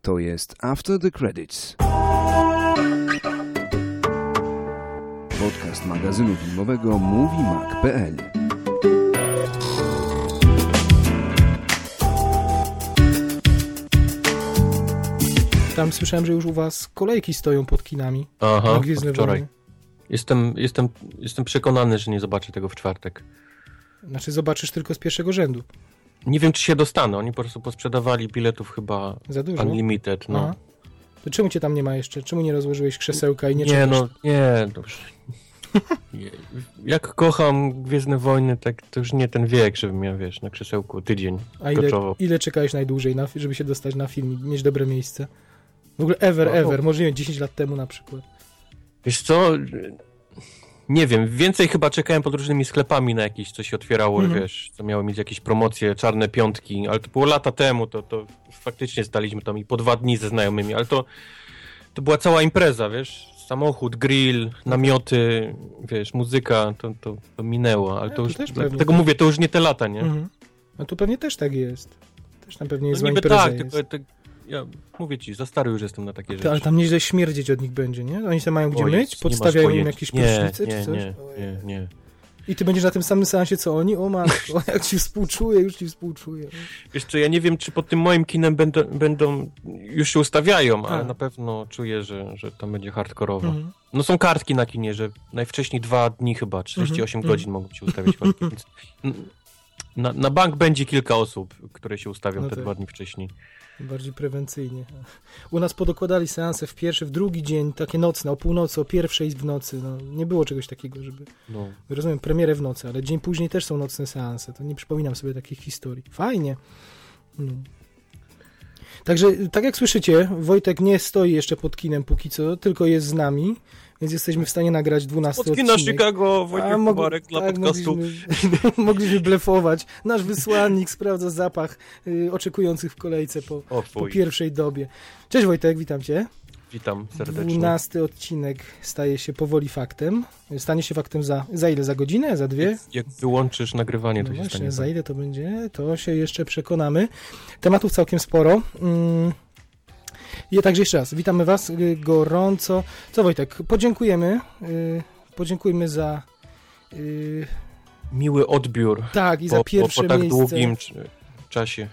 To jest After the Credits. Podcast magazynu filmowego MovieMag.pl. Tam słyszałem, że już u was kolejki stoją pod kinami. Aha, od wczoraj. Jestem przekonany, że nie zobaczę tego w czwartek. Znaczy zobaczysz tylko z pierwszego rzędu. Nie wiem, czy się dostanę. Oni po prostu posprzedawali biletów chyba za dużo? Unlimited. No. Aha. To czemu cię tam nie ma jeszcze? Czemu nie rozłożyłeś krzesełka i nie czekasz? Nie. Jak kocham Gwiezdne Wojny, tak to już nie ten wiek, żebym miał, na krzesełku tydzień. A ile czekałeś najdłużej, żeby się dostać na film i mieć dobre miejsce? W ogóle ever, może nie wiem, 10 lat temu na przykład. Wiesz co, nie wiem, więcej chyba czekałem pod różnymi sklepami na jakieś, co się otwierało, co miało mieć jakieś promocje, czarne piątki, ale to było lata temu, to faktycznie staliśmy tam i po 2 dni ze znajomymi, ale to była cała impreza, samochód, grill, namioty, muzyka, to minęło, ale to już, dlatego mówię, to już nie te lata, nie? No to pewnie też tak jest. Też tam pewnie jest no zła impreza tak, tylko ja mówię ci, za stary już jestem na takie rzeczy. Ale tam nieźle śmierdzieć od nich będzie, nie? Oni się mają gdzie myć? Podstawiają im jakieś prysznice czy coś? Nie. I ty będziesz na tym samym seansie co oni? O matko, jak ci współczuję, już ci współczuję. Wiesz co, ja nie wiem, czy pod tym moim kinem będą już się ustawiają, ale na pewno czuję, że tam będzie hardkorowo. No są kartki na kinie, że najwcześniej 2 dni chyba, 48 godzin mogą się ustawiać walki, więc na bank będzie kilka osób, które się ustawią te 2 dni wcześniej. Bardziej prewencyjnie. U nas podokładali seanse w pierwszy, w drugi dzień, takie nocne, o północy, o 1:00 w nocy. No, nie było czegoś takiego, żeby... No. Rozumiem, premierę w nocy, ale dzień później też są nocne seanse. To nie przypominam sobie takich historii. Fajnie. No. Także, tak jak słyszycie, Wojtek nie stoi jeszcze pod kinem póki co, tylko jest z nami, więc jesteśmy w stanie nagrać 12 odcinek. Pod kina Chicago, Wojtek Kubarek dla podcastu. Mogliśmy blefować. Nasz wysłannik sprawdza zapach oczekujących w kolejce po pierwszej dobie. Cześć Wojtek, witam cię. Witam serdecznie. 12 odcinek staje się powoli faktem. Stanie się faktem za ile? Za godzinę? Za 2? Jak wyłączysz nagrywanie, to się właśnie, stanie. Za ile to będzie? To się jeszcze przekonamy. Tematów całkiem sporo. I także jeszcze raz, witamy was gorąco. Co Wojtek, podziękujmy za... miły odbiór. Tak, i za pierwsze po tak miejsce. długim czasie.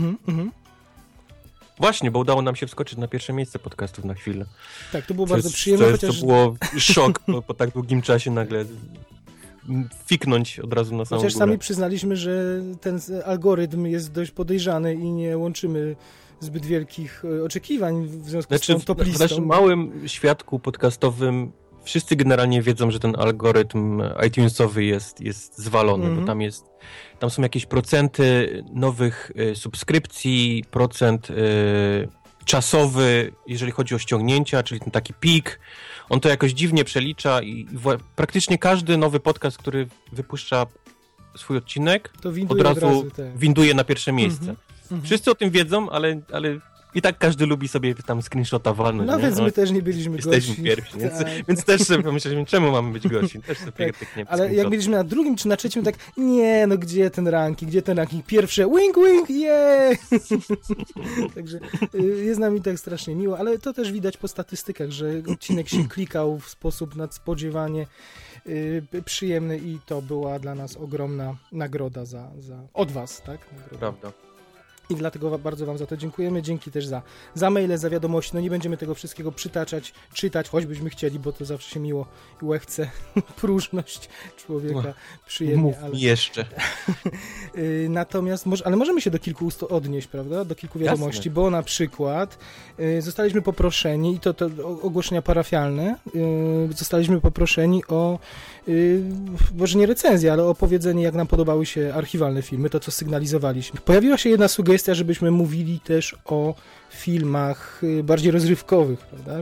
Właśnie, bo udało nam się wskoczyć na pierwsze miejsce podcastów na chwilę. Tak, to było bardzo przyjemne. To było szok po tak długim czasie nagle fiknąć od razu na samą Chociaż górę. sami przyznaliśmy, że ten algorytm jest dość podejrzany i nie łączymy zbyt wielkich oczekiwań w związku z tą top listą. W naszym małym świadku podcastowym wszyscy generalnie wiedzą, że ten algorytm iTunesowy jest zwalony, bo tam są jakieś procenty nowych subskrypcji, procent czasowy, jeżeli chodzi o ściągnięcia, czyli ten taki pik. On to jakoś dziwnie przelicza i praktycznie każdy nowy podcast, który wypuszcza swój odcinek, od razu winduje na pierwsze miejsce. Wszyscy o tym wiedzą, ale i tak każdy lubi sobie tam screenshota walnąć. No więc my też nie byliśmy gorsi. Jesteśmy pierwsi, więc też sobie pomyśleliśmy, czemu mamy być gorsi. Też sobie tak, ale jak byliśmy na drugim czy na trzecim, tak gdzie ten ranking? Pierwsze, wink, yeah! Także jest z nami tak strasznie miło, ale to też widać po statystykach, że odcinek się klikał w sposób nadspodziewanie przyjemny i to była dla nas ogromna nagroda od was, tak? Nagroda. Prawda. I dlatego bardzo wam za to dziękujemy. Dzięki też za maile, za wiadomości. No nie będziemy tego wszystkiego czytać, choćbyśmy chcieli, bo to zawsze się miło i łechce próżność człowieka przyjemnie. Ale jeszcze. Natomiast, ale możemy się do kilku odnieść, prawda? Do kilku wiadomości, Jasne. Bo na przykład zostaliśmy poproszeni, i to ogłoszenia parafialne, zostaliśmy poproszeni o może nie recenzję, ale opowiedzenie, jak nam podobały się archiwalne filmy, to co sygnalizowaliśmy. Pojawiła się jedna sugestia, żebyśmy mówili też o filmach bardziej rozrywkowych, prawda,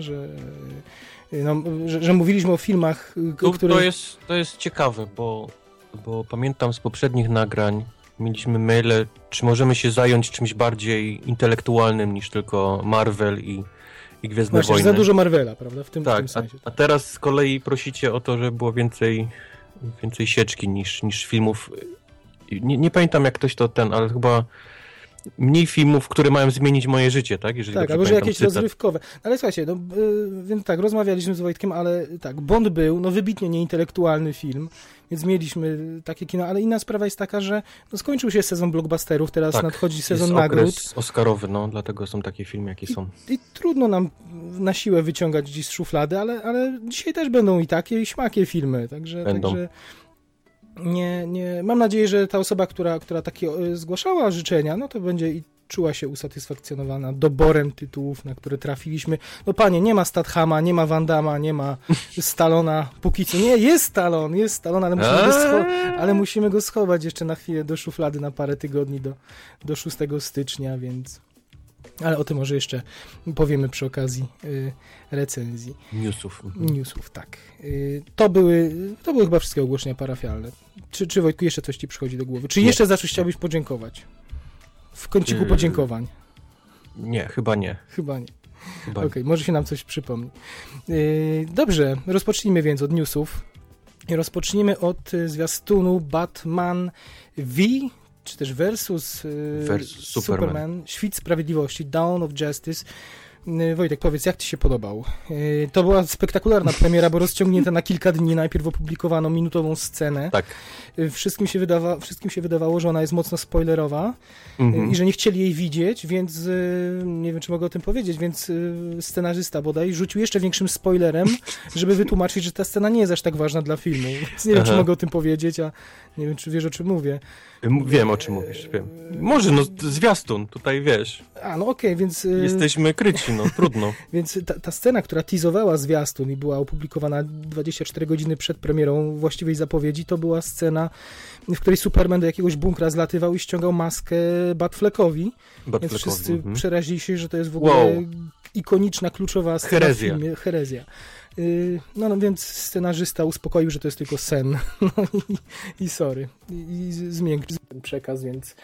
że mówiliśmy o filmach, które... To jest ciekawe, bo pamiętam z poprzednich nagrań mieliśmy maile, czy możemy się zająć czymś bardziej intelektualnym niż tylko Marvel i Gwiezdne Wojny. Za dużo Marvela, prawda, w tym sensie. A teraz z kolei prosicie o to, żeby było więcej sieczki niż filmów. Nie pamiętam jak ktoś ale chyba mniej filmów, które mają zmienić moje życie, tak? Jeżeli tak, albo że jakieś rozrywkowe. Ale słuchajcie, no, więc tak, rozmawialiśmy z Wojtkiem, ale tak, Bond był, no wybitnie nieintelektualny film, więc mieliśmy takie kino, ale inna sprawa jest taka, że no, skończył się sezon blockbusterów, teraz nadchodzi sezon nagród. Okres oscarowy, no, dlatego są takie filmy, jakie są. I trudno nam na siłę wyciągać gdzieś z szuflady, ale dzisiaj też będą i takie, i śmakie filmy, także nie, mam nadzieję, że ta osoba, która takie zgłaszała życzenia, no to będzie i czuła się usatysfakcjonowana doborem tytułów, na które trafiliśmy. No panie, nie ma Stathama, nie ma Van Damme, nie ma Stallona, póki co. Nie, jest Stallone, ale musimy go schować jeszcze na chwilę do szuflady na parę tygodni do 6 stycznia, więc... Ale o tym może jeszcze powiemy przy okazji recenzji. Newsów, tak. To były chyba wszystkie ogłoszenia parafialne. Czy Wojtku jeszcze coś ci przychodzi do głowy? Czy jeszcze za coś chciałbyś podziękować? W kąciku podziękowań. Nie, chyba nie. Okej, może się nam coś przypomni. Dobrze, rozpocznijmy więc od newsów. Rozpocznijmy od zwiastunu Batman V, czy też versus Superman, Świt Sprawiedliwości, Dawn of Justice. Wojtek, powiedz, jak ci się podobał? To była spektakularna premiera, bo rozciągnięta na kilka dni. Najpierw opublikowano minutową scenę. Tak. Wszystkim się wydawało, że ona jest mocno spoilerowa i że nie chcieli jej widzieć, więc nie wiem, czy mogę o tym powiedzieć, więc scenarzysta bodaj rzucił jeszcze większym spoilerem, żeby wytłumaczyć, że ta scena nie jest aż tak ważna dla filmu. Więc nie wiem, czy mogę o tym powiedzieć, a nie wiem, czy wiesz, o czym mówię. Wiem, o czym mówisz, wiem. Może, no, zwiastun, tutaj wiesz. No okej, więc... Jesteśmy kryci, no, trudno. Więc ta scena, która teasowała zwiastun i była opublikowana 24 godziny przed premierą właściwej zapowiedzi, to była scena, w której Superman do jakiegoś bunkra zlatywał i ściągał maskę Batfleckowi. Więc wszyscy przerazili się, że to jest w ogóle ikoniczna, kluczowa scena w filmie. Herezja. No więc scenarzysta uspokoił, że to jest tylko sen. No i sorry. I zmiękczył ten przekaz,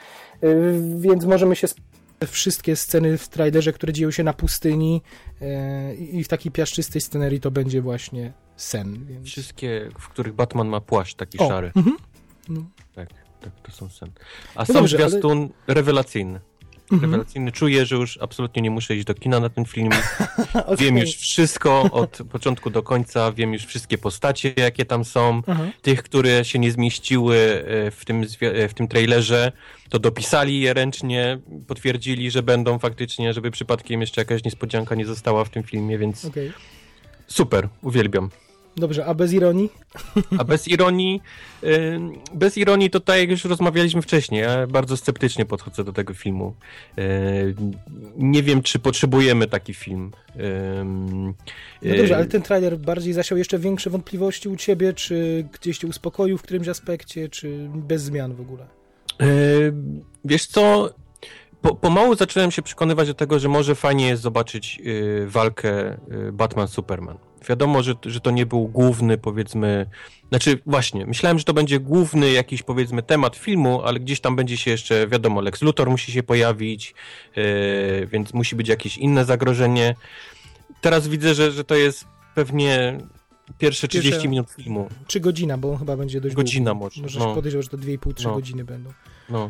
więc możemy się wszystkie sceny w trailerze, które dzieją się na pustyni i w takiej piaszczystej scenerii, to będzie właśnie sen. Więc... Wszystkie, w których Batman ma płaszcz taki szary. No. Tak, to są sen. A sam zwiastun rewelacyjny. Rewelacyjny. Czuję, że już absolutnie nie muszę iść do kina na ten film. Okay. Wiem już wszystko od początku do końca, wiem już wszystkie postacie, jakie tam są. Tych, które się nie zmieściły w tym trailerze, to dopisali je ręcznie, potwierdzili, że będą faktycznie, żeby przypadkiem jeszcze jakaś niespodzianka nie została w tym filmie, więc super, uwielbiam. Dobrze, a bez ironii? A bez ironii to tak jak już rozmawialiśmy wcześniej, ja bardzo sceptycznie podchodzę do tego filmu. Nie wiem, czy potrzebujemy taki film. No dobrze, ale ten trailer bardziej zasiał jeszcze większe wątpliwości u ciebie, czy gdzieś cię uspokoił w którymś aspekcie, czy bez zmian w ogóle? Wiesz co, pomału zacząłem się przekonywać do tego, że może fajnie jest zobaczyć walkę Batman-Superman. Wiadomo, że to nie był główny, powiedzmy... Znaczy, właśnie, myślałem, że to będzie główny jakiś, powiedzmy, temat filmu, ale gdzieś tam będzie się jeszcze, wiadomo, Lex Luthor musi się pojawić, więc musi być jakieś inne zagrożenie. Teraz widzę, że to jest pewnie pierwsze 30 minut filmu. 3 godzina, bo on chyba będzie dość godzina długi. Możesz podejrzewać, że to 2,5-3 godziny będą. No.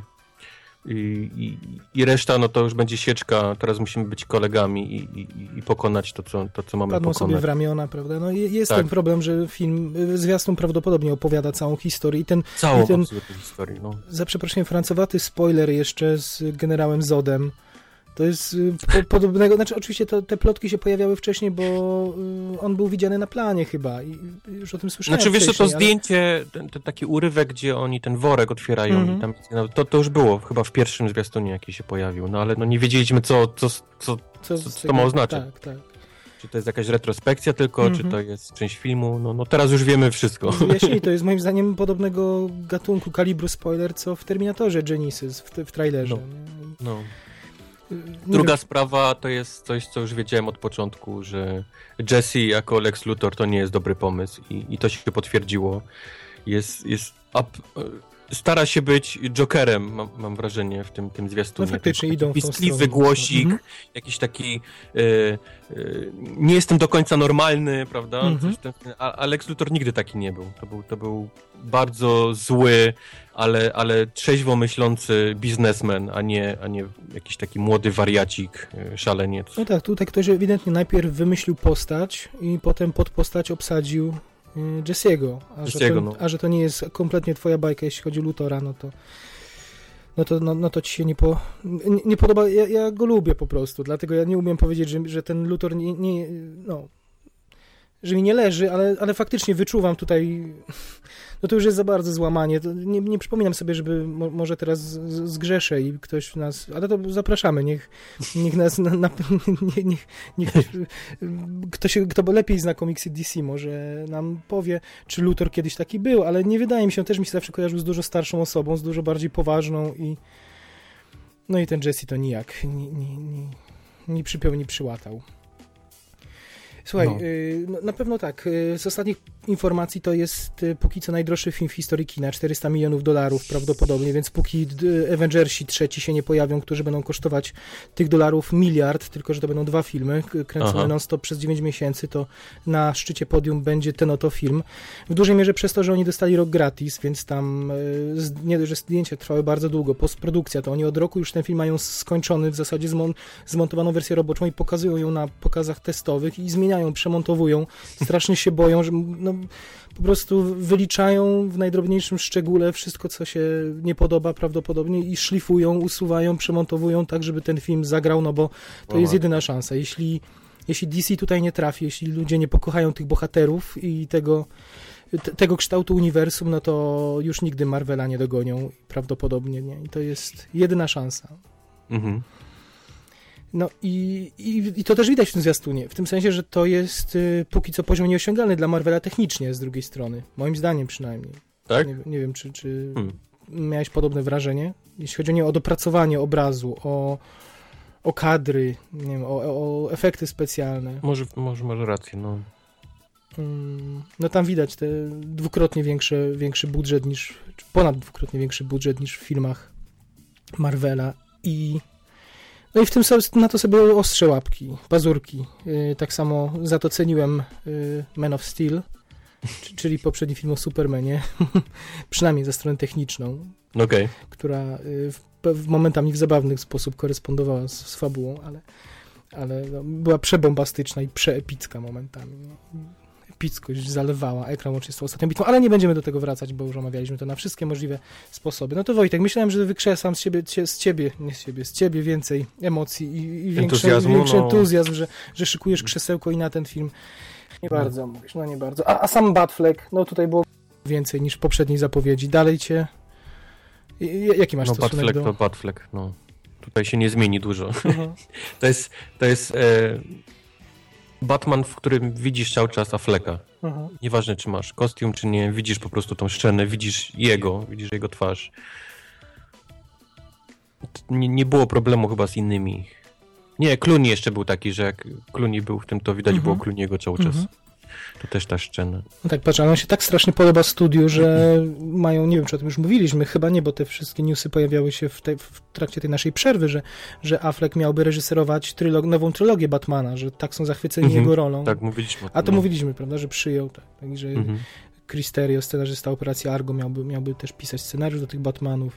I reszta, no to już będzie sieczka, teraz musimy być kolegami i pokonać to, co mamy Padną pokonać. sobie w ramiona, prawda? No jest ten problem, że zwiastun prawdopodobnie opowiada całą historię. Całą absolutną historię, no. Za przeproszeniem, francowaty spoiler jeszcze z generałem Zodem. To jest podobnego, znaczy oczywiście te plotki się pojawiały wcześniej, bo on był widziany na planie chyba i już o tym słyszałem. Znaczy wiesz co, to zdjęcie, ten taki urywek, gdzie oni ten worek otwierają i tam, to już było chyba w pierwszym zwiastunie, jaki się pojawił, no ale nie wiedzieliśmy co to ma oznaczać. Tak. Czy to jest jakaś retrospekcja tylko, czy to jest część filmu, no teraz już wiemy wszystko. Wyjaśnij, to jest moim zdaniem podobnego gatunku kalibru spoiler, co w Terminatorze Genesis, w trailerze. No. Druga sprawa to jest coś, co już wiedziałem od początku, że Jesse jako Lex Luthor to nie jest dobry pomysł i to się potwierdziło. stara się być Jokerem, mam wrażenie, w tym zwiastunie. No faktycznie idą w tą pistliwy głosik, jakiś taki nie jestem do końca normalny, prawda? A Lex Luthor nigdy taki nie był. To był bardzo zły, ale trzeźwo myślący biznesmen, a nie jakiś taki młody wariacik, szaleniec. No tak, tutaj ktoś ewidentnie najpierw wymyślił postać i potem pod postać obsadził Jesse'ego. A że to nie jest kompletnie twoja bajka, jeśli chodzi o Luthora, no to ci się nie podoba. Ja go lubię po prostu, dlatego ja nie umiem powiedzieć, że ten Luthor że mi nie leży, ale faktycznie wyczuwam tutaj, no to już jest za bardzo złamanie. Nie przypominam sobie, żeby może teraz zgrzeszę i ktoś nas, ale to zapraszamy, niech nas, ktoś, kto lepiej zna komiksy DC, może nam powie, czy Luthor kiedyś taki był, ale nie wydaje mi się, też mi się zawsze kojarzył z dużo starszą osobą, z dużo bardziej poważną no i ten Jesse to nijak, ni przypiął, ni przyłatał. Słuchaj, na pewno tak, z ostatnich informacji to jest póki co najdroższy film w historii kina, $400 milionów prawdopodobnie, więc póki Avengersi trzeci się nie pojawią, którzy będą kosztować tych $1 miliard, tylko że to będą 2 filmy, kręcone non-stop przez 9 miesięcy, to na szczycie podium będzie ten oto film. W dużej mierze przez to, że oni dostali rok gratis, więc tam nie dość, że zdjęcia trwały bardzo długo, postprodukcja, to oni od roku już ten film mają skończony, w zasadzie zmontowaną wersję roboczą i pokazują ją na pokazach testowych i zmieniają, przemontowują, strasznie się boją, że po prostu wyliczają w najdrobniejszym szczególe wszystko, co się nie podoba prawdopodobnie i szlifują, usuwają, przemontowują tak, żeby ten film zagrał, no bo to jest jedyna szansa. Jeśli DC tutaj nie trafi, jeśli ludzie nie pokochają tych bohaterów i tego kształtu uniwersum, no to już nigdy Marvela nie dogonią prawdopodobnie, nie? I to jest jedyna szansa. No i to też widać w tym zwiastunie, w tym sensie, że to jest póki co poziom nieosiągalny dla Marvela technicznie z drugiej strony, moim zdaniem przynajmniej. Tak? Nie wiem, czy miałeś podobne wrażenie? Jeśli chodzi o dopracowanie obrazu, o kadry, nie wiem, o efekty specjalne. Może masz rację, no. No tam widać te dwukrotnie większy budżet czy ponad dwukrotnie większy budżet niż w filmach Marvela no i w tym na to sobie ostrzę łapki, pazurki. Tak samo za to ceniłem Man of Steel, czyli poprzedni film o Supermanie, przynajmniej za stronę techniczną, która momentami w zabawny sposób korespondowała z fabułą, ale była przebombastyczna i przeepicka momentami. Epickość zalewała ekran łącznie z tą ostatnią bitwą, ale nie będziemy do tego wracać, bo już omawialiśmy to na wszystkie możliwe sposoby. No to Wojtek, myślałem, że wykrzesam z ciebie więcej emocji i większy entuzjazm, że szykujesz krzesełko i na ten film. Nie bardzo, mówisz, no nie bardzo. A sam Batfleck, no tutaj było więcej niż w poprzedniej zapowiedzi. Dalej cię... Jaki masz stosunek do... Batfleck, no. Tutaj się nie zmieni dużo. To jest Batman, w którym widzisz cały czas Afflecka. Nieważne, czy masz kostium, czy nie, widzisz po prostu tą scenę, widzisz jego twarz. Nie było problemu chyba z innymi. Nie, Clooney jeszcze był taki, że jak Clooney był w tym, to widać było Clooney'ego cały czas. To też ta scena. No tak, patrz, ale on się tak strasznie podoba studiu, że mają, nie wiem, czy o tym już mówiliśmy, chyba nie, bo te wszystkie newsy pojawiały się w trakcie tej naszej przerwy, że Affleck miałby reżyserować nową trylogię Batmana, że tak są zachwyceni jego rolą. Tak, mówiliśmy. A to mówiliśmy, prawda, że przyjął, tak, że Chris Terrio, scenarzysta Operacji Argo, miałby też pisać scenariusz do tych Batmanów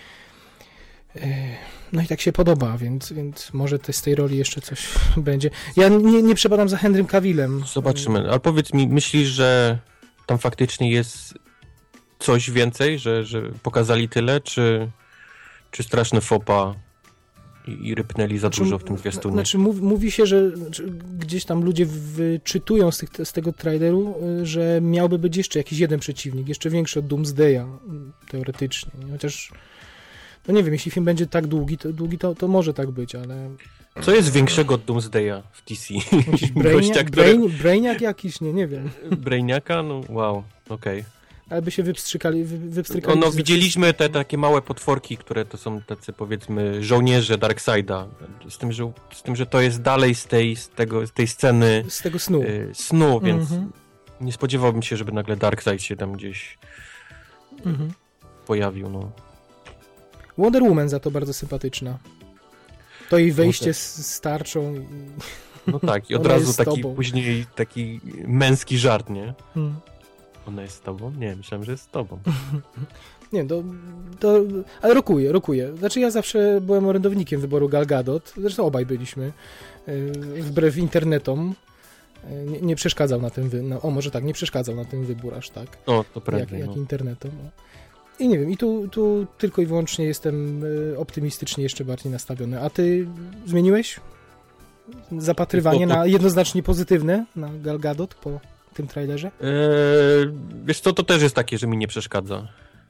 no i tak się podoba, więc może z tej roli jeszcze coś będzie. Ja nie przepadam za Henrym Cavillem. Zobaczymy. Ale powiedz mi, myślisz, że tam faktycznie jest coś więcej, że pokazali tyle, czy straszne fopa i rypnęli za dużo w tym zwiastunie? Znaczy mówi się, że gdzieś tam ludzie wyczytują z tego traileru, że miałby być jeszcze jakiś jeden przeciwnik, jeszcze większy od Doomsdaya, teoretycznie. Chociaż no nie wiem, jeśli film będzie tak długi, to może tak być, ale... Co jest większego od Doomsdaya w DC? Jakiś Brainiac jakiś, nie wiem. Brainiaka? No wow, okej. Ale by się wypstrykali. No widzieliśmy te takie małe potworki, które to są tacy, powiedzmy, żołnierze Darkseida. Z tym, że to jest dalej z tej sceny... Z tego snu. Więc nie spodziewałbym się, żeby nagle Darkseid się tam gdzieś... pojawił, no. Wonder Woman za to bardzo sympatyczna. To jej wejście z tarczą. No tak, i od razu taki później taki męski żart, nie? Ona jest z tobą? Nie, myślałem, że jest z tobą. Nie, ale rokuje. Znaczy ja zawsze byłem orędownikiem wyboru Gal Gadot, zresztą obaj byliśmy, wbrew internetom. Nie przeszkadzał na tym, może tak, nie przeszkadzał na tym wybór aż tak. O, to prawda. Jak internetom. No. I nie wiem, i tu tylko i wyłącznie jestem optymistycznie jeszcze bardziej nastawiony. A ty zmieniłeś zapatrywanie na jednoznacznie pozytywne na Gal Gadot po tym trailerze? Wiesz co, to też jest takie, że mi nie przeszkadza.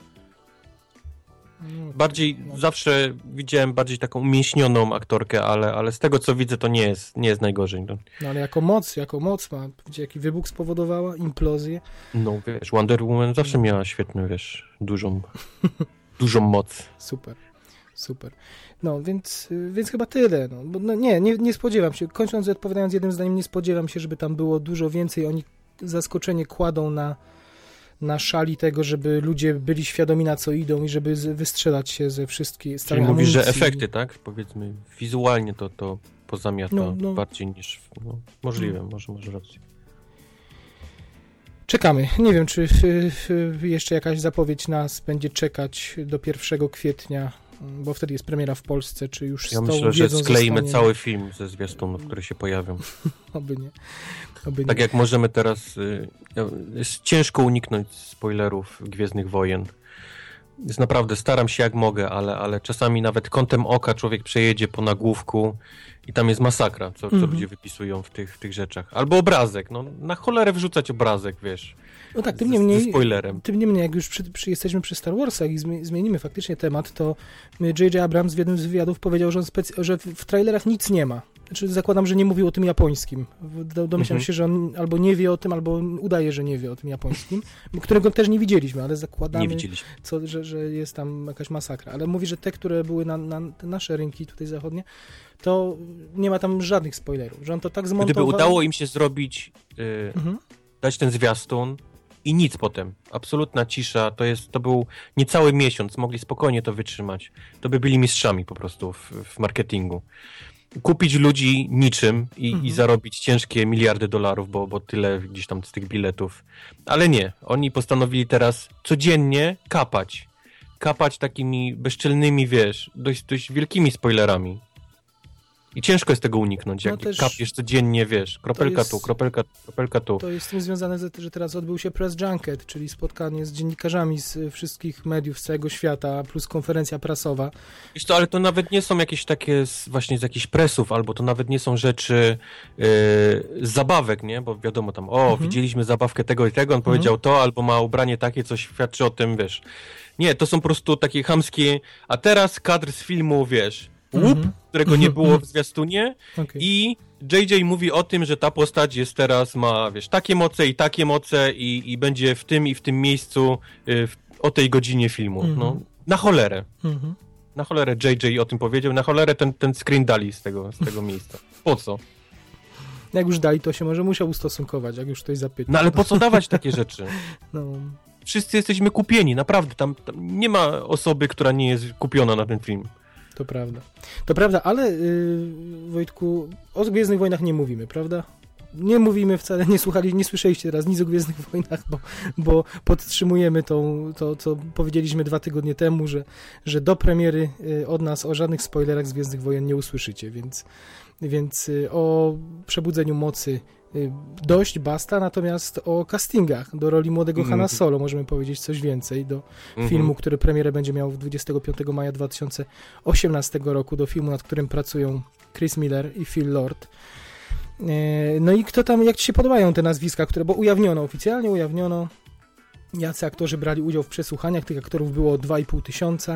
Zawsze widziałem bardziej taką umięśnioną aktorkę, ale z tego co widzę, to nie jest najgorzej. No ale jako moc ma, gdzie jaki wybuch spowodowała, implozję. No wiesz, Wonder Woman zawsze miała świetną, wiesz, dużą moc. Super. No, więc chyba tyle. No. Bo, nie spodziewam się, kończąc odpowiadając jednym zdaniem, nie spodziewam się, żeby tam było dużo więcej. Oni zaskoczenie kładą na szali tego, żeby ludzie byli świadomi, na co idą i żeby wystrzelać się ze wszystkich Czyli mówisz, że efekty, tak? Powiedzmy, wizualnie to pozamiata bardziej niż... No, możliwe, może rację. Czekamy. Nie wiem, czy jeszcze jakaś zapowiedź nas będzie czekać do 1 kwietnia, bo wtedy jest premiera w Polsce, czy już ja myślę, że skleimy cały film ze zwiastunów, które się pojawią. Oby nie. Tak jak możemy teraz... Jest ciężko uniknąć spoilerów Gwiezdnych Wojen. Jest naprawdę, staram się jak mogę, ale czasami nawet kątem oka człowiek przejedzie po nagłówku i tam jest masakra, co ludzie wypisują w tych rzeczach. Albo obrazek, no na cholerę wrzucać obrazek, wiesz. No tak, ze spoilerem. Tym niemniej, jak już jesteśmy przy Star Warsach i zmienimy faktycznie temat, to J.J. Abrams w jednym z wywiadów powiedział, że w trailerach nic nie ma. Znaczy, zakładam, że nie mówił o tym japońskim. Domyślam się, że on albo nie wie o tym, albo udaje, że nie wie o tym japońskim, którego też nie widzieliśmy, ale zakładamy, że jest tam jakaś masakra. Ale mówi, że te, które były na nasze rynki tutaj zachodnie, to nie ma tam żadnych spoilerów, że on to tak zmontował. Gdyby udało im się zrobić, dać ten zwiastun i nic potem, absolutna cisza, to był niecały miesiąc, mogli spokojnie to wytrzymać. To by byli mistrzami po prostu w marketingu. Kupić ludzi niczym i zarobić ciężkie miliardy dolarów, bo tyle gdzieś tam z tych biletów. Ale nie, oni postanowili teraz codziennie kapać takimi bezczelnymi, wiesz, dość wielkimi spoilerami. I ciężko jest tego uniknąć, jak kapiesz codziennie, wiesz, kropelka tu. To jest z tym związane, że teraz odbył się press junket, czyli spotkanie z dziennikarzami z wszystkich mediów z całego świata, plus konferencja prasowa. Wiesz co, ale to nawet nie są jakieś takie właśnie z jakichś presów, albo to nawet nie są rzeczy z zabawek, nie? Bo wiadomo tam, widzieliśmy zabawkę tego i tego, on powiedział to, albo ma ubranie takie, co świadczy o tym, wiesz. Nie, to są po prostu takie chamskie, a teraz kadr z filmu, wiesz, którego nie było w zwiastunie i JJ mówi o tym, że ta postać jest teraz, ma, wiesz, takie moce i będzie w tym i w tym miejscu o tej godzinie filmu. No, na cholerę. Na cholerę JJ o tym powiedział, na cholerę ten screen dali z tego miejsca. Po co? Jak już dali, to się może musiał ustosunkować, jak już ktoś zapyta. No ale po co dawać takie rzeczy? Wszyscy jesteśmy kupieni, naprawdę. Tam nie ma osoby, która nie jest kupiona na ten film. To prawda, ale Wojtku, o Gwiezdnych Wojnach nie mówimy, prawda? Nie mówimy wcale, nie słyszeliście teraz nic o Gwiezdnych Wojnach, bo podtrzymujemy to, co powiedzieliśmy 2 tygodnie temu, że do premiery od nas o żadnych spoilerach z Gwiezdnych Wojen nie usłyszycie, więc o Przebudzeniu Mocy dość, basta, natomiast o castingach do roli młodego Hanna Solo możemy powiedzieć coś więcej do filmu, który premierę będzie miał 25 maja 2018 roku, do filmu, nad którym pracują Chris Miller i Phil Lord. No i kto tam, jak ci się podobają te nazwiska, bo oficjalnie ujawniono, jacy aktorzy brali udział w przesłuchaniach, tych aktorów było 2500.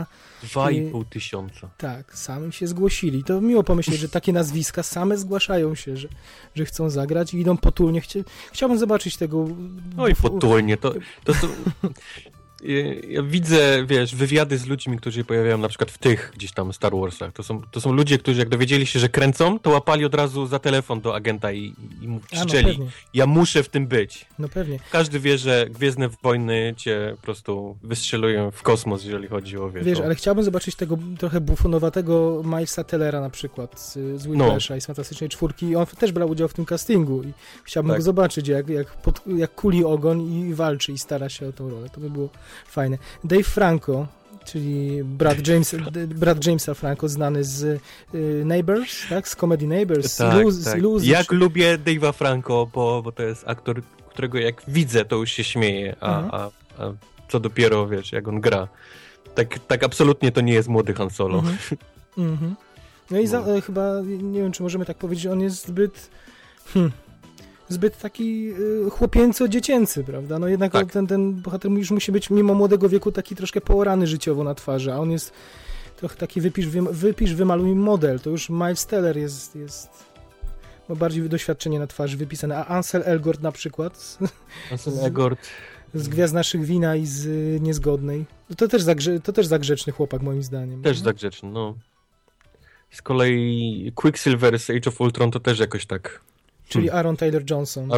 2500. Tak, sami się zgłosili. To miło pomyśleć, że takie nazwiska same zgłaszają się, że chcą zagrać i idą potulnie. Chciałbym zobaczyć tego... Oj, potulnie, to ja widzę, wiesz, wywiady z ludźmi, którzy się pojawiają na przykład w tych gdzieś tam Star Warsach. To są ludzie, którzy jak dowiedzieli się, że kręcą, to łapali od razu za telefon do agenta i mu krzyczeli, ja muszę w tym być. No pewnie. Każdy wie, że Gwiezdne Wojny cię po prostu wystrzelują w kosmos, jeżeli chodzi o, wiesz, ale chciałbym zobaczyć tego trochę bufonowatego Milesa Tellera na przykład z Whiplasha i z Fantastycznej Czwórki. On też brał udział w tym castingu i chciałbym go zobaczyć, jak kuli ogon i walczy i stara się o tą rolę. To by było fajne. Dave Franco, czyli brat Jamesa Franco, znany z Neighbours, tak? Z komedii Neighbours. Tak. Jak lubię Dave'a Franco, bo to jest aktor, którego jak widzę, to już się śmieję, a co dopiero, wiesz, jak on gra. Tak absolutnie to nie jest młody Han Solo. No i chyba, nie wiem, czy możemy tak powiedzieć, że on jest zbyt taki chłopięco-dziecięcy, prawda? No jednak ten bohater już musi być mimo młodego wieku taki troszkę poorany życiowo na twarzy, a on jest trochę taki wypisz, wymaluj model. To już Miles Teller ma bardziej doświadczenie na twarzy wypisane, a Ansel Elgort na przykład. Ansel Elgort. Z Gwiazd naszych wina i z Niezgodnej. To też za grzeczny chłopak, moim zdaniem. Też za grzeczny, no. Z kolei Quicksilver z Age of Ultron to też jakoś tak... Czyli Aaron Taylor Johnson.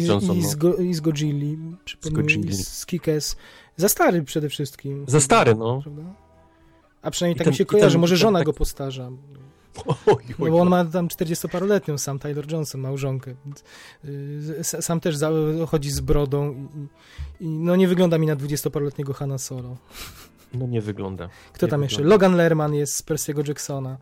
I z Godzilli. Z Kick-Ass. Za stary przede wszystkim. Za stary, no. Prawda? A przynajmniej tak mi się kojarzy. Może żona go postarza. No bo on ma tam 40-paroletnią, sam Taylor Johnson, małżonkę. Sam też chodzi z brodą i no nie wygląda mi na 20-paroletniego Hanna Solo. No nie wygląda. Kto tam jeszcze? Logan Lerman jest z Percy'ego Jacksona.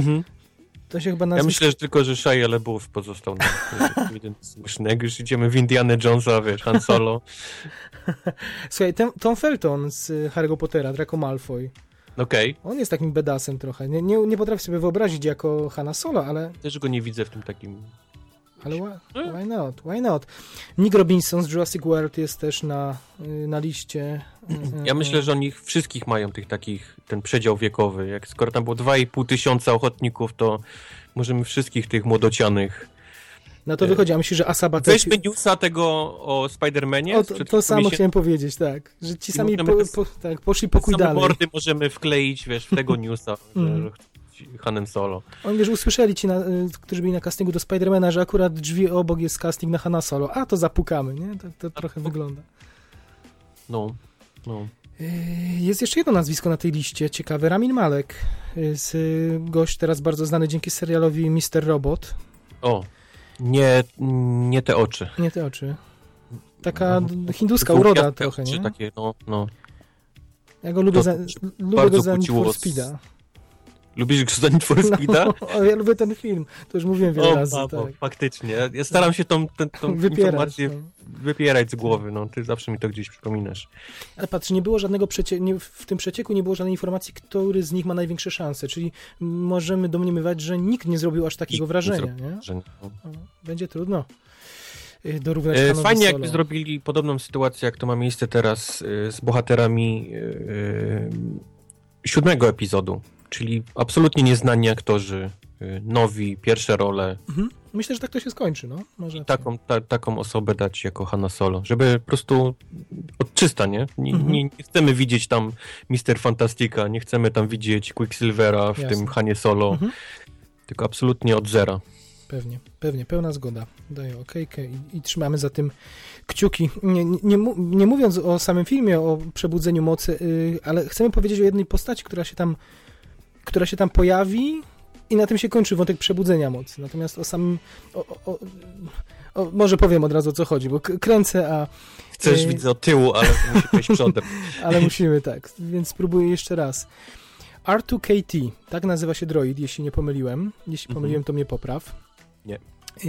To się chyba Ja myślę, że tylko, że Shia LaBeouf pozostał na jeden słuszny. Jak już idziemy w Indiana Jonesa, wiesz, Han Solo. Słuchaj, Tom Felton z Harry'ego Pottera, Draco Malfoy. Okej. On jest takim bedasem trochę. Nie potrafię sobie wyobrazić jako Hanna Solo, ale... Też go nie widzę w tym takim... Ale why not? Nick Robinson z Jurassic World jest też na liście. Ja myślę, że oni wszystkich mają ten przedział wiekowy. Skoro tam było 2,5 tysiąca ochotników, to możemy wszystkich tych młodocianych... No to wychodzi, a myślę, że Asaba też... Weźmy newsa tego o Spider-Manie. To samo chciałem powiedzieć, tak. Że ci sami poszli pokój dalej. Mordy możemy wkleić, wiesz, w tego newsa, że Hanem Solo. Oni, wiesz, usłyszeli którzy byli na castingu do Spidermana, że akurat drzwi obok jest casting na Hanna Solo, a to zapukamy, nie? To trochę wygląda. No. Jest jeszcze jedno nazwisko na tej liście, ciekawe, Ramin Malek. Gość teraz bardzo znany dzięki serialowi Mr. Robot. O, nie te oczy. Nie te oczy. Taka hinduska uroda trochę, nie? Takie, no. Ja go lubię za Need for Speeda. Lubisz go za Need for Speeda? No, ja lubię ten film. To już mówiłem wiele razy. Tak. Faktycznie. Ja staram się tą informację wypierać z głowy. No, ty zawsze mi to gdzieś przypominasz. Ale patrz, nie było żadnego w tym przecieku nie było żadnej informacji, który z nich ma największe szanse. Czyli możemy domniemywać, że nikt nie zrobił aż takiego wrażenia. Nie? Będzie trudno. Fajnie jakby zrobili podobną sytuację, jak to ma miejsce teraz z bohaterami 7 epizodu. Czyli absolutnie nieznani aktorzy, nowi, pierwsze role. Myślę, że tak to się skończy, no. Może taką osobę dać jako Hanna Solo, żeby po prostu od czysta, nie? Nie chcemy widzieć tam Mr. Fantastica, nie chcemy tam widzieć Quicksilvera w tym Hanie Solo, tylko absolutnie od zera. Pewnie, pełna zgoda. Daję okejkę i trzymamy za tym kciuki. Nie mówiąc o samym filmie, o przebudzeniu mocy, ale chcemy powiedzieć o jednej postaci, która się tam pojawi i na tym się kończy wątek przebudzenia mocy. Natomiast o samym... może powiem od razu, o co chodzi, bo kręcę, a... Chcesz, widzę od tyłu, ale musi przejść przodem. Ale musimy, tak. Więc spróbuję jeszcze raz. R2KT, tak nazywa się droid, jeśli nie pomyliłem. Jeśli pomyliłem, to mnie popraw. Nie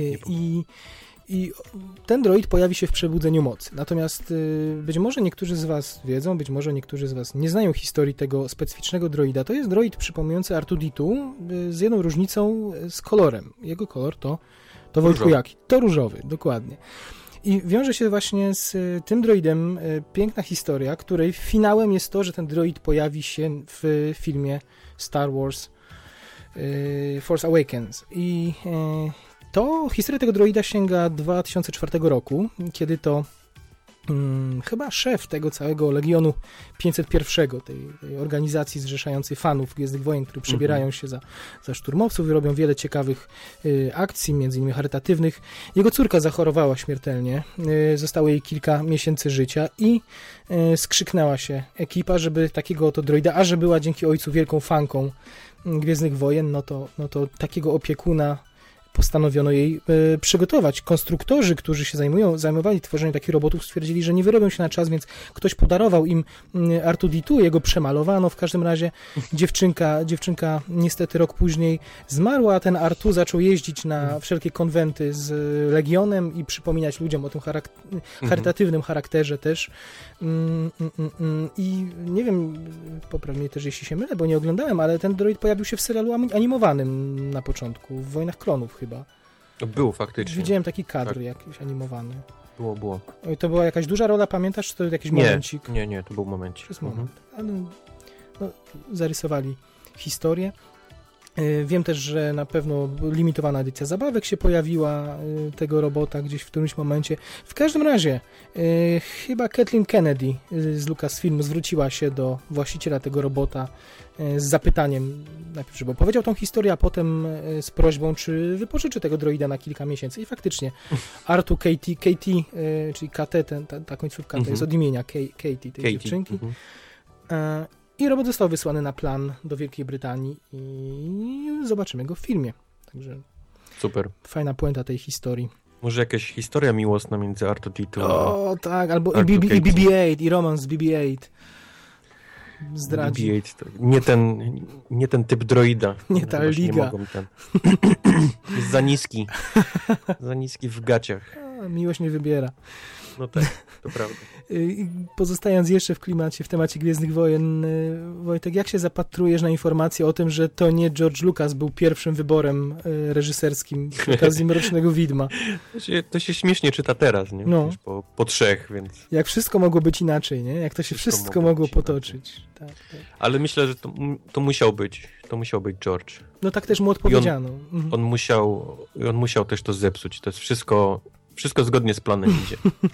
I ten droid pojawi się w przebudzeniu mocy. Natomiast być może niektórzy z was wiedzą, być może niektórzy z was nie znają historii tego specyficznego droida. To jest droid przypominający R2D2 z jedną różnicą z kolorem. Jego kolor to Wojtku jaki? To różowy, dokładnie. I wiąże się właśnie z tym droidem piękna historia, której finałem jest to, że ten droid pojawi się w filmie Star Wars Force Awakens. I historia tego droida sięga 2004 roku, kiedy to chyba szef tego całego Legionu 501, tej organizacji zrzeszającej fanów Gwiezdnych Wojen, którzy przebierają się za szturmowców i robią wiele ciekawych akcji, między innymi charytatywnych. Jego córka zachorowała śmiertelnie, zostało jej kilka miesięcy życia i skrzyknęła się ekipa, żeby takiego oto droida, a że była dzięki ojcu wielką fanką Gwiezdnych Wojen, no to takiego opiekuna postanowiono jej przygotować. Konstruktorzy, którzy się zajmowali tworzeniem takich robotów, stwierdzili, że nie wyrobią się na czas, więc ktoś podarował im R2-D2, jego przemalowano. W każdym razie dziewczynka niestety rok później zmarła, a ten R2 zaczął jeździć na wszelkie konwenty z Legionem i przypominać ludziom o tym charytatywnym charakterze też. I nie wiem, popraw mnie też, jeśli się mylę, bo nie oglądałem, ale ten droid pojawił się w serialu animowanym na początku, w Wojnach Klonów chyba. Był faktycznie. Widziałem taki kadr jakiś animowany. Było. To była jakaś duża rola, pamiętasz, czy to jakiś momencik? Nie, to był momencik. Przez moment. Ale zarysowali historię. Wiem też, że na pewno limitowana edycja zabawek się pojawiła tego robota gdzieś w którymś momencie. W każdym razie chyba Kathleen Kennedy z Lucasfilmu zwróciła się do właściciela tego robota z zapytaniem, najpierw, żeby opowiedział tą historię, a potem z prośbą, czy wypożyczy tego droida na kilka miesięcy. I faktycznie R2 KT, czyli KT, ta końcówka to jest od imienia Katie, tej dziewczynki. I robot został wysłany na plan do Wielkiej Brytanii i zobaczymy go w filmie. Także super. Fajna puenta tej historii. Może jakaś historia miłosna między R2-D2 O tak, albo i BB-8, i romans z BB-8 zdradzi. BB-8 to nie ten typ droida. Nie ta liga. Nie mogą jest za niski. Za niski w gaciach. Miłość nie wybiera. No tak, to prawda. Pozostając jeszcze w klimacie, w temacie Gwiezdnych Wojen, Wojtek, jak się zapatrujesz na informację o tym, że to nie George Lucas był pierwszym wyborem reżyserskim przy okazji Mrocznego Widma? To się śmiesznie czyta teraz, nie? No. Po 3, więc... Jak wszystko mogło być inaczej, nie? Jak to się wszystko mogło potoczyć. Tak. Ale myślę, że to musiał być. To musiał być George. No tak też mu odpowiedziano. On musiał też to zepsuć. To jest wszystko zgodnie z planem idzie.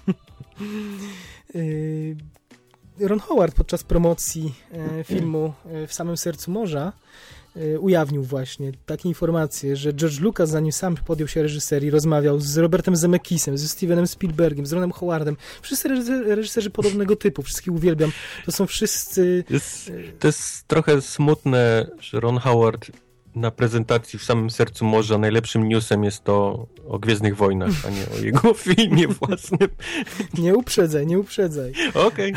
Ron Howard podczas promocji filmu W samym sercu morza ujawnił właśnie takie informacje, że George Lucas, zanim sam podjął się reżyserii, rozmawiał z Robertem Zemeckisem, ze Stevenem Spielbergiem, z Ronem Howardem. Wszyscy reżyserzy podobnego typu, wszystkich uwielbiam. To są wszyscy... To jest trochę smutne, że Ron Howard na prezentacji W samym sercu morza najlepszym newsem jest to o Gwiezdnych Wojnach, a nie o jego filmie własnym. Nie uprzedzaj. Okej.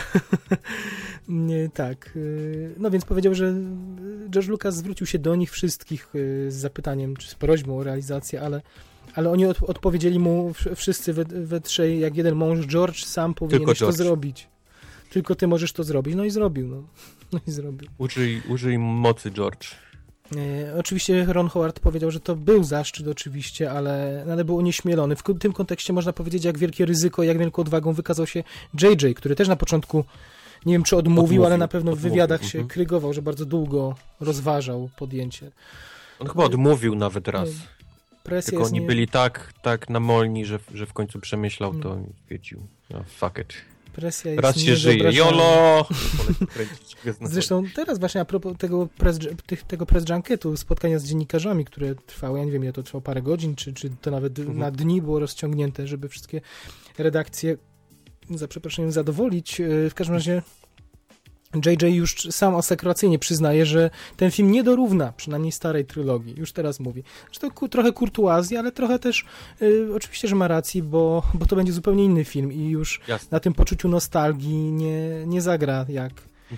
Tak. No więc powiedział, że George Lucas zwrócił się do nich wszystkich z zapytaniem, czy z prośbą o realizację, ale oni odpowiedzieli mu wszyscy we trzej, jak jeden mąż, George, sam powinieneś to zrobić. Tylko ty możesz to zrobić. No i zrobił. Użyj mocy, George. Oczywiście Ron Howard powiedział, że to był zaszczyt oczywiście, ale był onieśmielony. W tym kontekście można powiedzieć, jak wielkie ryzyko, jak wielką odwagą wykazał się JJ, który też na początku, nie wiem czy odmówił, ale na pewno w wywiadach się krygował, że bardzo długo rozważał podjęcie. On chyba odmówił nawet raz. Presja tylko oni byli tak namolni, że w końcu przemyślał to i stwierdził, fuck it. Presja jest raz się żyje, YOLO! Zresztą teraz właśnie a propos tego press junketu, spotkania z dziennikarzami, które trwały, ja nie wiem ile to trwało, parę godzin, czy to nawet na dni było rozciągnięte, żeby wszystkie redakcje za przeproszeniem zadowolić. W każdym razie JJ już sam asekuracyjnie przyznaje, że ten film nie dorówna przynajmniej starej trylogii. Już teraz mówi. Że to trochę kurtuazji, ale trochę też oczywiście, że ma rację, bo to będzie zupełnie inny film i już na tym poczuciu nostalgii nie zagra jak...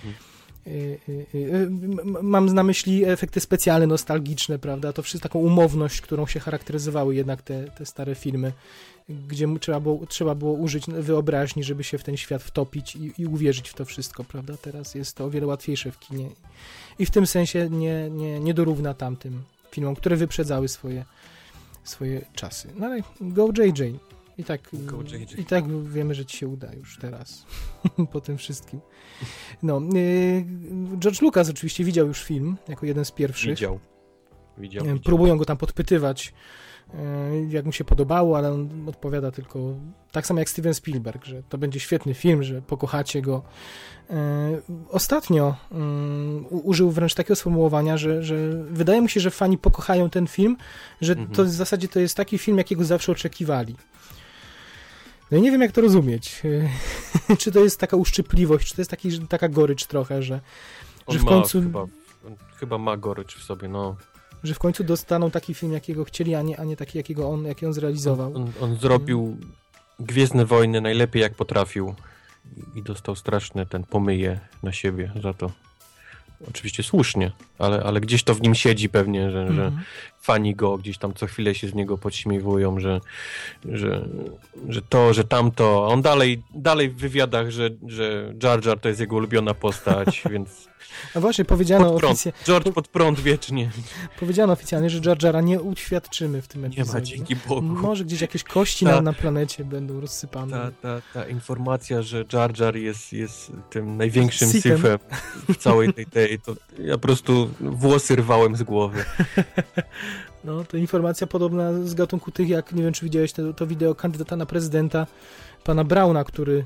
Mam na myśli efekty specjalne, nostalgiczne, prawda? To wszystko taką umowność, którą się charakteryzowały jednak te stare filmy, gdzie trzeba było użyć wyobraźni, żeby się w ten świat wtopić i uwierzyć w to wszystko, prawda? Teraz jest to o wiele łatwiejsze w kinie. I w tym sensie nie dorówna tamtym filmom, które wyprzedzały swoje czasy. No ale go JJ. I tak wiemy, że ci się uda już teraz po tym wszystkim. No, George Lucas oczywiście widział już film jako jeden z pierwszych. Widział. Widział. Próbują go tam podpytywać, jak mu się podobało, ale on odpowiada tylko tak samo jak Steven Spielberg, że to będzie świetny film, że pokochacie go. Ostatnio użył wręcz takiego sformułowania, że wydaje mu się, że fani pokochają ten film, że to w zasadzie to jest taki film, jakiego zawsze oczekiwali. No i nie wiem, jak to rozumieć. Czy to jest taka uszczypliwość, czy to jest taka gorycz trochę, że w końcu... Chyba ma gorycz w sobie, no. Że w końcu dostaną taki film, jakiego chcieli, a nie taki, jaki on zrealizował. On zrobił Gwiezdne Wojny najlepiej, jak potrafił i dostał straszne pomyje na siebie za to. Oczywiście słusznie, ale gdzieś to w nim siedzi pewnie, że fani go gdzieś tam co chwilę się z niego podśmiewują, że to, że tamto. A on dalej w wywiadach, że Jar Jar to jest jego ulubiona postać, więc... A właśnie, powiedziano oficjalnie... George pod prąd wiecznie. Powiedziano oficjalnie, że Jar Jara nie uświadczymy w tym epizodzie. Nie ma, dzięki Bogu. Może gdzieś jakieś kości na planecie będą rozsypane. Ta informacja, że Jar Jar jest tym największym Sithem w całej tej, to ja po prostu włosy rwałem z głowy. No, to informacja podobna z gatunku tych, jak, nie wiem, czy widziałeś to wideo kandydata na prezydenta, pana Brauna, który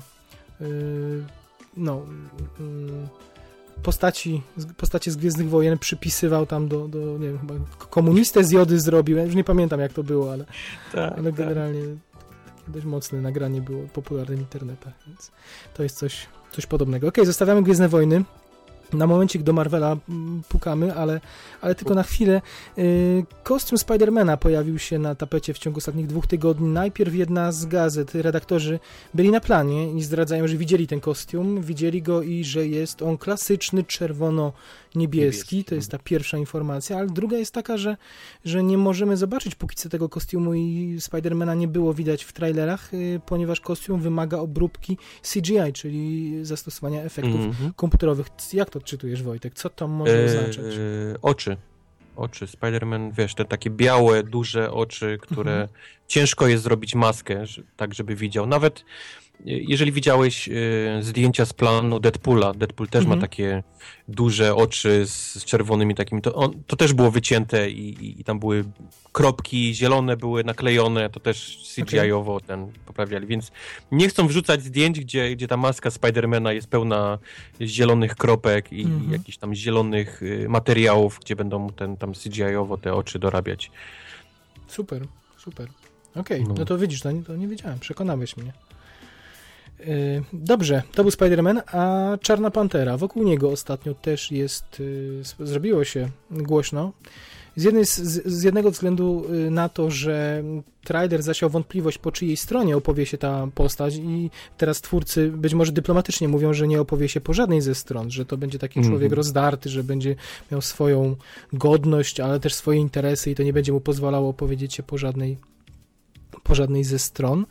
postacie z Gwiezdnych Wojen przypisywał tam do nie wiem, chyba komunistę z Jody zrobił, ja już nie pamiętam, jak to było, ale generalnie takie dość mocne nagranie było popularne w internetach, więc to jest coś podobnego. Okej, zostawiamy Gwiezdne Wojny. Na momencik do Marvela pukamy, ale tylko na chwilę. Kostium Spidermana pojawił się na tapecie w ciągu ostatnich 2 tygodni. Najpierw jedna z gazet, redaktorzy byli na planie i zdradzają, że widzieli ten kostium, widzieli go i że jest on klasyczny, czerwono-niebieski. To jest ta pierwsza informacja, ale druga jest taka, że nie możemy zobaczyć póki co tego kostiumu i Spidermana nie było widać w trailerach, ponieważ kostium wymaga obróbki CGI, czyli zastosowania efektów komputerowych. Jak to odczytujesz, Wojtek? Co to może oznaczać? Oczy. Spider-Man, wiesz, te takie białe, duże oczy, które ciężko jest zrobić maskę, tak żeby widział. Nawet jeżeli widziałeś zdjęcia z planu Deadpoola, Deadpool też ma takie duże oczy z czerwonymi takimi, to też było wycięte i tam były kropki zielone, były naklejone, to też CGI-owo poprawiali, więc nie chcą wrzucać zdjęć, gdzie ta maska Spidermana jest pełna zielonych kropek i jakichś tam zielonych materiałów, gdzie będą tam CGI-owo te oczy dorabiać. Super. Okej, no to widzisz, to nie wiedziałem, przekonałeś mnie. Dobrze, to był Spider-Man, a Czarna Pantera, wokół niego ostatnio też zrobiło się głośno. Z jednego względu na to, że trailer zasiał wątpliwość, po czyjej stronie opowie się ta postać i teraz twórcy być może dyplomatycznie mówią, że nie opowie się po żadnej ze stron, że to będzie taki człowiek rozdarty, że będzie miał swoją godność, ale też swoje interesy i to nie będzie mu pozwalało opowiedzieć się po żadnej ze stron.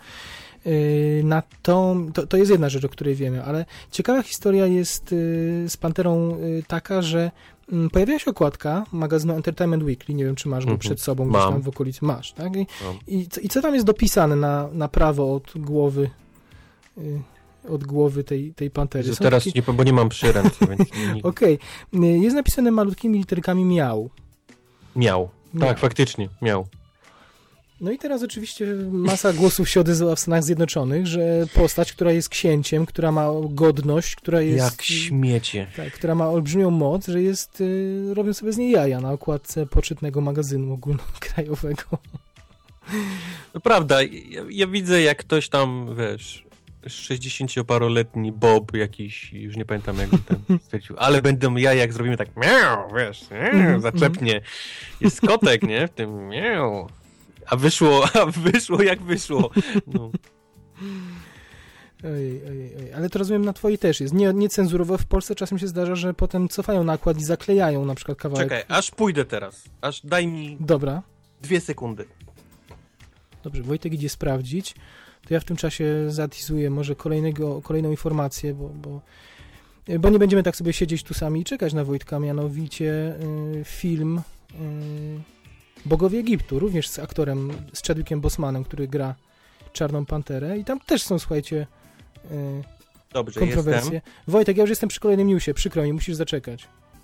To jest jedna rzecz, o której wiemy, ale ciekawa historia jest z Panterą taka, że pojawiła się okładka magazynu Entertainment Weekly, nie wiem, czy masz go przed sobą, gdzieś tam w okolicy. Masz, tak? I co tam jest dopisane na prawo od głowy tej Pantery? Teraz bo nie mam przy ręce, więc... Okej. Jest napisane malutkimi literkami miał. Miał. Tak, faktycznie, miał. No i teraz oczywiście masa głosów się odezwała w Stanach Zjednoczonych, że postać, która jest księciem, która ma godność, która jest... Jak śmiecie. Tak, która ma olbrzymią moc, że robią sobie z niej jaja na okładce poczytnego magazynu ogólnokrajowego. No prawda, ja widzę, jak ktoś tam, wiesz, 60-paroletni Bob jakiś, już nie pamiętam jak ten stwierdził, ale będą jaja, jak zrobimy tak miau, wiesz, zaczepnie. Jest kotek, nie? W tym miau. A wyszło jak wyszło. No. Ojej. Ale to rozumiem, na twojej też jest. Nie cenzurowo w Polsce czasem się zdarza, że potem cofają nakład i zaklejają na przykład kawałek. Czekaj, aż pójdę teraz. Daj mi... Dobra. 2 sekundy. Dobrze, Wojtek idzie sprawdzić. To ja w tym czasie zatizuję może kolejną informację, bo nie będziemy tak sobie siedzieć tu sami i czekać na Wojtka, mianowicie film... Bogowie Egiptu, również z aktorem, z Chadwickiem Bosemanem, który gra Czarną Panterę i tam też są, słuchajcie, Dobrze, kontrowersje. Jestem. Wojtek, ja już jestem przy kolejnym newsie, przykro mi, musisz zaczekać.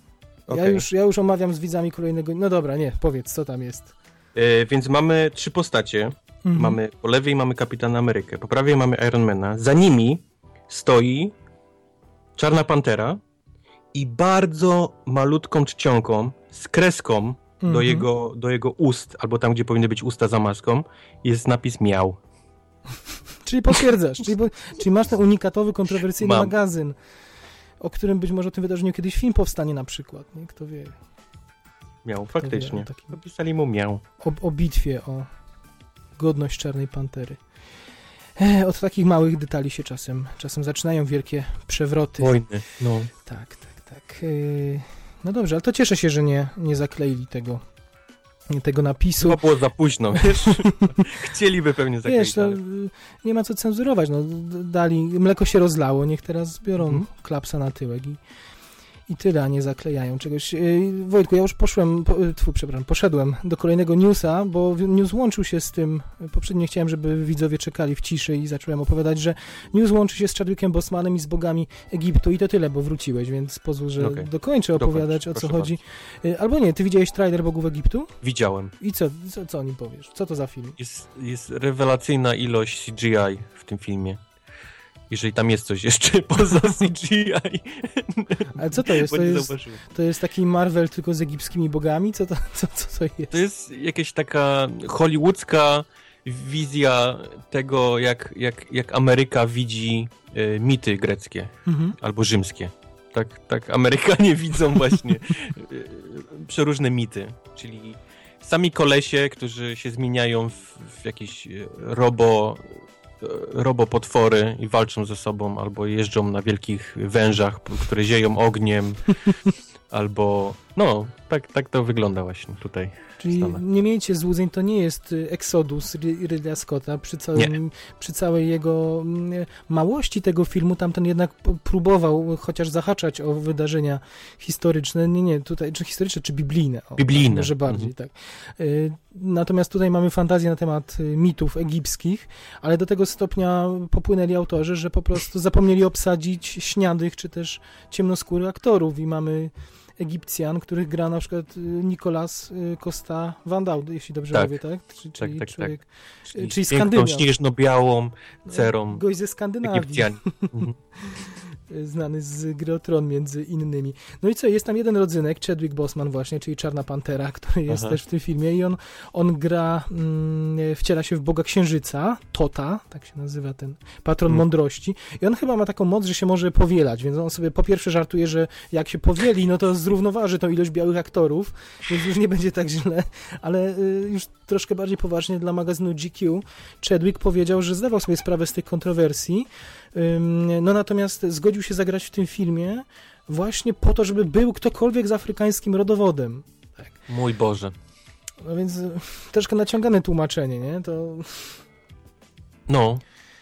Okay. Ja już omawiam z widzami kolejnego... No dobra, nie, powiedz, co tam jest. Więc mamy 3 postacie. Mamy po lewej mamy Kapitana Amerykę, po prawej mamy Ironmana. Za nimi stoi Czarna Pantera i bardzo malutką czcionką z kreską do jego ust, albo tam, gdzie powinny być usta za maską, jest napis miał. Czyli potwierdzasz, czyli masz ten unikatowy, kontrowersyjny magazyn, o którym być może o tym wydarzeniu kiedyś film powstanie na przykład, nie? Kto wie. Miał, faktycznie. Napisali mu miał. O bitwie, o godność Czarnej Pantery. Od takich małych detali się czasem zaczynają wielkie przewroty. Wojny, no. Tak. No dobrze, ale to cieszę się, że nie zakleili tego napisu. Chyba było za późno, wiesz? Chcieliby pewnie zakleić. Wiesz, nie ma co cenzurować. No, dali, mleko się rozlało, niech teraz biorą klapsa na tyłek i tyle, a nie zaklejają czegoś. Wojtku, ja już poszedłem do kolejnego newsa, bo news łączył się z tym, poprzednio chciałem, żeby widzowie czekali w ciszy i zacząłem opowiadać, że news łączy się z Chadwickiem Bosemanem i z bogami Egiptu i to tyle, bo wróciłeś, więc pozwól, że dokończę opowiadać, o co chodzi. Albo nie, ty widziałeś trailer Bogów Egiptu? Widziałem. I co o nim powiesz? Co to za film? Jest rewelacyjna ilość CGI w tym filmie. Jeżeli tam jest coś jeszcze poza CGI. Ale co to jest? To jest taki Marvel tylko z egipskimi bogami? Co to jest? To jest jakaś taka hollywoodzka wizja tego, jak Ameryka widzi mity greckie albo rzymskie. Tak Amerykanie widzą właśnie przeróżne mity, czyli sami kolesie, którzy się zmieniają w jakieś robopotwory i walczą ze sobą, albo jeżdżą na wielkich wężach, które zieją ogniem, albo... No, tak to wygląda właśnie tutaj. Czyli nie miejcie złudzeń, to nie jest Exodus Ridleya Scotta przy całej jego małości tego filmu, tamten jednak próbował chociaż zahaczać o wydarzenia historyczne, nie, tutaj, czy historyczne, czy biblijne. Biblijne. Może bardziej, tak. Natomiast tutaj mamy fantazję na temat mitów egipskich, ale do tego stopnia popłynęli autorzy, że po prostu zapomnieli obsadzić śniadych, czy też ciemnoskórych aktorów i mamy Egipcjan, których gra na przykład Nicolas Costa-Waldau, jeśli dobrze mówię, tak? Czyli Skandynaw. Śnieżno-białą cerą. Gość ze Skandynawii. Egipcjan. Znany z Gry o Tron między innymi. No i co, jest tam jeden rodzynek, Chadwick Boseman właśnie, czyli Czarna Pantera, który jest też w tym filmie i on gra, wciela się w Boga Księżyca, Tota, tak się nazywa ten patron mądrości i on chyba ma taką moc, że się może powielać, więc on sobie po pierwsze żartuje, że jak się powieli, no to zrównoważy tą ilość białych aktorów, więc już nie będzie tak źle, ale już troszkę bardziej poważnie dla magazynu GQ Chadwick powiedział, że zdawał sobie sprawę z tych kontrowersji, no natomiast zgodził się zagrać w tym filmie właśnie po to, żeby był ktokolwiek z afrykańskim rodowodem. Tak. Mój Boże. No więc troszkę naciągane tłumaczenie, nie? To... No.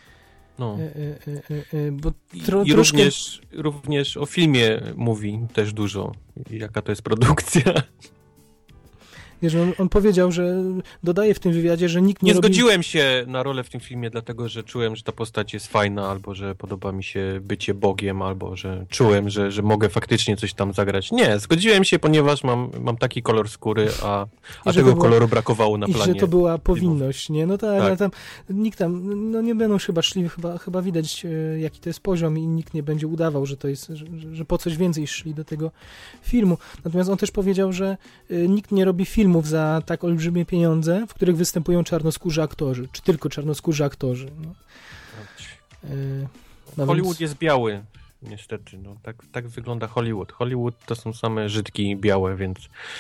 Bo I również o filmie mówi też dużo, jaka to jest produkcja. Wiesz, on powiedział, że dodaje w tym wywiadzie, że nikt nie zgodziłem się na rolę w tym filmie, dlatego że czułem, że ta postać jest fajna, albo że podoba mi się bycie Bogiem, albo że czułem, że mogę faktycznie coś tam zagrać. Nie, zgodziłem się, ponieważ mam taki kolor skóry, a tego koloru brakowało na planie. I że to była powinność, nie? No tak, ale tam nikt tam, no nie będą szli, chyba widać jaki to jest poziom i nikt nie będzie udawał, że to jest, że po coś więcej szli do tego filmu. Natomiast on też powiedział, że nikt nie robi filmów za tak olbrzymie pieniądze, w których występują czarnoskórzy aktorzy, czy tylko czarnoskórzy aktorzy. No. Hollywood jest biały, niestety. No, tak wygląda Hollywood. Hollywood to są same Żydki białe, więc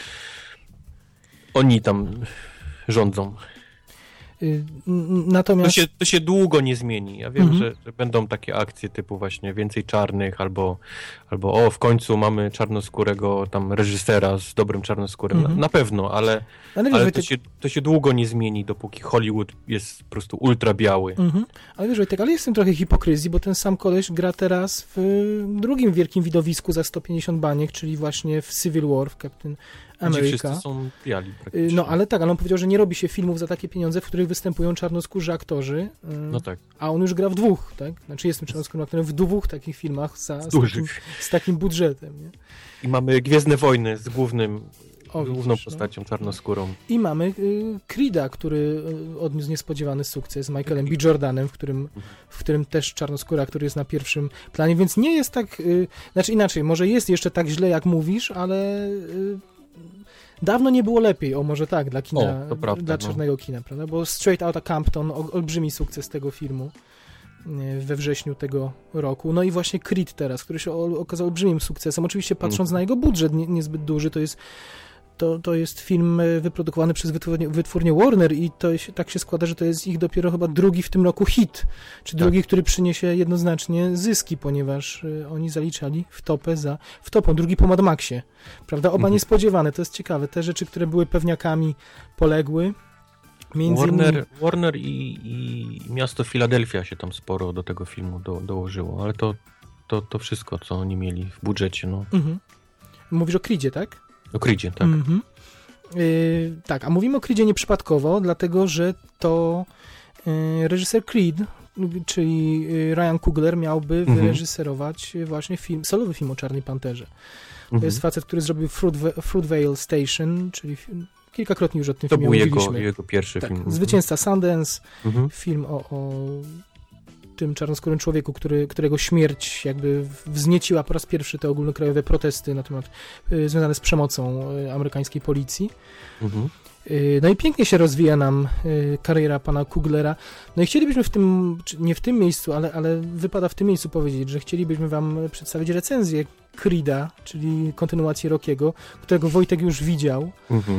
oni tam rządzą. Natomiast... To się długo nie zmieni. Ja wiem, że będą takie akcje typu właśnie więcej czarnych, albo w końcu mamy czarnoskórego tam reżysera z dobrym czarnoskórem. Na pewno, ale to się długo nie zmieni, dopóki Hollywood jest po prostu ultra biały. Ale wiesz, Wojtek, ale jest w tym trochę hipokryzji, bo ten sam koleś gra teraz w drugim wielkim widowisku za 150 baniek, czyli właśnie w Civil War, w Captain Ameryka. Gdzie wszyscy są biali praktycznie. No ale on powiedział, że nie robi się filmów za takie pieniądze, w których występują czarnoskórzy aktorzy. No tak. A on już gra w 2, tak? Znaczy jest czarnoskórym aktorem w 2 takich filmach z takim budżetem, nie? I mamy Gwiezdne Wojny z główną postacią czarnoskórą. I mamy Creed'a, który odniósł niespodziewany sukces z Michaelem B. Jordanem, w którym też czarnoskóra, który jest na pierwszym planie, więc nie jest tak, znaczy inaczej, może jest jeszcze tak źle, jak mówisz, ale dawno nie było lepiej, może tak, dla kina, dla czarnego kina, prawda? Bo Straight Outta Compton, olbrzymi sukces tego filmu we wrześniu tego roku. No i właśnie Creed teraz, który się okazał olbrzymim sukcesem. Oczywiście patrząc na jego budżet niezbyt duży, to jest film wyprodukowany przez wytwórnię Warner i tak się składa, że to jest ich dopiero chyba drugi w tym roku hit, czy drugi, który przyniesie jednoznacznie zyski, ponieważ oni zaliczali wtopą, drugi po Mad Maxie, prawda? Oba niespodziewane, to jest ciekawe. Te rzeczy, które były pewniakami, poległy. Warner i miasto Filadelfia się tam sporo do tego filmu dołożyło, ale to wszystko, co oni mieli w budżecie. No. Mówisz o Creedzie, tak? O Creedzie, tak. Tak, a mówimy o Creedzie nieprzypadkowo, dlatego, że to reżyser Creed, czyli Ryan Coogler, miałby wyreżyserować właśnie solowy film o Czarnej Panterze. To jest facet, który zrobił Fruitvale Station, czyli kilkakrotnie już o tym filmie mówiliśmy. To był jego pierwszy film. Zwycięzca Sundance, film o tym czarnoskórym człowieku, którego śmierć jakby wznieciła po raz pierwszy te ogólnokrajowe protesty na temat związane z przemocą amerykańskiej policji. No i pięknie się rozwija nam kariera pana Cooglera. No i chcielibyśmy nie w tym miejscu, ale wypada w tym miejscu powiedzieć, że chcielibyśmy wam przedstawić recenzję Creed'a, czyli kontynuację Rockiego, którego Wojtek już widział,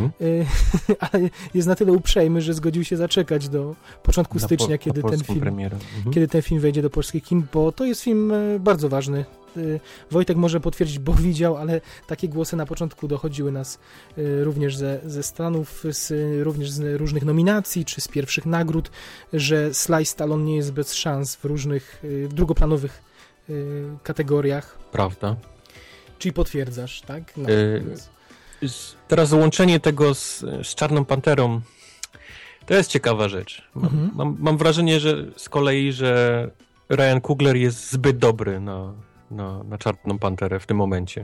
ale jest na tyle uprzejmy, że zgodził się zaczekać do początku stycznia, kiedy ten film wejdzie do polskich kin, bo to jest film bardzo ważny. Wojtek może potwierdzić, bo widział, ale takie głosy na początku dochodziły nas również ze Stanów, również z różnych nominacji, czy z pierwszych nagród, że Sly Stallone nie jest bez szans w różnych drugoplanowych kategoriach. Prawda. Czyli potwierdzasz, tak? No. Teraz łączenie tego z Czarną Panterą to jest ciekawa rzecz. Mam wrażenie, że z kolei, że Ryan Coogler jest zbyt dobry na Czarną Panterę w tym momencie.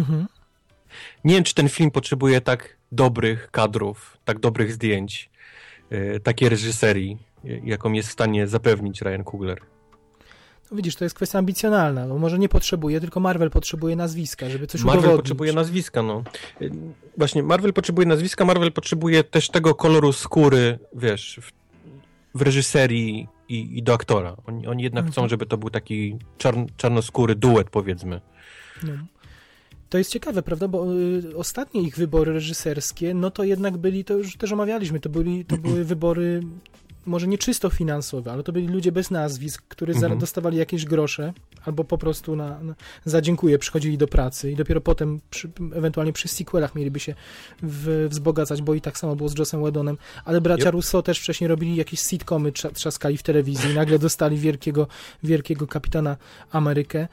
Nie wiem, czy ten film potrzebuje tak dobrych kadrów, tak dobrych zdjęć, takiej reżyserii, jaką jest w stanie zapewnić Ryan Coogler. No widzisz, to jest kwestia ambicjonalna. No może nie potrzebuje, tylko Marvel potrzebuje nazwiska, żeby coś udowodnić. Marvel potrzebuje nazwiska, no. Właśnie, Marvel potrzebuje nazwiska, Marvel potrzebuje też tego koloru skóry, wiesz, w reżyserii i do aktora. Oni jednak chcą, żeby to był taki czarnoskóry duet, powiedzmy. No. To jest ciekawe, prawda, bo ostatnie ich wybory reżyserskie, no to jednak byli, to już też omawialiśmy, to były wybory może nie czysto finansowe, ale to byli ludzie bez nazwisk, którzy dostawali jakieś grosze, albo po prostu za dziękuję przychodzili do pracy i dopiero potem ewentualnie przy sequelach mieliby się wzbogacać, bo i tak samo było z Jossem Whedonem, ale bracia Russo też wcześniej robili jakieś sitcomy, trzaskali w telewizji i nagle dostali wielkiego kapitana Amerykę.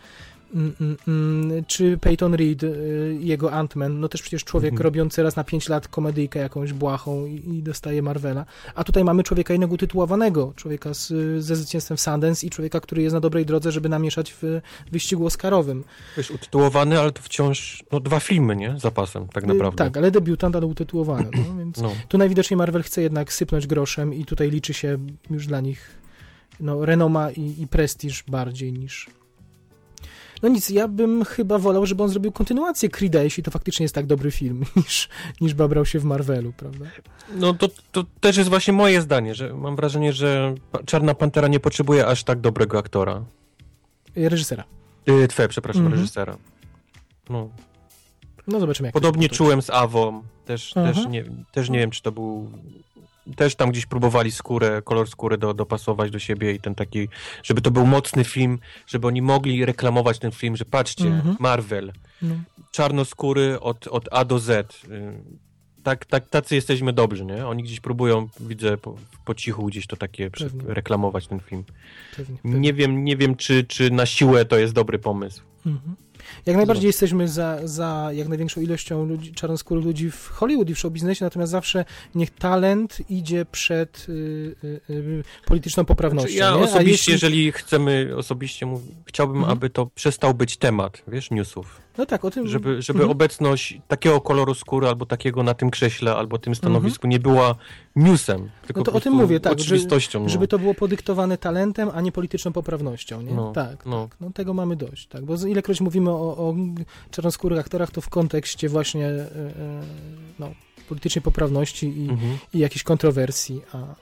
Czy Peyton Reed, jego Ant-Man, no też przecież człowiek robiący raz na 5 lat komedyjkę jakąś błahą i dostaje Marvela, a tutaj mamy człowieka innego utytułowanego, człowieka ze zwycięstwem Sundance i człowieka, który jest na dobrej drodze, żeby namieszać w wyścigu oscarowym. Wiesz, utytułowany, ale to wciąż 2 filmy, nie? Zapasem, tak naprawdę. Tak, ale debiutant, ale utytułowany. No, więc tu najwidoczniej Marvel chce jednak sypnąć groszem i tutaj liczy się już dla nich renoma i prestiż bardziej niż... No nic, ja bym chyba wolał, żeby on zrobił kontynuację Creed'a, jeśli to faktycznie jest tak dobry film, niż babrał się w Marvelu, prawda? No to też jest właśnie moje zdanie, że mam wrażenie, że Czarna Pantera nie potrzebuje aż tak dobrego aktora. Reżysera. Reżysera. No zobaczymy, jak podobnie czułem z Avą. Też nie wiem, czy to był... Też tam gdzieś próbowali kolor skóry dopasować do siebie i ten taki, żeby to był mocny film, żeby oni mogli reklamować ten film, że patrzcie, Marvel, czarnoskóry od A do Z. Tacy jesteśmy dobrzy, nie? Oni gdzieś próbują, widzę po cichu gdzieś to takie reklamować ten film. Pewnie. Nie wiem, czy na siłę to jest dobry pomysł. Jak najbardziej jesteśmy za jak największą ilością ludzi, czarnoskórych ludzi w Hollywood i w showbiznesie, natomiast zawsze niech talent idzie przed polityczną poprawnością. Znaczy, ja osobiście, jeżeli chcemy, chciałbym, aby to przestał być temat, wiesz, newsów. No tak, o tym... Żeby obecność takiego koloru skóry, albo takiego na tym krześle, albo tym stanowisku nie była newsem, tylko no to o tym mówię, tak, oczywistością. Żeby to było podyktowane talentem, a nie polityczną poprawnością, nie? Tak, tego mamy dość, tak, bo ilekroć mówimy o czarnoskórych aktorach, to w kontekście właśnie politycznej poprawności i jakichś kontrowersji,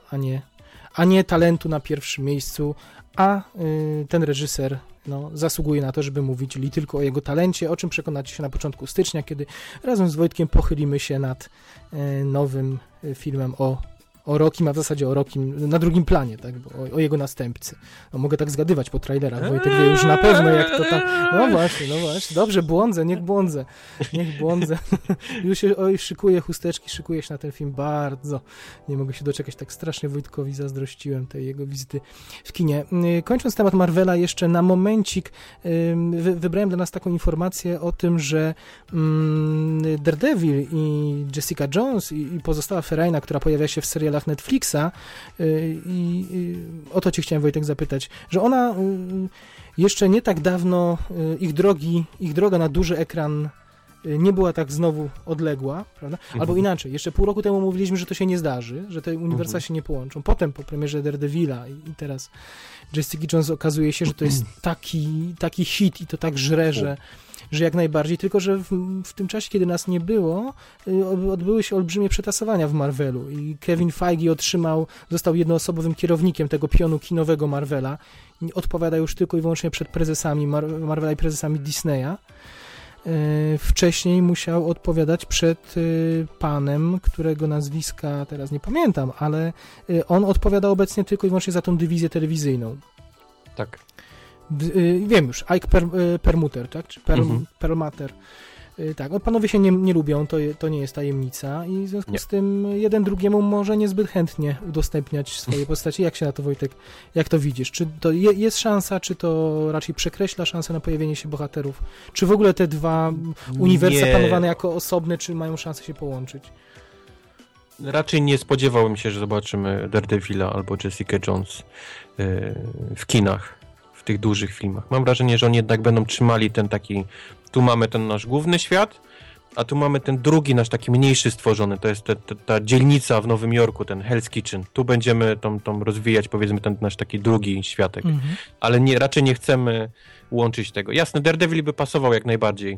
a nie talentu na pierwszym miejscu, a ten reżyser zasługuje na to, żeby mówić tylko o jego talencie, o czym przekonacie się na początku stycznia, kiedy razem z Wojtkiem pochylimy się nad nowym filmem o Rockim, a w zasadzie o Rockim na drugim planie, tak, bo o jego następcy. Mogę tak zgadywać po trailerach, Wojtek wie już na pewno, jak to tam... No właśnie, dobrze, niech błądzę. Już się szykuje chusteczki, szykuje się na ten film bardzo. Nie mogę się doczekać, tak strasznie Wojtkowi zazdrościłem tej jego wizyty w kinie. Kończąc temat Marvela, jeszcze na momencik wybrałem dla nas taką informację o tym, że Daredevil i Jessica Jones i pozostała ferajna, która pojawia się w serialach Netflixa i o to cię chciałem, Wojtek, zapytać, że ona jeszcze nie tak dawno ich droga na duży ekran nie była tak znowu odległa, prawda? Albo inaczej, jeszcze pół roku temu mówiliśmy, że to się nie zdarzy, że te uniwersa się nie połączą. Potem po premierze Daredevila i teraz Jessica Jones okazuje się, że to jest taki hit i to tak żre, że jak najbardziej, tylko że w tym czasie, kiedy nas nie było, odbyły się olbrzymie przetasowania w Marvelu i Kevin Feige został jednoosobowym kierownikiem tego pionu kinowego Marvela. Odpowiada już tylko i wyłącznie przed prezesami Marvela i prezesami Disneya. Wcześniej musiał odpowiadać przed panem, którego nazwiska teraz nie pamiętam, ale on odpowiada obecnie tylko i wyłącznie za tą dywizję telewizyjną. Tak. Wiem już, Ike Perlmutter, tak? Czy Perlmutter. Tak, panowie się nie lubią, to nie jest tajemnica i w związku z tym jeden drugiemu może niezbyt chętnie udostępniać swoje postacie. Jak się na to, Wojtek, jak to widzisz? Czy to jest szansa, czy to raczej przekreśla szansę na pojawienie się bohaterów? Czy w ogóle te dwa uniwersa planowane jako osobne, czy mają szansę się połączyć? Raczej nie spodziewałem się, że zobaczymy Daredevila albo Jessica Jones w kinach, w tych dużych filmach. Mam wrażenie, że oni jednak będą trzymali ten taki... Tu mamy ten nasz główny świat, a tu mamy ten drugi nasz taki mniejszy stworzony. To jest ta dzielnica w Nowym Jorku, ten Hell's Kitchen. Tu będziemy tą rozwijać, powiedzmy, ten nasz taki drugi światek. Ale raczej nie chcemy łączyć tego. Jasne, Daredevil by pasował jak najbardziej.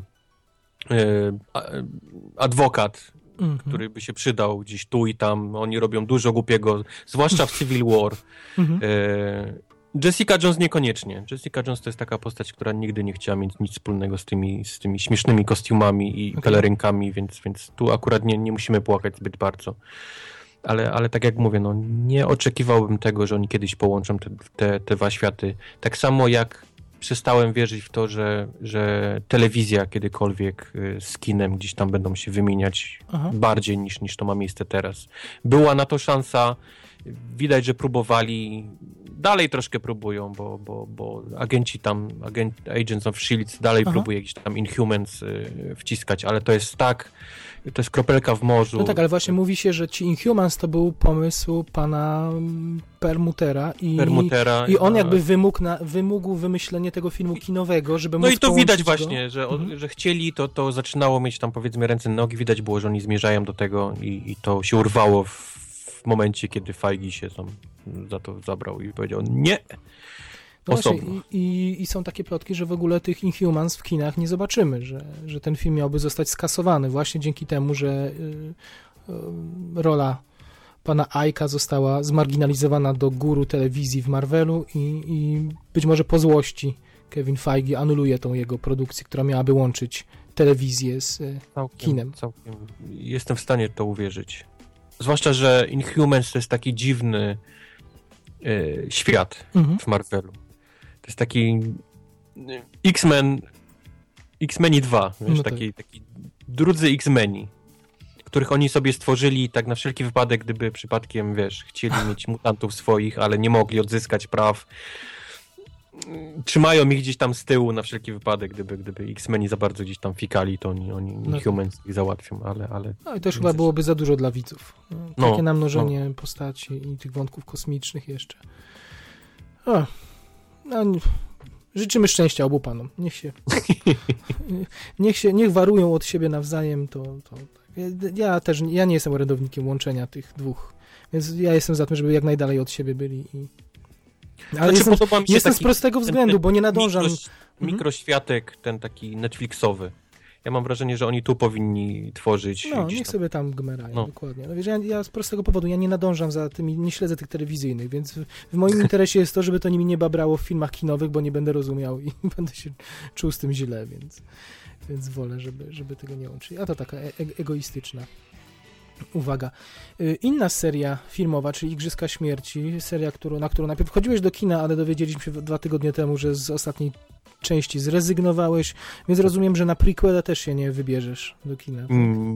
Adwokat, który by się przydał gdzieś tu i tam. Oni robią dużo głupiego, zwłaszcza w Civil War. Jessica Jones niekoniecznie. Jessica Jones to jest taka postać, która nigdy nie chciała mieć nic wspólnego z tymi śmiesznymi kostiumami i pelerynkami, więc tu akurat nie musimy płakać zbyt bardzo. Ale tak jak mówię, nie oczekiwałbym tego, że oni kiedyś połączą te dwa światy. Tak samo jak przestałem wierzyć w to, że telewizja kiedykolwiek z kinem gdzieś tam będą się wymieniać bardziej niż to ma miejsce teraz. Była na to szansa, widać, że próbowali, dalej troszkę próbują, bo Agents of S.H.I.E.L.D. dalej próbuje jakiś tam Inhumans wciskać, ale to jest kropelka w morzu. No tak, ale właśnie mówi się, że ci Inhumans to był pomysł pana Perlmuttera i on jakby wymógł wymyślenie tego filmu kinowego, żeby móc i to widać go. właśnie, że chcieli, to zaczynało mieć tam, powiedzmy, ręce na nogi, widać było, że oni zmierzają do tego i to się urwało w momencie, kiedy Feige się tam za to zabrał i powiedział nie. No właśnie, i są takie plotki, że w ogóle tych Inhumans w kinach nie zobaczymy, że ten film miałby zostać skasowany właśnie dzięki temu, że rola pana Ike'a została zmarginalizowana do góry telewizji w Marvelu i być może po złości Kevin Feige anuluje tą jego produkcję, która miałaby łączyć telewizję z kinem. Całkiem. Jestem w stanie to uwierzyć. Zwłaszcza, że Inhumans to jest taki dziwny świat w Marvelu. To jest taki X-Meni 2, wiesz, taki drudzy X-Meni, których oni sobie stworzyli tak na wszelki wypadek, gdyby przypadkiem, wiesz, chcieli mieć mutantów swoich, ale nie mogli odzyskać praw. trzymają ich gdzieś tam z tyłu na wszelki wypadek, gdyby X-Meni za bardzo gdzieś tam fikali, to oni Humans ich załatwią, ale... No i to już chyba byłoby za dużo dla widzów. Takie namnożenie postaci i tych wątków kosmicznych jeszcze. Życzymy szczęścia obu panom. Niech warują od siebie nawzajem, to ja nie jestem orędownikiem łączenia tych dwóch, więc ja jestem za tym, żeby jak najdalej od siebie byli. Ale jestem z prostego względu, bo nie nadążam. Mikroświatek, ten taki Netflixowy. Ja mam wrażenie, że oni tu powinni tworzyć. Niech sobie tam gmerają, dokładnie. No wiesz, ja z prostego powodu, ja nie nadążam za tymi, nie śledzę tych telewizyjnych, więc w moim interesie jest to, żeby to nimi nie babrało w filmach kinowych, bo nie będę rozumiał i będę się czuł z tym źle, więc wolę, żeby tego nie łączyć. A to taka egoistyczna uwaga. Inna seria filmowa, czyli Igrzyska Śmierci, seria, na którą najpierw wchodziłeś do kina, ale dowiedzieliśmy się 2 tygodnie temu, że z ostatniej części zrezygnowałeś, więc rozumiem, że na prequela też się nie wybierzesz do kina.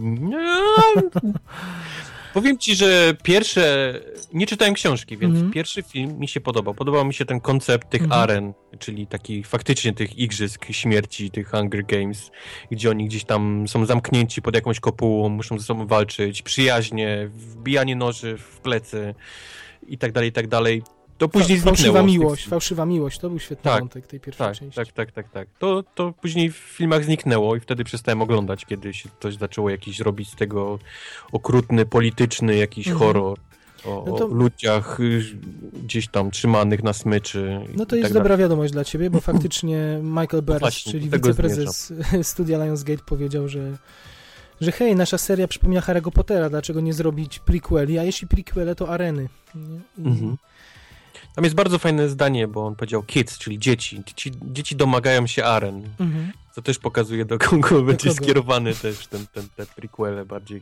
Powiem ci, że nie czytałem książki, więc pierwszy film mi się podobał. Podobał mi się ten koncept tych aren, czyli takich faktycznie tych igrzysk śmierci, tych Hunger Games, gdzie oni gdzieś tam są zamknięci pod jakąś kopułą, muszą ze sobą walczyć, przyjaźnie, wbijanie noży w plecy i tak dalej. To później zniknęło. Fałszywa miłość, to był świetny wątek tej pierwszej części. Tak. To później w filmach zniknęło i wtedy przestałem oglądać, kiedy się coś zaczęło jakiś robić z tego okrutny, polityczny jakiś horror o ludziach gdzieś tam trzymanych na smyczy. No to jest dobra wiadomość dla ciebie, bo faktycznie Michael Burns, czyli wiceprezes studia Lionsgate powiedział, że hej, nasza seria przypomina Harry'ego Pottera, dlaczego nie zrobić prequeli, a jeśli prequele, to areny. Tam jest bardzo fajne zdanie, bo on powiedział kids, czyli dzieci. Dzieci domagają się aren. Co też pokazuje, do kogo będzie skierowany też te prequele bardziej.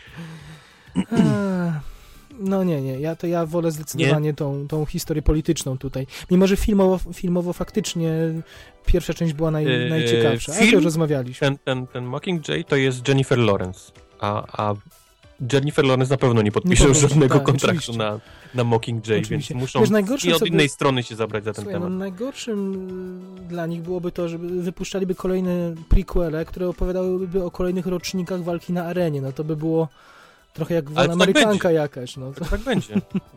No nie. Ja wolę zdecydowanie tą historię polityczną tutaj. Mimo, że filmowo faktycznie pierwsza część była najciekawsza. Ale to już rozmawialiśmy. Ten Mockingjay to jest Jennifer Lawrence, a Jennifer Lawrence na pewno nie podpisze już żadnego kontraktu na Mockingjay, więc muszą od innej strony się zabrać za ten temat. Najgorszym dla nich byłoby to, żeby wypuszczaliby kolejne prequele, które opowiadałyby o kolejnych rocznikach walki na arenie. No to by było trochę jak Amerykanka jakaś. No to... Tak będzie.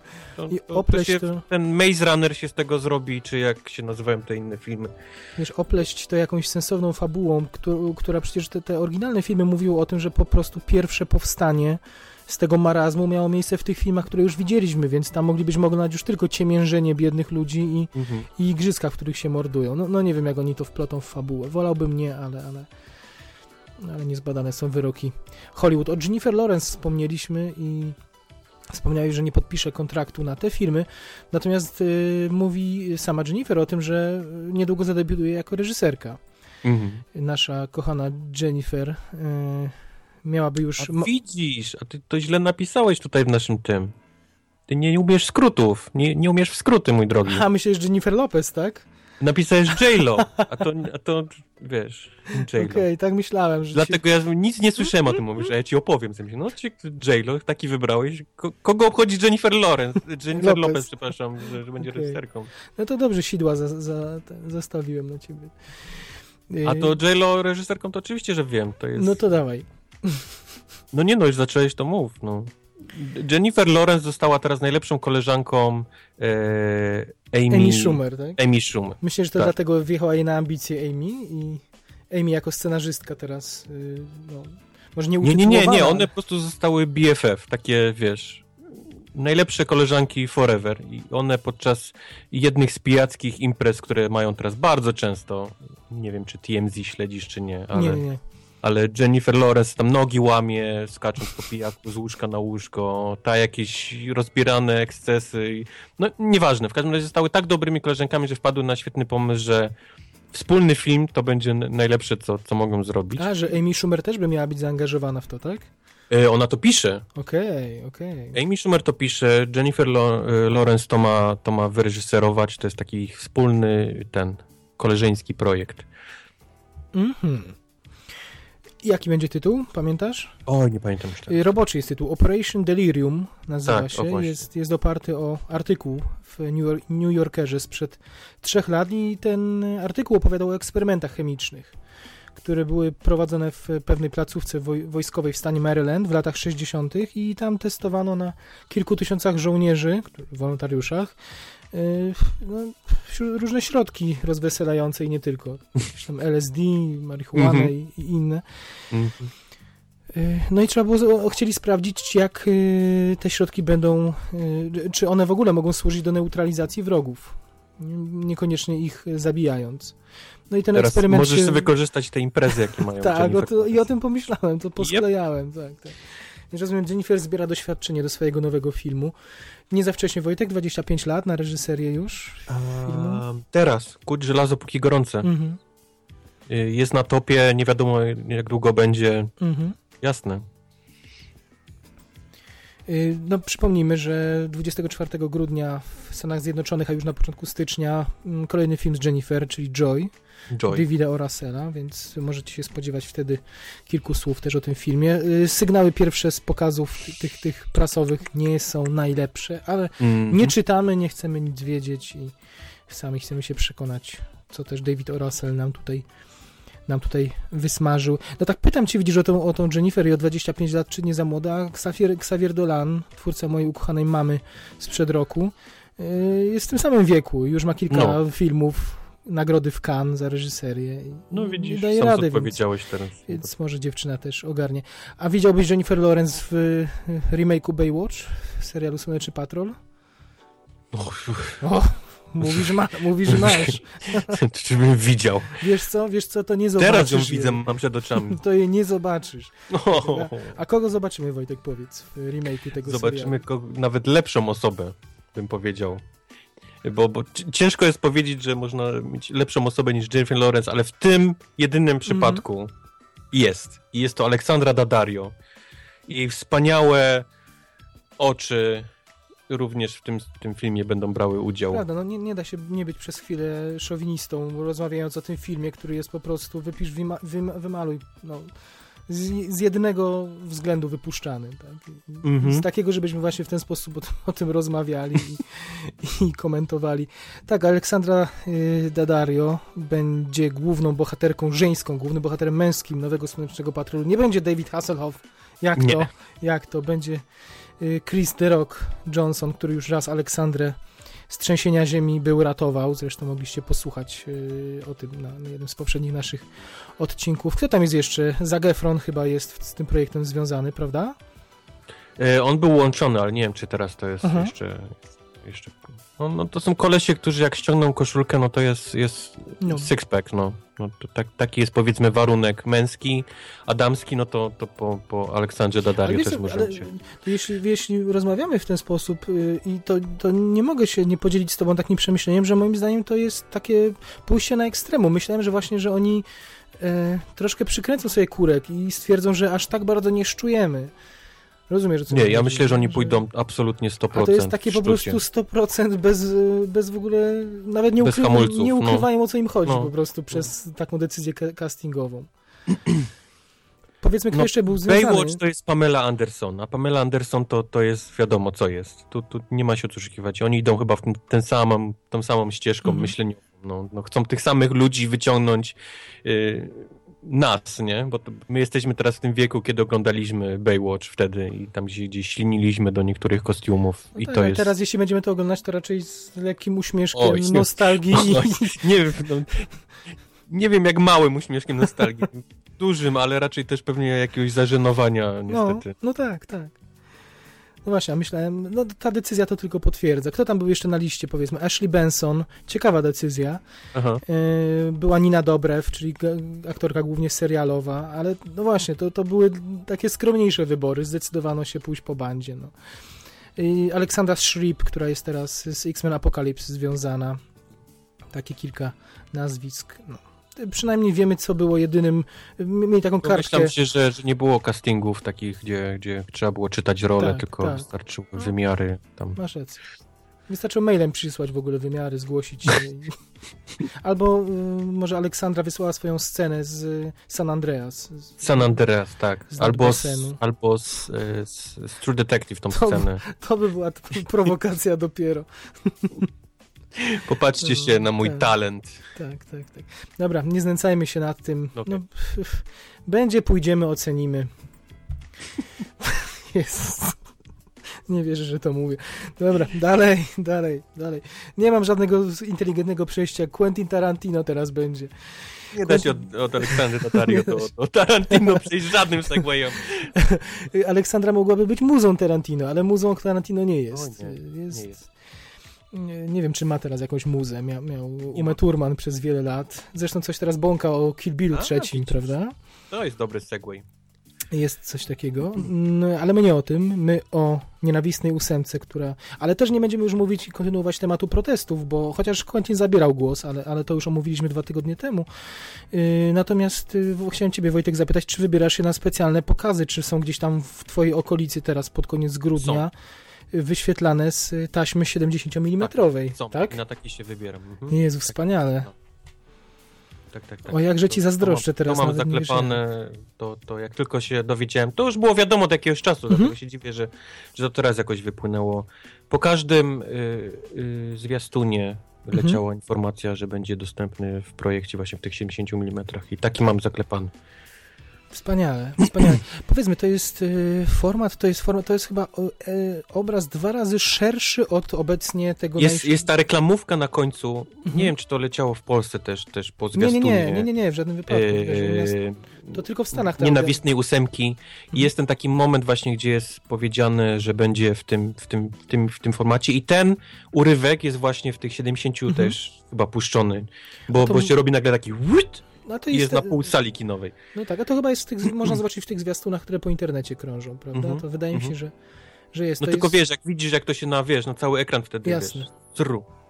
Ten Maze Runner się z tego zrobi, czy jak się nazywają te inne filmy. Wiesz, opleść to jakąś sensowną fabułą, która przecież te oryginalne filmy mówiły o tym, że po prostu pierwsze powstanie z tego marazmu miało miejsce w tych filmach, które już widzieliśmy, więc tam moglibyśmy oglądać już tylko ciemiężenie biednych ludzi i igrzyska, w których się mordują. No nie wiem, jak oni to wplotą w fabułę. Wolałbym nie, ale niezbadane są wyroki Hollywood. O Jennifer Lawrence wspomnieliśmy i wspomniałeś, że nie podpisze kontraktu na te filmy, natomiast mówi sama Jennifer o tym, że niedługo zadebiutuje jako reżyserka. Nasza kochana Jennifer miałaby już... widzisz, a ty to źle napisałeś tutaj w naszym tym. Ty nie umiesz skrótów, nie umiesz w skróty, mój drogi. A myślisz Jennifer Lopez, tak? Napisałeś J-Lo, a to wiesz, J-Lo. Okej, tak myślałem, że... Dlatego ja nic nie słyszałem o tym, mówisz, a ja ci opowiem. No, J-Lo, taki wybrałeś. Kogo obchodzi Jennifer Lawrence? Jennifer Lopez, przepraszam, że będzie reżyserką. No to dobrze, sidła zastawiłem na ciebie. A to J-Lo reżyserką, to oczywiście, że wiem. To jest... No to dawaj. No nie no, już zacząłeś, to mów, no. Jennifer Lawrence została teraz najlepszą koleżanką Amy Schumer, tak? Amy Schumer. Myślę, że to dlatego wjechała jej na ambicje Amy i Amy jako scenarzystka teraz może nie utytułowana. Nie, one po prostu zostały BFF, takie, wiesz, najlepsze koleżanki forever i one podczas jednych z pijackich imprez, które mają teraz bardzo często, nie wiem, czy TMZ śledzisz, czy nie, ale... Nie. Ale Jennifer Lawrence tam nogi łamie, skacząc po pijaku z łóżka na łóżko, jakieś rozbierane ekscesy. No nieważne, w każdym razie zostały tak dobrymi koleżankami, że wpadły na świetny pomysł, że wspólny film to będzie najlepsze, co mogą zrobić. A, że Amy Schumer też by miała być zaangażowana w to, tak? Ona to pisze. Okej. Amy Schumer to pisze, Jennifer Lawrence to ma wyreżyserować, to jest taki wspólny koleżeński projekt. Jaki będzie tytuł? Pamiętasz? Oj, nie pamiętam jeszcze. Roboczy jest tytuł. Operation Delirium nazywa się. O, jest oparty o artykuł w New Yorkerze sprzed 3 lat i ten artykuł opowiadał o eksperymentach chemicznych, które były prowadzone w pewnej placówce wojskowej w stanie Maryland w latach 60. i tam testowano na kilku tysiącach żołnierzy, wolontariuszach, różne środki rozweselające i nie tylko. Tam LSD, marihuanę i inne. No i chcieli sprawdzić, jak te środki będą, czy one w ogóle mogą służyć do neutralizacji wrogów, niekoniecznie ich zabijając. No i ten teraz eksperyment możesz sobie wykorzystać te imprezy, jakie mają. Tak, i o tym pomyślałem, to posklejałem. Yep. Tak. Rozumiem, Jennifer zbiera doświadczenie do swojego nowego filmu. Nie za wcześnie, Wojtek, 25 lat na reżyserię już filmu. Teraz, Kuć żelazo póki gorące. Jest na topie, nie wiadomo jak długo będzie. Jasne. No, przypomnijmy, że 24 grudnia w Stanach Zjednoczonych, a już na początku stycznia kolejny film z Jennifer, czyli Joy. Davida O. Russella, więc możecie się spodziewać wtedy kilku słów też o tym filmie. Sygnały pierwsze z pokazów tych prasowych nie są najlepsze, ale nie czytamy, nie chcemy nic wiedzieć i sami chcemy się przekonać, co też David O. Russell nam tutaj wysmażył. No tak pytam cię, widzisz, o tą Jennifer i o 25 lat, czy nie za młoda, a Xavier Dolan, twórca mojej ukochanej mamy sprzed roku, jest w tym samym wieku, już ma kilka filmów, nagrody w Cannes za reżyserię. No widzisz, daje sam radę, powiedziałeś teraz. Więc może dziewczyna też ogarnie. A widziałbyś Jennifer Lawrence w remake'u Baywatch, w serialu Słoneczny Patrol? Mówisz, że masz. Czy bym widział? Wiesz co, to nie zobaczysz. Teraz ją widzę, mam przed oczami. To jej nie zobaczysz. A kogo zobaczymy, Wojtek, powiedz, w remake'u tego Zobaczymy nawet lepszą osobę, bym powiedział. Bo ciężko jest powiedzieć, że można mieć lepszą osobę niż Jennifer Lawrence, ale w tym jedynym przypadku jest. I jest to Aleksandra Daddario. Jej wspaniałe oczy również w tym filmie będą brały udział. Prawda, no nie da się nie być przez chwilę szowinistą, rozmawiając o tym filmie, który jest po prostu wypisz, wymaluj, no, z jednego względu wypuszczany. Tak? Z takiego, żebyśmy właśnie w ten sposób o tym rozmawiali i komentowali. Tak, Aleksandra Daddario będzie główną bohaterką żeńską, głównym bohaterem męskim nowego Słonecznego Patrolu. Nie będzie David Hasselhoff. Jak to? Będzie Chris The Rock Johnson, który już raz Aleksandrę z trzęsienia ziemi ratował. Zresztą mogliście posłuchać o tym na jednym z poprzednich naszych odcinków. Kto tam jest jeszcze? Zac Efron chyba jest z tym projektem związany, prawda? On był łączony, ale nie wiem, czy teraz to jest jeszcze... No to są kolesie, którzy jak ściągną koszulkę, no to jest six-pack, no to taki jest, powiedzmy, warunek męski, a damski, no to po Aleksandrze Daddario też możemy się... Jeśli rozmawiamy w ten sposób i to nie mogę się nie podzielić z tobą takim przemyśleniem, że moim zdaniem to jest takie pójście na ekstremum. Myślałem, że właśnie, że oni troszkę przykręcą sobie kurek i stwierdzą, że aż tak bardzo nie szczujemy. Rozumiesz, o co nie, ja myślę, że oni pójdą absolutnie 100%. A to jest takie po prostu 100% bez w ogóle, nawet nie ukrywają o co im chodzi po prostu przez taką decyzję castingową. Powiedzmy, kto jeszcze był związany. Baywatch to jest Pamela Anderson, a Pamela Anderson to jest wiadomo co jest. Tu nie ma się o co oszukiwać. Oni idą chyba w tą samą ścieżką myśleniową. No, chcą tych samych ludzi wyciągnąć nas, nie? Bo my jesteśmy teraz w tym wieku, kiedy oglądaliśmy Baywatch wtedy i tam gdzieś śliniliśmy do niektórych kostiumów. No i tak, to jest... Teraz jeśli będziemy to oglądać, to raczej z lekkim uśmieszkiem nostalgii. Nie wiem jak małym uśmieszkiem nostalgii. Dużym, ale raczej też pewnie jakiegoś zażenowania niestety. No tak. No właśnie, a myślałem, ta decyzja to tylko potwierdza. Kto tam był jeszcze na liście, powiedzmy? Ashley Benson, ciekawa decyzja. Była Nina Dobrew, czyli aktorka głównie serialowa, ale no właśnie, to były takie skromniejsze wybory. Zdecydowano się pójść po bandzie. No. I Aleksandra Shriep, która jest teraz z X-Men Apocalypse związana. Takie kilka nazwisk. No. Przynajmniej wiemy, co było jedynym... Mieli taką kartkę... Myślałem się, że nie było castingów takich, gdzie trzeba było czytać rolę, tylko wystarczyły wymiary. Tam. Masz rację. Wystarczy mailem przysłać w ogóle wymiary, zgłosić się. Albo może Aleksandra wysłała swoją scenę z San Andreas. San Andreas, tak. Albo z True Detective tą scenę. To by była prowokacja dopiero. Popatrzcie się na mój talent. Tak. Dobra, nie znęcajmy się nad tym. Okay. Będzie, pójdziemy, ocenimy. Jezus. Nie wierzę, że to mówię. Dobra, dalej. Nie mam żadnego inteligentnego przejścia. Quentin Tarantino teraz będzie. Nie da się od Aleksandry Tatario do Tarantino przejść żadnym segwayem. Aleksandra mogłaby być muzą Tarantino, ale muzą Tarantino nie jest. Nie jest. Nie wiem, czy ma teraz jakąś muzę. Miał Uma Thurman przez wiele lat. Zresztą coś teraz bąka o Kill Billu III, prawda? To jest dobry segway. Jest coś takiego, ale my nie o tym, my o Nienawistnej 8, która... Ale też nie będziemy już mówić i kontynuować tematu protestów, bo chociaż Quentin zabierał głos, ale to już omówiliśmy 2 tygodnie temu. Natomiast chciałem ciebie, Wojtek, zapytać, czy wybierasz się na specjalne pokazy, czy są gdzieś tam w twojej okolicy teraz pod koniec grudnia wyświetlane z taśmy 70 mm, tak? Na takie się wybieram. Jezu, wspaniale. Tak. O, jakże ci zazdroszczę teraz. To mam zaklepane, to jak tylko się dowiedziałem, to już było wiadomo od jakiegoś czasu, dlatego się dziwię, że to teraz jakoś wypłynęło. Po każdym zwiastunie leciała informacja, że będzie dostępny w projekcie właśnie w tych 70 mm i taki mam zaklepany. Wspaniale. Powiedzmy, to jest format, to jest chyba obraz 2 razy szerszy od obecnie tego... Jest ta reklamówka na końcu, nie wiem, czy to leciało w Polsce też po zwiastunie. Nie, w żadnym wypadku. To tylko w Stanach. Nienawistnej 8 i jest ten taki moment właśnie, gdzie jest powiedziane, że będzie w tym formacie i ten urywek jest właśnie w tych 70 też chyba puszczony, bo się robi nagle taki jest na pół sali kinowej. No tak, a to chyba jest można zobaczyć w tych zwiastunach, które po internecie krążą, prawda? To wydaje mi się, że jest. No to tylko jest... wiesz, jak widzisz, jak to się na cały ekran wtedy, jasne. Wiesz,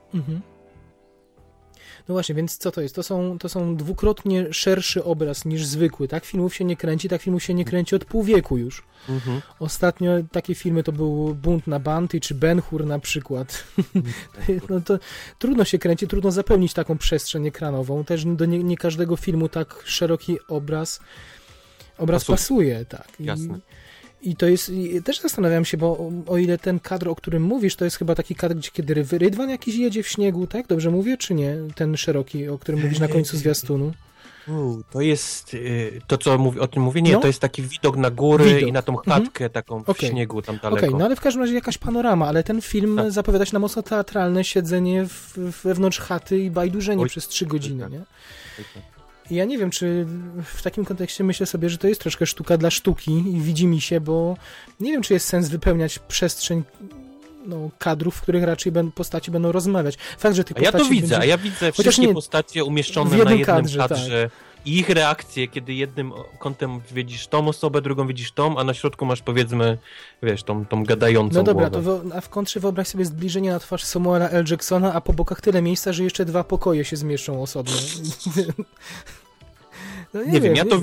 No właśnie, więc co to jest? To są dwukrotnie szerszy obraz niż zwykły. Tak filmów się nie kręci od pół wieku już. Ostatnio takie filmy to był Bunt na Bounty czy Ben-Hur na przykład. No to trudno się kręci, trudno zapełnić taką przestrzeń ekranową. Też do nie każdego filmu tak szeroki obraz pasuje. Tak. Jasne. I to jest, też zastanawiam się, bo o ile ten kadr, o którym mówisz, to jest chyba taki kadr, kiedy rydwan jakiś jedzie w śniegu, tak? Dobrze mówię, czy nie? Ten szeroki, o którym mówisz na końcu zwiastunu. To jest, to co o tym mówię, nie, to jest taki widok na góry i na tą chatkę taką w śniegu tam daleko. No ale w każdym razie jakaś panorama, ale ten film zapowiada się na mocno teatralne siedzenie wewnątrz chaty i bajdurzenie przez 3 godziny, nie? Ja nie wiem, czy w takim kontekście myślę sobie, że to jest troszkę sztuka dla sztuki i widzi mi się, bo nie wiem, czy jest sens wypełniać przestrzeń kadrów, w których raczej postaci będą rozmawiać. Fakt, że tych postaci ja widzę wszystkie postacie umieszczone na jednym kadrze i ich reakcje, kiedy jednym kątem widzisz tą osobę, drugą widzisz tą, a na środku masz, powiedzmy, wiesz, tą gadającą głowę. No dobra, to a w kontrze wyobraź sobie zbliżenie na twarz Samuela L. Jacksona, a po bokach tyle miejsca, że jeszcze 2 pokoje się zmieszczą osobno. No nie wiem, ja to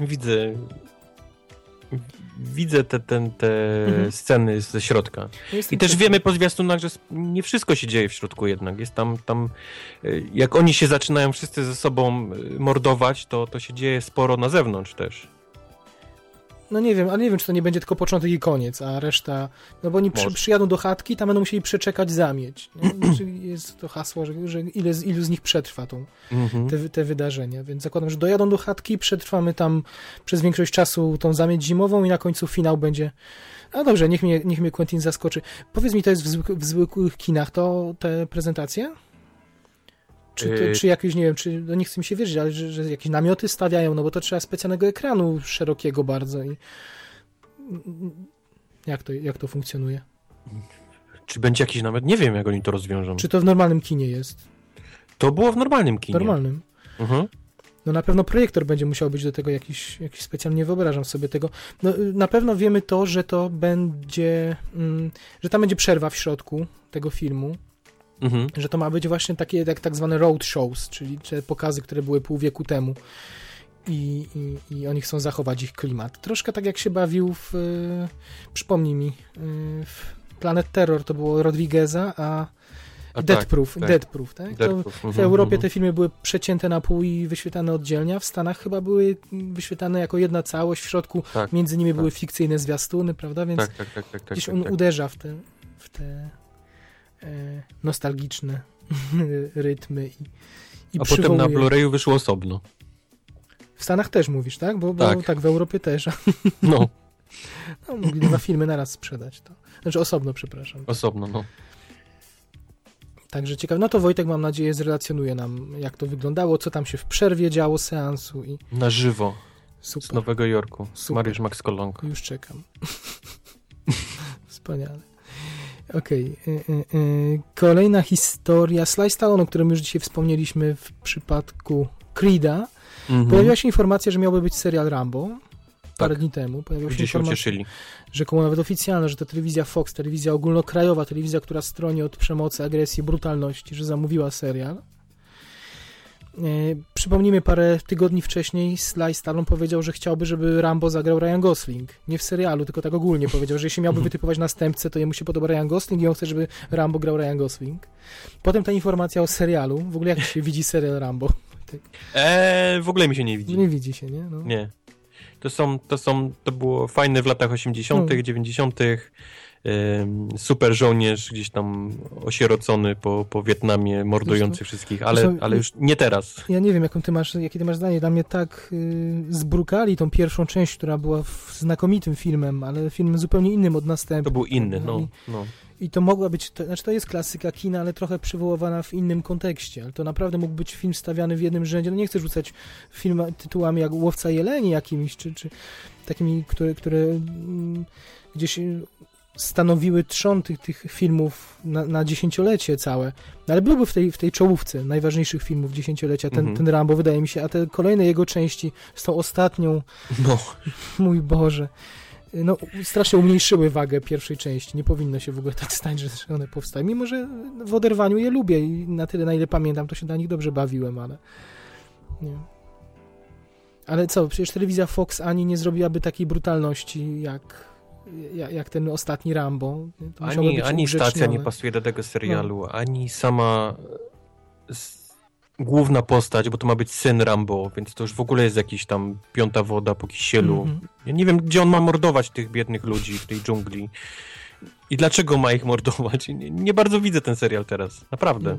widzę te sceny ze środka. I też wiemy po zwiastunach, że nie wszystko się dzieje w środku jednak. Jest tam jak oni się zaczynają wszyscy ze sobą mordować, to się dzieje sporo na zewnątrz też. No nie wiem, ale nie wiem, czy to nie będzie tylko początek i koniec, a reszta... No bo oni przyjadą do chatki, tam będą musieli przeczekać zamieć. Jest to hasło, że ilu z nich przetrwa te wydarzenia. Więc zakładam, że dojadą do chatki, przetrwamy tam przez większość czasu tą zamieć zimową i na końcu finał będzie... A dobrze, niech mnie Quentin zaskoczy. Powiedz mi, to jest w zwykłych kinach te prezentacje? Czy jakieś, nie wiem, no nie chcę mi się wierzyć, ale że jakieś namioty stawiają, no bo to trzeba specjalnego ekranu szerokiego bardzo i jak to funkcjonuje? Czy będzie jakiś namiot? Nie wiem, jak oni to rozwiążą. Czy to w normalnym kinie jest? To było w normalnym kinie. Normalnym. No na pewno projektor będzie musiał być do tego jakiś specjalnie, nie wyobrażam sobie tego. No, na pewno wiemy to, że to będzie, że tam będzie przerwa w środku tego filmu. Że to ma być właśnie takie jak tak zwane road shows, czyli te pokazy, które były pół wieku temu i oni chcą zachować ich klimat. Troszkę tak jak się bawił przypomnij mi, w Planet Terror to było Rodrigueza, a Death Proof, tak? W Europie te filmy były przecięte na pół i wyświetlane oddzielnie, a w Stanach chyba były wyświetlane jako jedna całość, w środku między nimi były fikcyjne zwiastuny, prawda? Więc gdzieś on uderza w te nostalgiczne rytmy i a przywołuje. Potem na Blu-rayu wyszło osobno. W Stanach też mówisz, tak? Bo tak, w Europie też. No. Mogli 2 filmy naraz sprzedać. To. Znaczy osobno, przepraszam. Osobno, no. Także ciekawe. No to Wojtek, mam nadzieję, zrelacjonuje nam, jak to wyglądało, co tam się w przerwie działo seansu. Na żywo. Super. Z Nowego Jorku. Mariusz Max Kolonko. Już czekam. Wspaniale. Okej. Kolejna historia. Sly Stallone, o którym już dzisiaj wspomnieliśmy w przypadku Creed'a. Pojawiła się informacja, że miałby być serial Rambo. Parę dni temu. Pojawiła się informacja, ucieszyli. Rzekomo nawet oficjalna, że to telewizja Fox, telewizja ogólnokrajowa, telewizja, która stroni od przemocy, agresji, brutalności, że zamówiła serial. Przypomnijmy, parę tygodni wcześniej Sly Stallone powiedział, że chciałby, żeby Rambo zagrał Ryan Gosling. Nie w serialu, tylko tak ogólnie powiedział, że jeśli miałby wytypować następcę, to jemu się podoba Ryan Gosling i on chce, żeby Rambo grał Ryan Gosling. Potem ta informacja o serialu. W ogóle jak się widzi serial Rambo? W ogóle mi się nie widzi. Nie widzi się, nie? No. Nie. To było fajne w latach 80., 90. Super żołnierz gdzieś tam osierocony po Wietnamie, mordujący wszystkich, ale już nie teraz. Ja nie wiem, jakie ty masz zdanie. Dla mnie tak zbrukali tą pierwszą część, która była znakomitym filmem, ale filmem zupełnie innym od następnego. To był inny, no. I to mogła być, to jest klasyka kina, ale trochę przywoływana w innym kontekście. Ale to naprawdę mógł być film stawiany w jednym rzędzie. No nie chcę rzucać tytułami jak Łowca Jeleni jakimiś, czy takimi, które gdzieś stanowiły trzon tych filmów na dziesięciolecie całe. No ale byłby w tej czołówce najważniejszych filmów dziesięciolecia ten Rambo, wydaje mi się, a te kolejne jego części z tą ostatnią, mój Boże, no strasznie umniejszyły wagę pierwszej części. Nie powinno się w ogóle tak stać, że one powstają. Mimo, że w oderwaniu je lubię i na tyle, na ile pamiętam, to się na nich dobrze bawiłem, ale nie. Ale co, przecież telewizja Fox ani nie zrobiłaby takiej brutalności jak ten ostatni Rambo. Ani stacja nie pasuje do tego serialu, ani sama główna postać, bo to ma być syn Rambo, więc to już w ogóle jest jakiś tam piąta woda po kisielu. Ja nie wiem, gdzie on ma mordować tych biednych ludzi w tej dżungli. I dlaczego ma ich mordować? Nie bardzo widzę ten serial teraz. Naprawdę.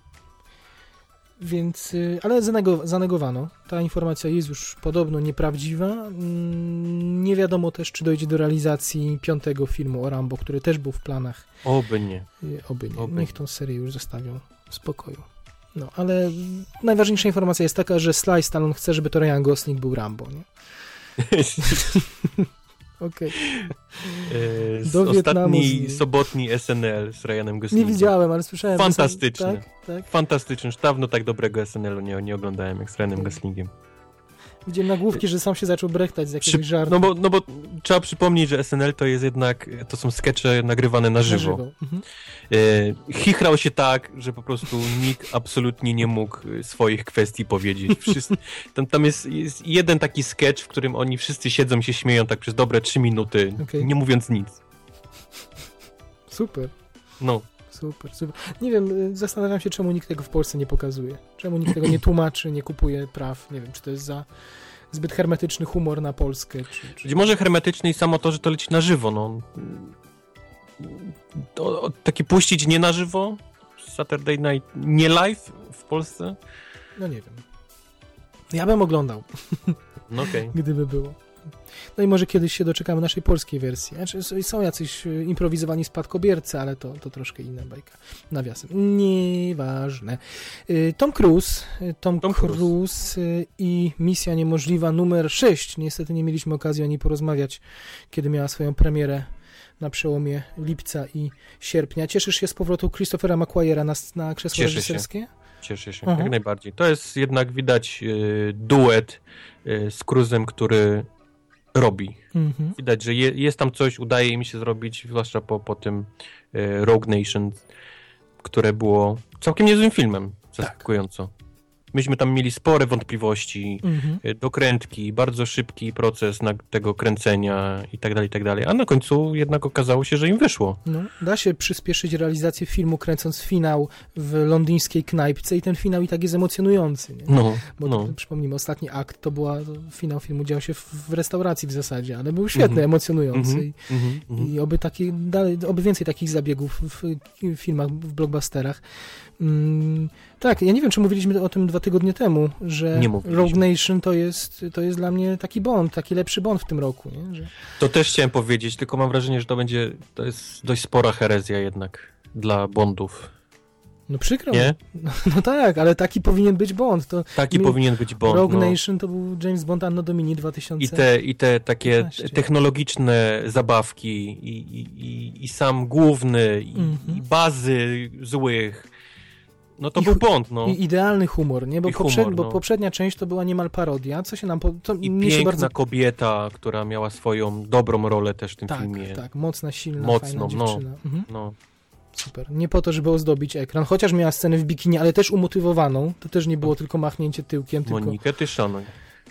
Więc, ale zanegowano. Ta informacja jest już podobno nieprawdziwa. Nie wiadomo też, czy dojdzie do realizacji 5. filmu o Rambo, który też był w planach. Oby nie. Niech tą serię już zostawią w spokoju. No, ale najważniejsza informacja jest taka, że Sly Stallone chce, żeby to Ryan Gosling był Rambo, nie? Okej. Ostatni sobotni SNL z Ryanem Goslingiem. Nie widziałem, ale słyszałem. Fantastyczny. Tak? Fantastyczny. Już dawno tak dobrego SNL-u nie oglądałem jak z Ryanem Goslingiem. Widziałem nagłówki, że sam się zaczął brechtać z jakiegoś żartu. No bo trzeba przypomnieć, że SNL to jest jednak, to są skecze nagrywane na żywo. Chichrał się tak, że po prostu nikt absolutnie nie mógł swoich kwestii powiedzieć. Tam jest jeden taki sketch, w którym oni wszyscy siedzą i się śmieją tak przez dobre 3 minuty, nie mówiąc nic. Super. No. Super. Nie wiem, zastanawiam się, czemu nikt tego w Polsce nie pokazuje. Czemu nikt tego nie tłumaczy, nie kupuje praw. Nie wiem, czy to jest za zbyt hermetyczny humor na Polskę. Być może hermetyczny i samo to, że to leci na żywo. No. Takie puścić nie na żywo? Saturday Night nie live w Polsce? No nie wiem. Ja bym oglądał. No okej. Gdyby było. No i może kiedyś się doczekamy naszej polskiej wersji. Znaczy, są jacyś improwizowani spadkobiercy, ale to troszkę inna bajka. Nawiasem. Nieważne. Tom Cruise i Misja Niemożliwa numer 6. Niestety nie mieliśmy okazji o niej porozmawiać, kiedy miała swoją premierę na przełomie lipca i sierpnia. Cieszysz się z powrotu Christophera McQuarrie'a na krzesło reżyserskie? Cieszę się, jak najbardziej. To jest jednak widać duet z Cruise'em, który robi. Widać, że jest tam coś, udaje mi się zrobić, zwłaszcza po tym Rogue Nation, które było całkiem niezłym filmem, zaskakująco. myśmy tam mieli spore wątpliwości, dokrętki, bardzo szybki proces tego kręcenia i tak dalej, a na końcu jednak okazało się, że im wyszło. No, da się przyspieszyć realizację filmu, kręcąc finał w londyńskiej knajpce i ten finał i tak jest emocjonujący. Nie? Bo przypomnijmy, ostatni akt to finał filmu dział się w restauracji w zasadzie, ale był świetny, emocjonujący i oby więcej takich zabiegów w filmach, w blockbusterach. Tak, ja nie wiem, czy mówiliśmy o tym 2 tygodnie temu, że Rogue Nation to jest dla mnie taki Bond, taki lepszy Bond w tym roku. Nie? Że... To też chciałem powiedzieć, tylko mam wrażenie, że to jest dość spora herezja jednak dla Bondów. No przykro. Nie? No tak, ale taki powinien być Bond. Powinien być Bond. Rogue Nation to był James Bond Anno Domini 2000. I te takie technologiczne zabawki i sam główny i bazy złych. No to był Bond, no. I idealny humor, nie? Bo poprzednia część to była niemal parodia, co się nam... piękna kobieta, która miała swoją dobrą rolę też w tym filmie. Tak, mocna, silna, fajna dziewczyna. No. Super. Nie po to, żeby ozdobić ekran, chociaż miała scenę w bikini, ale też umotywowaną. To też nie było tylko machnięcie tyłkiem. Monikę Tyszanek.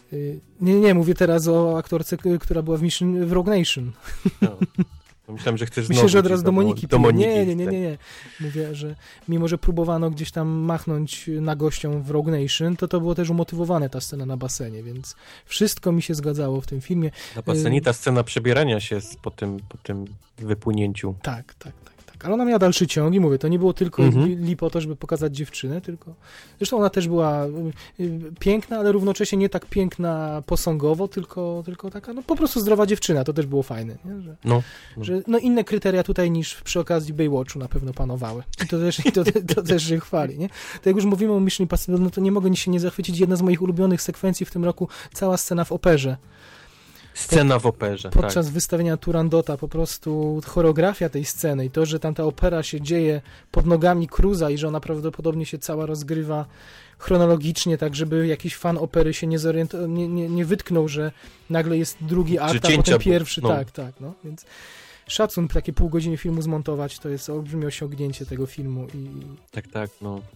Nie, mówię teraz o aktorce, która była w Rogue Nation. No. Myślałem, że chcesz Myślę, że od razu do Moniki. Nie. Tak. Mówię, że mimo, że próbowano gdzieś tam machnąć nagością w Rogue Nation, to było też umotywowane ta scena na basenie, więc wszystko mi się zgadzało w tym filmie. Na basenie ta scena przebierania się po tym wypłynięciu. Tak. Ale ona miała dalszy ciąg i mówię, to nie było tylko po to, żeby pokazać dziewczynę, tylko... Zresztą ona też była piękna, ale równocześnie nie tak piękna posągowo, tylko taka, po prostu zdrowa dziewczyna, to też było fajne, nie? Że inne kryteria tutaj niż przy okazji Baywatchu na pewno panowały. I to też się chwali, nie? To jak już mówimy o Mission Impossible, to nie mogę się nie zachwycić. Jedna z moich ulubionych sekwencji w tym roku, cała scena w operze. Scena w operze, podczas wystawienia Turandota, po prostu choreografia tej sceny i to, że tam ta opera się dzieje pod nogami Cruza i że ona prawdopodobnie się cała rozgrywa chronologicznie, tak żeby jakiś fan opery się nie zorientował, nie wytknął, że nagle jest drugi akt, a potem pierwszy. Tak. Więc szacun takie pół godziny filmu zmontować, to jest olbrzymie osiągnięcie tego filmu. Tak.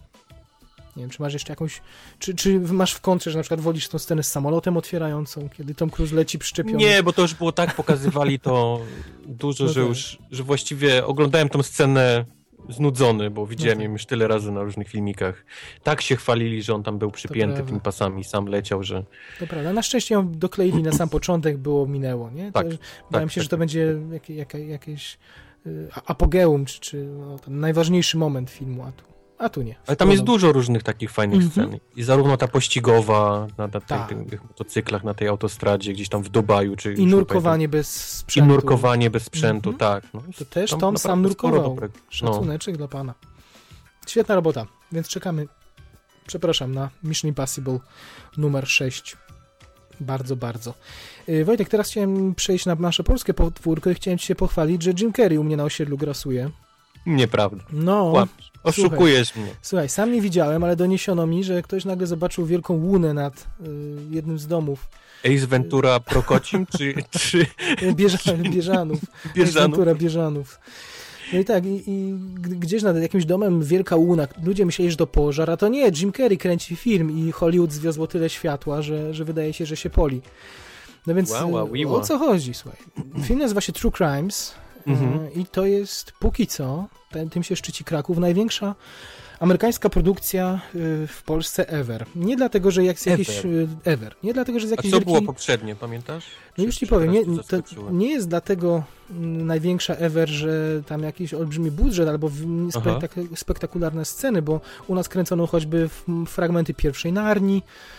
Nie wiem, czy masz jeszcze jakąś... Czy masz w kontrze, że na przykład wolisz tą scenę z samolotem otwierającą, kiedy Tom Cruise leci przyczepiony? Nie, bo to już było tak, pokazywali to dużo, że właściwie oglądałem tą scenę znudzony, bo widziałem ją już tyle razy na różnych filmikach. Tak się chwalili, że on tam był przypięty tymi pasami, sam leciał, że... To prawda, na szczęście ją dokleili na sam początek, minęło, nie? Bałem się, że to będzie jakieś apogeum, czy ten najważniejszy moment filmu, a tu nie. Ale tam jest dużo różnych takich fajnych scen. I zarówno ta pościgowa na tych motocyklach, na tej autostradzie, gdzieś tam w Dubaju, czy... I nurkowanie bez sprzętu. Tak. No. To też Tom sam nurkował. Szacuneczek dla pana. Świetna robota, więc czekamy, na Mission Impossible numer 6. Bardzo, bardzo. Wojtek, teraz chciałem przejść na nasze polskie podwórko i chciałem ci się pochwalić, że Jim Carrey u mnie na osiedlu grasuje. Nieprawda. No. Oszukujesz mnie. Słuchaj, sam nie widziałem, ale doniesiono mi, że ktoś nagle zobaczył wielką łunę nad jednym z domów. Ace Ventura Prokocim, czy... Bieżanów. Ace Ventura Bieżanów. No i tak, i gdzieś nad jakimś domem wielka łuna. Ludzie myśleli, że to pożar, a to nie. Jim Carrey kręci film i Hollywood zwiozło tyle światła, że wydaje się, że się poli. No więc o co chodzi, słuchaj? Film nazywa się True Crimes i to jest póki co, tym się szczyci Kraków, największa amerykańska produkcja w Polsce ever. Nie dlatego, że ever. Nie dlatego, że z jakiejś A co było poprzednie, pamiętasz? No już ci powiem, nie jest dlatego największa ever, że tam jakiś olbrzymi budżet albo spektakularne sceny, bo u nas kręcono choćby fragmenty pierwszej Narni,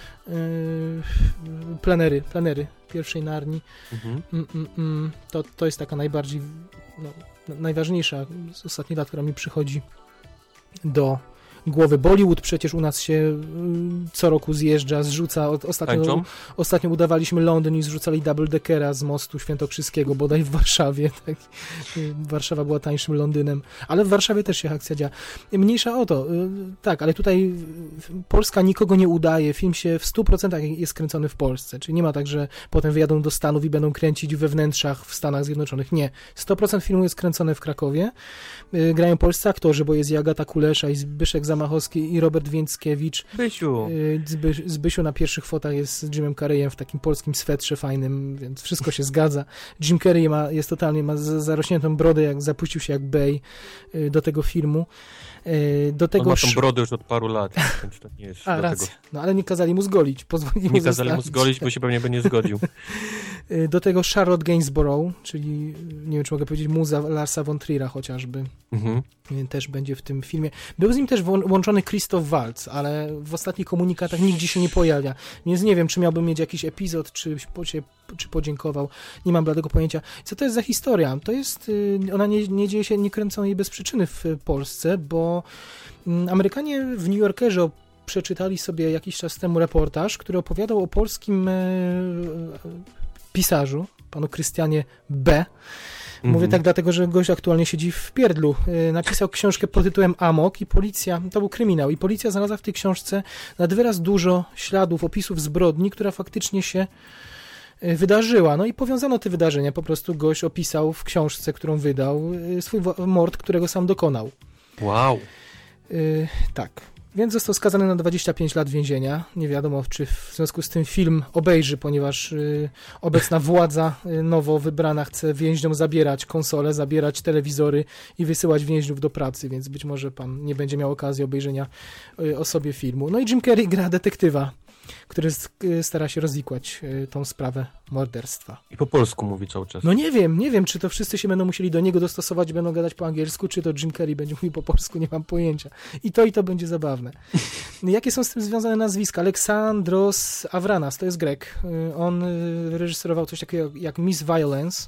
planery pierwszej Narni. To jest taka najbardziej najważniejsza z ostatnich lat, która mi przychodzi do głowy. Bollywood przecież u nas się co roku zjeżdża, zrzuca. Ostatnio udawaliśmy Londyn i zrzucali double-deckera z mostu świętokrzyskiego, bodaj w Warszawie. Tak. Warszawa była tańszym Londynem, ale w Warszawie też się akcja działa. Mniejsza o to. Tak, ale tutaj Polska nikogo nie udaje. Film się w 100% jest kręcony w Polsce. Czyli nie ma tak, że potem wyjadą do Stanów i będą kręcić we wnętrzach w Stanach Zjednoczonych. Nie. 100% filmu jest kręcone w Krakowie. Grają polscy aktorzy, bo jest i Agata Kulesza, i Zbyszek Zamachowski i Robert Więckiewicz. Bysiu. Zbysiu na pierwszych fotach jest z Jimem Carreyem w takim polskim swetrze fajnym, więc wszystko się zgadza. Jim Carrey ma zarośniętą brodę, zapuścił się jak Bay do tego filmu. On ma tą brodę już od paru lat, więc to nie jest racja. No ale nie kazali mu zgolić. Nie kazali mu zgolić, bo się pewnie by nie zgodził. Do tego Charlotte Gainsborough, czyli nie wiem, czy mogę powiedzieć, muza Larsa von Trier'a chociażby. Też będzie w tym filmie. Był z nim też łączony Christoph Waltz, ale w ostatnich komunikatach nigdzie się nie pojawia. Więc nie wiem, czy miałbym mieć jakiś epizod, czy podziękował. Nie mam bladego pojęcia. Co to jest za historia? To jest, ona nie dzieje się, nie kręcą jej bez przyczyny w Polsce, bo Amerykanie w New Yorkerze przeczytali sobie jakiś czas temu reportaż, który opowiadał o polskim pisarzu, panu Krystianie B. Mówię tak dlatego, że gość aktualnie siedzi w pierdlu. Napisał książkę pod tytułem Amok i policja, to był kryminał, i policja znalazła w tej książce nad wyraz dużo śladów, opisów zbrodni, która faktycznie się wydarzyła. No i powiązano te wydarzenia. Po prostu gość opisał w książce, którą wydał, swój mord, którego sam dokonał. Wow. Tak. Więc został skazany na 25 lat więzienia. Nie wiadomo, czy w związku z tym film obejrzy, ponieważ obecna władza nowo wybrana chce więźniom zabierać konsole, zabierać telewizory i wysyłać więźniów do pracy, więc być może pan nie będzie miał okazji obejrzenia o sobie filmu. No i Jim Carrey gra detektywa, który stara się rozwikłać tą sprawę morderstwa. I po polsku mówi cały czas. No nie wiem, czy to wszyscy się będą musieli do niego dostosować, będą gadać po angielsku, czy to Jim Carrey będzie mówił po polsku, nie mam pojęcia. I to będzie zabawne. Jakie są z tym związane nazwiska? Aleksandros Avranas, to jest Grek. On reżyserował coś takiego jak Miss Violence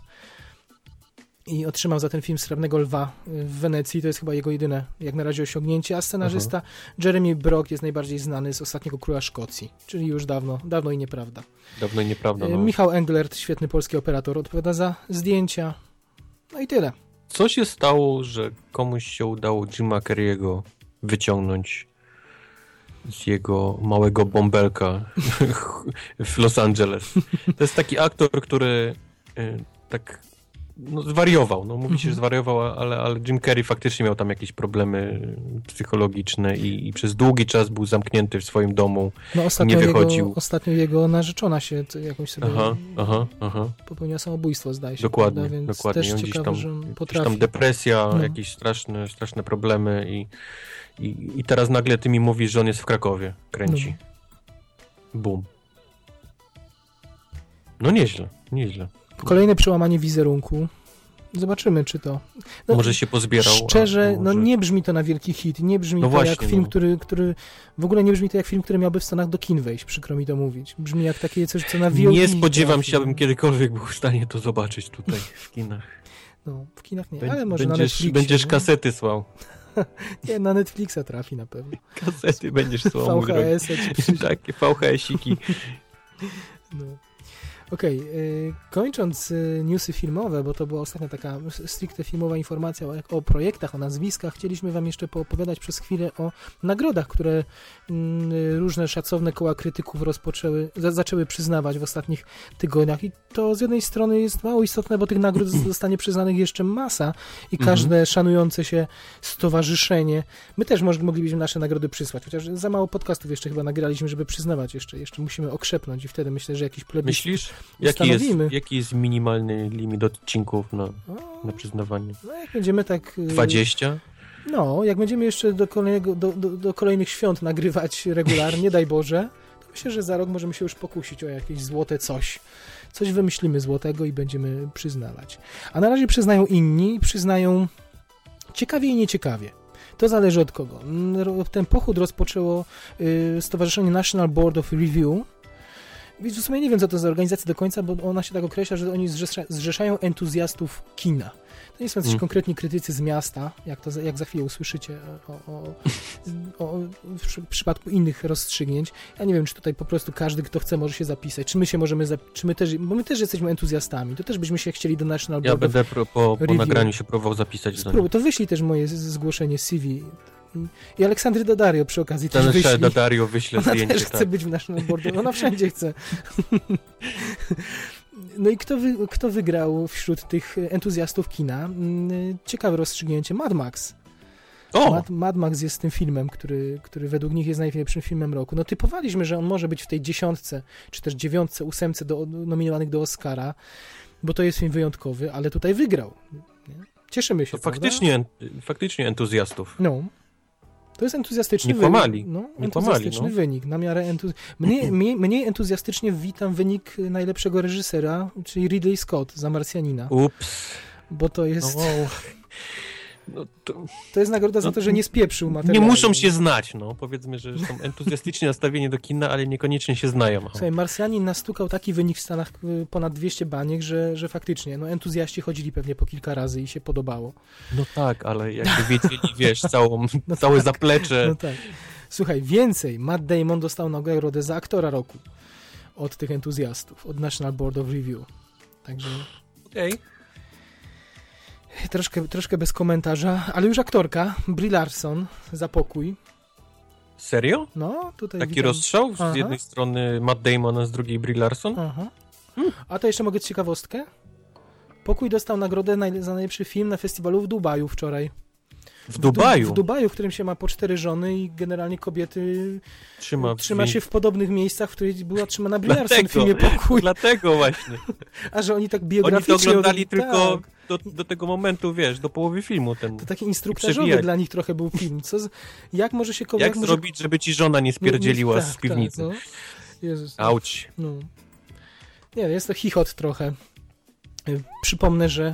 i otrzymał za ten film Srebrnego Lwa w Wenecji. To jest chyba jego jedyne, jak na razie, osiągnięcie. A scenarzysta Jeremy Brock jest najbardziej znany z Ostatniego Króla Szkocji, czyli już dawno i nieprawda. Dawno i nieprawda, no. Michał Englert, świetny polski operator, odpowiada za zdjęcia. No i tyle. Co się stało, że komuś się udało Jima Carrey'ego wyciągnąć z jego małego bąbelka w Los Angeles? To jest taki aktor, który tak zwariował. No, mówi się, że zwariował, ale Jim Carrey faktycznie miał tam jakieś problemy psychologiczne i przez długi czas był zamknięty w swoim domu, nie wychodził. Ostatnio jego narzeczona się jakąś sobie popełniła samobójstwo, zdaje się. Dokładnie, więc dokładnie. też ciekawe, że potrafi. Gdzieś tam depresja, jakieś straszne problemy i teraz nagle ty mi mówisz, że on jest w Krakowie, kręci. Bum. No nieźle. Kolejne przełamanie wizerunku. Zobaczymy, czy to... No, może się pozbierał. Szczerze, nie brzmi to na wielki hit. Nie brzmi to jak film, który... W ogóle nie brzmi to jak film, który miałby w Stanach do kin wejść. Przykro mi to mówić. Brzmi jak takie coś, co na VOD. Nie spodziewam się, abym kiedykolwiek był w stanie to zobaczyć tutaj w kinach. No, w kinach nie, ale może na Netflixie. Będziesz kasety słał. Nie, na Netflixa trafi na pewno. Kasety będziesz słał. Takie VHS-iki. No. Okej, kończąc newsy filmowe, bo to była ostatnia taka stricte filmowa informacja o projektach, o nazwiskach, chcieliśmy wam jeszcze poopowiadać przez chwilę o nagrodach, które różne szacowne koła krytyków zaczęły przyznawać w ostatnich tygodniach. I to z jednej strony jest mało istotne, bo tych nagród zostanie przyznanych jeszcze masa i każde szanujące się stowarzyszenie. My też moglibyśmy nasze nagrody przysłać, chociaż za mało podcastów jeszcze chyba nagraliśmy, żeby przyznawać jeszcze musimy okrzepnąć i wtedy myślę, że jakiś plebiscyt. Myślisz? Jaki jest minimalny limit odcinków na przyznawanie? No jak będziemy tak... 20? No, jak będziemy jeszcze do kolejnych świąt nagrywać regularnie, daj Boże, to myślę, że za rok możemy się już pokusić o jakieś złote coś. Coś wymyślimy złotego i będziemy przyznawać. A na razie przyznają inni, przyznają ciekawie i nieciekawie. To zależy od kogo. Ten pochód rozpoczęło Stowarzyszenie National Board of Review. W sumie nie wiem, co to za organizacja do końca, bo ona się tak określa, że oni zrzeszają entuzjastów kina. To nie są jacyś konkretni krytycy z miasta, jak za chwilę usłyszycie w przypadku innych rozstrzygnięć. Ja nie wiem, czy tutaj po prostu każdy, kto chce, może się zapisać. Czy my się możemy bo my też jesteśmy entuzjastami. To też byśmy się chcieli do National Board. Ja będę po nagraniu się próbował zapisać. To wyślij też moje zgłoszenie CV. I Aleksandry Daddario przy okazji też wyślij. Daddario wyśle zdjęcie. Ona też chce być w National Boardzie. Ona wszędzie chce. No i kto wygrał wśród tych entuzjastów kina? Ciekawe rozstrzygnięcie. Mad Max. Mad Max jest tym filmem, który według nich jest najlepszym filmem roku. No typowaliśmy, że on może być w tej 10, czy też 9, 8 nominowanych do Oscara, bo to jest film wyjątkowy, ale tutaj wygrał. Nie? Cieszymy się. To faktycznie entuzjastów. No. To jest entuzjastyczny wynik. Na miarę mniej entuzjastycznie witam wynik najlepszego reżysera, czyli Ridley Scott za Marsjanina. Ups. Bo to jest... To jest nagroda za to, że nie spieprzył materiału. Nie muszą się znać, powiedzmy, że są entuzjastycznie nastawieni do kina, ale niekoniecznie się znają. Słuchaj, Marsjanin nastukał taki wynik w Stanach ponad 200 baniek, że faktycznie, entuzjaści chodzili pewnie po kilka razy i się podobało. No tak, ale jakby wiedzieli, całe zaplecze. No tak. Słuchaj, więcej, Matt Damon dostał nagrodę za aktora roku od tych entuzjastów, od National Board of Review. Także... Okej. Troszkę bez komentarza, ale już aktorka, Brie Larson za Pokój. Serio? No, tutaj taki rozstrzał? Z jednej strony Matt Damon, a z drugiej Brie Larson? A to jeszcze mogę ciekawostkę? Pokój dostał nagrodę za najlepszy film na festiwalu w Dubaju wczoraj. W Dubaju? W Dubaju, w którym się ma po 4 żony i generalnie kobiety trzyma się w podobnych miejscach, w których była trzymana Brie Larson w filmie Pokój. Dlatego właśnie. A że oni tak biograficznie... Oni to oglądali tylko do tego momentu, do połowy filmu. To taki instruktażowy dla nich trochę był film. Jak może się... Jak zrobić, żeby ci żona nie spierdzieliła z piwnicy? Tak, Jezus. Auć. Nie, jest to chichot trochę. Przypomnę, że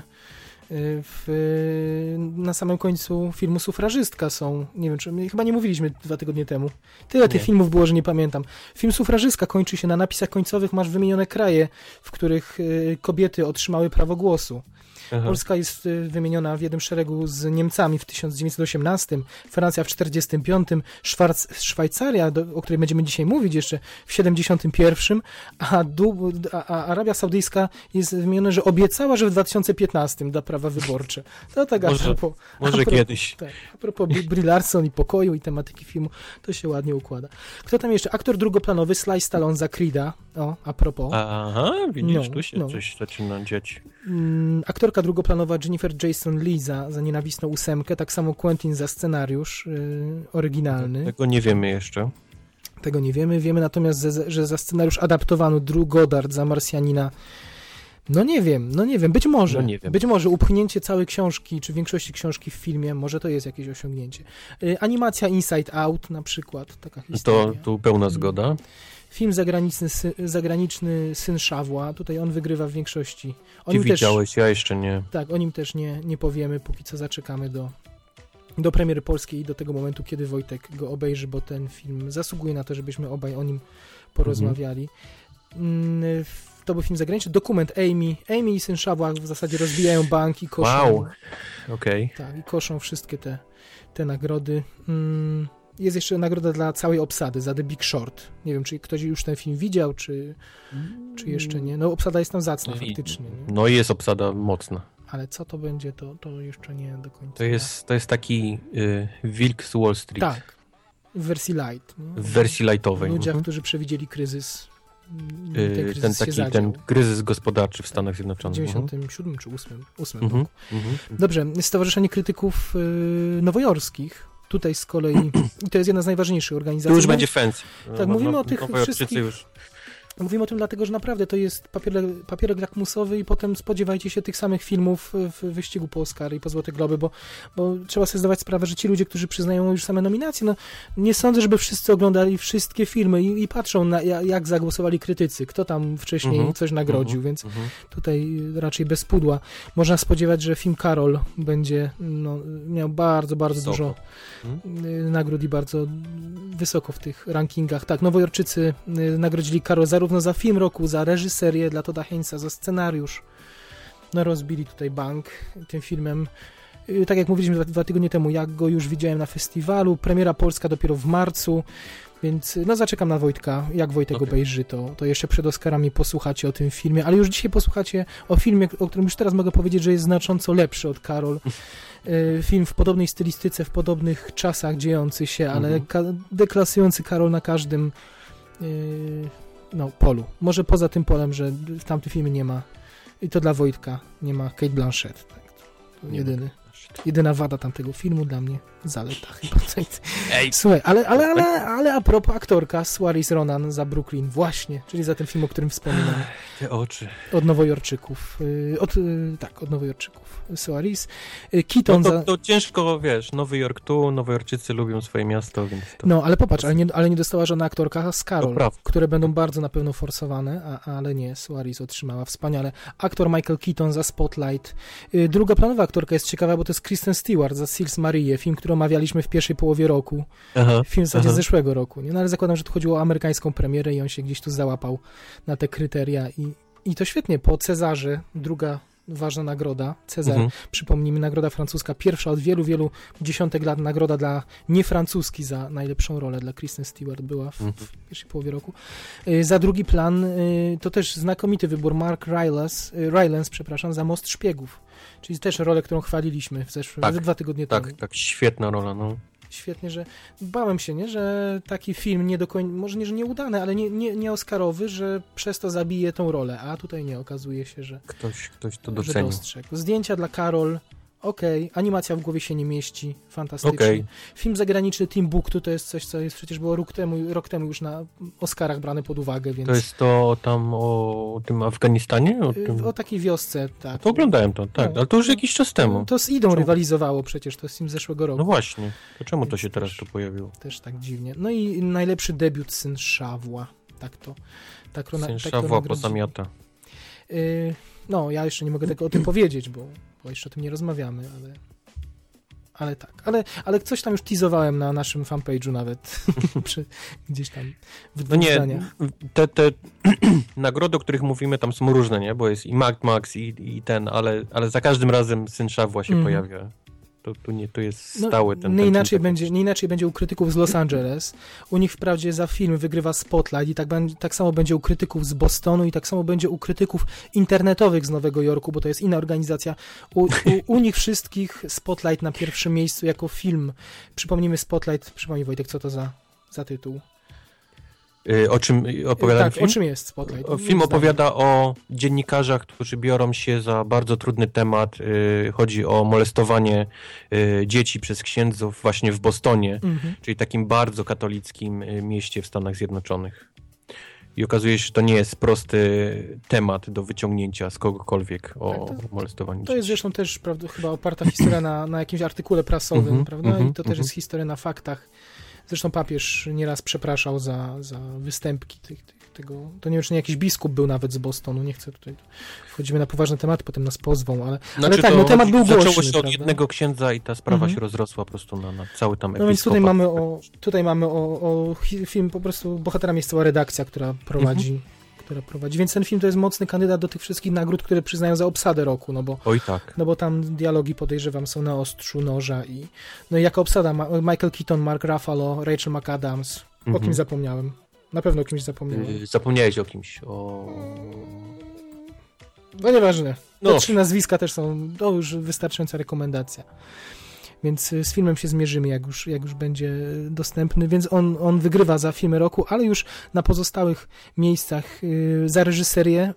na samym końcu filmu Sufrażystka są, nie wiem, chyba nie mówiliśmy 2 tygodnie temu. Tyle tych filmów było, że nie pamiętam. Film Sufrażystka kończy się, na napisach końcowych masz wymienione kraje, w których kobiety otrzymały prawo głosu. Aha. Polska jest wymieniona w jednym szeregu z Niemcami w 1918, Francja w 1945, Szwajcaria, o której będziemy dzisiaj mówić jeszcze, w 1971, a Arabia Saudyjska jest wymieniona, że obiecała, że w 2015 da prawa wyborcze. To tak może kiedyś. Tak, a propos Brie Larson i pokoju i tematyki filmu, to się ładnie układa. Kto tam jeszcze? Aktor drugoplanowy Sly Stallone za Creeda. A propos. Aha, widzisz, tu się coś zaczyna dziać. Aktorka drugoplanowa Jennifer Jason Leigh za Nienawistną 8, tak samo Quentin za scenariusz oryginalny. Tego nie wiemy jeszcze. Tego nie wiemy. Wiemy natomiast, że za scenariusz adaptowano Drew Goddard za Marsjanina. No nie wiem. Być może. Być może upchnięcie całej książki, czy większości książki w filmie, może to jest jakieś osiągnięcie. Animacja Inside Out na przykład, taka historia. To tu pełna zgoda. Film zagraniczny Syn Szawła. Tutaj on wygrywa w większości. Ty widziałeś, ja jeszcze nie. Tak, o nim też nie powiemy, póki co zaczekamy do premiery polskiej i do tego momentu, kiedy Wojtek go obejrzy, bo ten film zasługuje na to, żebyśmy obaj o nim porozmawiali. To był film zagraniczny. Dokument Amy i Syn Szawła w zasadzie rozbijają bank i koszą. Wow, okej. Tak, i koszą wszystkie te nagrody. Jest jeszcze nagroda dla całej obsady za The Big Short. Nie wiem, czy ktoś już ten film widział, czy jeszcze nie. No obsada jest tam zacna faktycznie. Nie? No i jest obsada mocna. Ale co to będzie, to jeszcze nie do końca. To jest taki Wilk z Wall Street. Tak, w wersji light. Nie? W wersji lightowej. Ludziach, którzy przewidzieli kryzys. Ten kryzys gospodarczy w Stanach Zjednoczonych. W 97 czy 8 roku. Dobrze, Stowarzyszenie Krytyków Nowojorskich. Tutaj z kolei, i to jest jedna z najważniejszych organizacji. Tu już będzie fancy. Tak, mówimy o tych wszystkich... Mówimy o tym dlatego, że naprawdę to jest papierek lakmusowy i potem spodziewajcie się tych samych filmów w wyścigu po Oscary i po Złote Globy, bo trzeba sobie zdawać sprawę, że ci ludzie, którzy przyznają już same nominacje, nie sądzę, żeby wszyscy oglądali wszystkie filmy i patrzą na jak zagłosowali krytycy, kto tam wcześniej coś nagrodził, więc tutaj raczej bez pudła. Można spodziewać, że film Karol będzie miał bardzo, bardzo dużo nagród i bardzo wysoko w tych rankingach. Tak, Nowojorczycy nagrodzili Karol zarówno za film roku, za reżyserię dla Todda Haynesa, za scenariusz. Rozbili tutaj bank tym filmem. Tak jak mówiliśmy 2 tygodnie temu, jak go już widziałem na festiwalu. Premiera polska dopiero w marcu, więc zaczekam na Wojtka. Jak Wojtek obejrzy, to jeszcze przed Oscarami posłuchacie o tym filmie, ale już dzisiaj posłuchacie o filmie, o którym już teraz mogę powiedzieć, że jest znacząco lepszy od Karol. Film w podobnej stylistyce, w podobnych czasach dziejący się, ale deklasujący Karol na każdym polu. Może poza tym polem, że w tamtym filmie nie ma, i to dla Wojtka, nie ma Cate Blanchett. Tak. To jedyna wada tamtego filmu dla mnie. zaleta chyba. Słuchaj, ale a propos aktorka, Saoirse Ronan za Brooklyn, właśnie, czyli za ten film, o którym wspominam. Te oczy. Od Nowojorczyków. Od Nowojorczyków. Saoirse. Keaton to ciężko, wiesz, Nowy Jork tu, Nowojorczycy lubią swoje miasto, więc to... No, ale popatrz, ale nie dostała żadna aktorka z Carol, które będą bardzo na pewno forsowane, ale nie, Saoirse otrzymała wspaniale. Aktor Michael Keaton za Spotlight. Druga planowa aktorka jest ciekawa, bo to jest Kristen Stewart za Sils Marie, film, który omawialiśmy w pierwszej połowie roku. Film w zasadzie z zeszłego roku, nie? No ale zakładam, że tu chodziło o amerykańską premierę i on się gdzieś tu załapał na te kryteria i to świetnie, po Cezarze, druga ważna nagroda, Cezar, przypomnijmy, nagroda francuska, pierwsza od wielu, wielu dziesiątek lat, nagroda dla niefrancuski za najlepszą rolę dla Kristen Stewart była w pierwszej połowie roku. Za drugi plan to też znakomity wybór Mark Rylance, za Most Szpiegów, czyli też rolę, którą chwaliliśmy w 2 tygodnie temu. Tak, świetna rola, no. Świetnie, że bałem się, nie, że taki film nie do końca, może nie, że nieudany, ale nie Oscarowy, że przez to zabije tą rolę, a tutaj nie, okazuje się, że ktoś to docenił. Dostrzegł. Zdjęcia dla Karol, animacja w głowie się nie mieści, fantastycznie. Film zagraniczny Timbuktu to jest coś, co jest przecież było rok temu już na Oscarach brane pod uwagę, więc... To jest to tam o tym Afganistanie? O takiej wiosce, tak. To oglądałem to, tak, ale to już jakiś czas temu. To z Idą rywalizowało przecież, to jest film z zeszłego roku. No właśnie, to czemu to się teraz tu pojawiło? Też tak dziwnie. No i najlepszy debiut Syn Szawła, Syn Szawła pozamiata. No, ja jeszcze nie mogę tego o tym powiedzieć, bo jeszcze o tym nie rozmawiamy, ale tak. Ale coś tam już teasowałem na naszym fanpage'u nawet. Gdzieś tam w dwóch zdaniach. Te nagrody, o których mówimy, tam są różne, nie? Bo jest i Mad Max i ten, ale za każdym razem Syn Szawła się pojawia. To jest stały ten nie inaczej będzie u krytyków z Los Angeles. U nich wprawdzie za film wygrywa Spotlight i tak samo będzie u krytyków z Bostonu i tak samo będzie u krytyków internetowych z Nowego Jorku, bo to jest inna organizacja. U nich wszystkich Spotlight na pierwszym miejscu jako film. Przypomnijmy Wojtek, co to za tytuł? O czym opowiada film? O czym jest Spotlight? Film opowiada o dziennikarzach, którzy biorą się za bardzo trudny temat. Chodzi o molestowanie dzieci przez księdzów właśnie w Bostonie, czyli takim bardzo katolickim mieście w Stanach Zjednoczonych. I okazuje się, że to nie jest prosty temat do wyciągnięcia z kogokolwiek o molestowaniu dzieci. To jest zresztą też chyba oparta historia na jakimś artykule prasowym, prawda? I to też jest historia na faktach. Zresztą papież nieraz przepraszał za występki tego. To nie wiem, czy nie jakiś biskup był nawet z Bostonu. Nie chcę tutaj... Wchodzimy na poważne tematy, potem nas pozwą, ale tak, no temat był głośny. Zaczęło się od jednego księdza i ta sprawa się rozrosła po prostu na cały tam episkopat. No więc tutaj mamy o film, po prostu bohaterem jest cała redakcja, która prowadzi. Więc ten film to jest mocny kandydat do tych wszystkich nagród, które przyznają za obsadę roku, no bo tam dialogi, podejrzewam, są na ostrzu noża i jako obsada Michael Keaton, Mark Ruffalo, Rachel McAdams. O kimś zapomniałem. Na pewno o kimś zapomniałem. Zapomniałeś o kimś. No nieważne. Te 3 nazwiska też są, to już wystarczająca rekomendacja. Więc z filmem się zmierzymy, jak już będzie dostępny, więc on wygrywa za filmy roku, ale już na pozostałych miejscach za reżyserię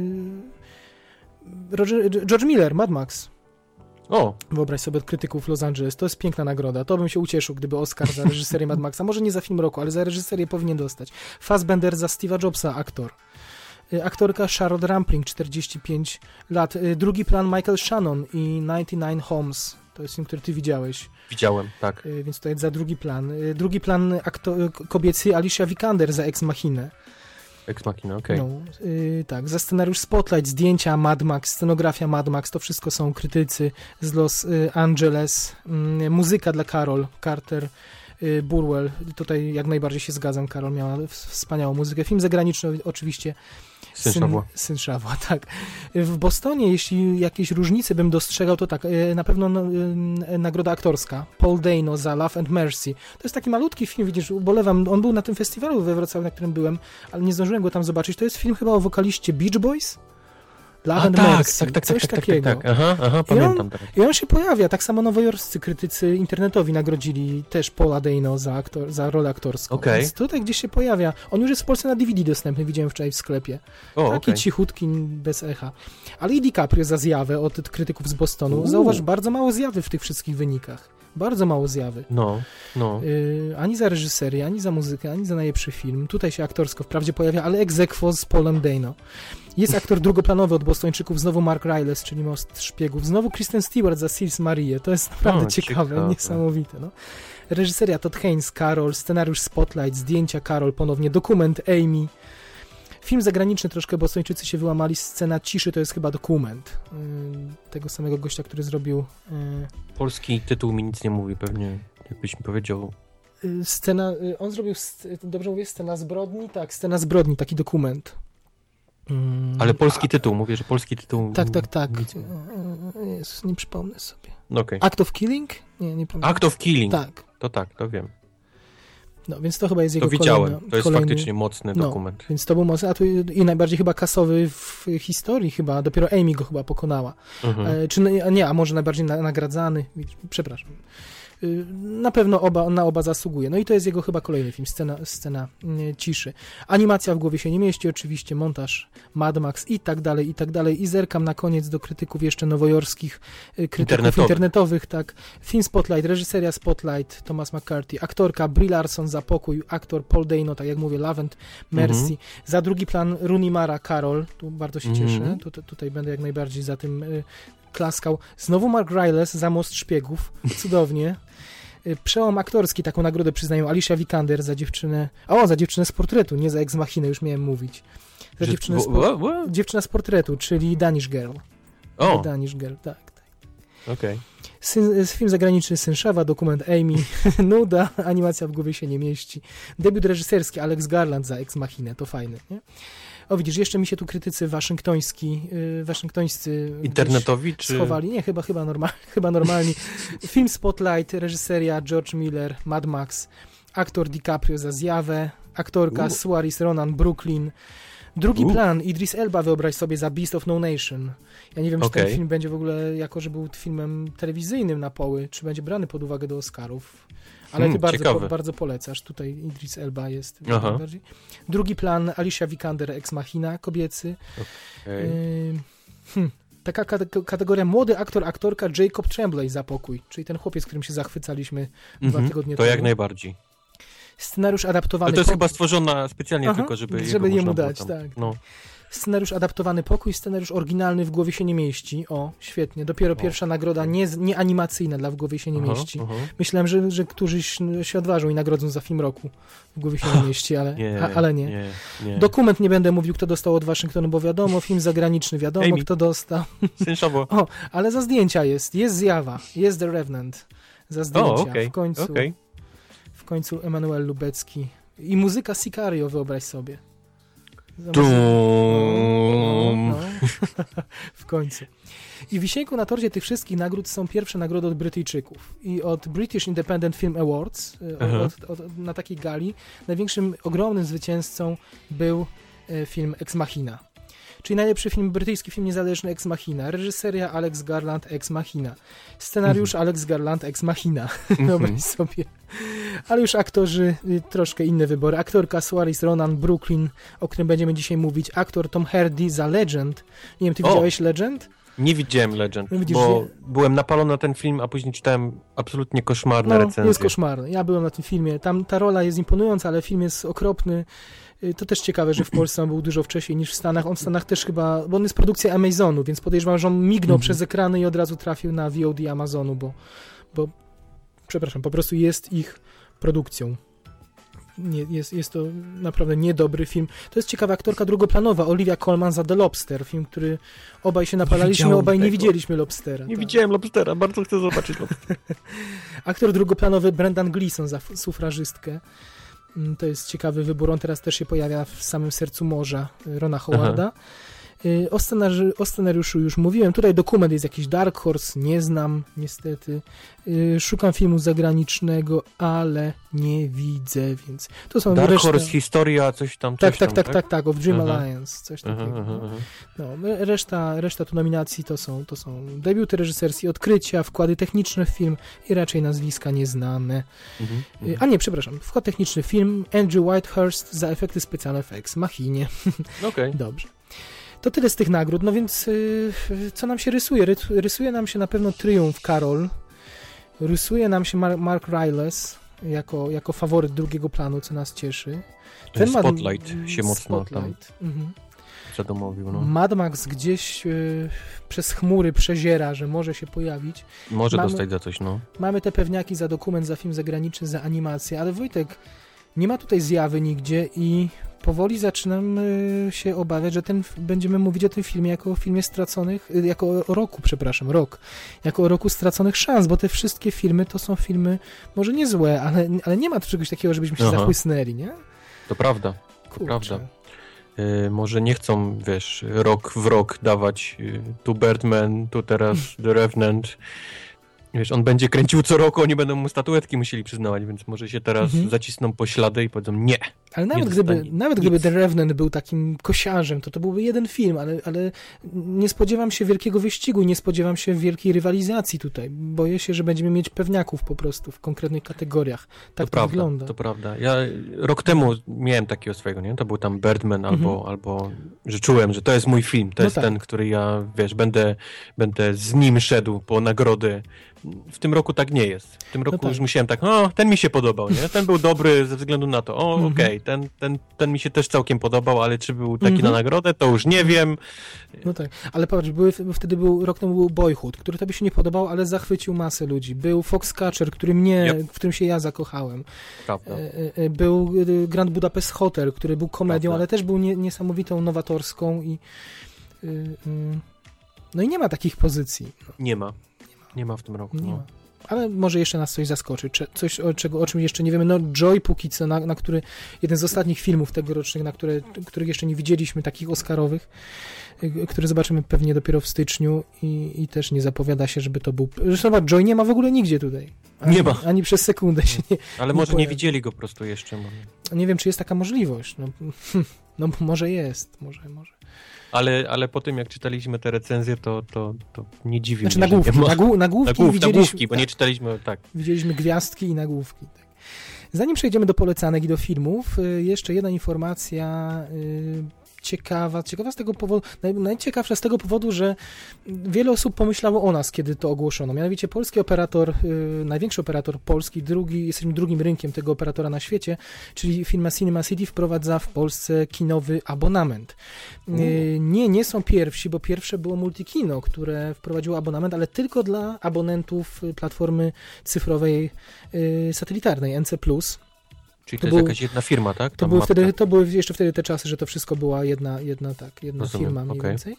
George Miller, Mad Max. Wyobraź sobie od krytyków Los Angeles, to jest piękna nagroda, to bym się ucieszył, gdyby Oscar za reżyserię Mad Maxa, może nie za film roku, ale za reżyserię powinien dostać. Fassbender za Steve'a Jobsa, aktor. Aktorka Charlotte Rampling, 45 lat. Drugi plan Michael Shannon i 99 Homes. To jest film, który ty widziałeś. Widziałem, tak. Więc to jest za drugi plan. Drugi plan kobiecy Alicia Vikander za Ex Machinę. Ex Machina, okej. Tak, za scenariusz Spotlight, zdjęcia Mad Max, scenografia Mad Max, to wszystko są krytycy z Los Angeles. Muzyka dla Carol Carter Burwell. Tutaj jak najbardziej się zgadzam, Carol miała wspaniałą muzykę. Film zagraniczny oczywiście Syn Szawła, tak. W Bostonie, jeśli jakieś różnice bym dostrzegał, to tak, na pewno nagroda aktorska. Paul Dano za Love and Mercy. To jest taki malutki film, widzisz, ubolewam. On był na tym festiwalu we Wrocławiu, na którym byłem, ale nie zdążyłem go tam zobaczyć. To jest film chyba o wokaliście Beach Boys? Love and Mercy. Coś takiego. Aha, pamiętam. I on się pojawia. Tak samo nowojorscy krytycy internetowi nagrodzili też Paula Dano za rolę aktorską. Więc tutaj gdzieś się pojawia. On już jest w Polsce na DVD dostępny, widziałem wczoraj w sklepie. Taki cichutki, bez echa. Ale i DiCaprio za zjawę od krytyków z Bostonu. Zauważ, bardzo mało zjawy w tych wszystkich wynikach. Bardzo mało zjawy. No. Ani za reżyserię, ani za muzykę, ani za najlepszy film. Tutaj się aktorsko wprawdzie pojawia, ale ex aequo z Paulem Dano. Jest aktor drugoplanowy od Bostończyków, znowu Mark Rylance, czyli Most Szpiegów. Znowu Kristen Stewart za Sils Marię. To jest naprawdę ciekawe, niesamowite. No. Reżyseria Todd Haynes, Carol, scenariusz Spotlight, zdjęcia Carol, ponownie dokument Amy. Film zagraniczny troszkę, Bostończycy się wyłamali, scena ciszy to jest chyba dokument tego samego gościa, który zrobił... Polski tytuł mi nic nie mówi, pewnie, jakbyś mi powiedział. On zrobił, dobrze mówię, Scena zbrodni? Tak, Scena zbrodni, taki dokument. Ale polski tytuł, mówię, że polski tytuł... Tak. Jezus, nie przypomnę sobie. Okay. Act of Killing? Nie pamiętam. Act of Killing, tak, to wiem. No, więc to chyba jest jego to widziałem, to jest faktycznie mocny dokument. Więc to był mocny, a tu i najbardziej chyba kasowy w historii chyba, dopiero Amy go chyba pokonała. Czy nie, a może najbardziej nagradzany, przepraszam. Na pewno na oba zasługuje. No i to jest jego chyba kolejny film, scena ciszy. Animacja w głowie się nie mieści, oczywiście montaż Mad Max i tak dalej. I zerkam na koniec do krytyków jeszcze nowojorskich, krytyków internetowych, tak. Film Spotlight, reżyseria Spotlight, Thomas McCarthy, aktorka Brie Larson za pokój, aktor Paul Dano, tak jak mówię, Love and Mercy. Za drugi plan Rooney Mara, Carol, tu bardzo się cieszę, tutaj będę jak najbardziej za tym klaskał. Znowu Mark Rylance za Most Szpiegów, cudownie. Przełom aktorski, taką nagrodę przyznają Alicia Vikander za dziewczynę z portretu, nie za Ex Machinę, już miałem mówić. Za dziewczyna z portretu, czyli Danish Girl. Danish Girl, tak. Okej. Film zagraniczny Synszawa, dokument Amy, nuda, animacja w głowie się nie mieści. Debiut reżyserski Alex Garland za Ex Machinę, to fajne, nie? O, widzisz, jeszcze mi się tu krytycy waszyngtońscy internetowi, czy... schowali. Nie, chyba normalni. Film Spotlight, reżyseria George Miller, Mad Max, aktor DiCaprio za Zjawę, aktorka Saoirse Ronan, Brooklyn. Drugi plan, Idris Elba, wyobraź sobie, za Beast of No Nation. Ja nie wiem, czy ten film będzie w ogóle, jako że był filmem telewizyjnym na poły, czy będzie brany pod uwagę do Oscarów. Ale ty bardzo polecasz. Tutaj Idris Elba jest najbardziej. Drugi plan, Alicia Vikander, Ex Machina, kobiecy. Taka kategoria młody aktor, aktorka Jacob Tremblay za pokój, czyli ten chłopiec, którym się zachwycaliśmy 2 tygodnie temu. To jak najbardziej. Scenariusz adaptowany... To jest chyba stworzona specjalnie tylko, żeby jemu dać, tak. No. Scenariusz adaptowany pokój, scenariusz oryginalny w głowie się nie mieści. O, świetnie. Dopiero pierwsza nagroda, nie animacyjna dla w głowie się nie mieści. Myślałem, że któryś się odważył i nagrodzą za film roku. W głowie się nie mieści, ale nie. Dokument nie będę mówił, kto dostał od Waszyngtonu, bo wiadomo, film zagraniczny wiadomo, kto dostał. Synszowo. Ale za zdjęcia jest Zjawa, jest The Revenant. Za zdjęcia. W końcu Emanuel Lubecki. I muzyka Sicario, wyobraź sobie. W końcu. I w wisienku na torcie tych wszystkich nagród są pierwsze nagrody od Brytyjczyków. I od British Independent Film Awards, na takiej gali, największym, ogromnym zwycięzcą był film Ex Machina. Czyli najlepszy film, brytyjski film niezależny Ex Machina. Reżyseria Alex Garland, Ex Machina. Scenariusz Alex Garland, Ex Machina. Wyobraź sobie. Ale już aktorzy, troszkę inne wybory. Aktorka Saoirse Ronan, Brooklyn, o którym będziemy dzisiaj mówić. Aktor Tom Hardy za Legend. Nie wiem, ty widziałeś Legend? Nie widziałem Legend, bo byłem napalony na ten film, a później czytałem absolutnie koszmarne recenzje. Jest koszmarny. Ja byłem na tym filmie. Tam ta rola jest imponująca, ale film jest okropny. To też ciekawe, że w Polsce on był dużo wcześniej niż w Stanach. On w Stanach też chyba, bo on jest produkcja Amazonu, więc podejrzewam, że on mignął przez ekrany i od razu trafił na VOD Amazonu, bo przepraszam, po prostu jest ich produkcją. Jest to naprawdę niedobry film. To jest ciekawa aktorka drugoplanowa, Olivia Colman za The Lobster, film, który obaj się napalaliśmy, obaj nie widzieliśmy Lobstera. Nie widziałem Lobstera, bardzo chcę zobaczyć Lobstera. Aktor drugoplanowy Brendan Gleeson za sufrażystkę. To jest ciekawy wybór. On teraz też się pojawia w samym sercu morza Rona Howarda. O scenariuszu już mówiłem. Tutaj dokument jest jakiś Dark Horse, nie znam niestety. Szukam filmu zagranicznego, ale nie widzę, więc to są Dark Horse, historia, coś tam. Tak, of Dream Alliance, coś takiego. No, reszta tu nominacji to są debiuty reżyserskie, odkrycia, wkłady techniczne w film i raczej nazwiska nieznane. A nie, przepraszam, wkład techniczny film Andrew Whitehurst za efekty specjalne w Ex Machinie. Dobrze. To tyle z tych nagród, no więc co nam się rysuje? Rysuje nam się na pewno triumf Carol. Rysuje nam się Mark Rylance jako faworyt drugiego planu, co nas cieszy. Spotlight się mocno tam zadomowił. No. Mad Max gdzieś przez chmury przeziera, że może się pojawić. Może dostać za coś, no. Mamy te pewniaki za dokument, za film zagraniczny, za animację, ale Wojtek, nie ma tutaj zjawy nigdzie i powoli zaczynam się obawiać, że będziemy mówić o tym filmie jako o filmie straconych, jako o roku, jako o roku straconych szans, bo te wszystkie filmy to są filmy może nie złe, ale nie ma tu czegoś takiego, żebyśmy się zachłysnęli, nie? To prawda, to prawda. Może nie chcą, wiesz, rok w rok dawać tu Birdman, tu teraz The Revenant. Wiesz, on będzie kręcił co roku, oni będą mu statuetki musieli przyznawać, więc może się teraz zacisną po ślady i powiedzą nie. Ale nawet gdyby The Revenant był takim kosiarzem, to byłby jeden film, ale nie spodziewam się wielkiego wyścigu, nie spodziewam się wielkiej rywalizacji tutaj. Boję się, że będziemy mieć pewniaków po prostu w konkretnych kategoriach. Tak to wygląda. To prawda. Ja rok temu miałem takiego swojego, nie? To był tam Birdman albo że czułem, że to jest mój film, to jest ten, który ja, wiesz, będę z nim szedł po nagrody. W tym roku tak nie jest. W tym roku już musiałem tak, ten mi się podobał, nie? Ten był dobry ze względu na to. Okej, ten mi się też całkiem podobał, ale czy był taki na nagrodę, to już nie wiem. No tak, ale patrz, rok temu był Boyhood, który tobie się nie podobał, ale zachwycił masę ludzi. Był Foxcatcher, w którym się ja zakochałem. Prawda. Był Grand Budapest Hotel, który był komedią, ale też był niesamowitą, nowatorską no i nie ma takich pozycji. Nie ma w tym roku. Nie ma. Ale może jeszcze nas coś zaskoczy. Coś, o czym jeszcze nie wiemy. No Joy póki co, na który jeden z ostatnich filmów tegorocznych, których jeszcze nie widzieliśmy, takich oscarowych, które zobaczymy pewnie dopiero w styczniu i też nie zapowiada się, żeby to był... Zresztą Joy nie ma w ogóle nigdzie tutaj. Nie ma. Ani przez sekundę się nie... Ale może nie widzieli go po prostu jeszcze. Nie wiem, czy jest taka możliwość. No może jest. Może. Ale po tym, jak czytaliśmy te recenzje, to nie dziwi mnie, nagłówki, bo nie czytaliśmy, tak. Widzieliśmy gwiazdki i nagłówki. Tak. Zanim przejdziemy do polecanek i do filmów, jeszcze jedna informacja ciekawa z tego powodu, najciekawsza z tego powodu, że wiele osób pomyślało o nas, kiedy to ogłoszono. Mianowicie polski operator, największy operator polski, jesteśmy drugim rynkiem tego operatora na świecie, czyli firma Cinema City wprowadza w Polsce kinowy abonament. Nie są pierwsi, bo pierwsze było Multikino, które wprowadziło abonament, ale tylko dla abonentów platformy cyfrowej satelitarnej NC+. Czyli to jest jakaś jedna firma, tak? To były jeszcze wtedy te czasy, że to wszystko była jedna firma mniej więcej.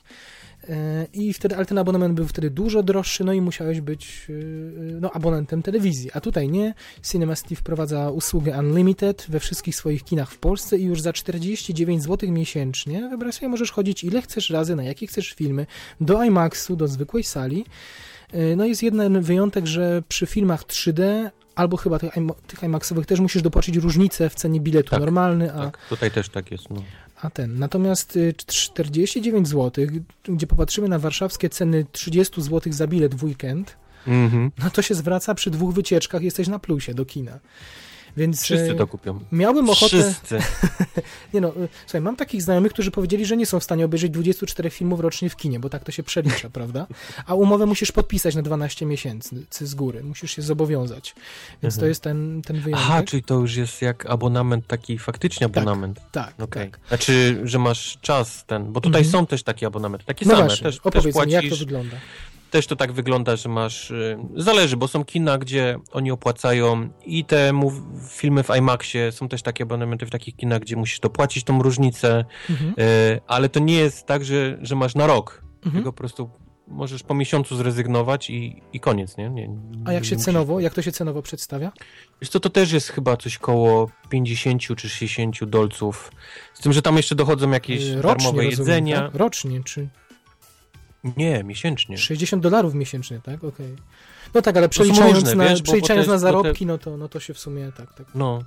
Ale ten abonament był wtedy dużo droższy, no i musiałeś być abonentem telewizji. A tutaj nie. Cinema City wprowadza usługę Unlimited we wszystkich swoich kinach w Polsce i już za 49 zł miesięcznie, wyobraź sobie, możesz chodzić ile chcesz razy, na jakie chcesz filmy, do IMAX-u, do zwykłej sali. No jest jeden wyjątek, że przy filmach 3D albo chyba tych IMAX-owych też musisz dopłacić różnicę w cenie biletu normalny. Tak, tutaj też tak jest. No. Natomiast 49 zł, gdzie popatrzymy na warszawskie ceny 30 zł za bilet w weekend, no to się zwraca przy 2 wycieczkach, jesteś na plusie do kina. Więc wszyscy to kupią. Miałbym ochotę... Wszyscy. Słuchaj, mam takich znajomych, którzy powiedzieli, że nie są w stanie obejrzeć 24 filmów rocznie w kinie, bo tak to się przelicza, prawda? A umowę musisz podpisać na 12 miesięcy z góry. Musisz się zobowiązać. Więc to jest ten wyjątek. Aha, czyli to już jest jak abonament, taki faktycznie abonament. Tak. Znaczy, że masz czas bo tutaj są też takie abonamenty, takie same. Właśnie, opowiedz mi, jak to wygląda. Też to tak wygląda, że masz... Zależy, bo są kina, gdzie oni opłacają i te filmy w IMAXie, są też takie abonamenty w takich kinach, gdzie musisz dopłacić tą różnicę, ale to nie jest tak, że masz na rok. Tylko po prostu możesz po miesiącu zrezygnować i koniec, nie? A jak to się cenowo przedstawia? Wiesz co, to też jest chyba coś koło 50 czy 60 dolców. Z tym, że tam jeszcze dochodzą jakieś darmowe jedzenia. Tak? Rocznie, czy... Nie, miesięcznie. $60 miesięcznie, tak? Okej. No tak, ale przeliczając na zarobki, no to się w sumie tak. No.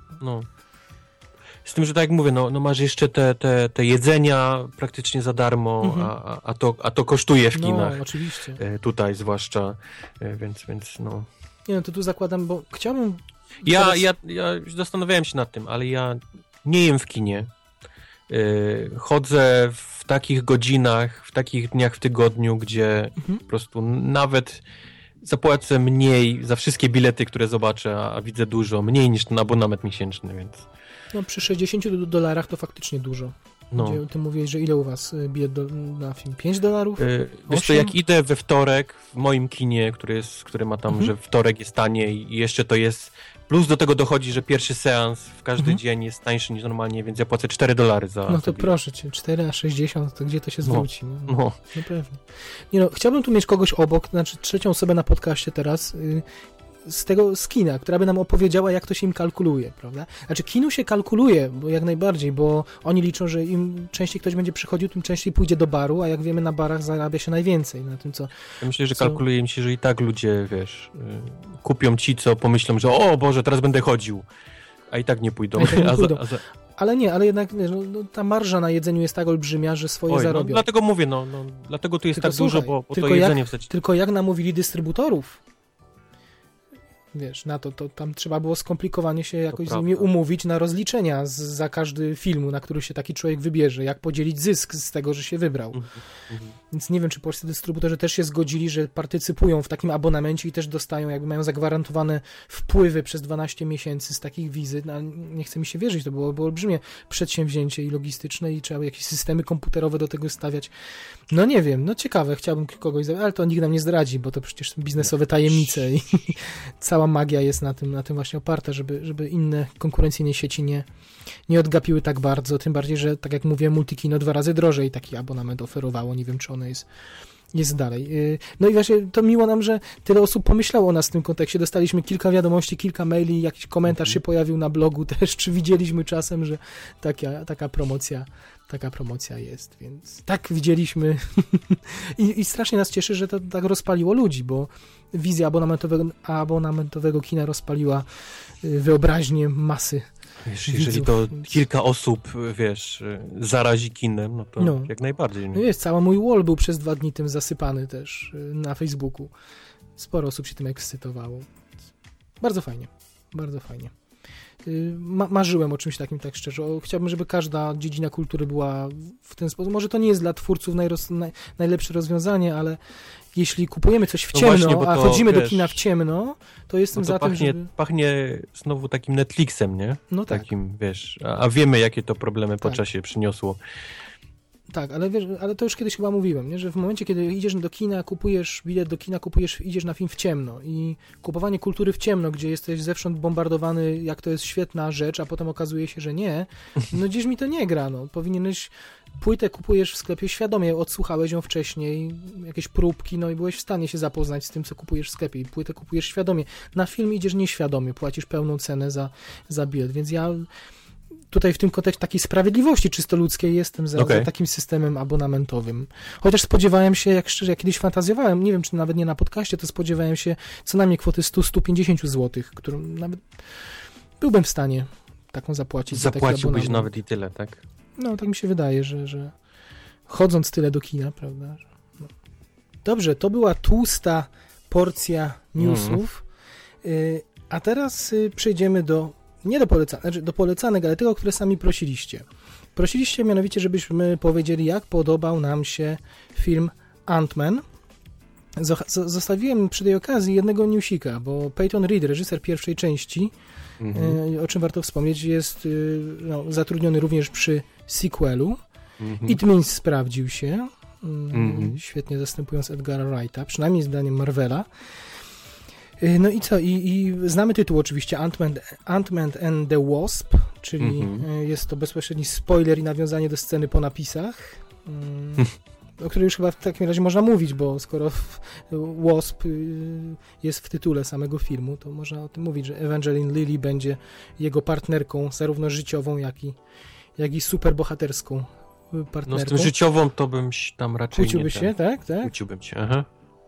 Z tym, że tak jak mówię, no masz jeszcze te jedzenia praktycznie za darmo, a to kosztuje w kinach. No, oczywiście. Tutaj zwłaszcza, więc no. Nie, to tu zakładam, bo chciałbym... Ja zastanawiałem się nad tym, ale ja nie jem w kinie. Chodzę w takich godzinach, w takich dniach w tygodniu, gdzie po prostu nawet zapłacę mniej za wszystkie bilety, które zobaczę, a widzę dużo, mniej niż ten abonament miesięczny, więc... No przy $60 to faktycznie dużo. No. Ty mówiłeś, że ile u was bilet na film? $5? Wiesz co, jak idę we wtorek w moim kinie, który ma tam, że wtorek jest taniej i jeszcze to jest... Plus do tego dochodzi, że pierwszy seans w każdy dzień jest tańszy niż normalnie, więc ja płacę $4 za... No to proszę cię, 4 a 60, to gdzie to się zwróci? No. No pewnie. Nie no, chciałbym tu mieć kogoś obok, znaczy trzecią osobę na podcaście teraz, z kina, która by nam opowiedziała, jak to się im kalkuluje, prawda? Znaczy kinu się kalkuluje, bo jak najbardziej, bo oni liczą, że im częściej ktoś będzie przychodził, tym częściej pójdzie do baru, a jak wiemy, na barach zarabia się najwięcej na tym, co... Ja myślę, że kalkuluje im się, że i tak ludzie, wiesz, kupią ci, co pomyślą, że o Boże, teraz będę chodził, a i tak nie pójdą. Ale nie, ale jednak no, ta marża na jedzeniu jest tak olbrzymia, że swoje zarobią. No, dlatego mówię, dlatego tu jest tylko tak dużo, bo to jedzenie wstać. Tylko jak namówili dystrybutorów, wiesz, na to tam trzeba było skomplikowanie się jakoś z nimi umówić na rozliczenia za każdy film, na który się taki człowiek wybierze, jak podzielić zysk z tego, że się wybrał. Więc nie wiem, czy polscy dystrybutorzy też się zgodzili, że partycypują w takim abonamencie i też dostają, jakby mają zagwarantowane wpływy przez 12 miesięcy z takich wizyt. No, nie chce mi się wierzyć, to było olbrzymie przedsięwzięcie i logistyczne i trzeba jakieś systemy komputerowe do tego stawiać. No nie wiem, no ciekawe, chciałbym kogoś, ale to nikt nam nie zdradzi, bo to przecież biznesowe tajemnice i cała magia jest na tym właśnie oparta, żeby inne konkurencyjne sieci nie odgapiły tak bardzo, tym bardziej, że tak jak mówię, Multikino 2 razy drożej taki abonament oferowało, nie wiem, czy ono jest dalej. No i właśnie to miło nam, że tyle osób pomyślało o nas w tym kontekście. Dostaliśmy kilka wiadomości, kilka maili, jakiś komentarz się pojawił na blogu też, czy widzieliśmy czasem, że taka promocja jest, więc tak widzieliśmy I strasznie nas cieszy, że to tak rozpaliło ludzi, bo wizja abonamentowego kina rozpaliła wyobraźnię masy wiesz, jeżeli to kilka osób, wiesz, zarazi kinem, no to jak najbardziej. No jest, cały mój wall był przez 2 dni tym zasypany też na Facebooku. Sporo osób się tym ekscytowało. Bardzo fajnie, bardzo fajnie. Marzyłem o czymś takim, tak szczerze. Chciałbym, żeby każda dziedzina kultury była w ten sposób. Może to nie jest dla twórców najlepsze rozwiązanie, ale jeśli kupujemy coś w ciemno, a chodzimy do kina w ciemno, to jestem za tym, żeby... Pachnie znowu takim Netflixem, nie? No tak. Takim, wiesz, a wiemy, jakie to problemy po czasie przyniosło. Tak, ale wiesz, ale to już kiedyś chyba mówiłem, nie? Że w momencie, kiedy idziesz do kina, kupujesz bilet do kina, idziesz na film w ciemno i kupowanie kultury w ciemno, gdzie jesteś zewsząd bombardowany, jak to jest świetna rzecz, a potem okazuje się, że nie, no gdzieś mi to nie gra, no. Powinieneś, płytę kupujesz w sklepie świadomie, odsłuchałeś ją wcześniej, jakieś próbki, no i byłeś w stanie się zapoznać z tym, co kupujesz w sklepie i płytę kupujesz świadomie. Na film idziesz nieświadomie, płacisz pełną cenę za bilet, więc ja tutaj w tym kontekście takiej sprawiedliwości czysto ludzkiej jestem za takim systemem abonamentowym. Chociaż spodziewałem się, jak kiedyś fantazjowałem, nie wiem, czy nawet nie na podcaście, to spodziewałem się co najmniej kwoty 100-150 zł, którą nawet byłbym w stanie taką zapłacić. Zapłaciłbyś nawet i tyle, tak? No, tak mi się wydaje, że chodząc tyle do kina, prawda? No. Dobrze, to była tłusta porcja newsów, a teraz przejdziemy nie do polecanek, ale tego, które sami prosiliście. Prosiliście mianowicie, żebyśmy powiedzieli, jak podobał nam się film Ant-Man. Zostawiłem przy tej okazji jednego newsika, bo Peyton Reed, reżyser pierwszej części, o czym warto wspomnieć, jest zatrudniony również przy sequelu. It Means sprawdził się, świetnie zastępując Edgara Wrighta, przynajmniej zdaniem Marvela. No i co? I znamy tytuł oczywiście, Ant-Man and the Wasp, czyli jest to bezpośredni spoiler i nawiązanie do sceny po napisach, o której już chyba w takim razie można mówić, bo skoro Wasp jest w tytule samego filmu, to można o tym mówić, że Evangeline Lilly będzie jego partnerką, zarówno życiową, jak i superbohaterską partnerką. No z tym życiową to bym tam raczej Kłóciłbyś się, tak? Kłóciłbym się, aha.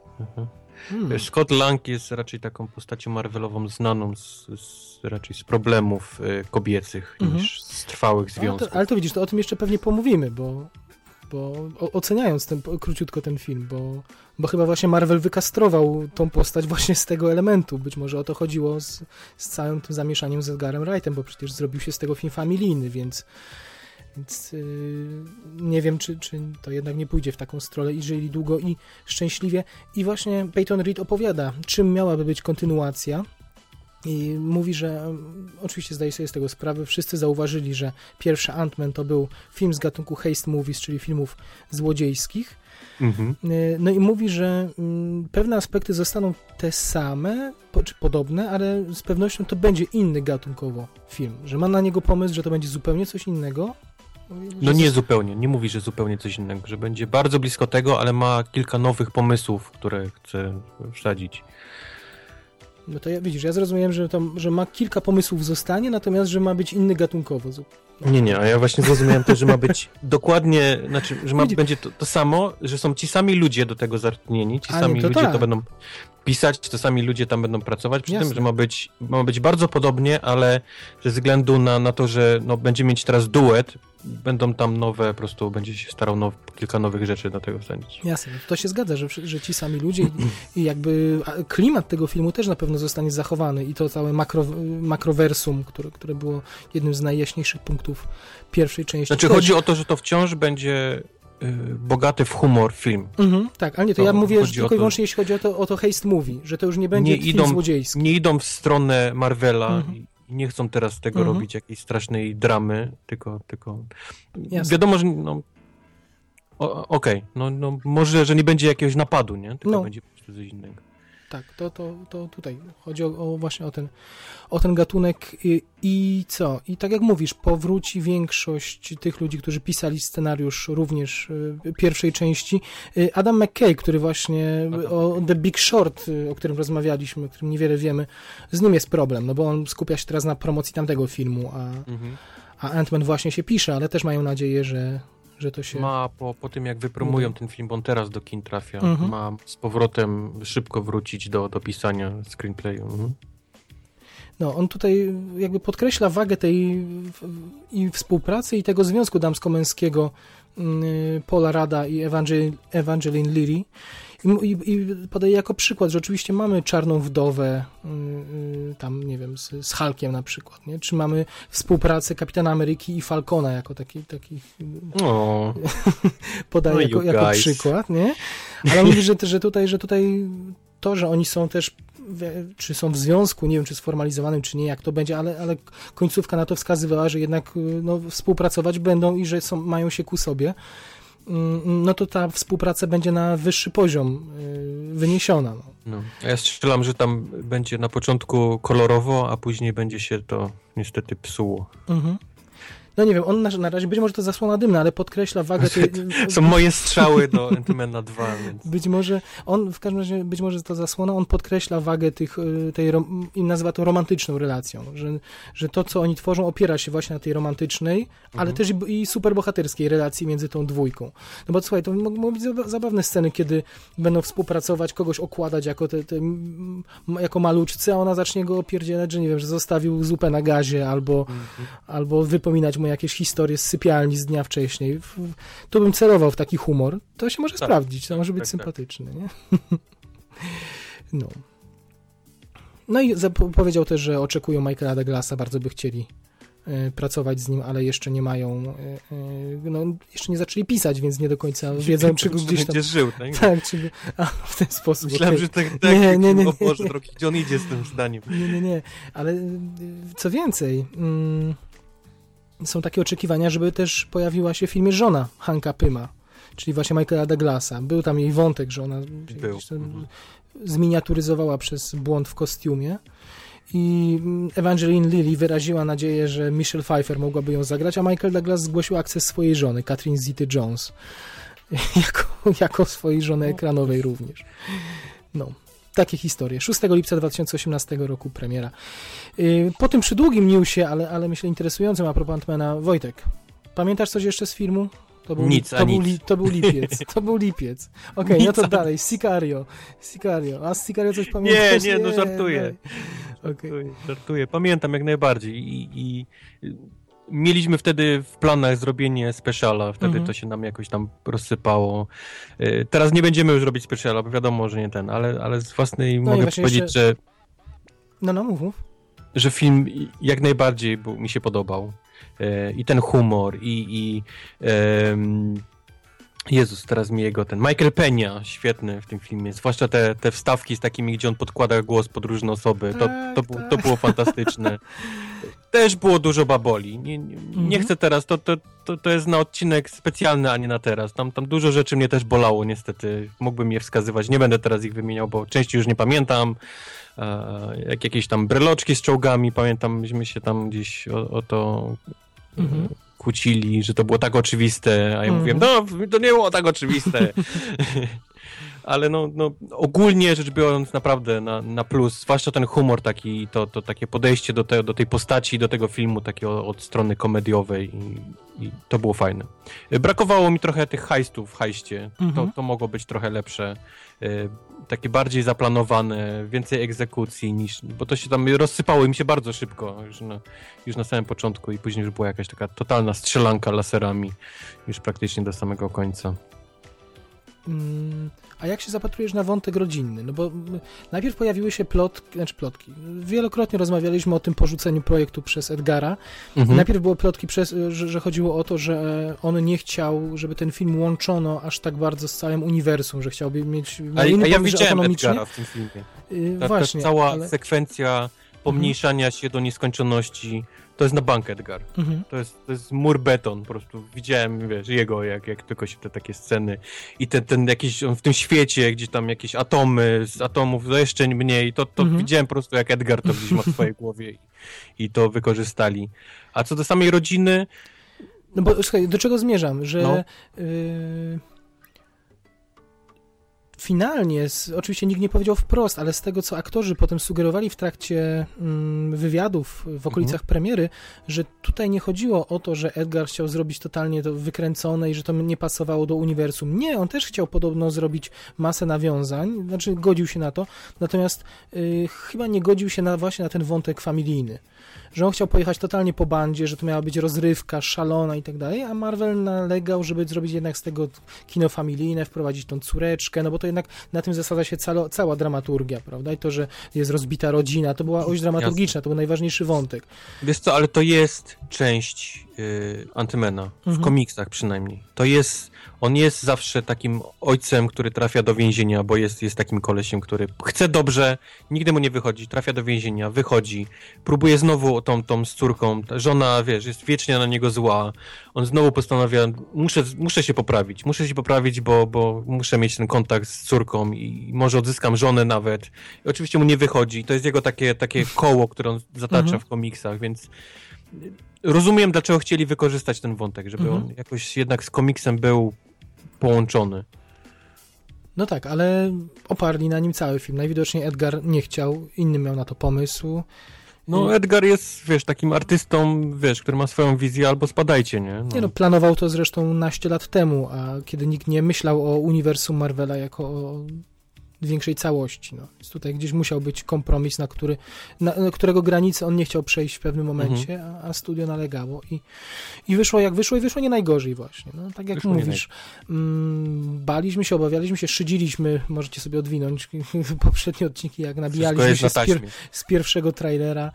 Scott Lang jest raczej taką postacią Marvelową znaną raczej z problemów kobiecych niż z trwałych związków. Ale to widzisz, to o tym jeszcze pewnie pomówimy, bo oceniając króciutko ten film, bo chyba właśnie Marvel wykastrował tą postać właśnie z tego elementu. Być może o to chodziło z całym tym zamieszaniem z Edgarem Wrightem, bo przecież zrobił się z tego film familijny, więc Więc nie wiem, czy to jednak nie pójdzie w taką stronę i żyli długo i szczęśliwie. I właśnie Peyton Reed opowiada, czym miałaby być kontynuacja. I mówi, że oczywiście zdaje sobie z tego sprawę, wszyscy zauważyli, że pierwszy Ant-Man to był film z gatunku heist movies, czyli filmów złodziejskich. No i mówi, że pewne aspekty zostaną te same, czy podobne, ale z pewnością to będzie inny gatunkowo film, że ma na niego pomysł, że to będzie zupełnie coś innego. No nie zupełnie, nie mówi, że zupełnie coś innego, że będzie bardzo blisko tego, ale ma kilka nowych pomysłów, które chce wsadzić. No to widzisz, ja zrozumiałem, że ma kilka pomysłów zostanie, natomiast, że ma być inny gatunkowo. Nie, a ja właśnie zrozumiałem też, że ma być dokładnie, znaczy, że będzie to samo, że są ci sami ludzie do tego zatrudnieni, ci sami ludzie to będą pisać, ci sami ludzie tam będą pracować, przy tym, że ma być bardzo podobnie, ale ze względu na to, że będzie mieć teraz duet, będą tam nowe, po prostu będzie się starał kilka nowych rzeczy do tego wsadzić. Jasne, to się zgadza, że ci sami ludzie i jakby klimat tego filmu też na pewno zostanie zachowany i to całe makroversum, które było jednym z najjaśniejszych punktów pierwszej części. Znaczy chodzi o to, że to wciąż będzie bogaty w humor film. Tak, ale nie, to ja mówię tylko i wyłącznie jeśli chodzi o to heist movie, że to już nie będzie film złodziejski. Nie idą w stronę Marvela i nie chcą teraz tego robić jakiejś strasznej dramy, tylko wiadomo, że może, że nie będzie jakiegoś napadu, nie? Tylko będzie po prostu coś innego. Tak, to tutaj chodzi właśnie o ten gatunek i co? I tak jak mówisz, powróci większość tych ludzi, którzy pisali scenariusz również pierwszej części. Adam McKay, który właśnie o The Big Short, o którym rozmawialiśmy, o którym niewiele wiemy, z nim jest problem, no bo on skupia się teraz na promocji tamtego filmu, a Ant-Man właśnie się pisze, ale też mają nadzieję, że to się... Ma po tym, jak wypromują ten film, bo on teraz do kin trafia, ma z powrotem szybko wrócić do pisania screenplayu. No, on tutaj jakby podkreśla wagę tej i współpracy i tego związku damsko-męskiego Paula Rudda i Evangeline Lilly. I podaje jako przykład, że oczywiście mamy Czarną Wdowę, tam nie wiem, z Hulkiem na przykład, nie? Czy mamy współpracę Kapitana Ameryki i Falcona jako taki podaje jako przykład, nie? Ale on mówi, że tutaj to, że oni są też, czy są w związku, nie wiem, czy sformalizowanym, czy nie, jak to będzie, ale końcówka na to wskazywała, że jednak współpracować będą i że mają się ku sobie. No to ta współpraca będzie na wyższy poziom wyniesiona. Ja strzelam, że tam będzie na początku kolorowo, a później będzie się to niestety psuło. No nie wiem, on na razie, być może to zasłona dymna, ale podkreśla wagę tej... Są moje strzały do Ant-Mana 2, więc... Być może, w każdym razie, być może to zasłona, on podkreśla wagę i nazywa to romantyczną relacją, że to, co oni tworzą, opiera się właśnie na tej romantycznej, ale też i superbohaterskiej relacji między tą dwójką. No bo słuchaj, to mogą być zabawne sceny, kiedy będą współpracować, kogoś okładać jako maluczcy, a ona zacznie go opierdzielać, że nie wiem, że zostawił zupę na gazie, albo wypominać mu jakieś historie z sypialni z dnia wcześniej. Tu bym celował w taki humor. To się może sprawdzić, to może być sympatyczne, nie? No i powiedział też, że oczekują Michaela Douglasa, bardzo by chcieli pracować z nim, ale jeszcze nie mają, jeszcze nie zaczęli pisać, więc nie do końca wiedzą, czy go gdzieś tam... Będzie żył, tak? Tak, w ten sposób. Myślałem, że tak, o Boże, drogi, gdzie on idzie z tym zdaniem. Nie, ale co więcej... Są takie oczekiwania, żeby też pojawiła się w filmie żona Hanka Pyma, czyli właśnie Michaela Douglasa. Był tam jej wątek, że ona zminiaturyzowała przez błąd w kostiumie i Evangeline Lilly wyraziła nadzieję, że Michelle Pfeiffer mogłaby ją zagrać, a Michael Douglas zgłosił akces swojej żony, Catherine Zeta-Jones, jako swojej żony ekranowej również. Takie historie. 6 lipca 2018 roku premiera. Po tym przydługim newsie, ale myślę interesującym a propos Ant-Mana, Wojtek, pamiętasz coś jeszcze z filmu? To był lipiec. To był lipiec. Okej, no to dalej. Sicario. A z Sicario coś pamiętasz? Nie, żartuję. Żartuję. Pamiętam jak najbardziej i mieliśmy wtedy w planach zrobienie speciala, wtedy to się nam jakoś tam rozsypało. Teraz nie będziemy już robić speciala, bo wiadomo, że nie ten, ale z własnej mogę powiedzieć, że... Mów. Że film jak najbardziej mi się podobał. i ten humor, Jezus, teraz mi ten Michael Peña, świetny w tym filmie, zwłaszcza te wstawki z takimi, gdzie on podkłada głos pod różne osoby, to było fantastyczne. Też było dużo baboli, nie chcę teraz, to jest na odcinek specjalny, a nie na teraz, tam dużo rzeczy mnie też bolało niestety, mógłbym je wskazywać, nie będę teraz ich wymieniał, bo części już nie pamiętam, jak jakieś tam breloczki z czołgami, pamiętam, myśmy się tam gdzieś o to... kłócili, że to było tak oczywiste, a ja mówiłem, no, to nie było tak oczywiste. Ale no, ogólnie rzecz biorąc naprawdę na plus, zwłaszcza ten humor taki, to takie podejście do tej postaci, do tego filmu, takie od strony komediowej i to było fajne. Brakowało mi trochę tych heistów w heistie, to mogło być trochę lepsze, takie bardziej zaplanowane, więcej egzekucji bo to się tam rozsypało i mi się bardzo szybko, już na samym początku i później już była jakaś taka totalna strzelanka laserami, już praktycznie do samego końca. A jak się zapatrujesz na wątek rodzinny? No bo najpierw pojawiły się plotki. Wielokrotnie rozmawialiśmy o tym porzuceniu projektu przez Edgara. Najpierw były plotki, że chodziło o to, że on nie chciał, żeby ten film łączono aż tak bardzo z całym uniwersum, że chciałby mieć... A ja widziałem Edgara w tym filmie. Ta cała sekwencja pomniejszania się do nieskończoności, to jest na bank Edgar. To jest mur beton, po prostu widziałem, wiesz, jego, jak tylko się te takie sceny i ten jakiś, on w tym świecie, gdzie tam jakieś atomy, z atomów to jeszcze mniej, to widziałem po prostu, jak Edgar to gdzieś ma w swojej głowie i to wykorzystali. A co do samej rodziny... No bo, słuchaj, do czego zmierzam, że... Finalnie, oczywiście nikt nie powiedział wprost, ale z tego, co aktorzy potem sugerowali w trakcie wywiadów w okolicach premiery, że tutaj nie chodziło o to, że Edgar chciał zrobić totalnie to wykręcone i że to nie pasowało do uniwersum. Nie, on też chciał podobno zrobić masę nawiązań, znaczy godził się na to, natomiast chyba nie godził się właśnie na ten wątek familijny. Że on chciał pojechać totalnie po bandzie, że to miała być rozrywka, szalona i tak dalej, a Marvel nalegał, żeby zrobić jednak z tego kino familijne, wprowadzić tą córeczkę, no bo to jednak na tym zasadza się cała dramaturgia, prawda? I to, że jest rozbita rodzina, to była oś dramaturgiczna, to był najważniejszy wątek. Wiesz co, ale to jest część Antymana, w komiksach przynajmniej. On jest zawsze takim ojcem, który trafia do więzienia, bo jest takim kolesiem, który chce dobrze, nigdy mu nie wychodzi, trafia do więzienia, wychodzi, próbuje znowu tą z córką, ta żona, wiesz, jest wiecznie na niego zła, on znowu postanawia, muszę się poprawić, bo muszę mieć ten kontakt z córką i może odzyskam żonę nawet. I oczywiście mu nie wychodzi, to jest jego takie koło, które on zatacza w komiksach, więc... Rozumiem, dlaczego chcieli wykorzystać ten wątek, żeby on jakoś jednak z komiksem był połączony. No tak, ale oparli na nim cały film. Najwidoczniej Edgar nie chciał, inny miał na to pomysł. No Edgar jest, wiesz, takim artystą, wiesz, który ma swoją wizję, albo spadajcie, nie? Planował to zresztą naście lat temu, a kiedy nikt nie myślał o uniwersum Marvela jako o większej całości. No. Więc tutaj gdzieś musiał być kompromis, na którego granicy on nie chciał przejść w pewnym momencie, a studio nalegało. I wyszło jak wyszło i wyszło nie najgorzej właśnie. No, tak jak wyszło mówisz, baliśmy się, obawialiśmy się, szydziliśmy, możecie sobie odwinąć poprzednie odcinki, jak nabijaliśmy się z pierwszego trailera.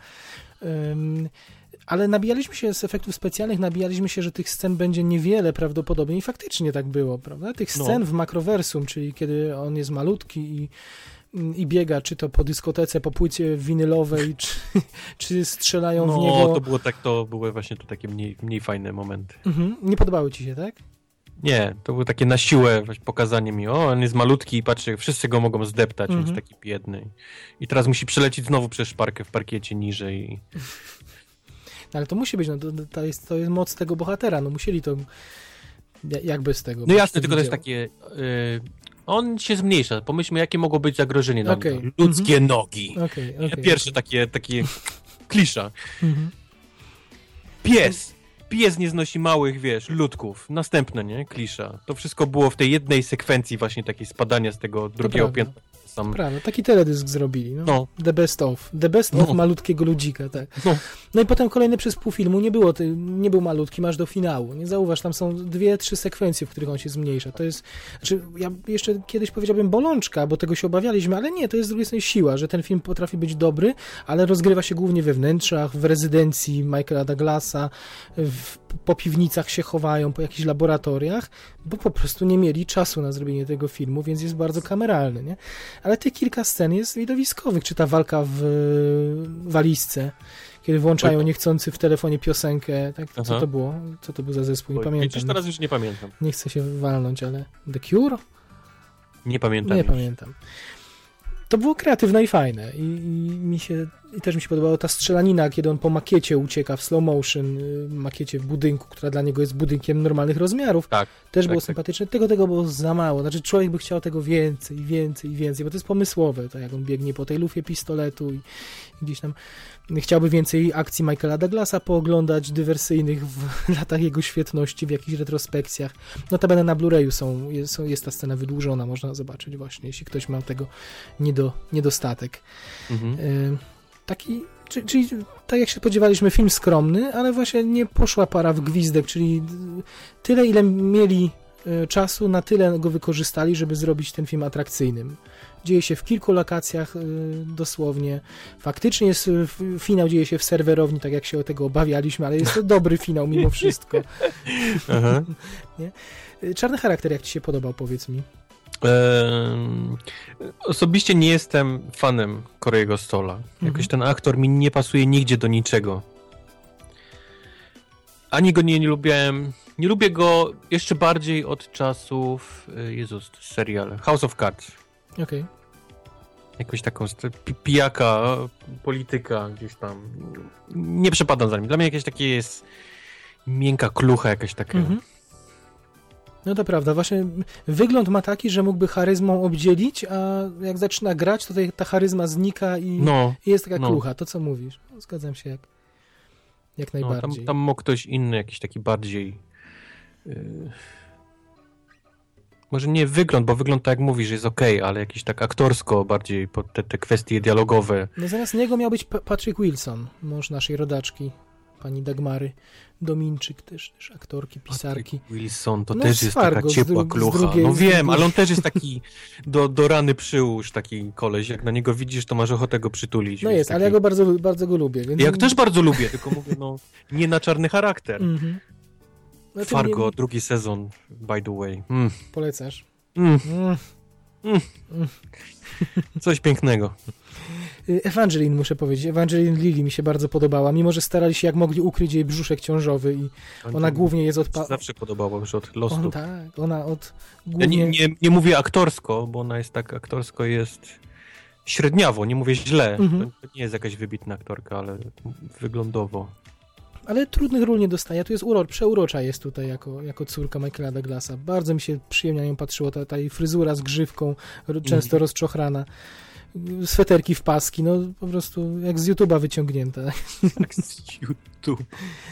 Ale nabijaliśmy się z efektów specjalnych, nabijaliśmy się, że tych scen będzie niewiele prawdopodobnie i faktycznie tak było, prawda? Tych scen w makroversum, czyli kiedy on jest malutki i biega, czy to po dyskotece, po płycie winylowej, czy strzelają w niego. To były właśnie to takie mniej fajne momenty. Nie podobały ci się, tak? Nie, to było takie na siłę pokazanie mi, on jest malutki i patrzcie, wszyscy go mogą zdeptać, on jest taki biedny. I teraz musi przelecieć znowu przez szparkę w parkiecie niżej. Ale to musi być, to jest moc tego bohatera, musieli to jakby z tego. No jasne, tylko to jest takie, on się zmniejsza, pomyślmy, jakie mogło być zagrożenie dla niego. Ludzkie nogi. Pierwsze takie klisza. Pies nie znosi małych, wiesz, ludków. Następne, nie? Klisza. To wszystko było w tej jednej sekwencji właśnie takiej spadania z tego drugiego piętra sam... Prawda, taki teledysk zrobili, no. The Best of malutkiego ludzika, tak. No i potem kolejny przez pół filmu nie był malutki, masz do finału, nie zauważ, tam są 2-3 sekwencje, w których on się zmniejsza, to jest, ja jeszcze kiedyś powiedziałbym bolączka, bo tego się obawialiśmy, ale nie, to jest z drugiej strony siła, że ten film potrafi być dobry, ale rozgrywa się głównie we wnętrzach, w rezydencji Michaela Douglasa, po piwnicach się chowają, po jakichś laboratoriach, bo po prostu nie mieli czasu na zrobienie tego filmu, więc jest bardzo kameralny, nie? Ale tych kilka scen jest widowiskowych, czy ta walka w walizce, kiedy włączają niechcący w telefonie piosenkę, tak? Co to było? Co to był za zespół? Nie pamiętam. Przecież teraz już nie pamiętam. Nie chcę się walnąć, ale The Cure? Nie pamiętam. Nie pamiętam. To było kreatywne i fajne i też mi się podobała ta strzelanina, kiedy on po makiecie ucieka w slow motion, makiecie w budynku, która dla niego jest budynkiem normalnych rozmiarów. Tak. Też było sympatyczne. Tego było za mało. Znaczy człowiek by chciał tego więcej, bo to jest pomysłowe, to jak on biegnie po tej lufie pistoletu i gdzieś tam chciałby więcej akcji Michaela Douglasa pooglądać, dywersyjnych w latach jego świetności, w jakichś retrospekcjach. Notabene na Blu-rayu jest ta scena wydłużona, można zobaczyć właśnie, jeśli ktoś ma tego niedostatek. Czyli tak jak się spodziewaliśmy, film skromny, ale właśnie nie poszła para w gwizdek, czyli tyle, ile mieli czasu, na tyle go wykorzystali, żeby zrobić ten film atrakcyjnym. Dzieje się w kilku lokacjach dosłownie. Faktycznie jest finał dzieje się w serwerowni, tak jak się o tego obawialiśmy, ale jest to dobry finał mimo wszystko. Nie? Czarny charakter, jak ci się podobał, powiedz mi? Osobiście nie jestem fanem Corey'ego Stolla. Jakoś ten aktor mi nie pasuje nigdzie do niczego. Ani go nie lubiłem. Nie lubię go jeszcze bardziej od czasów serial House of Cards. Okej. Jakoś taką pijaka, polityka gdzieś tam. Nie przepadam za nim. Dla mnie jakieś takie jest miękka klucha jakaś taka. No to prawda, właśnie wygląd ma taki, że mógłby charyzmą obdzielić, a jak zaczyna grać, to ta charyzma znika i jest taka klucha, to co mówisz. No, zgadzam się jak najbardziej. Tam mógł ktoś inny, jakiś taki bardziej... Może nie wygląd, bo wygląd tak jak mówisz jest okej, ale jakiś tak aktorsko bardziej pod te kwestie dialogowe. No zamiast niego miał być Patrick Wilson, mąż naszej rodaczki, pani Dagmary Dominczyk, też aktorki, pisarki. Patrick Wilson to też jest taka ciepła klucha. No wiem, ale on też jest taki do rany przyłóż, taki koleś. Jak na niego widzisz, to masz ochotę go przytulić. No jest, ale ja go bardzo, bardzo go lubię. Więc... Ja też bardzo lubię, tylko mówię, nie na czarny charakter. Znaczy, Fargo, drugi sezon, by the way. Polecasz? Coś pięknego. Evangeline, muszę powiedzieć. Evangeline Lilly mi się bardzo podobała, mimo że starali się jak mogli ukryć jej brzuszek ciążowy i ona głównie jest od... Zawsze podobała już od Lostu. Tak, ona od... Głównie... Ja nie mówię aktorsko, bo ona jest tak, aktorsko jest średniawo, nie mówię źle. To nie jest jakaś wybitna aktorka, ale wyglądowo. Ale trudnych ról nie dostaje. Tu jest przeurocza jest tutaj jako córka Michaela Douglasa. Bardzo mi się przyjemnie na nią patrzyło. Ta jej fryzura z grzywką, często rozczochrana. Sweterki w paski, po prostu jak z YouTube'a wyciągnięta. Jak z YouTube.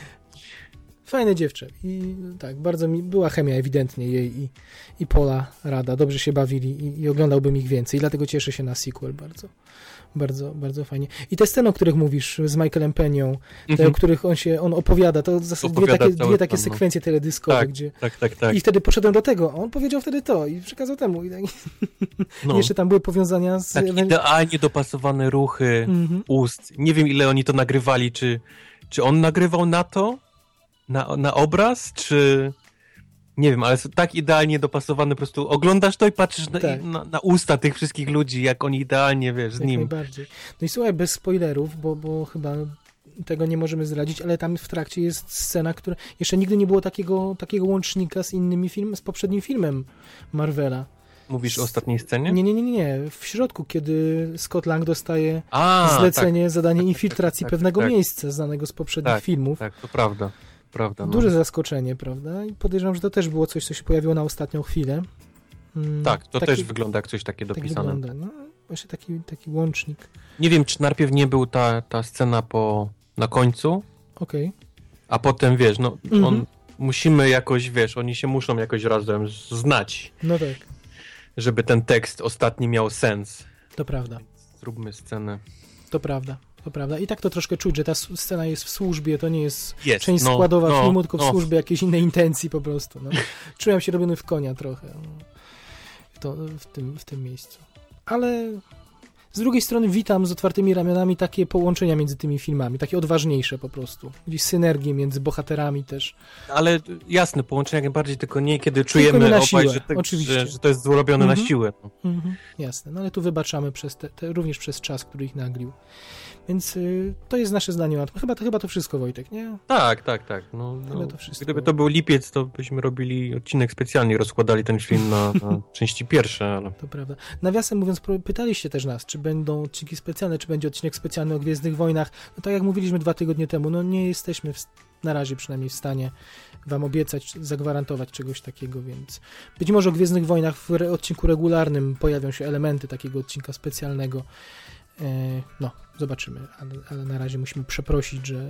Fajne dziewczę. I tak, bardzo mi była chemia ewidentnie jej i Paula Rada. Dobrze się bawili i oglądałbym ich więcej. Dlatego cieszę się na sequel bardzo. Bardzo, bardzo fajnie. I te sceny, o których mówisz z Michaelem Penią, te, o których on opowiada, to w zasadzie dwie takie sekwencje teledyskowe, tak, gdzie... Tak. I wtedy poszedłem do tego, on powiedział wtedy to i przekazał temu. I jeszcze tam były powiązania z... Tak idealnie dopasowane ruchy ust. Nie wiem, ile oni to nagrywali, czy on nagrywał na to? Na obraz, czy... Nie wiem, ale są tak idealnie dopasowane, po prostu oglądasz to i patrzysz na usta tych wszystkich ludzi, jak oni idealnie, wiesz, z nim. Najbardziej. No i słuchaj, bez spoilerów, bo chyba tego nie możemy zdradzić, ale tam w trakcie jest scena, która... Jeszcze nigdy nie było takiego łącznika z innymi filmami, z poprzednim filmem Marvela. Mówisz o ostatniej scenie? Nie. W środku, kiedy Scott Lang dostaje zlecenie, zadanie infiltracji pewnego miejsca znanego z poprzednich filmów. Tak, to prawda. Duże zaskoczenie, prawda? I podejrzewam, że to też było coś, co się pojawiło na ostatnią chwilę. Tak, to też wygląda jak coś takie dopisane. Tak wygląda, właśnie taki łącznik. Nie wiem, czy najpierw nie był ta scena na końcu, a potem, wiesz, musimy jakoś, wiesz, oni się muszą jakoś razem znać. No tak. Żeby ten tekst ostatni miał sens. To prawda. Zróbmy scenę. To prawda. I tak to troszkę czuć, że ta scena jest w służbie, to nie jest część składowa filmu, tylko w służbie jakiejś innej intencji po prostu. No. Czułem się robiony w konia trochę w tym miejscu. Ale z drugiej strony witam z otwartymi ramionami takie połączenia między tymi filmami, takie odważniejsze po prostu. Gdzieś synergie między bohaterami też. Ale jasne, połączenia jak najbardziej, tylko nie kiedy czujemy na obaj, siłę, że to jest zrobione na siłę. Jasne, ale tu wybaczamy również przez czas, który ich naglił. Więc to jest nasze zdanie. Chyba to wszystko, Wojtek, nie? Tak. To wszystko. Gdyby to był lipiec, to byśmy robili odcinek specjalnie, rozkładali ten film na części pierwsze. Ale... To prawda. Nawiasem mówiąc, pytaliście też nas, czy będą odcinki specjalne, czy będzie odcinek specjalny o Gwiezdnych Wojnach. No tak jak mówiliśmy 2 tygodnie temu, no nie jesteśmy na razie przynajmniej w stanie wam obiecać, zagwarantować czegoś takiego, więc być może o Gwiezdnych Wojnach w odcinku regularnym pojawią się elementy takiego odcinka specjalnego. Zobaczymy, ale na razie musimy przeprosić, że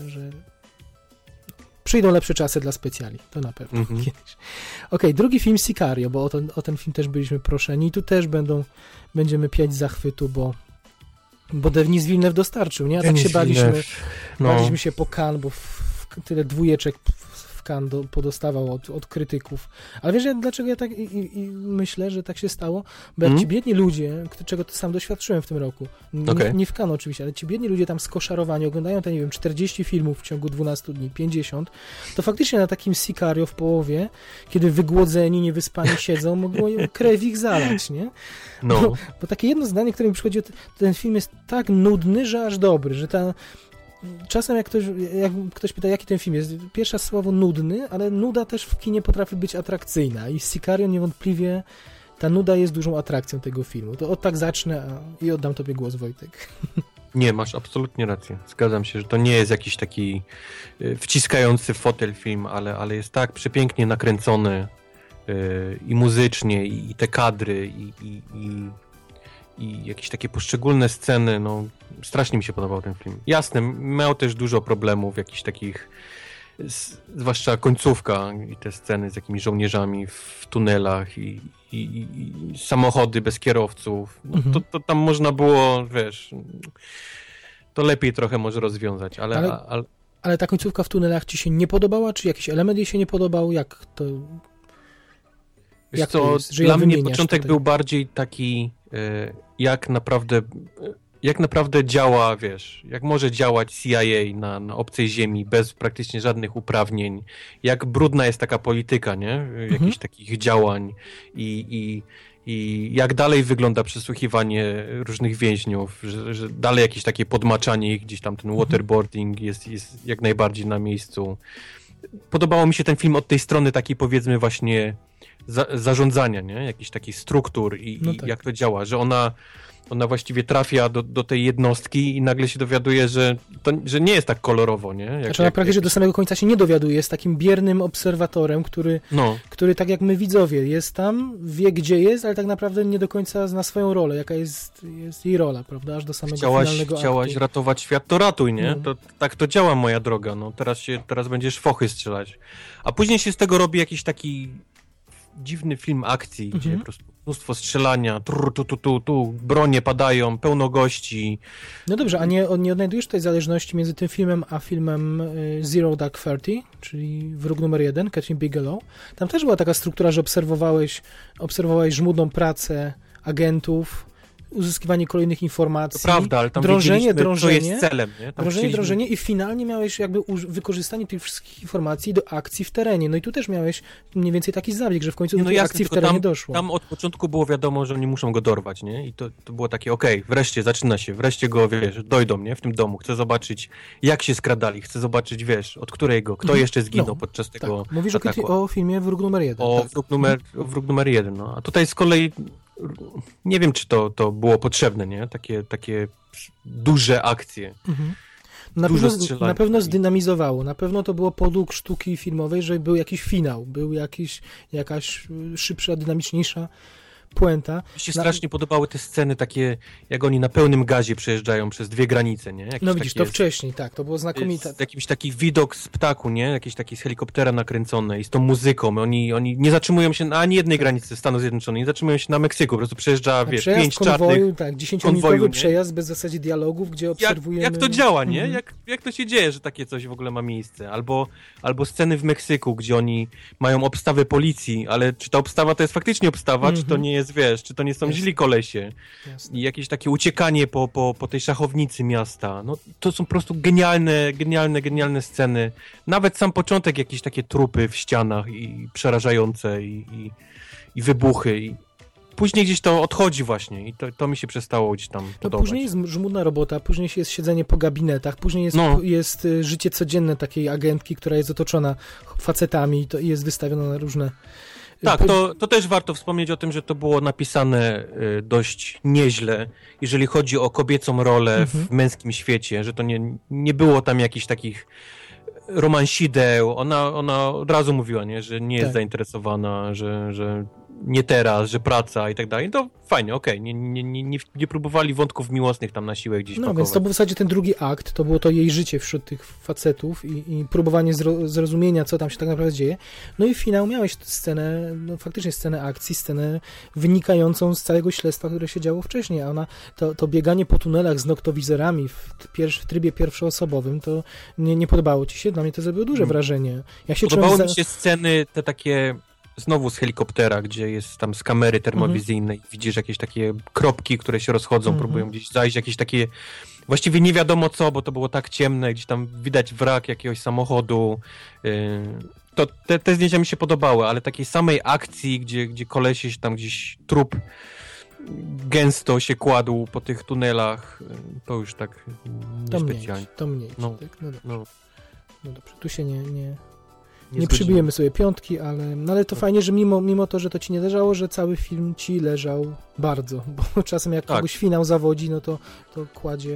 przyjdą lepsze czasy dla specjali, to na pewno kiedyś. Okej, drugi film Sicario, bo o ten film też byliśmy proszeni i tu też będziemy piać z zachwytu, bo Denis Villeneuve dostarczył, nie? A tak się baliśmy się po Cannes, bo tyle dwójeczek w Cannes podostawał od krytyków. Ale wiesz, dlaczego ja tak i myślę, że tak się stało? Bo jak ci biedni ludzie, czego to sam doświadczyłem w tym roku, nie w Cannes oczywiście, ale ci biedni ludzie tam skoszarowani oglądają 40 filmów w ciągu 12 dni, 50, to faktycznie na takim Sicario w połowie, kiedy wygłodzeni, niewyspani siedzą, mogło krew ich zalać, nie? Bo takie jedno zdanie, które mi przychodzi, ten film jest tak nudny, że aż dobry, że czasem jak ktoś pyta, jaki ten film jest, pierwsze słowo nudny, ale nuda też w kinie potrafi być atrakcyjna i Sicario niewątpliwie ta nuda jest dużą atrakcją tego filmu. To tak zacznę i oddam tobie głos, Wojtek. Nie, masz absolutnie rację. Zgadzam się, że to nie jest jakiś taki wciskający fotel film, ale jest tak przepięknie nakręcony i muzycznie, i te kadry, i jakieś takie poszczególne sceny, strasznie mi się podobał ten film. Jasne, miał też dużo problemów, jakichś takich, zwłaszcza końcówka i te sceny z jakimiś żołnierzami w tunelach i samochody bez kierowców. To tam można było, wiesz, to lepiej trochę może rozwiązać, ale ta końcówka w tunelach ci się nie podobała? Czy jakiś element jej się nie podobał? Jak to... Wiesz co, dla mnie początek był bardziej taki, jak naprawdę działa, wiesz, jak może działać CIA na obcej ziemi bez praktycznie żadnych uprawnień, jak brudna jest taka polityka, nie? Jakichś takich działań i jak dalej wygląda przesłuchiwanie różnych więźniów, że dalej jakieś takie podmaczanie ich, gdzieś tam ten waterboarding jest jak najbardziej na miejscu. Podobało mi się ten film od tej strony takiej, powiedzmy, właśnie zarządzania, nie? Jakichś takich struktur i jak to działa, że ona właściwie trafia do tej jednostki i nagle się dowiaduje, że nie jest tak kolorowo, nie? Że do samego końca się nie dowiaduje, jest takim biernym obserwatorem, który tak jak my widzowie jest tam, wie gdzie jest, ale tak naprawdę nie do końca zna swoją rolę, jaka jest jej rola, prawda? Aż do samego finalnego Chciałaś aktu. ratować świat, to ratuj, nie? Tak to działa, moja droga, teraz będziesz fochy strzelać. A później się z tego robi jakiś taki dziwny film akcji, gdzie po prostu mnóstwo strzelania, bronie padają, pełno gości. No dobrze, a nie odnajdujesz tutaj zależności między tym filmem a filmem Zero Dark Thirty, czyli Wróg numer 1, Catherine Bigelow? Tam też była taka struktura, że obserwowałeś żmudną pracę agentów, uzyskiwanie kolejnych informacji, to prawda, ale tam drążenie, co jest celem, nie? Drążenie i finalnie miałeś jakby wykorzystanie tych wszystkich informacji do akcji w terenie. No i tu też miałeś mniej więcej taki zabieg, że w końcu do tej akcji w terenie doszło. Tam od początku było wiadomo, że oni muszą go dorwać, nie? I to było takie, wreszcie zaczyna się, wreszcie go, wiesz, dojdą, nie? W tym domu. Chcę zobaczyć, jak się skradali, chcę zobaczyć, wiesz, od którego, kto jeszcze zginął podczas tego Mówisz ataku. o filmie Wróg numer 1. Wróg numer 1, no. A tutaj z kolei nie wiem, czy to było potrzebne, nie? Takie duże akcje. Na pewno zdynamizowało. Na pewno to było podług sztuki filmowej, że był jakiś finał, był jakaś szybsza, dynamiczniejsza puenta. Mi się strasznie podobały te sceny takie, jak oni na pełnym gazie przejeżdżają przez 2 granice, nie? No widzisz, to wcześniej, tak, to było znakomite. Jakiś taki widok z ptaku, nie? Jakiś taki z helikoptera nakręcone i z tą muzyką. Oni nie zatrzymują się na ani jednej granicy Stanów Zjednoczonych, nie zatrzymują się na Meksyku, po prostu przejeżdża, wiesz, 5 czarnych. Tak, 10-minutowy przejazd bez w zasadzie dialogów, gdzie obserwujemy... Jak to działa, nie? Jak to się dzieje, że takie coś w ogóle ma miejsce? Albo sceny w Meksyku, gdzie oni mają obstawę policji, ale czy ta obstawa to jest faktycznie obstawa, czy to nie jest, wiesz, czy to nie są źli kolesie? Jasne. I jakieś takie uciekanie po tej szachownicy miasta. No, to są po prostu genialne sceny. Nawet sam początek, jakieś takie trupy w ścianach i przerażające i wybuchy i później gdzieś to odchodzi właśnie i to mi się przestało gdzieś tam podobać. Później jest żmudna robota, później jest siedzenie po gabinetach, później jest życie codzienne takiej agentki, która jest otoczona facetami i jest wystawiona na różne... Tak, to też warto wspomnieć o tym, że to było napisane dość nieźle, jeżeli chodzi o kobiecą rolę w męskim świecie, że to nie było tam jakichś takich romansideł. Ona od razu mówiła, nie, że nie jest zainteresowana, że nie teraz, że praca i tak dalej. To fajnie, okej. Nie próbowali wątków miłosnych tam na siłę gdzieś pakować. Więc to był w zasadzie ten drugi akt, to było to jej życie wśród tych facetów i próbowanie zrozumienia, co tam się tak naprawdę dzieje. No i finał miałeś scenę, faktycznie scenę akcji, scenę wynikającą z całego śledztwa, które się działo wcześniej, a ona, to bieganie po tunelach z noktowizorami w trybie pierwszoosobowym, to nie podobało ci się? Dla mnie to zrobiło duże wrażenie. Podobały mi się sceny te takie znowu z helikoptera, gdzie jest tam z kamery termowizyjnej, widzisz jakieś takie kropki, które się rozchodzą, próbują gdzieś zajść, jakieś takie, właściwie nie wiadomo co, bo to było tak ciemne, gdzieś tam widać wrak jakiegoś samochodu. To te zdjęcia mi się podobały, ale takiej samej akcji, gdzie kolesie się tam gdzieś trup gęsto się kładł po tych tunelach, to już tak niespecjalnie. To mniej. No. Tak? No dobrze, tu się nie Nie przybijemy sobie piątki, ale to fajnie, że mimo to, że to ci nie leżało, że cały film ci leżał bardzo, bo czasem jak kogoś finał zawodzi, no to kładzie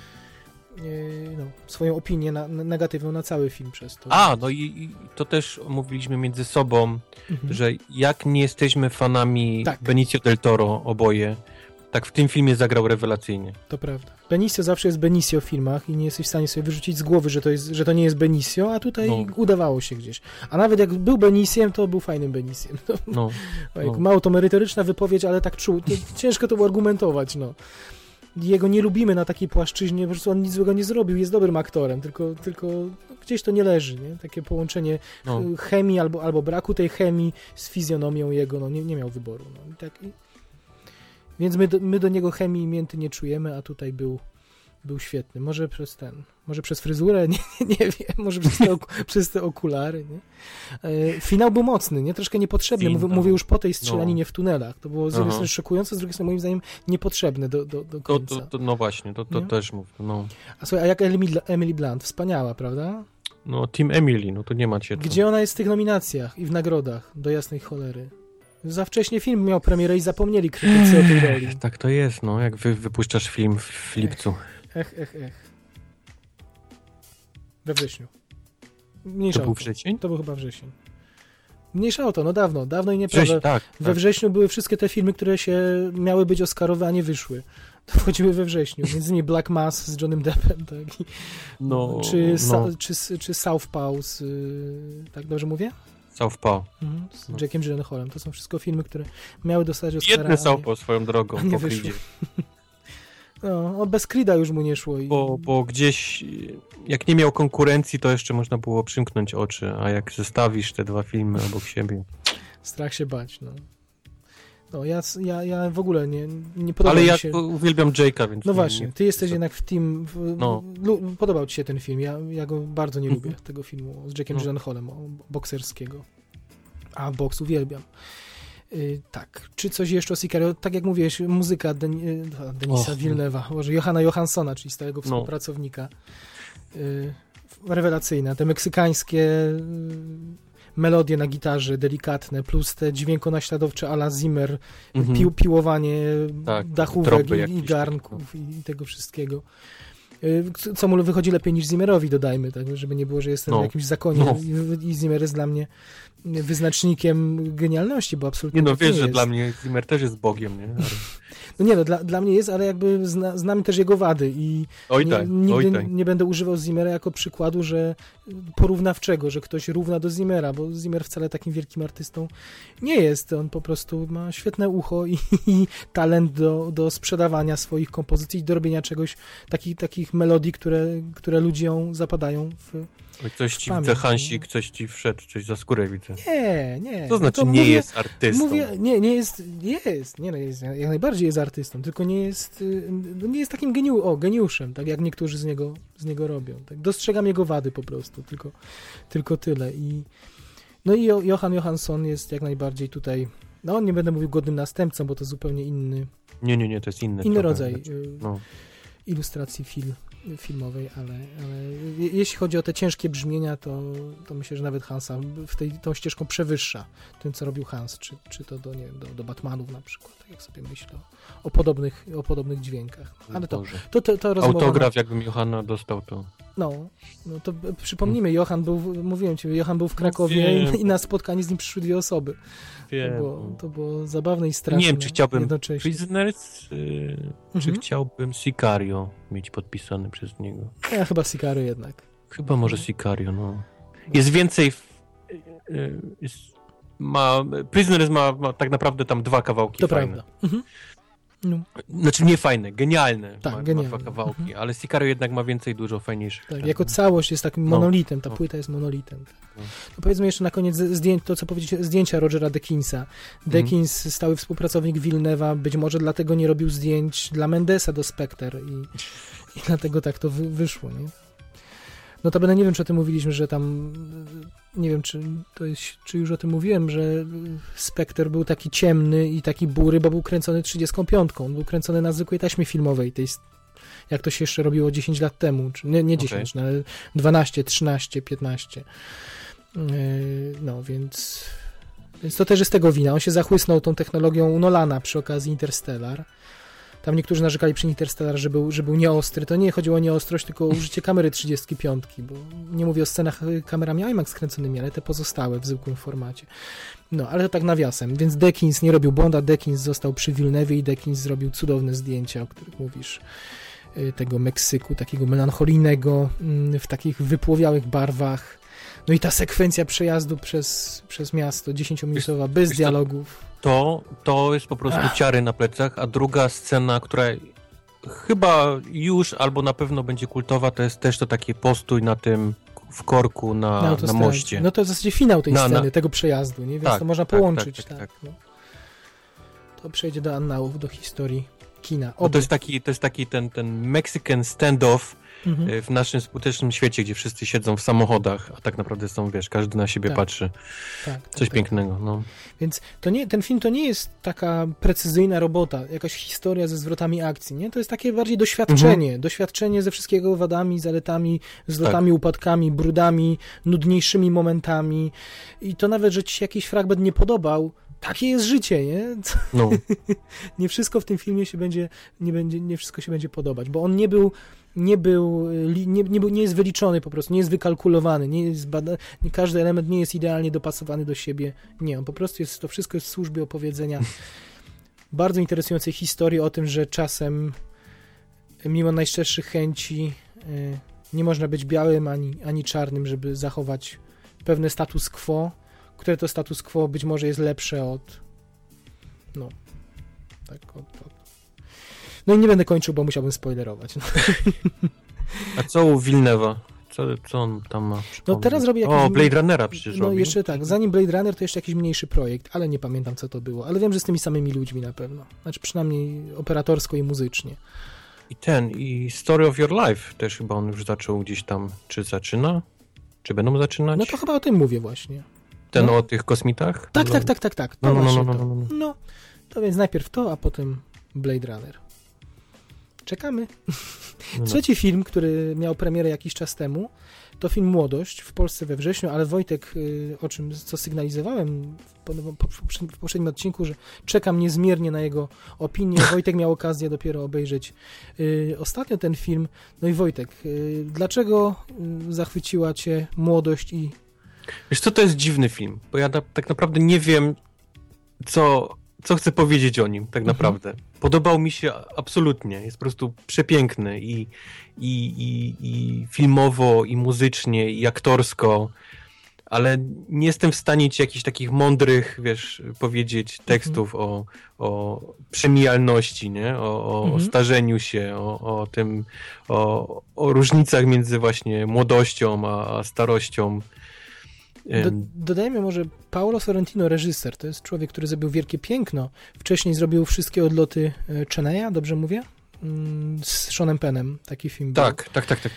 swoją opinię negatywną na cały film przez to. No i to też mówiliśmy między sobą, że jak nie jesteśmy fanami Benicio del Toro oboje, tak w tym filmie zagrał rewelacyjnie. To prawda. Benicio zawsze jest Benicio w filmach i nie jesteś w stanie sobie wyrzucić z głowy, że to nie jest Benicio, a tutaj udawało się gdzieś. A nawet jak był Beniciem, to był fajnym Beniciem. Mało to merytoryczna wypowiedź, ale tak czuł. Ciężko to argumentować, Jego nie lubimy na takiej płaszczyźnie, po prostu on nic złego nie zrobił, jest dobrym aktorem, tylko gdzieś to nie leży, nie? Takie połączenie chemii albo braku tej chemii z fizjonomią jego, nie miał wyboru. Więc my do niego chemii mięty nie czujemy, a tutaj był świetny. Może przez fryzurę, nie wiem, może przez te okulary, nie? Finał był mocny, nie? Troszkę niepotrzebny. Mówię już po tej strzelaninie w tunelach. To było z jednej strony szokujące, z drugiej strony moim zdaniem niepotrzebne do końca. No właśnie, to też mówię. A słuchaj, a jak Emily Blunt? Wspaniała, prawda? Team Emily, to nie macie. Gdzie ona jest w tych nominacjach i w nagrodach, do jasnej cholery. Za wcześnie film miał premierę i zapomnieli krytycy o tej roli. Tak to jest, jak wypuszczasz film w lipcu. Ech. We wrześniu. Mniejsza to był wrzesień? To był chyba wrzesień. Mniejsza o to, dawno i nieprawda. Tak. We wrześniu były wszystkie te filmy, które się miały być oscarowe, a nie wyszły. To wchodziły we wrześniu. Między innymi Black Mass z Johnnym Deppem, tak? Czy Southpaw tak dobrze mówię? Southpaw. Z Jackiem Gyllenhaalem. To są wszystko filmy, które miały dostać Oscara. Jedne Southpaw swoją drogą po Creedzie. Bez Creeda już mu nie szło. Bo gdzieś, jak nie miał konkurencji, to jeszcze można było przymknąć oczy, a jak zestawisz te 2 filmy obok siebie... Strach się bać, ja w ogóle nie podoba mi się... Ale ja uwielbiam Jake'a, więc... No właśnie, ty jesteś jednak w team... Podobał ci się ten film, ja go bardzo nie lubię, tego filmu z Jackiem Gyllenhaalem, bokserskiego. A boks uwielbiam. Tak, czy coś jeszcze o Sicario? Tak jak mówiłeś, muzyka Denisa Villeneuve'a, może Johanna Johanssona, czyli stałego współpracownika. Rewelacyjna. Te meksykańskie melodie na gitarze, delikatne, plus te dźwiękonaśladowcze a la Zimmer, piłowanie dachówek i garnków i tego wszystkiego. Co mu wychodzi lepiej niż Zimmerowi, dodajmy, tak, żeby nie było, że jestem w jakimś zakonie i Zimmer jest dla mnie wyznacznikiem genialności, bo absolutnie nie no, wiesz, nie że jest. dla mnie Zimmer też jest Bogiem, nie? Ale... No nie, no dla mnie jest, ale jakby znamy też jego wady i nigdy nie będę używał Zimmera jako przykładu, że porównawczego, że ktoś równa do Zimmera, bo Zimmer wcale takim wielkim artystą nie jest. On po prostu ma świetne ucho i talent do sprzedawania swoich kompozycji i do robienia czegoś, takich melodii, które ludziom zapadają w Coś ci widzę, Hansik, coś ci wszedł, coś za skórę widzę. Nie. To znaczy nie jest artystą. Nie jest, jak najbardziej jest artystą, tylko nie jest takim geniuszem, tak jak niektórzy z niego robią. Tak? Dostrzegam jego wady po prostu, tylko tyle. No i Jóhann Jóhannsson jest jak najbardziej tutaj, no nie będę mówił godnym następcą, bo to zupełnie inny. Nie, to jest inny rodzaj ilustracji filmowej, ale jeśli chodzi o te ciężkie brzmienia, to myślę, że nawet Hansa tą ścieżką przewyższa tym, co robił Hans, czy to do Batmanów na przykład, tak jak sobie myślę o podobnych dźwiękach. Ale to rozmowa... Autograf jakbym Johanna dostał, to... No to przypomnijmy, Johann był w Krakowie i na spotkanie z nim przyszły 2 osoby. To było zabawne i straszne. Nie wiem, czy chciałbym Prisoners, czy chciałbym Sicario mieć podpisany przez niego. Ja chyba Sicario jednak. Chyba może Sicario, no. Jest więcej... Prisoners ma tak naprawdę tam 2 kawałki to fajne. Prawda. Mhm. No. Znaczy nie fajne, genialne. Tak, ma genialne. 2 kawałki, ale Sicario jednak ma więcej, dużo fajniejszych. Tak, jako całość jest takim monolitem, ta płyta jest monolitem. Tak. No powiedzmy jeszcze na koniec to, co powiedzieć, zdjęcia Rogera Deakinsa. Deakins, stały współpracownik Villeneuve'a, być może dlatego nie robił zdjęć dla Mendesa do Spectre i dlatego tak to wyszło, nie? Notabene nie wiem, czy o tym mówiliśmy, że tam, nie wiem, czy już o tym mówiłem, że Spectre był taki ciemny i taki bury, bo był kręcony 35. On był kręcony na zwykłej taśmie filmowej, jak to się jeszcze robiło 10 lat temu, czy nie 10, ale 12, 13, 15. No, więc to też jest tego wina. On się zachłysnął tą technologią Nolana przy okazji Interstellar. Tam niektórzy narzekali przy Interstellar, że był nieostry. To nie chodziło o nieostrość, tylko o użycie kamery 35, bo nie mówię o scenach kamerami IMAX kręconymi, ale te pozostałe w zwykłym formacie. No, ale to tak nawiasem. Więc Deakins nie robił Bonda, Deakins został przy Villeneuve i Deakins zrobił cudowne zdjęcia, o których mówisz. Tego Meksyku, takiego melancholijnego, w takich wypłowiałych barwach. No i ta sekwencja przejazdu przez miasto, 10-minutowa, bez dialogów. To jest po prostu ciary na plecach, a druga scena, która chyba już albo na pewno będzie kultowa, to jest też to takie postój na tym w korku na moście. No to w zasadzie finał tej sceny, tego przejazdu, nie? Więc tak, to można połączyć. Tak. No. To przejdzie do annałów, do historii kina. No to jest taki ten Mexican standoff w naszym współczesnym świecie, gdzie wszyscy siedzą w samochodach, a tak naprawdę są, każdy na siebie patrzy. Coś pięknego. No. Więc ten film to nie jest taka precyzyjna robota, jakaś historia ze zwrotami akcji, nie? To jest takie bardziej doświadczenie ze wszystkiego wadami, zaletami, zlotami, upadkami, brudami, nudniejszymi momentami i to nawet, że ci się jakiś fragment nie podobał, takie jest życie, nie? No. Nie wszystko w tym filmie nie wszystko się będzie podobać, bo on nie jest wyliczony po prostu, nie jest wykalkulowany, każdy element nie jest idealnie dopasowany do siebie. Nie, on po prostu to wszystko jest w służbie opowiedzenia bardzo interesującej historii o tym, że czasem mimo najszczerszych chęci nie można być białym ani czarnym, żeby zachować pewne status quo, które to status quo być może jest lepsze od No i nie będę kończył, bo musiałbym spoilerować. No. A co u Villeneuve'a? Co on tam ma? No teraz robię jakiś... Blade Runnera przecież robi. No jeszcze tak, zanim Blade Runner to jeszcze jakiś mniejszy projekt, ale nie pamiętam co to było, ale wiem, że z tymi samymi ludźmi na pewno. Znaczy przynajmniej operatorsko i muzycznie. I Story of Your Life też chyba on już zaczął gdzieś tam, czy zaczyna? Czy będą zaczynać? No to chyba o tym mówię właśnie. Ten o tych kosmitach? Tak. No, to więc najpierw to, a potem Blade Runner. Czekamy. Trzeci film, który miał premierę jakiś czas temu, to film Młodość, w Polsce we wrześniu, ale Wojtek, co sygnalizowałem w poprzednim odcinku, że czekam niezmiernie na jego opinię. Wojtek miał okazję dopiero obejrzeć ostatnio ten film. No i Wojtek, dlaczego zachwyciła cię Młodość i Wiesz co, to jest dziwny film, bo ja tak naprawdę nie wiem, co chcę powiedzieć o nim, tak naprawdę. Podobał mi się absolutnie, jest po prostu przepiękny i filmowo, i muzycznie, i aktorsko, ale nie jestem w stanie ci jakichś takich mądrych, wiesz, powiedzieć tekstów o przemijalności, nie? O starzeniu się, o tym, o różnicach między właśnie młodością a starością. Dodajmy może Paolo Sorrentino, reżyser, to jest człowiek, który zrobił Wielkie Piękno. Wcześniej zrobił Wszystkie odloty Cheneya, dobrze mówię? Z Seanem Pennem, taki film tak.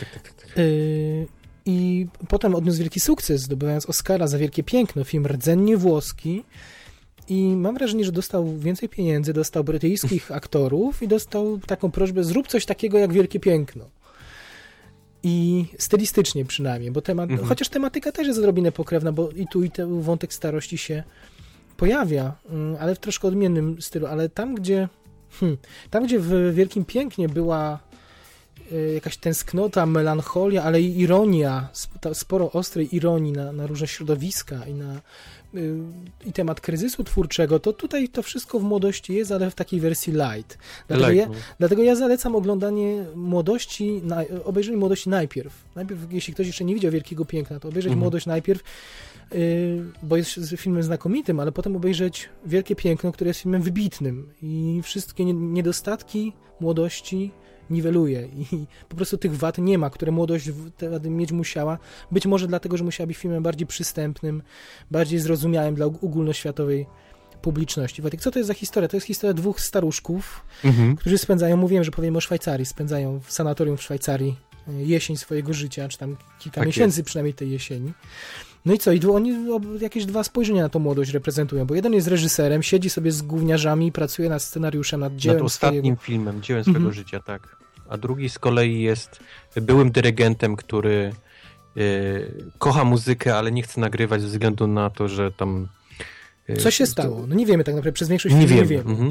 I potem odniósł wielki sukces, zdobywając Oscara za Wielkie Piękno, film rdzennie włoski. I mam wrażenie, że dostał więcej pieniędzy, dostał brytyjskich aktorów i dostał taką prośbę, zrób coś takiego jak Wielkie Piękno. I stylistycznie przynajmniej, bo chociaż tematyka też jest odrobinę pokrewna, bo i tu wątek starości się pojawia, ale w troszkę odmiennym stylu, ale tam, gdzie w Wielkim Pięknie była jakaś tęsknota, melancholia, ale i ironia, sporo ostrej ironii na różne środowiska i temat kryzysu twórczego, to tutaj to wszystko w młodości jest, ale w takiej wersji light. Dlatego ja zalecam oglądanie Młodości, obejrzenie Młodości najpierw. Najpierw, jeśli ktoś jeszcze nie widział Wielkiego Piękna, to obejrzeć Młodość najpierw, bo jest filmem znakomitym, ale potem obejrzeć Wielkie Piękno, które jest filmem wybitnym i wszystkie niedostatki Młodości niweluje i po prostu tych wad nie ma, które Młodość mieć musiała. Być może dlatego, że musiała być filmem bardziej przystępnym, bardziej zrozumiałym dla ogólnoświatowej publiczności. Wojtek, co to jest za historia? To jest historia dwóch staruszków, którzy mówiłem, że powiem o Szwajcarii, spędzają w sanatorium w Szwajcarii jesień swojego życia, czy tam kilka miesięcy przynajmniej tej jesieni. No i co? I oni jakieś dwa spojrzenia na tą młodość reprezentują, bo jeden jest reżyserem, siedzi sobie z gówniarzami i pracuje nad scenariuszem, nad dziełem nad ostatnim filmem, dziełem swojego życia, tak. A drugi z kolei jest byłym dyrygentem, który kocha muzykę, ale nie chce nagrywać ze względu na to, że tam... Co się stało? No nie wiemy tak naprawdę, przez większość filmu nie wiemy.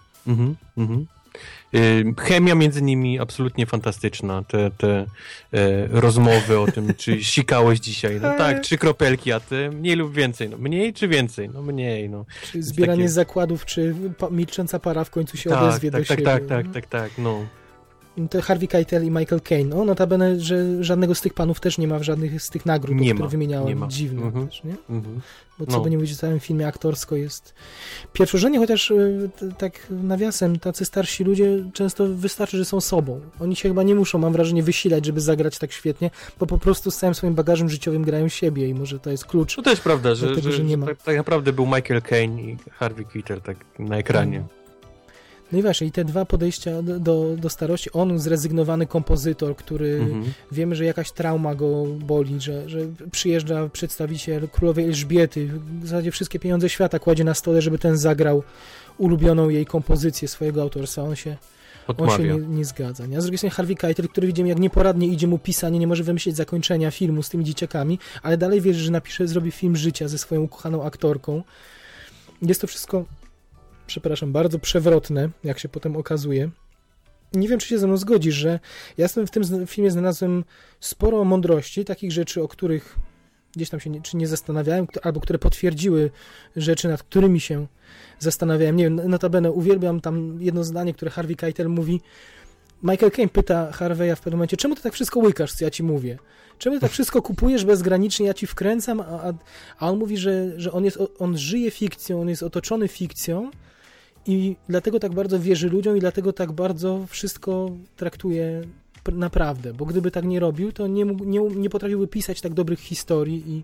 Chemia między nimi absolutnie fantastyczna. Te rozmowy o tym, czy sikałeś dzisiaj. No tak, 3 kropelki, a ty mniej lub więcej. No mniej czy więcej? No mniej. No. Czy zbieranie zakładów, czy milcząca para w końcu się odezwie do siebie. Tak, no. To Harvey Keitel i Michael Caine. No, notabene, że żadnego z tych panów też nie ma w żadnych z tych nagród, które wymieniałem. Dziwne też, nie? Bo co by nie powiedzieć, w całym filmie aktorsko jest pierwszorzędnie, chociaż tak nawiasem, tacy starsi ludzie często wystarczy, że są sobą. Oni się chyba nie muszą, mam wrażenie, wysilać, żeby zagrać tak świetnie, bo po prostu z całym swoim bagażem życiowym grają siebie i może to jest klucz. To też prawda, że nie ma. Tak naprawdę był Michael Caine i Harvey Keitel tak na ekranie. No i właśnie, i te dwa podejścia do starości. On, zrezygnowany kompozytor, który wiemy, że jakaś trauma go boli, że przyjeżdża przedstawiciel królowej Elżbiety, w zasadzie wszystkie pieniądze świata kładzie na stole, żeby ten zagrał ulubioną jej kompozycję swojego autorstwa. On się nie zgadza. Nie? A z drugiej strony Harvey Keitel, który widzimy, jak nieporadnie idzie mu pisanie, nie może wymyślić zakończenia filmu z tymi dzieciakami, ale dalej wierzy, że zrobi film życia ze swoją ukochaną aktorką. Jest to wszystko... bardzo przewrotne, jak się potem okazuje. Nie wiem, czy się ze mną zgodzisz, że ja w tym filmie znalazłem sporo mądrości, takich rzeczy, o których gdzieś tam się nie zastanawiałem, albo które potwierdziły rzeczy, nad którymi się zastanawiałem. Nie wiem, notabene uwielbiam tam jedno zdanie, które Harvey Keitel mówi. Michael Caine pyta Harvey'a w pewnym momencie, czemu ty tak wszystko łykasz, co ja ci mówię? Czemu ty tak wszystko kupujesz bezgranicznie, ja ci wkręcam? A on mówi, że on żyje fikcją, on jest otoczony fikcją, i dlatego tak bardzo wierzy ludziom i dlatego tak bardzo wszystko traktuje naprawdę, bo gdyby tak nie robił, to nie potrafiłby pisać tak dobrych historii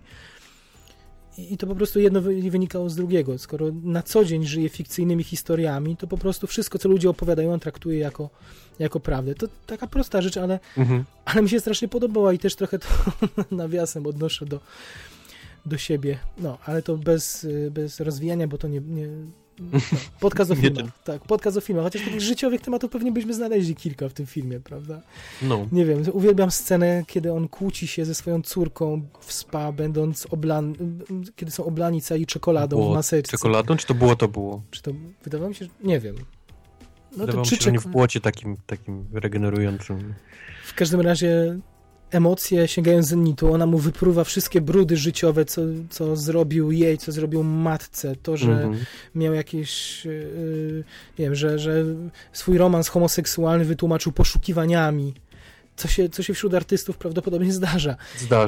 i to po prostu jedno wynikało z drugiego. Skoro na co dzień żyje fikcyjnymi historiami, to po prostu wszystko, co ludzie opowiadają, on traktuje jako prawdę. To taka prosta rzecz, ale mi się strasznie podobała i też trochę to nawiasem odnoszę do siebie. No, ale to bez rozwijania, bo to nie podcast o filmach. Tak, podcast o filmach. Chociaż takich życiowych tematów pewnie byśmy znaleźli kilka w tym filmie, prawda? No. Nie wiem, uwielbiam scenę, kiedy on kłóci się ze swoją córką w spa, będąc kiedy są oblani cali czekoladą w maseczce. Czekoladą, czy to było? Czy to, wydawało mi się, że nie wiem. No wydawało mi się, że nie w błocie takim regenerującym. W każdym razie emocje sięgają zenitu, ona mu wypruwa wszystkie brudy życiowe, co zrobił jej, co zrobił matce, to, że miał jakieś, nie wiem, że swój romans homoseksualny wytłumaczył poszukiwaniami, co się wśród artystów prawdopodobnie zdarza.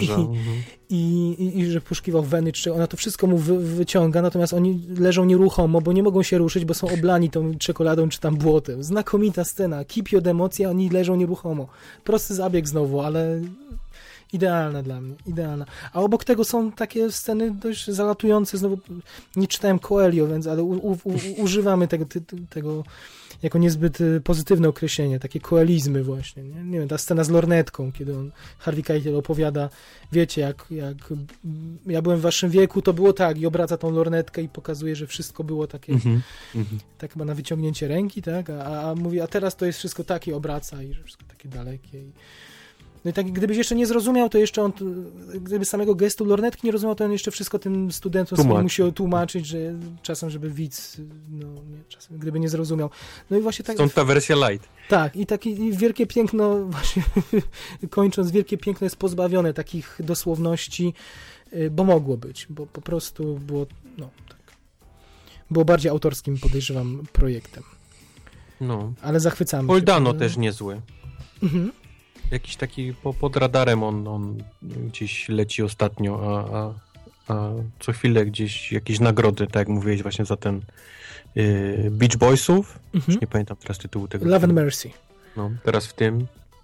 I że poszukiwał weny, czy ona to wszystko mu wyciąga, natomiast oni leżą nieruchomo, bo nie mogą się ruszyć, bo są oblani tą czekoladą, czy tam błotem. Znakomita scena. Kipiot emocji, a oni leżą nieruchomo. Prosty zabieg znowu, ale idealna dla mnie. Idealna. A obok tego są takie sceny dość zalatujące. Znowu nie czytałem Coelho, więc ale używamy tego jako niezbyt pozytywne określenie, takie koelizmy właśnie. Nie wiem, ta scena z lornetką, kiedy Harvey Keitel opowiada, wiecie, jak ja byłem w waszym wieku, to było tak, i obraca tą lornetkę i pokazuje, że wszystko było takie, tak chyba na wyciągnięcie ręki, tak, a mówi, a teraz to jest wszystko takie, obraca i że wszystko takie dalekie. No i tak, gdybyś jeszcze nie zrozumiał, to jeszcze on, gdyby samego gestu lornetki nie rozumiał, to on jeszcze wszystko tym studentom swoim musiał tłumaczyć, że czasem, żeby widz, czasem, gdyby nie zrozumiał. No i właśnie tak. Stąd ta wersja light. Tak, i wielkie piękno, właśnie kończąc, wielkie piękno jest pozbawione takich dosłowności, bo mogło być, bo po prostu było, było bardziej autorskim, podejrzewam, projektem. No. Ale zachwycamy Paul Dano też niezły. Jakiś taki pod radarem on gdzieś leci ostatnio, a co chwilę gdzieś jakieś nagrody, tak jak mówiłeś właśnie za ten Beach Boysów. Już nie pamiętam teraz tytułu tego. Love and Mercy. No, teraz w tym.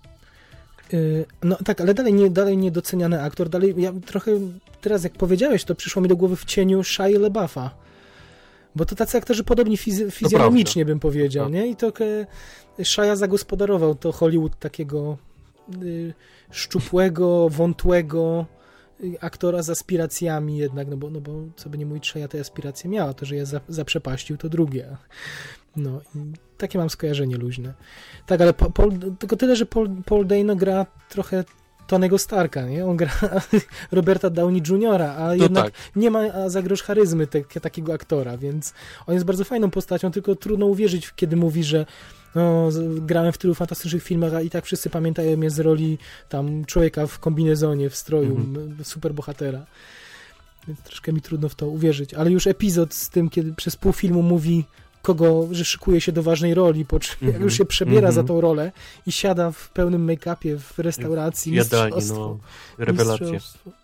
No tak, ale dalej niedoceniany aktor. Dalej, ja trochę teraz jak powiedziałeś, to przyszło mi do głowy w cieniu Shia LaBeoufa. Bo to tacy aktorzy podobni fizjonomicznie, bym powiedział, nie? I to Shia zagospodarował to Hollywood takiego szczupłego, wątłego aktora z aspiracjami jednak, no bo co by nie mówić, Shia te aspiracje miała, to, że je zaprzepaścił, to drugie. No i takie mam skojarzenie luźne. Tak, ale tylko tyle, że Paul Dano gra trochę Tonego Starka, nie? On gra Roberta Downey Jr., a jednak nie ma za grosz charyzmy takiego aktora, więc on jest bardzo fajną postacią, tylko trudno uwierzyć, kiedy mówi, że grałem w tylu fantastycznych filmach, a i tak wszyscy pamiętają mnie z roli tam człowieka w kombinezonie, w stroju, superbohatera. Więc troszkę mi trudno w to uwierzyć. Ale już epizod z tym, kiedy przez pół filmu mówi że szykuje się do ważnej roli, po czym jak już się przebiera za tą rolę i siada w pełnym make-upie w restauracji. W jadalni, rewelacje.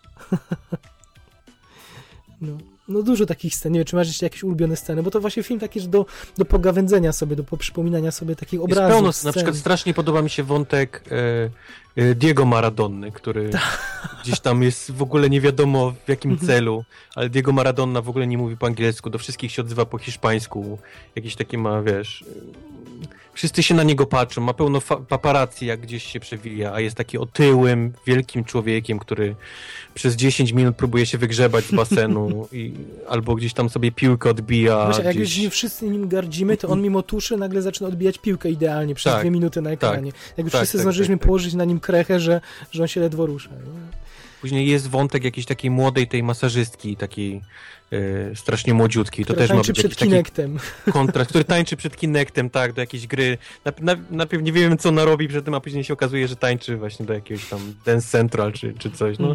No dużo takich scen. Nie wiem, czy masz jeszcze jakieś ulubione sceny, bo to właśnie film taki, że do pogawędzenia sobie, do przypominania sobie takich obrazów. Jest pełno, na przykład strasznie podoba mi się wątek Diego Maradony, który gdzieś tam jest w ogóle nie wiadomo w jakim celu, ale Diego Maradona w ogóle nie mówi po angielsku, do wszystkich się odzywa po hiszpańsku, jakieś takie ma, wiesz... Wszyscy się na niego patrzą, ma pełno paparazzi, jak gdzieś się przewija, a jest taki otyłym, wielkim człowiekiem, który przez 10 minut próbuje się wygrzebać z basenu albo gdzieś tam sobie piłkę odbija. Wiesz, jak już nie wszyscy nim gardzimy, to on mimo tuszy nagle zaczyna odbijać piłkę idealnie przez 2 minuty na ekranie. Jak już wszyscy zdążyliśmy położyć na nim krechę, że on się ledwo rusza. Nie? Później jest wątek jakiejś takiej młodej tej masażystki, takiej strasznie młodziutkiej. To też ma być jakiś Kinectem. Kontrakt, który tańczy przed Kinectem, tak, do jakiejś gry. Najpierw nie wiemy, co ona robi przed tym, a później się okazuje, że tańczy właśnie do jakiegoś tam Dance Central czy coś. No.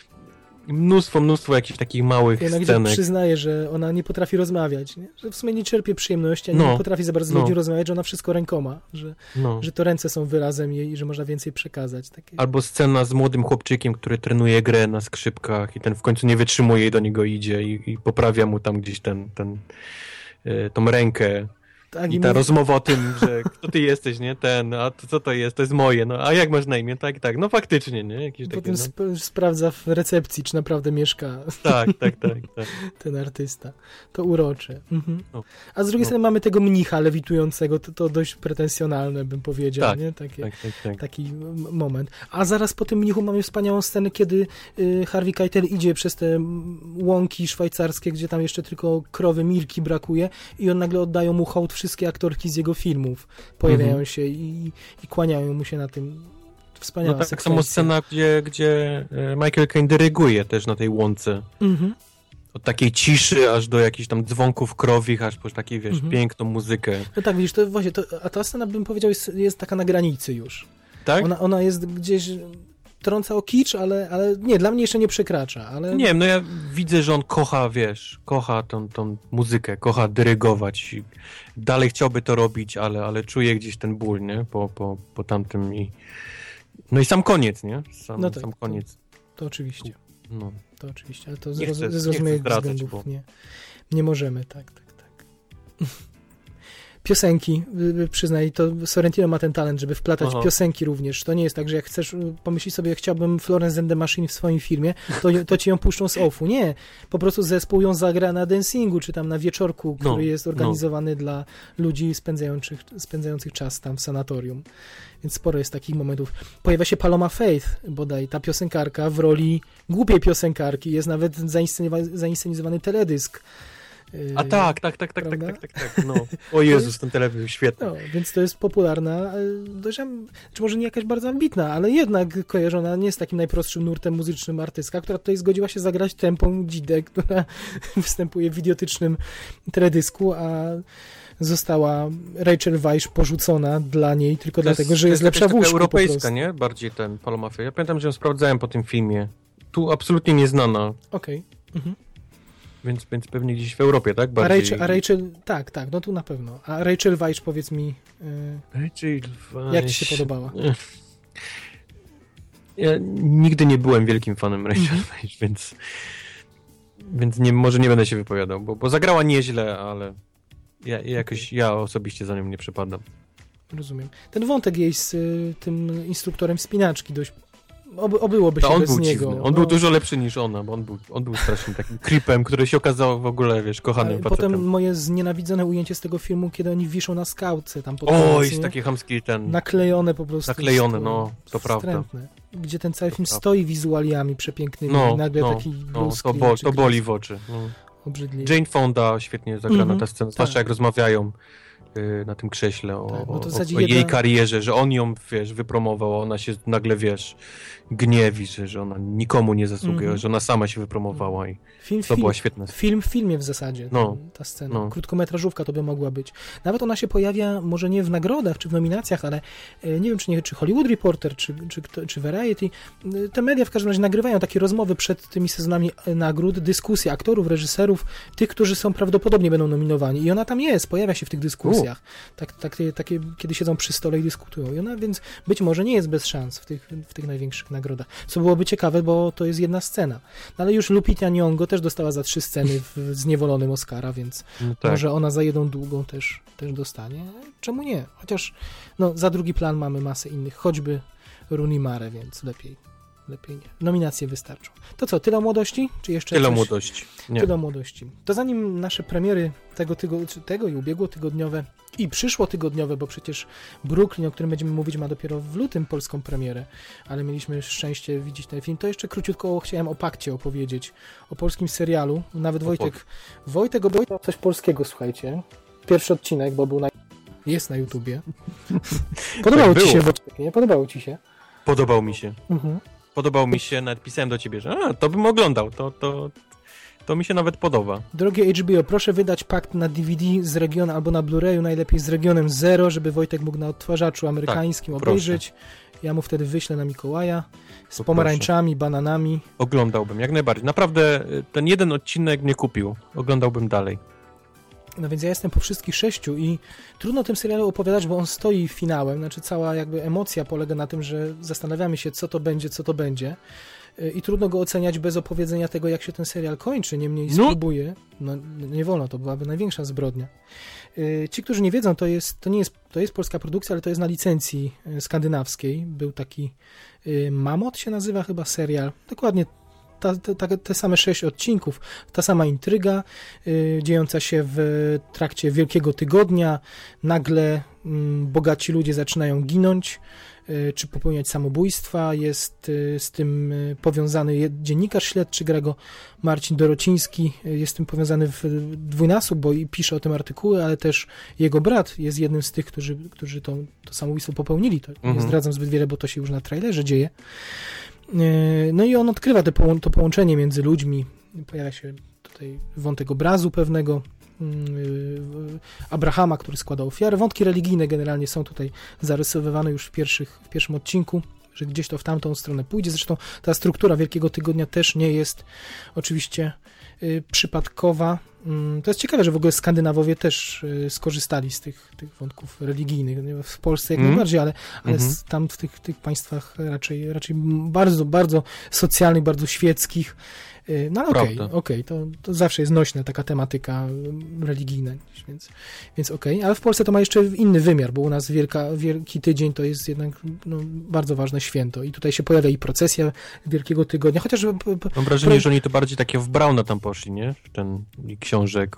Mnóstwo jakichś takich małych scenek. Jednak przyznaje, że ona nie potrafi rozmawiać, nie? Że w sumie nie czerpie przyjemności, a nie potrafi za bardzo z ludźmi rozmawiać, że ona wszystko rękoma, że to ręce są wyrazem jej i że można więcej przekazać. Takie... Albo scena z młodym chłopczykiem, który trenuje grę na skrzypkach i ten w końcu nie wytrzymuje i do niego idzie i poprawia mu tam gdzieś tą rękę. Tak, i ta rozmowa o tym, że kto ty jesteś, nie? A co to jest? To jest moje. No, a jak masz na imię? Tak. No faktycznie, nie? Jakieś potem takie, sprawdza w recepcji, czy naprawdę mieszka tak. ten artysta. To urocze. A z drugiej strony mamy tego mnicha lewitującego, to dość pretensjonalne, bym powiedział, tak, nie? Tak. Taki moment. A zaraz po tym mnichu mamy wspaniałą scenę, kiedy Harvey Keitel idzie przez te łąki szwajcarskie, gdzie tam jeszcze tylko krowy Milki brakuje i on nagle oddają mu hołd wszystkie aktorki z jego filmów pojawiają się i kłaniają mu się na tym. Wspaniała sekwencja. Tak samo scena, gdzie Michael Caine dyryguje też na tej łące. Od takiej ciszy aż do jakichś tam dzwonków krowich, aż po takiej, wiesz, piękną muzykę. No tak, widzisz, to właśnie, a ta scena, bym powiedział, jest taka na granicy już. Tak? Ona jest gdzieś trąca o kicz, ale nie, dla mnie jeszcze nie przekracza. Ale... Nie wiem, no ja widzę, że on kocha, kocha tą muzykę, kocha dyrygować i dalej chciałby to robić, ale czuje gdzieś ten ból, nie? Po tamtym i... No i sam koniec, nie? Sam koniec. To oczywiście. No. To oczywiście, ale to ze zrozumiałych względów nie możemy, tak. Piosenki, przyznaj, to Sorrentino ma ten talent, żeby wplatać piosenki również. To nie jest tak, że jak chcesz pomyśleć sobie, chciałbym Florence and the Machine w swoim filmie, to ci ją puszczą z offu. Nie, po prostu zespół ją zagra na dancingu, czy tam na wieczorku, który jest organizowany dla ludzi spędzających czas tam w sanatorium. Więc sporo jest takich momentów. Pojawia się Paloma Faith, bodaj, ta piosenkarka w roli głupiej piosenkarki. Jest nawet zainscenizowany teledysk. A tak. No. O Jezus, ten telewizor świetny. No, więc to jest popularna, czy może nie jakaś bardzo ambitna, ale jednak kojarzona nie z takim najprostszym nurtem muzycznym artystka, która tutaj zgodziła się zagrać tempą Dzidę, która występuje w idiotycznym teledysku, a została Rachel Weisz porzucona dla niej tylko dlatego, że jest lepsza w łóżku. Europejska, nie? Bardziej ten Paloma Faith. Ja pamiętam, że ją sprawdzałem po tym filmie. Tu absolutnie nieznana. Okej. Więc pewnie gdzieś w Europie, tak? Bardziej... A Rachel, tak, no tu na pewno. A Rachel Weisz, powiedz mi, Rachel Weisz... jak ci się podobała? Ja nigdy nie byłem wielkim fanem Rachel Weisz, więc może nie będę się wypowiadał, bo zagrała nieźle, ale ja osobiście za nią nie przepadam. Rozumiem. Ten wątek jej z tym instruktorem wspinaczki dość obyłoby się bez niego. Dziwny. On był dużo lepszy niż ona, bo on był strasznie takim creepem, który się okazał w ogóle, kochanym facetem. Potem moje znienawidzone ujęcie z tego filmu, kiedy oni wiszą na skałce tam pod jest taki chamski naklejone po prostu. Naklejone, to prawda. Gdzie ten cały film stoi wizualiami przepięknymi i nagle taki bluski. To boli w oczy. Obrzydliwie. Jane Fonda świetnie zagrana ta scena, zwłaszcza jak rozmawiają na tym krześle o jej karierze, że on ją, wypromował, a ona się nagle, gniewi, że ona nikomu nie zasługuje, że ona sama się wypromowała i to była świetna scena. Film w filmie w zasadzie, ta scena. Krótkometrażówka to by mogła być. Nawet ona się pojawia, może nie w nagrodach, czy w nominacjach, ale nie wiem, czy Hollywood Reporter, czy Variety. Te media w każdym razie nagrywają takie rozmowy przed tymi sezonami nagród, dyskusje aktorów, reżyserów, tych, którzy prawdopodobnie będą nominowani. I ona tam jest, pojawia się w tych dyskusjach. Takie, kiedy siedzą przy stole i dyskutują. I ona więc być może nie jest bez szans w tych największych nagrodach. Co byłoby ciekawe, bo to jest jedna scena. No, ale już Lupita Nyong'o też dostała za 3 sceny w Zniewolonym Oscara, więc może ona za jedną długą też dostanie. Czemu nie? Chociaż za drugi plan mamy masę innych, choćby Rooney Mara, więc lepiej nie. Nominacje wystarczą. To co, tyle o młodości? Czy jeszcze tyle coś? Młodości. Nie. Tyle o młodości. To zanim nasze premiery tego i ubiegłotygodniowe i przyszłotygodniowe, bo przecież Brooklyn, o którym będziemy mówić, ma dopiero w lutym polską premierę, ale mieliśmy szczęście widzieć ten film, to jeszcze króciutko chciałem o Pakcie opowiedzieć, o polskim serialu. Nawet Wojtek obejrzał coś polskiego, słuchajcie. Pierwszy odcinek, bo jest na YouTubie. Podobało ci się, Wojtek, nie? Podobało ci się? Podobał mi się. Podobał mi się, nawet pisałem do ciebie, że to bym oglądał, to mi się nawet podoba. Drogie HBO, proszę wydać Pakt na DVD z regionu albo na Blu-rayu, najlepiej z regionem 0, żeby Wojtek mógł na odtwarzaczu amerykańskim obejrzeć. Ja mu wtedy wyślę na Mikołaja z pomarańczami, bananami. Oglądałbym, jak najbardziej. Naprawdę ten jeden odcinek mnie kupił. Oglądałbym dalej. No więc ja jestem po wszystkich 6 i trudno o tym serialu opowiadać, bo on stoi finałem, znaczy cała jakby emocja polega na tym, że zastanawiamy się, co to będzie i trudno go oceniać bez opowiedzenia tego, jak się ten serial kończy, niemniej spróbuję. No nie wolno, to byłaby największa zbrodnia. Ci, którzy nie wiedzą, to jest polska produkcja, ale to jest na licencji skandynawskiej. Był taki Mamot się nazywa chyba serial, dokładnie te same 6 odcinków, ta sama intryga dziejąca się w trakcie Wielkiego Tygodnia. Nagle bogaci ludzie zaczynają ginąć czy popełniać samobójstwa. Jest z tym powiązany dziennikarz śledczy, gra go Marcin Dorociński, jest z tym powiązany w dwójnasób, bo i pisze o tym artykuły, ale też jego brat jest jednym z tych, którzy to samobójstwo popełnili. To nie zdradzam zbyt wiele, bo to się już na trailerze dzieje. No i on odkrywa to połączenie między ludźmi. Pojawia się tutaj wątek obrazu pewnego Abrahama, który składa ofiarę. Wątki religijne generalnie są tutaj zarysowywane już w pierwszym odcinku. że gdzieś to w tamtą stronę pójdzie. Zresztą ta struktura Wielkiego Tygodnia też nie jest oczywiście przypadkowa. To jest ciekawe, że w ogóle Skandynawowie też skorzystali z tych wątków religijnych. W Polsce jak najbardziej, ale tam w tych państwach raczej bardzo, bardzo socjalnych, bardzo świeckich. No ale okej, to zawsze jest nośna taka tematyka religijna, więc okej. Ale w Polsce to ma jeszcze inny wymiar, bo u nas Wielki Tydzień to jest jednak bardzo ważne święto i tutaj się pojawia i procesja Wielkiego Tygodnia, chociaż... Mam wrażenie, że oni to bardziej takie w Brauna tam poszli, nie? Ten książek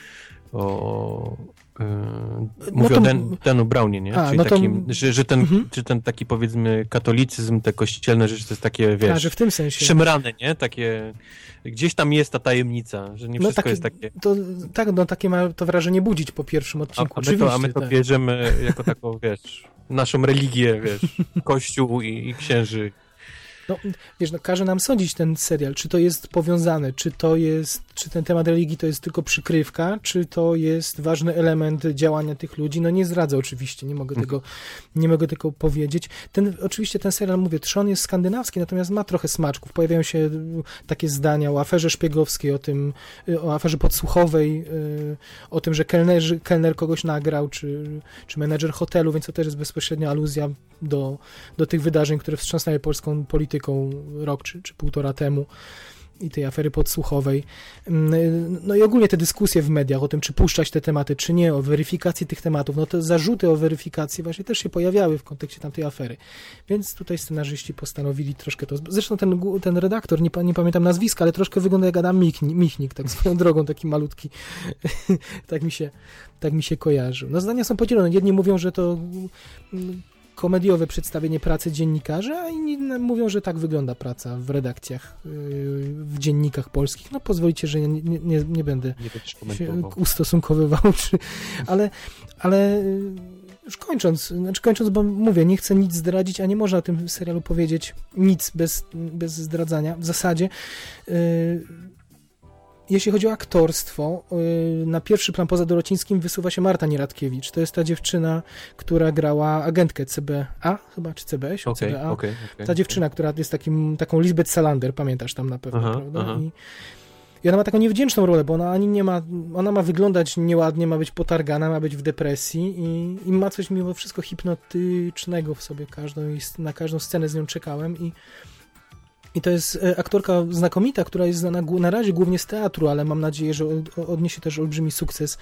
mówię o Danu Brownie, nie? Czyli takim, że ten taki, powiedzmy, katolicyzm, te kościelne rzeczy, to jest takie, wiesz, że w tym sensie szemrane, nie? Takie, gdzieś tam jest ta tajemnica, że nie wszystko jest takie... takie ma to wrażenie budzić po pierwszym odcinku. A my to bierzemy jako taką, wiesz, naszą religię, wiesz, kościół i księży. No, wiesz, każe nam sądzić ten serial, czy to jest powiązane, czy ten temat religii to jest tylko przykrywka, czy to jest ważny element działania tych ludzi. No nie zdradzę oczywiście, nie mogę tego powiedzieć. Oczywiście ten serial, mówię, trzon jest skandynawski, natomiast ma trochę smaczków. Pojawiają się takie zdania o aferze szpiegowskiej, o aferze podsłuchowej, o tym, że kelner kogoś nagrał, czy menedżer hotelu, więc to też jest bezpośrednia aluzja do tych wydarzeń, które wstrząsnęły polską polityką rok czy półtora temu i tej afery podsłuchowej. No i ogólnie te dyskusje w mediach o tym, czy puszczać te tematy, czy nie, o weryfikacji tych tematów, no te zarzuty o weryfikacji właśnie też się pojawiały w kontekście tamtej afery. Więc tutaj scenarzyści postanowili troszkę to... Zresztą ten redaktor, nie pamiętam nazwiska, ale troszkę wygląda jak Adam Michnik, tak swoją drogą, taki malutki. tak mi się kojarzył. No zdania są podzielone. Jedni mówią, że to komediowe przedstawienie pracy dziennikarzy, a inni mówią, że tak wygląda praca w redakcjach, w dziennikach polskich. No pozwolicie, że nie będę się ustosunkowywał, ale już kończąc, bo mówię, nie chcę nic zdradzić, a nie można o tym serialu powiedzieć nic bez zdradzania. W zasadzie jeśli chodzi o aktorstwo, na pierwszy plan poza Dorocińskim wysuwa się Marta Nieradkiewicz. To jest ta dziewczyna, która grała agentkę CBA, chyba, czy CBS? CBA. Ta dziewczyna, która jest taką Lisbeth Salander, pamiętasz tam na pewno, prawda? I ona ma taką niewdzięczną rolę, bo ona ma wyglądać nieładnie, ma być potargana, ma być w depresji i ma coś mimo wszystko hipnotycznego w sobie na każdą scenę z nią czekałem i to jest aktorka znakomita, która jest znana na razie głównie z teatru, ale mam nadzieję, że odniesie też olbrzymi sukces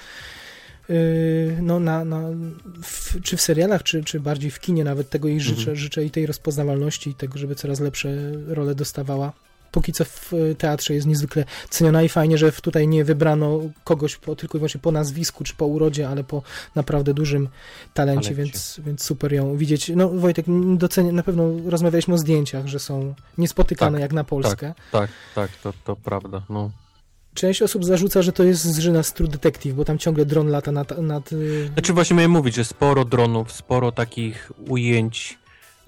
czy w serialach, czy bardziej w kinie nawet. Tego jej życzę i tej rozpoznawalności i tego, żeby coraz lepsze role dostawała. Póki co w teatrze jest niezwykle ceniona i fajnie, że tutaj nie wybrano kogoś tylko i wyłącznie po nazwisku czy po urodzie, ale po naprawdę dużym talencie. Więc super ją widzieć. No Wojtek, na pewno rozmawialiśmy o zdjęciach, że są niespotykane jak na Polskę. Tak, to prawda. No. Część osób zarzuca, że to jest zżyna z True Detective, bo tam ciągle dron lata nad... Znaczy właśnie miałem mówić, że sporo dronów, sporo takich ujęć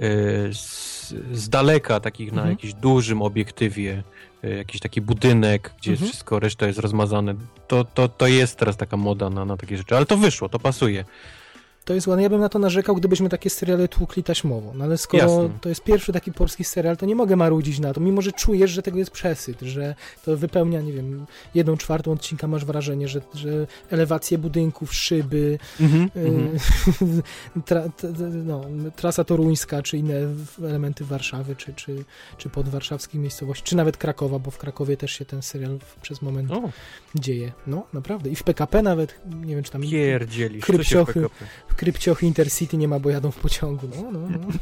z daleka, takich na jakimś dużym obiektywie, jakiś taki budynek, gdzie wszystko, reszta jest rozmazane. To jest teraz taka moda na takie rzeczy, ale to wyszło, to pasuje. To jest ładne. Ja bym na to narzekał, gdybyśmy takie seriale tłukli taśmowo. No ale skoro to jest pierwszy taki polski serial, to nie mogę marudzić na to, mimo że czujesz, że tego jest przesyt, że to wypełnia, nie wiem, 1/4 odcinka, masz wrażenie, że elewacje budynków, szyby, trasa toruńska, czy inne elementy Warszawy, czy podwarszawskich miejscowości, czy nawet Krakowa, bo w Krakowie też się ten serial przez moment dzieje. No, naprawdę. I w PKP nawet, nie wiem, czy tam... Pierdzielisz, Krypciochy Intercity nie ma, bo jadą w pociągu. No.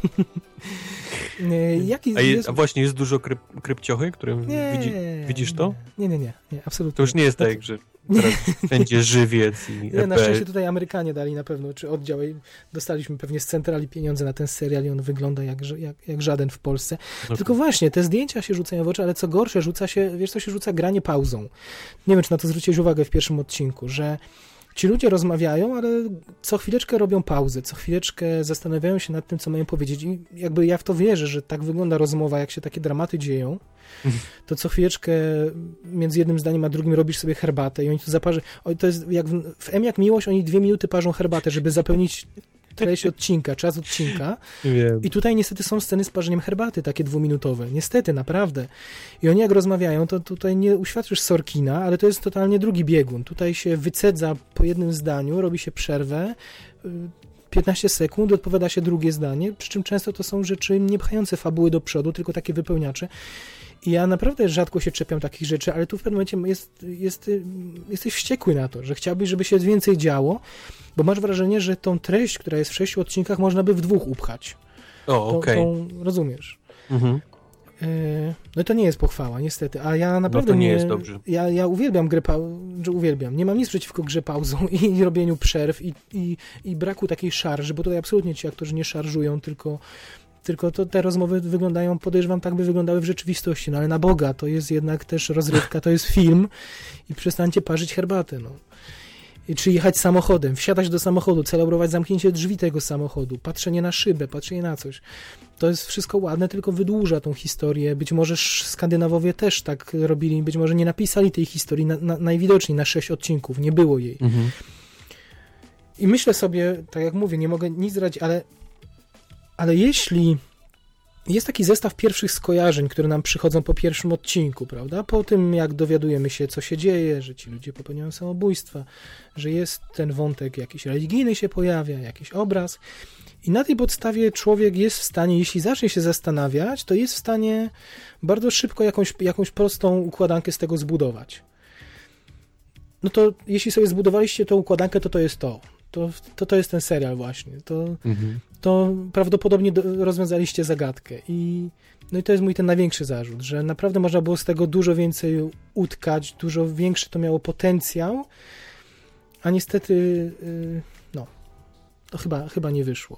A właśnie jest dużo krypciochy, którym widzisz to? Nie, absolutnie. To już nie jest tak, że teraz będzie żywiec i na szczęście tutaj Amerykanie dali na pewno, czy oddział. Dostaliśmy pewnie z centrali pieniądze na ten serial i on wygląda jak żaden w Polsce. Tylko właśnie, te zdjęcia się rzucają w oczy, ale co gorsze, rzuca się granie pauzą. Nie wiem, czy na to zwróciłeś uwagę w pierwszym odcinku, że ci ludzie rozmawiają, ale co chwileczkę robią pauzę, co chwileczkę zastanawiają się nad tym, co mają powiedzieć. I jakby ja w to wierzę, że tak wygląda rozmowa, jak się takie dramaty dzieją, to co chwileczkę między jednym zdaniem a drugim robisz sobie herbatę i oni tu zaparzą. To jest jak w M jak miłość, oni 2 minuty parzą herbatę, żeby zapełnić treść odcinka, czas odcinka. Wiem. I tutaj niestety są sceny z parzeniem herbaty, takie 2-minutowe. Niestety, naprawdę. I oni jak rozmawiają, to tutaj nie uświadczysz Sorkina, ale to jest totalnie drugi biegun. Tutaj się wycedza po jednym zdaniu, robi się przerwę, 15 sekund, odpowiada się drugie zdanie, przy czym często to są rzeczy nie pchające fabuły do przodu, tylko takie wypełniacze. I ja naprawdę rzadko się czepiam takich rzeczy, ale tu w pewnym momencie jesteś wściekły na to, że chciałbyś, żeby się więcej działo, bo masz wrażenie, że tą treść, która jest w 6 odcinkach, można by w 2 upchać. Okej. Rozumiesz? Mhm. No to nie jest pochwała, niestety. A ja naprawdę nie jest dobrze. Ja uwielbiam grę uwielbiam. Nie mam nic przeciwko grze pauzą i robieniu przerw i braku takiej szarży, bo tutaj absolutnie ci aktorzy nie szarżują, tylko to te rozmowy wyglądają, podejrzewam, tak by wyglądały w rzeczywistości, no ale na Boga, to jest jednak też rozrywka, to jest film i przestańcie parzyć herbatę, no. Czy jechać samochodem, wsiadać do samochodu, celebrować zamknięcie drzwi tego samochodu, patrzenie na szybę, patrzenie na coś. To jest wszystko ładne, tylko wydłuża tą historię. Być może Skandynawowie też tak robili, być może nie napisali tej historii najwidoczniej na 6 odcinków, nie było jej. Mhm. I myślę sobie, tak jak mówię, nie mogę nic zdradzić, ale jeśli jest taki zestaw pierwszych skojarzeń, które nam przychodzą po pierwszym odcinku, prawda? Po tym, jak dowiadujemy się, co się dzieje, że ci ludzie popełniają samobójstwa, że jest ten wątek jakiś religijny się pojawia, jakiś obraz i na tej podstawie człowiek jest w stanie, jeśli zacznie się zastanawiać, to jest w stanie bardzo szybko jakąś prostą układankę z tego zbudować. No to jeśli sobie zbudowaliście tą układankę, to jest to. To jest ten serial właśnie. To prawdopodobnie rozwiązaliście zagadkę. No i to jest mój ten największy zarzut, że naprawdę można było z tego dużo więcej utkać, dużo większy to miało potencjał, a niestety to chyba nie wyszło.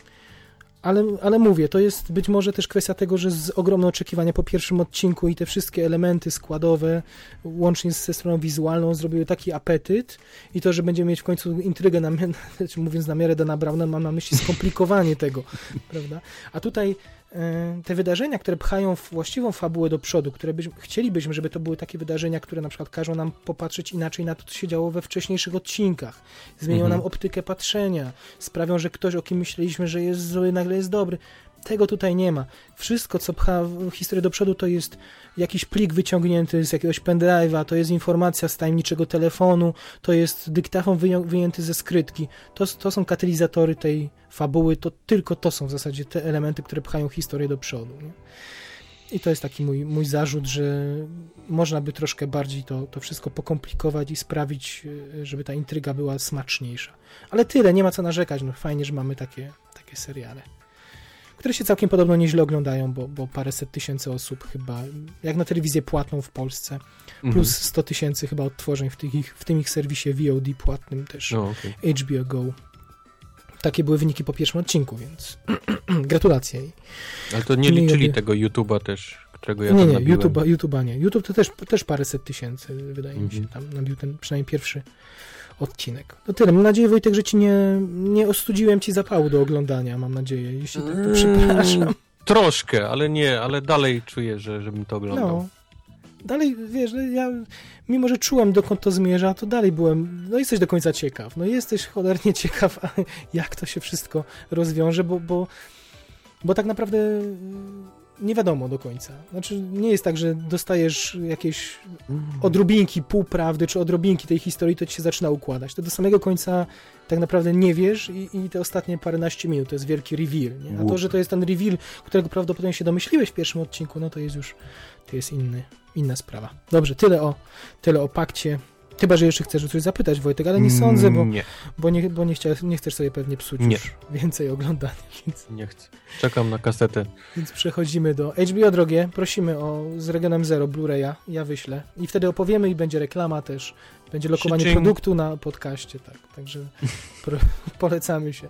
Ale mówię, to jest być może też kwestia tego, że z ogromne oczekiwania po pierwszym odcinku i te wszystkie elementy składowe, łącznie ze stroną wizualną, zrobiły taki apetyt i to, że będziemy mieć w końcu intrygę, mówiąc na miarę Dana Browna, mam na myśli skomplikowanie tego, prawda? A tutaj te wydarzenia, które pchają właściwą fabułę do przodu, które chcielibyśmy, żeby to były takie wydarzenia, które na przykład każą nam popatrzeć inaczej na to, co się działo we wcześniejszych odcinkach. Zmienią nam optykę patrzenia, sprawią, że ktoś, o kim myśleliśmy, że jest zły, nagle jest dobry. Tego tutaj nie ma. Wszystko, co pcha historię do przodu, to jest jakiś plik wyciągnięty z jakiegoś pendrive'a, to jest informacja z tajemniczego telefonu, to jest dyktafon wyjęty ze skrytki. To są katalizatory tej fabuły, to tylko to są w zasadzie te elementy, które pchają historię do przodu. Nie? I to jest taki mój zarzut, że można by troszkę bardziej to wszystko pokomplikować i sprawić, żeby ta intryga była smaczniejsza. Ale tyle, nie ma co narzekać. No fajnie, że mamy takie seriale, które się całkiem podobno nieźle oglądają, bo paręset tysięcy osób chyba, jak na telewizję płatną w Polsce, plus 100 tysięcy chyba odtworzeń w tym ich serwisie VOD płatnym też, HBO Go. Takie były wyniki po pierwszym odcinku, więc gratulacje. Ale to nie liczyli tego YouTube'a też, którego ja tam nabiłem. Nie, YouTube'a nie. YouTube to też paręset tysięcy, wydaje mi się, tam nabił ten przynajmniej pierwszy odcinek. To tyle. Mam nadzieję, Wojtek, że ci nie ostudziłem ci zapału do oglądania, mam nadzieję. Jeśli tak, to przepraszam. Troszkę, ale dalej czuję, żebym to oglądał. No. Dalej, wiesz, ja mimo, że czułem, dokąd to zmierza, to dalej byłem, jesteś do końca ciekaw. Jesteś cholernie ciekaw, jak to się wszystko rozwiąże, bo tak naprawdę nie wiadomo do końca. Znaczy, nie jest tak, że dostajesz jakieś odrobinki półprawdy, czy odrobinki tej historii, to ci się zaczyna układać. To do samego końca tak naprawdę nie wiesz i te ostatnie paręnaście minut to jest wielki reveal. Nie? A to, że to jest ten reveal, którego prawdopodobnie się domyśliłeś w pierwszym odcinku, no to jest już inna sprawa. Dobrze, tyle o Pakcie. Chyba, że jeszcze chcesz o coś zapytać, Wojtek, ale nie sądzę, bo nie chcesz sobie pewnie psuć już więcej oglądania. Więc... Nie chcę. Czekam na kasetę. Więc przechodzimy do HBO, drogie. Prosimy z Regionem Zero Blu-raya. Ja wyślę. I wtedy opowiemy i będzie reklama też. Będzie lokowanie produktu na podcaście. Tak. Także polecamy się.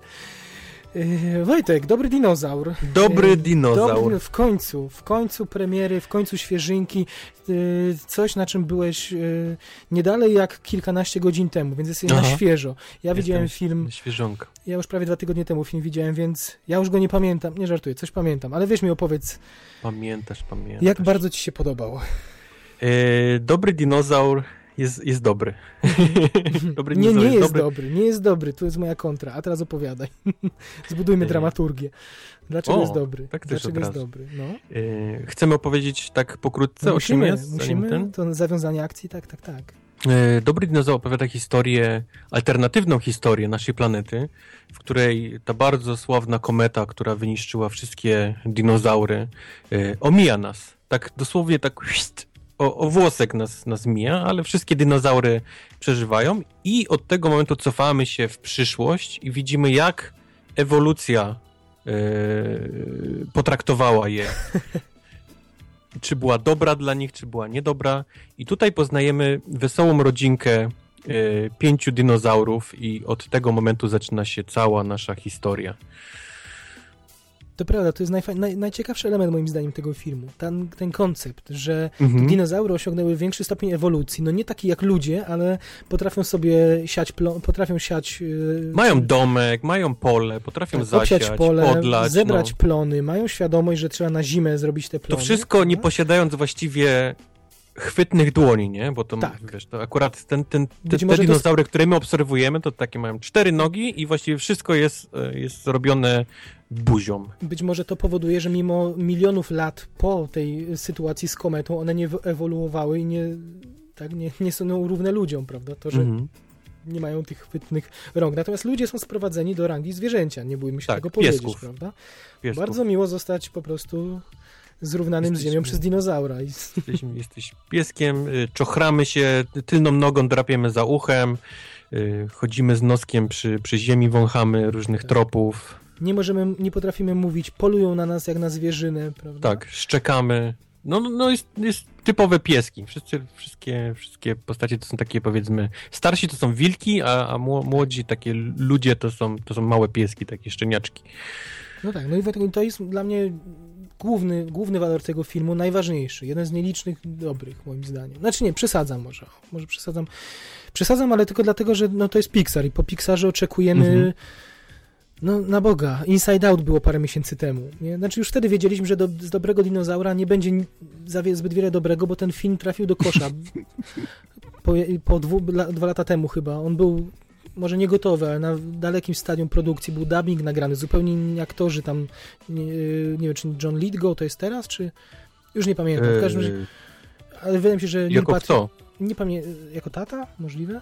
Wojtek, Dobry Dinozaur. Dobry Dinozaur. W końcu premiery, w końcu świeżynki. Coś, na czym byłeś nie dalej jak kilkanaście godzin temu, więc jesteś na świeżo. Ja widziałem film... Świeżonka. Ja już prawie 2 tygodnie temu film widziałem, więc ja już go nie pamiętam. Nie żartuję, coś pamiętam, ale weź mi opowiedz. Pamiętasz. Jak bardzo ci się podobał? Dobry Dinozaur jest dobry. Dobry nie jest dobry. Nie jest dobry. Tu jest moja kontra. A teraz opowiadaj. Zbudujmy dramaturgię. Dlaczego jest dobry? Tak Dlaczego jest dobry? No. Chcemy opowiedzieć tak pokrótce, o czym jest? Musimy. To zawiązanie akcji, tak. Dobry dinozaur opowiada historię, alternatywną historię naszej planety, w której ta bardzo sławna kometa, która wyniszczyła wszystkie dinozaury, omija nas. Tak dosłownie tak o włosek nas mija, ale wszystkie dinozaury przeżywają i od tego momentu cofamy się w przyszłość i widzimy, jak ewolucja potraktowała je. Czy była dobra dla nich, czy była niedobra. I tutaj poznajemy wesołą rodzinkę 5 dinozaurów i od tego momentu zaczyna się cała nasza historia. To prawda, to jest najciekawszy element moim zdaniem tego filmu. Ten koncept, że dinozaury osiągnęły większy stopień ewolucji. No nie taki jak ludzie, ale potrafią sobie siać... Mają domek, mają pole, potrafią zasiać, pole, podlać. Zebrać plony, mają świadomość, że trzeba na zimę zrobić te plony. To wszystko nie posiadając właściwie chwytnych dłoni, nie? Bo to, wiesz, to akurat te dinozaury, które my obserwujemy, to takie mają 4 nogi i właściwie wszystko jest robione buzią. Być może to powoduje, że mimo milionów lat po tej sytuacji z kometą, one nie ewoluowały i nie są równe ludziom, prawda? To, że nie mają tych chwytnych rąk. Natomiast ludzie są sprowadzeni do rangi zwierzęcia, nie bójmy się tego powiedzieć, prawda? Piesków. Bardzo miło zostać po prostu zrównanym z ziemią przez dinozaura. Jesteś pieskiem, czochramy się, tylną nogą drapiemy za uchem, chodzimy z noskiem przy ziemi, wąchamy różnych tropów. Nie potrafimy mówić, polują na nas jak na zwierzynę, prawda? Tak, szczekamy. No jest typowe pieski. Wszystkie postacie to są takie, powiedzmy, starsi to są wilki, a młodzi takie ludzie to są małe pieski, takie szczeniaczki. No tak, no i to jest dla mnie główny walor tego filmu, najważniejszy. Jeden z nielicznych dobrych, moim zdaniem. Znaczy nie, przesadzam może. Może przesadzam, ale tylko dlatego, że to jest Pixar i po Pixarze oczekujemy no na Boga. Inside Out było parę miesięcy temu. Nie? Znaczy już wtedy wiedzieliśmy, że z dobrego dinozaura nie będzie zbyt wiele dobrego, bo ten film trafił do kosza. Po 2 lata temu chyba. On był może nie gotowy, ale na dalekim stadium produkcji był dubbing nagrany, zupełnie inni aktorzy tam, nie wiem, czy John Lithgow to jest teraz, czy... Już nie pamiętam. W każdym razie, ale wydaje mi się, że... Jako kto? Nie pamiętam. Jako tata? Możliwe?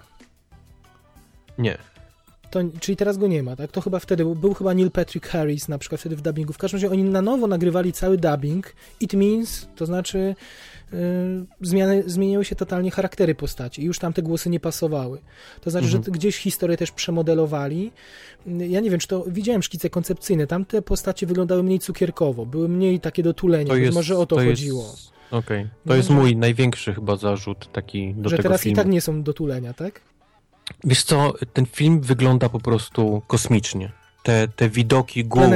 Nie. Czyli teraz go nie ma, tak? To chyba wtedy, był chyba Neil Patrick Harris na przykład wtedy w dubbingu. W każdym razie oni na nowo nagrywali cały dubbing. It means, to znaczy zmieniały się totalnie charaktery postaci i już tam te głosy nie pasowały. To znaczy, że gdzieś historię też przemodelowali. Ja nie wiem, czy to widziałem szkice koncepcyjne. Tam te postacie wyglądały mniej cukierkowo, były mniej takie do tulenia. Może o to chodziło. Okej. To jest mój największy chyba zarzut taki do że tego teraz filmu. I tak nie są do tulenia, tak? Wiesz co, ten film wygląda po prostu kosmicznie. Te widoki gór,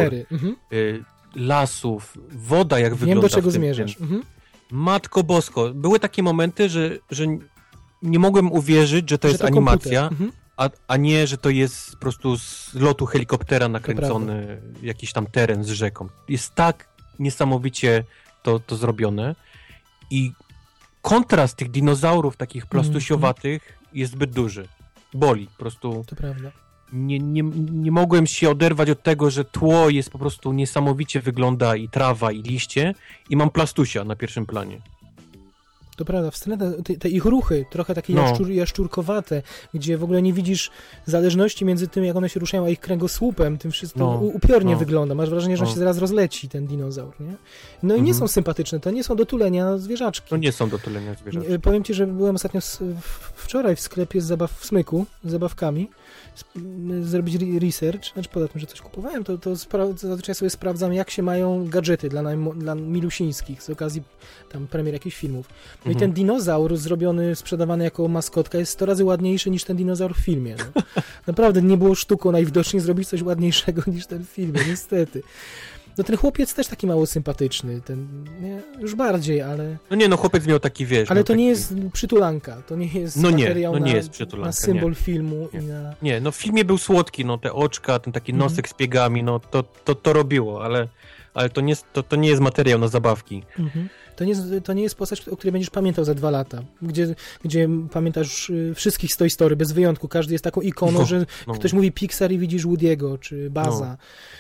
lasów, woda jak wygląda. Wiem, do czego zmierzasz. Matko Bosko, były takie momenty, że nie mogłem uwierzyć, że to jest animacja, a nie, że to jest po prostu z lotu helikoptera nakręcony jakiś tam teren z rzeką. Jest tak niesamowicie to zrobione i kontrast tych dinozaurów takich plastusiowatych jest zbyt duży. Boli po prostu. To prawda. Nie mogłem się oderwać od tego, że tło jest po prostu niesamowicie wygląda i trawa i liście i mam plastusia na pierwszym planie. To prawda, te ich ruchy, trochę takie jaszczurkowate, gdzie w ogóle nie widzisz zależności między tym, jak one się ruszają, a ich kręgosłupem, tym wszystkim upiornie wygląda. Masz wrażenie, że on się zaraz rozleci, ten dinozaur, nie? No i nie są sympatyczne, to nie są do tulenia zwierzaczki. To nie są do tulenia zwierzaczki. Powiem ci, że byłem ostatnio wczoraj w sklepie w Smyku, z zabawkami, zrobić research, znaczy poza tym, że coś kupowałem, to zazwyczaj sobie sprawdzam, jak się mają gadżety dla milusińskich z okazji tam premier jakichś filmów. No i ten dinozaur sprzedawany jako maskotka jest 100 razy ładniejszy niż ten dinozaur w filmie. No. Naprawdę nie było sztuką najwidoczniej zrobić coś ładniejszego niż ten w filmie, niestety. No ten chłopiec też taki mało sympatyczny, już bardziej, ale... chłopiec miał taki, wiesz... Ale to nie jest przytulanka, to nie jest materiał na symbol filmu. Nie, w filmie był słodki, te oczka, ten taki nosek z piegami, to robiło, ale to nie jest materiał na zabawki. to nie jest postać, o której będziesz pamiętał za 2 lata, gdzie pamiętasz wszystkich z Toy Story, bez wyjątku. Każdy jest taką ikoną, że ktoś mówi Pixar i widzisz Woody'ego, czy Buzza,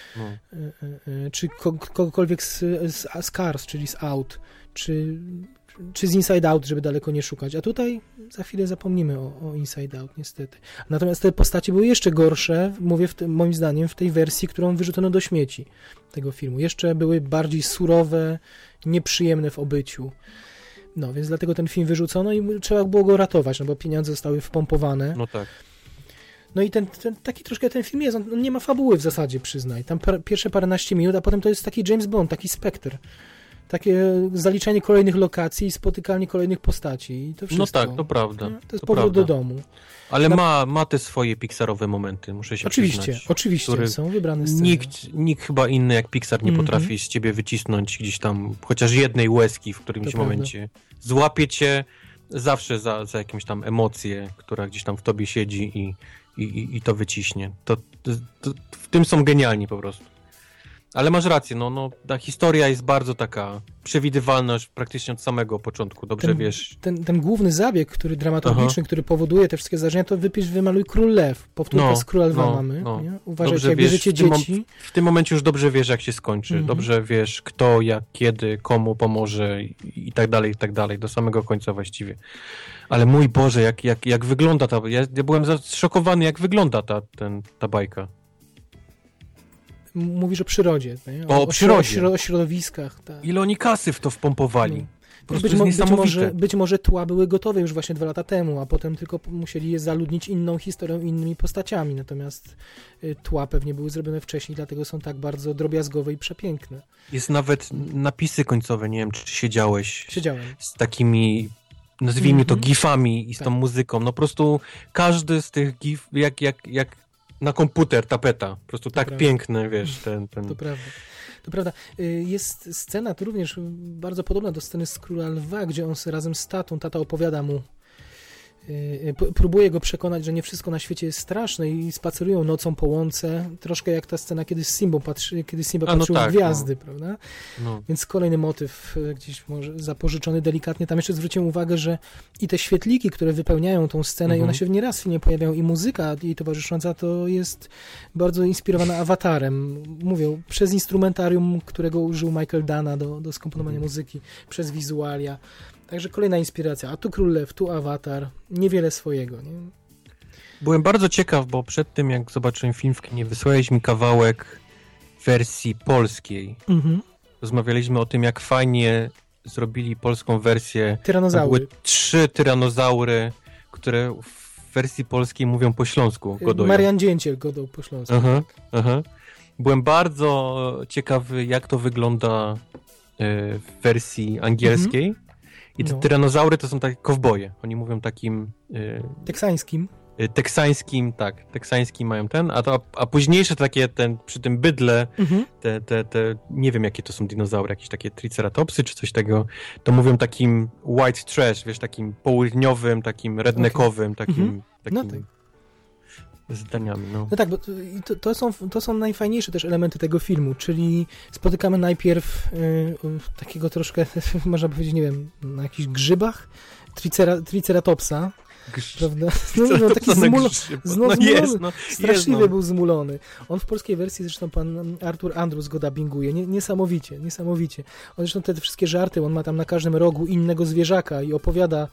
czy kogokolwiek z Cars, czyli z Out, czy z Inside Out, żeby daleko nie szukać. A tutaj za chwilę zapomnimy o Inside Out, niestety. Natomiast te postacie były jeszcze gorsze, mówię moim zdaniem, w tej wersji, którą wyrzucono do śmieci tego filmu. Jeszcze były bardziej surowe, nieprzyjemne w obyciu. No, więc dlatego ten film wyrzucono i trzeba było go ratować, no bo pieniądze zostały wpompowane. No tak. No i taki troszkę ten film jest, on nie ma fabuły w zasadzie, przyznaj. Tam pierwsze paręnaście minut, a potem to jest taki James Bond, taki Spectre. Takie zaliczanie kolejnych lokacji i spotykanie kolejnych postaci i to wszystko. No tak, to prawda. To jest powrót do domu. Ale ma te swoje Pixarowe momenty, muszę się przyznać. Oczywiście, są wybrane sceny. Nikt chyba inny jak Pixar nie potrafi z ciebie wycisnąć gdzieś tam chociaż jednej łezki w którymś momencie. Złapie cię zawsze za jakąś tam emocję, która gdzieś tam w tobie siedzi i to wyciśnie. To w tym są genialni po prostu. Ale masz rację, ta historia jest bardzo taka przewidywalna już praktycznie od samego początku, dobrze wiesz. Ten główny zabieg, który dramaturgiczny, który powoduje te wszystkie zdarzenia, to wypisz, wymaluj Król Lew. Powtórka z Króla Lwa mamy. Nie? Uważajcie, jak bierzecie dzieci. W tym momencie już dobrze wiesz, jak się skończy. Dobrze wiesz, kto, jak, kiedy, komu pomoże i tak dalej, do samego końca właściwie. Ale mój Boże, jak wygląda ta... Ja byłem zszokowany, jak wygląda ta bajka. Mówisz o przyrodzie. Nie? O przyrodzie. O środowiskach. Tak. Ile oni kasy w to wpompowali. Być może tła były gotowe już właśnie 2 lata temu, a potem tylko musieli je zaludnić inną historią, innymi postaciami. Natomiast tła pewnie były zrobione wcześniej, dlatego są tak bardzo drobiazgowe i przepiękne. Jest nawet napisy końcowe, nie wiem, czy siedziałeś. Siedziałem. Z takimi, nazwijmy to gifami i z tą muzyką. No po prostu każdy z tych gif, jak na komputer, tapeta. Po prostu tak piękny, wiesz, ten... To prawda. Jest scena tu również bardzo podobna do sceny z Króla Lwa, gdzie on razem z tatą, tata opowiada mu, próbuje go przekonać, że nie wszystko na świecie jest straszne i spacerują nocą po łące, troszkę jak ta scena, kiedy Simba patrzył w gwiazdy, prawda? No. Więc kolejny motyw gdzieś może zapożyczony delikatnie. Tam jeszcze zwróciłem uwagę, że i te świetliki, które wypełniają tą scenę i one się nieraz w filmie pojawiają i muzyka jej towarzysząca to jest bardzo inspirowana Awatarem. Mówię, przez instrumentarium, którego użył Michael Dana do skomponowania muzyki, przez wizualia. Także kolejna inspiracja. A tu Król Lew, tu Awatar. Niewiele swojego. Nie? Byłem bardzo ciekaw, bo przed tym, jak zobaczyłem film w kinie, wysłałeś mi kawałek wersji polskiej. Rozmawialiśmy o tym, jak fajnie zrobili polską wersję. Tyranozaury. Były 3 tyranozaury, które w wersji polskiej mówią po śląsku. Godoją. Marian Dzięciel godał po śląsku. Byłem bardzo ciekawy, jak to wygląda w wersji angielskiej. I te tyranozaury to są takie kowboje. Oni mówią takim... teksańskim. Teksańskim mają ten, a późniejsze takie, przy tym bydle, te nie wiem jakie to są dinozaury, jakieś takie triceratopsy czy coś tego, to mówią takim white trash, wiesz, takim południowym, takim redneckowym, takim zdaniami. No tak, bo to są najfajniejsze też elementy tego filmu, czyli spotykamy najpierw takiego troszkę, można powiedzieć, nie wiem, na jakichś grzybach, triceratopsa, prawda? Taki zmulony, straszliwie był zmulony. On w polskiej wersji, zresztą pan Artur Andrus go dubbinguje, niesamowicie. On zresztą te wszystkie żarty, on ma tam na każdym rogu innego zwierzaka i opowiada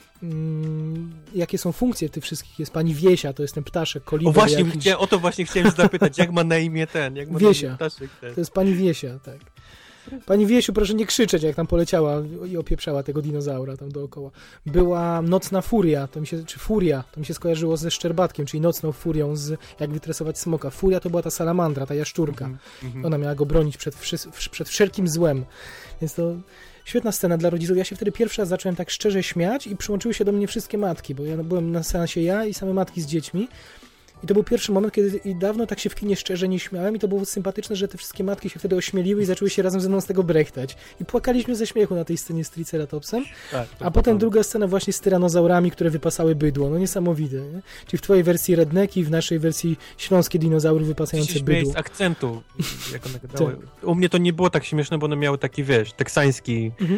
jakie są funkcje tych wszystkich. Jest pani Wiesia, to jest ten ptaszek, koliber. O to właśnie chciałem zapytać, jak ma na imię ten? Jak ma Wiesia. Na imię ptaszek ten? To jest pani Wiesia, tak. Pani Wiesiu, proszę nie krzyczeć, jak tam poleciała i opieprzała tego dinozaura tam dookoła. Była Nocna Furia, Furia, to mi się skojarzyło ze Szczerbatkiem, czyli Nocną Furią, jak wytresować smoka. Furia to była ta salamandra, ta jaszczurka. Ona miała go bronić przed wszelkim złem. Więc to świetna scena dla rodziców. Ja się wtedy pierwszy raz zacząłem tak szczerze śmiać i przyłączyły się do mnie wszystkie matki, bo ja byłem na seansie i same matki z dziećmi. I to był pierwszy moment, kiedy dawno tak się w kinie szczerze nie śmiałem i to było sympatyczne, że te wszystkie matki się wtedy ośmieliły i zaczęły się razem ze mną z tego brechtać. I płakaliśmy ze śmiechu na tej scenie z Triceratopsem. A potem druga scena właśnie z tyranozaurami, które wypasały bydło. No niesamowite. Nie? Czyli w twojej wersji redneki, w naszej wersji śląskie dinozaury wypasające bydło. Z akcentu. Jak one gadały. U mnie to nie było tak śmieszne, bo one miały taki, wiesz, teksański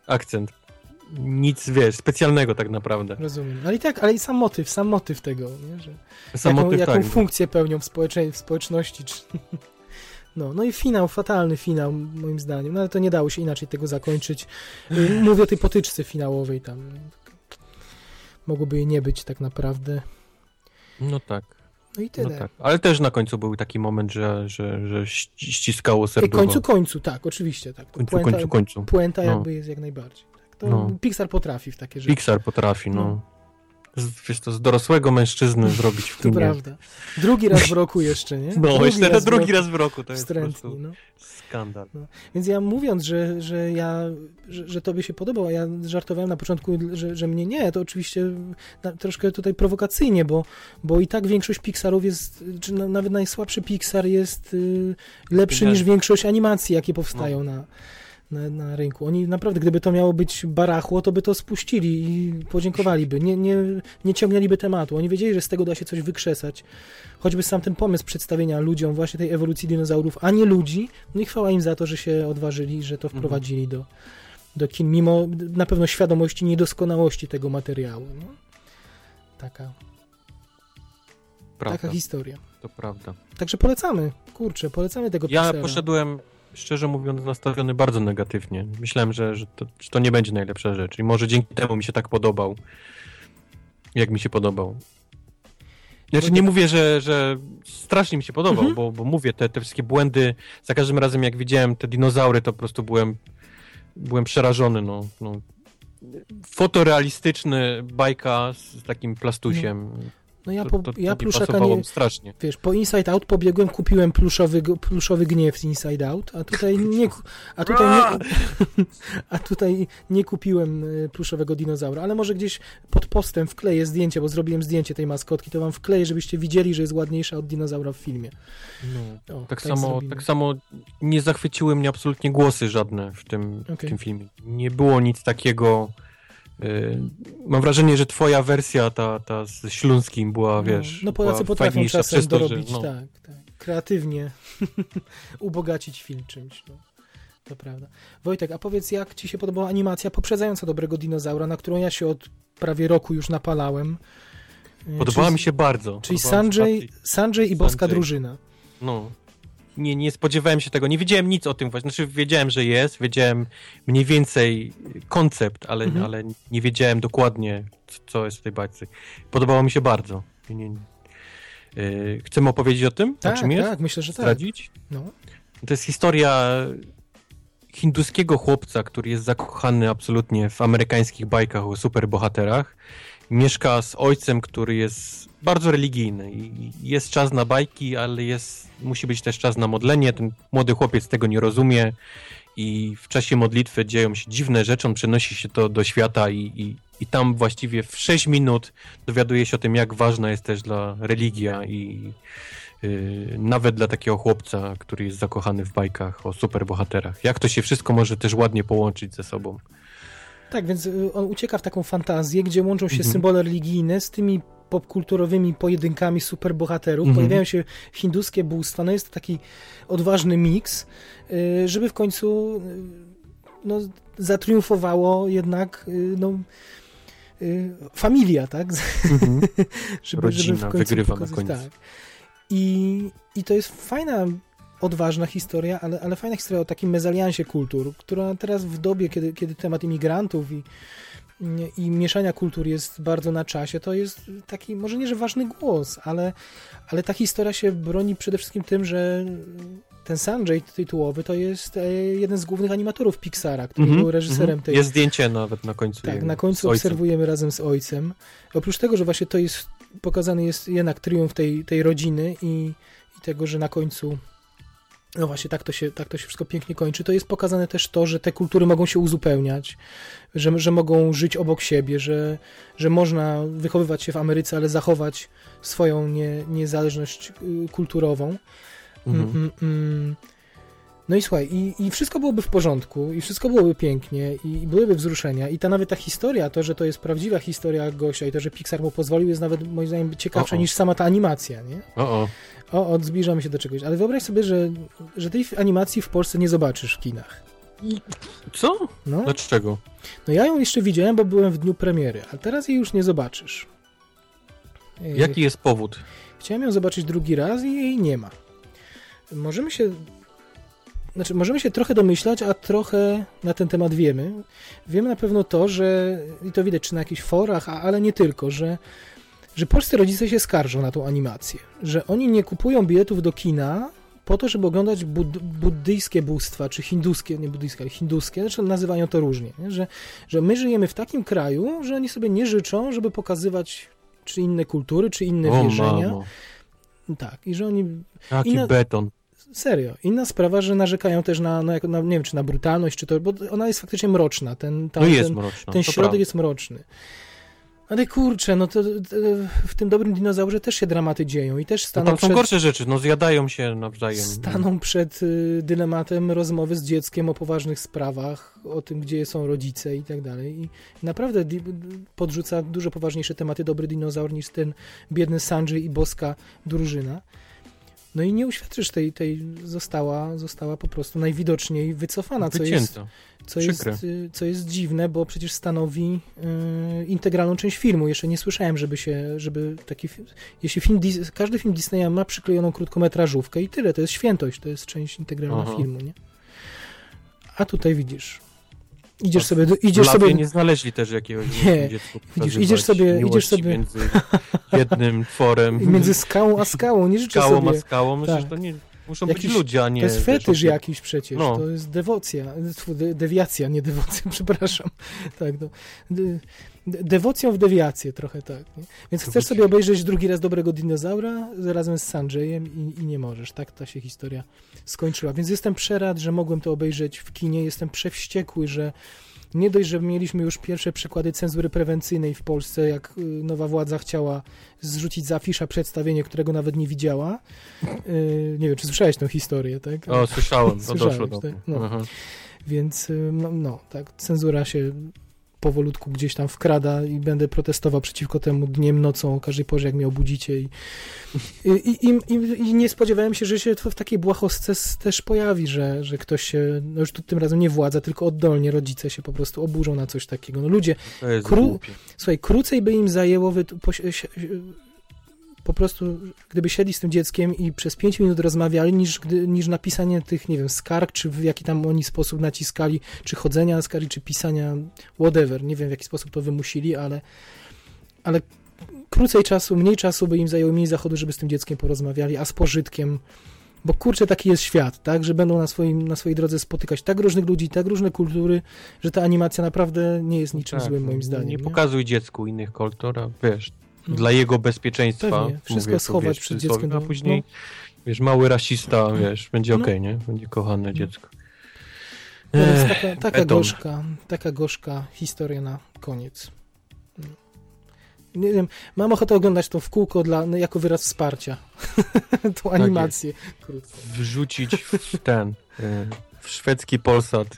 akcent. Nic, wiesz, specjalnego tak naprawdę. Rozumiem. Ale i tak, ale i sam motyw tego, nie? Że jaką tak, funkcję pełnią w społeczności. No i finał, fatalny finał, moim zdaniem. No ale to nie dało się inaczej tego zakończyć. Mówię o tej potyczce finałowej tam. Mogłoby jej nie być tak naprawdę. No tak. No i tyle. No tak. Ale też na końcu był taki moment, że ściskało serducho. Końcu, tak, oczywiście. Tak. Końcu. Puenta jakby jest jak najbardziej. Tak. To Pixar potrafi w takie rzeczy. Pixar potrafi, Wiesz, to z dorosłego mężczyzny zrobić w filmie. To prawda. Drugi raz w roku jeszcze, nie? Drugi raz w roku. To jest wstrętni, po prostu skandal. No. Więc ja mówiąc, że tobie się podobał, a ja żartowałem na początku, że mnie nie, to oczywiście troszkę tutaj prowokacyjnie, bo i tak większość Pixarów jest, czy nawet najsłabszy Pixar jest lepszy niż większość animacji, jakie powstają na rynku. Oni naprawdę, gdyby to miało być barachło, to by to spuścili i podziękowaliby. Nie ciągnęliby tematu. Oni wiedzieli, że z tego da się coś wykrzesać. Choćby sam ten pomysł przedstawienia ludziom właśnie tej ewolucji dinozaurów, a nie ludzi. No i chwała im za to, że się odważyli, że to wprowadzili do kin, mimo na pewno świadomości niedoskonałości tego materiału. No? Taka historia. To prawda. Także polecamy tego Pixara. Ja poszedłem, szczerze mówiąc, nastawiony bardzo negatywnie. Myślałem, że to nie będzie najlepsza rzecz. I może dzięki temu mi się tak podobał, jak mi się podobał. Znaczy nie mówię, że strasznie mi się podobał, bo mówię, te wszystkie błędy, za każdym razem jak widziałem te dinozaury, to po prostu byłem przerażony. Fotorealistyczny bajka z takim plastusiem. No ja pluszaka nie... strasznie. Wiesz, po Inside Out pobiegłem, kupiłem pluszowy gniew z Inside Out, a tutaj nie kupiłem pluszowego dinozaura, ale może gdzieś pod postem wkleję zdjęcie, bo zrobiłem zdjęcie tej maskotki, to wam wkleję, żebyście widzieli, że jest ładniejsza od dinozaura w filmie. Tak samo nie zachwyciły mnie absolutnie głosy żadne w tym filmie. Nie było nic takiego. Mam wrażenie, że twoja wersja, ta ze Śląskim była, wiesz... No Polacy potrafią czasem dorobić, tak, kreatywnie ubogacić film czymś, to prawda. Wojtek, a powiedz, jak ci się podobała animacja poprzedzająca Dobrego Dinozaura, na którą ja się od prawie roku już napalałem? Podobała mi się bardzo. Czyli Sanjay i Boska Drużyna. Nie spodziewałem się tego, nie wiedziałem nic o tym właśnie, wiedziałem, że jest, wiedziałem mniej więcej koncept, ale nie wiedziałem dokładnie, co jest w tej bajce. Podobało mi się bardzo. Chcemy opowiedzieć o tym? Tak, jest? Myślę, że zdradzić? Tak. No. To jest historia hinduskiego chłopca, który jest zakochany absolutnie w amerykańskich bajkach o superbohaterach. Mieszka z ojcem, który jest bardzo religijny i jest czas na bajki, ale musi być też czas na modlenie. Ten młody chłopiec tego nie rozumie i w czasie modlitwy dzieją się dziwne rzeczy, on przenosi się to do świata i tam właściwie w 6 minut dowiaduje się o tym, jak ważna jest też dla religia i nawet dla takiego chłopca, który jest zakochany w bajkach o superbohaterach. Jak to się wszystko może też ładnie połączyć ze sobą. Tak, więc on ucieka w taką fantazję, gdzie łączą się symbole religijne z tymi popkulturowymi pojedynkami superbohaterów. Pojawiają się hinduskie bóstwa. No jest to taki odważny miks, żeby w końcu zatriumfowało jednak familia, tak? Rodzina żeby w końcu wygrywa na końcu. Tak. I to jest fajna, odważna historia, ale fajna historia o takim mezaliansie kultur, która teraz w dobie, kiedy temat imigrantów i mieszania kultur jest bardzo na czasie, to jest taki, może nie, że ważny głos, ale ta historia się broni przede wszystkim tym, że ten Sanjay tytułowy to jest jeden z głównych animatorów Pixara, który był reżyserem tej... Jest zdjęcie nawet na końcu. Tak, na końcu obserwujemy razem z ojcem. Oprócz tego, że właśnie to jest pokazany jest jednak triumf tej rodziny i tego, że na końcu no właśnie, tak to się wszystko pięknie kończy. To jest pokazane też to, że te kultury mogą się uzupełniać, że mogą żyć obok siebie, że można wychowywać się w Ameryce, ale zachować swoją niezależność kulturową. No i słuchaj, i wszystko byłoby w porządku, i wszystko byłoby pięknie, i byłyby wzruszenia. I nawet ta historia, to, że to jest prawdziwa historia gościa i to, że Pixar mu pozwolił, jest nawet moim zdaniem ciekawsze niż sama ta animacja, nie? Zbliżamy się do czegoś. Ale wyobraź sobie, że tej animacji w Polsce nie zobaczysz w kinach. Co? No. Dlaczego? No ja ją jeszcze widziałem, bo byłem w dniu premiery, a teraz jej już nie zobaczysz. Jaki jest powód? Chciałem ją zobaczyć drugi raz i jej nie ma. Możemy się trochę domyślać, a trochę na ten temat wiemy. Wiemy na pewno to, że, i to widać czy na jakichś forach, ale nie tylko, że polscy rodzice się skarżą na tą animację. Że oni nie kupują biletów do kina po to, żeby oglądać buddyjskie bóstwa, czy hinduskie, nie buddyjskie, ale hinduskie, znaczy nazywają to różnie, nie? Że my żyjemy w takim kraju, że oni sobie nie życzą, żeby pokazywać czy inne kultury, czy inne wierzenia. Mamo. Tak, i że oni... Jaki beton. Serio. Inna sprawa, że narzekają też na nie wiem, czy na brutalność, czy to, bo ona jest faktycznie mroczna. Ten środek prawda. Jest mroczny. Ale kurczę, no to w tym Dobrym Dinozaurze też się dramaty dzieją i też staną tam są gorsze rzeczy, no zjadają się nawzajem. Staną przed dylematem rozmowy z dzieckiem o poważnych sprawach, o tym, gdzie są rodzice i tak dalej. I naprawdę podrzuca dużo poważniejsze tematy Dobry Dinozaur niż ten biedny Sanjay i boska drużyna. No i nie uświadczysz tej została po prostu najwidoczniej wycofana, co jest dziwne, bo przecież stanowi integralną część filmu. Jeszcze nie słyszałem, żeby taki każdy film Disneya ma przyklejoną krótkometrażówkę i tyle, to jest świętość, to jest część integralna filmu, nie? A tutaj widzisz. Idziesz sobie nie znaleźli też jakiegoś dziecku. Idziesz sobie między jednym tworem. Między skałą a skałą, nie życzę skałą sobie. A skałą, myślę, że to nie muszą być ludzie, a nie... To jest fetysz jakiś przecież, to jest dewiacja, nie dewocja, przepraszam. Tak, no. Dewocją w dewiację trochę tak. Nie? Więc chcesz sobie obejrzeć drugi raz Dobrego Dinozaura razem z Sanjayem i nie możesz. Tak ta się historia skończyła. Więc jestem przerad, że mogłem to obejrzeć w kinie. Jestem przewściekły, że nie dość, że mieliśmy już pierwsze przykłady cenzury prewencyjnej w Polsce, jak nowa władza chciała zrzucić z afisza przedstawienie, którego nawet nie widziała. Nie wiem, czy słyszałeś tę historię, tak? O, słyszałem. Doszło do tak? Więc tak, cenzura się powolutku gdzieś tam wkrada i będę protestował przeciwko temu dniem, nocą, o każdej porze, jak mnie obudzicie i nie spodziewałem się, że się to w takiej błahostce też pojawi, że ktoś się, no już tu tym razem nie władza, tylko oddolnie rodzice się po prostu oburzą na coś takiego. No ludzie, słuchaj, krócej by im zajęło po prostu, gdyby siedli z tym dzieckiem i przez 5 minut rozmawiali, niż napisanie tych, nie wiem, skarg, czy w jaki tam oni sposób naciskali, czy chodzenia na skargi, czy pisania, whatever. Nie wiem, w jaki sposób to wymusili, ale krócej czasu, mniej czasu by im zajęło, mniej zachodu, żeby z tym dzieckiem porozmawiali, a z pożytkiem, bo kurczę, taki jest świat, tak, że będą na swojej drodze spotykać tak różnych ludzi, tak różne kultury, że ta animacja naprawdę nie jest niczym złym, moim zdaniem. Nie pokazuj dziecku innych kultur, a dla jego bezpieczeństwa. Pewnie, wszystko schować przed dzieckiem. A później, mały rasista, będzie okej, nie? Będzie kochane dziecko. To jest taka gorzka historia na koniec. Nie wiem, mam ochotę oglądać to w kółko jako wyraz wsparcia. Tą animację. Wrzucić w szwedzki Polsat.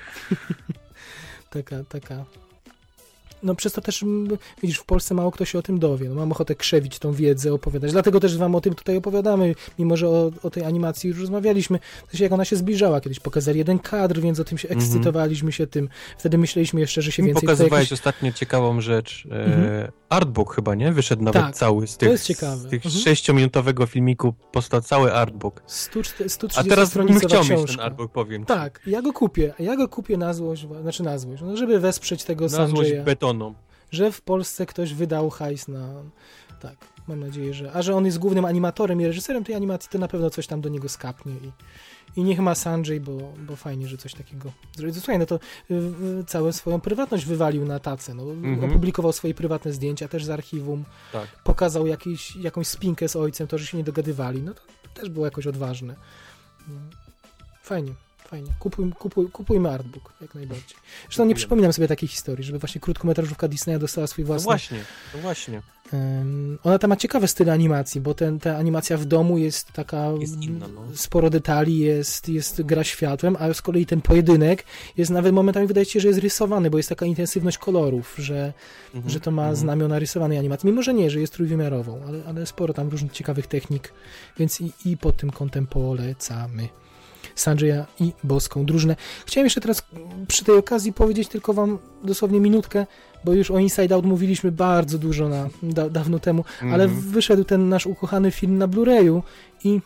Taka. No przez to też, widzisz, w Polsce mało kto się o tym dowie. No, mam ochotę krzewić tą wiedzę, opowiadać. Dlatego też wam o tym tutaj opowiadamy, mimo że o tej animacji już rozmawialiśmy. To się, jak ona się zbliżała. Kiedyś pokazali jeden kadr, więc o tym się ekscytowaliśmy się tym. Wtedy myśleliśmy jeszcze, że się więcej... Pokazywałeś ostatnio ciekawą rzecz. Artbook chyba, nie? Wyszedł nawet cały z tych, to jest ciekawe. Z tych 6-minutowego filmiku powstał cały artbook. 130 a teraz bym chciał mieć ten artbook, powiem ci. Tak, ja go kupię na złość, żeby wesprzeć tego Sanjaya. Betoną. Że w Polsce ktoś wydał hajs na... Tak, mam nadzieję, że... A że on jest głównym animatorem i reżyserem tej animacji, to na pewno coś tam do niego skapnie i niech ma Sanjay, bo fajnie, że coś takiego zrobił. Słuchaj, no to całą swoją prywatność wywalił na tacę. No, opublikował swoje prywatne zdjęcia też z archiwum. Tak. Pokazał jakąś spinkę z ojcem, to, że się nie dogadywali. No to też było jakoś odważne. Fajnie. Kupujmy artbook, jak najbardziej. Zresztą nie przypominam sobie takiej historii, żeby właśnie krótkometrażówka Disneya dostała swój własny... No właśnie. Ona tam ma ciekawe style animacji, bo ta animacja w domu jest taka... Jest inna, sporo detali, jest gra światłem, a z kolei ten pojedynek jest nawet momentami, wydaje się, że jest rysowany, bo jest taka intensywność kolorów, że to ma znamiona rysowanej animacji. Mimo, że nie, że jest trójwymiarową, ale sporo tam różnych ciekawych technik, więc i pod tym kątem polecamy. Sanjaya i boską drużynę. Chciałem jeszcze teraz przy tej okazji powiedzieć tylko wam dosłownie minutkę, bo już o Inside Out mówiliśmy bardzo dużo dawno temu, ale wyszedł ten nasz ukochany film na Blu-rayu i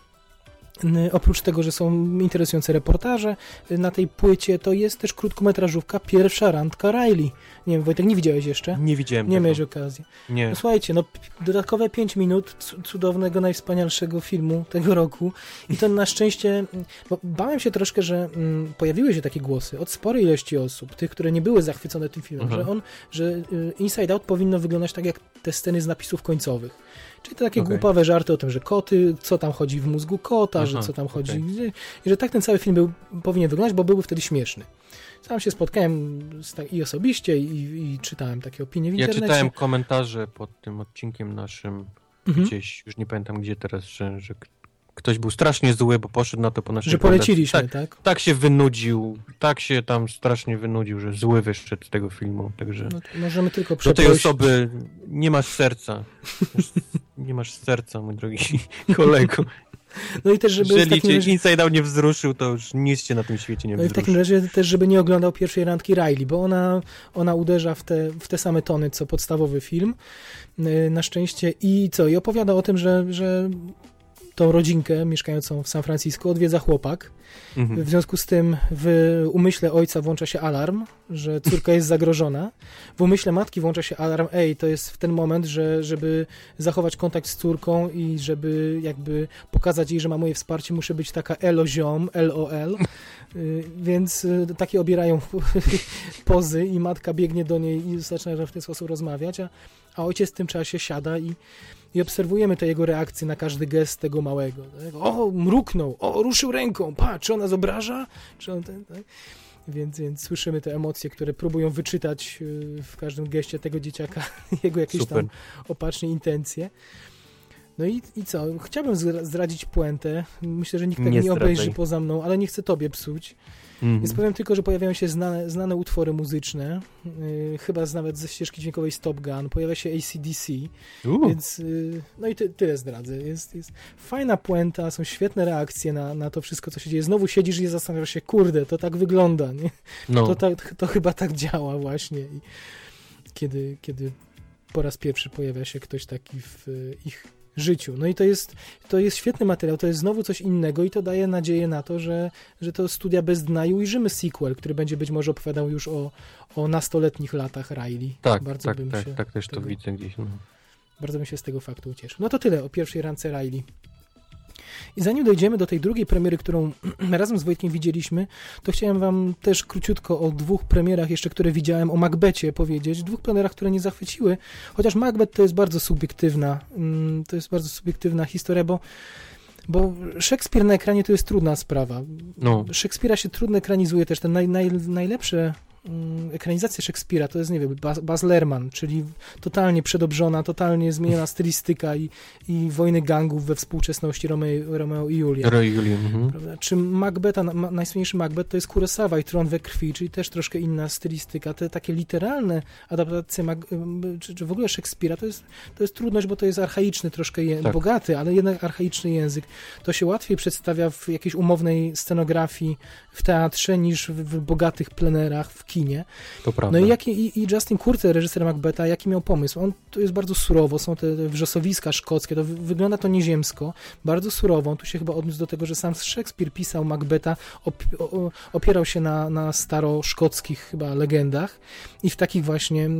oprócz tego, że są interesujące reportaże na tej płycie, to jest też krótkometrażówka Pierwsza randka Riley. Nie wiem, Wojtek, nie widziałeś jeszcze? Nie widziałem. Nie miałeś okazji. Nie. No, słuchajcie, dodatkowe 5 minut cudownego, najwspanialszego filmu tego roku i to na szczęście, bo bałem się troszkę, że pojawiły się takie głosy od sporej ilości osób, tych, które nie były zachwycone tym filmem, że Inside Out powinno wyglądać tak jak te sceny z napisów końcowych. Czyli to takie głupawe żarty o tym, że koty, co tam chodzi w mózgu kota, że co tam chodzi, i że tak ten cały film powinien wyglądać, bo byłby wtedy śmieszny. Sam się spotkałem i osobiście i czytałem takie opinie w internecie. Ja czytałem komentarze pod tym odcinkiem naszym, gdzieś, już nie pamiętam gdzie teraz, że ktoś był strasznie zły, bo poszedł na to po naszej Że poleciliśmy, tak? Tak się wynudził, tak się tam strasznie wynudził, że zły wyszedł z tego filmu, także... No możemy tylko do tej osoby nie masz serca. Nie masz serca, mój drogi kolego. No i też, żeby jeżeli cię Inside Out nie wzruszył, to już nic cię na tym świecie nie wzruszy. No i w takim razie też, żeby nie oglądał Pierwszej randki Riley, bo ona uderza w te same tony, co podstawowy film, na szczęście. I opowiada o tym, że tą rodzinkę mieszkającą w San Francisco odwiedza chłopak. W związku z tym w umyśle ojca włącza się alarm, że córka jest zagrożona. W umyśle matki włącza się alarm, to jest w ten moment, żeby zachować kontakt z córką i żeby jakby pokazać jej, że ma moje wsparcie, muszę być taka elo-ziom, LOL. Więc takie obierają pozy i matka biegnie do niej i zaczyna w ten sposób rozmawiać, a ojciec w tym czasie siada i obserwujemy te jego reakcje na każdy gest tego małego. Tak? O, mruknął, ruszył ręką, czy ona zobraża? Czy on tak? Więc słyszymy te emocje, które próbują wyczytać w każdym geście tego dzieciaka, jego jakieś tam opacznie intencje. No i co? Chciałbym zdradzić puentę. Myślę, że nikt tego nie obejrzy poza mną, ale nie chcę tobie psuć. Więc powiem tylko, że pojawiają się znane utwory muzyczne, chyba nawet ze ścieżki dźwiękowej Top Gun, pojawia się AC/DC, więc no i tyle zdradzę. Jest fajna puenta, są świetne reakcje na to wszystko, co się dzieje. Znowu siedzisz i zastanawiasz się, kurde, to tak wygląda, nie? No. To chyba tak działa właśnie. I kiedy po raz pierwszy pojawia się ktoś taki w ich życiu. No i to jest świetny materiał, to jest znowu coś innego i to daje nadzieję na to, że to Studia bez dna i ujrzymy sequel, który będzie być może opowiadał już o nastoletnich latach Riley. Tak, tak, też to widzę gdzieś. No. Bardzo bym się z tego faktu ucieszył. No to tyle o Pierwszej randce Riley. I zanim dojdziemy do tej drugiej premiery, którą razem z Wojtkiem widzieliśmy, to chciałem wam też króciutko o 2 premierach jeszcze, które widziałem, o Macbethie powiedzieć. 2 premierach, które nie zachwyciły, chociaż Macbeth to jest bardzo subiektywna historia, bo Szekspir na ekranie to jest trudna sprawa. No. Szekspira się trudno ekranizuje też, te najlepsze ekranizację Szekspira to jest, nie wiem, Baz Luhrmann, czyli totalnie przedobrzona, totalnie zmieniona stylistyka i wojny gangów we współczesności Romeo i Julia. Prawda? Czy Macbeta, najsłynniejszy Macbeth to jest Kurosawa i Tron we krwi, czyli też troszkę inna stylistyka. Te takie literalne adaptacje czy w ogóle Szekspira to jest trudność, bo to jest archaiczny, troszkę bogaty, ale jednak archaiczny język. To się łatwiej przedstawia w jakiejś umownej scenografii w teatrze niż w bogatych plenerach w kinie. To prawda. No i Justin Kurzel, reżyser Macbetha, jaki miał pomysł? To jest bardzo surowo, są te wrzosowiska szkockie, wygląda to nieziemsko, bardzo surowo. On tu się chyba odniósł do tego, że sam Szekspir pisał Macbetha, opierał się na staroszkockich chyba legendach i w takich właśnie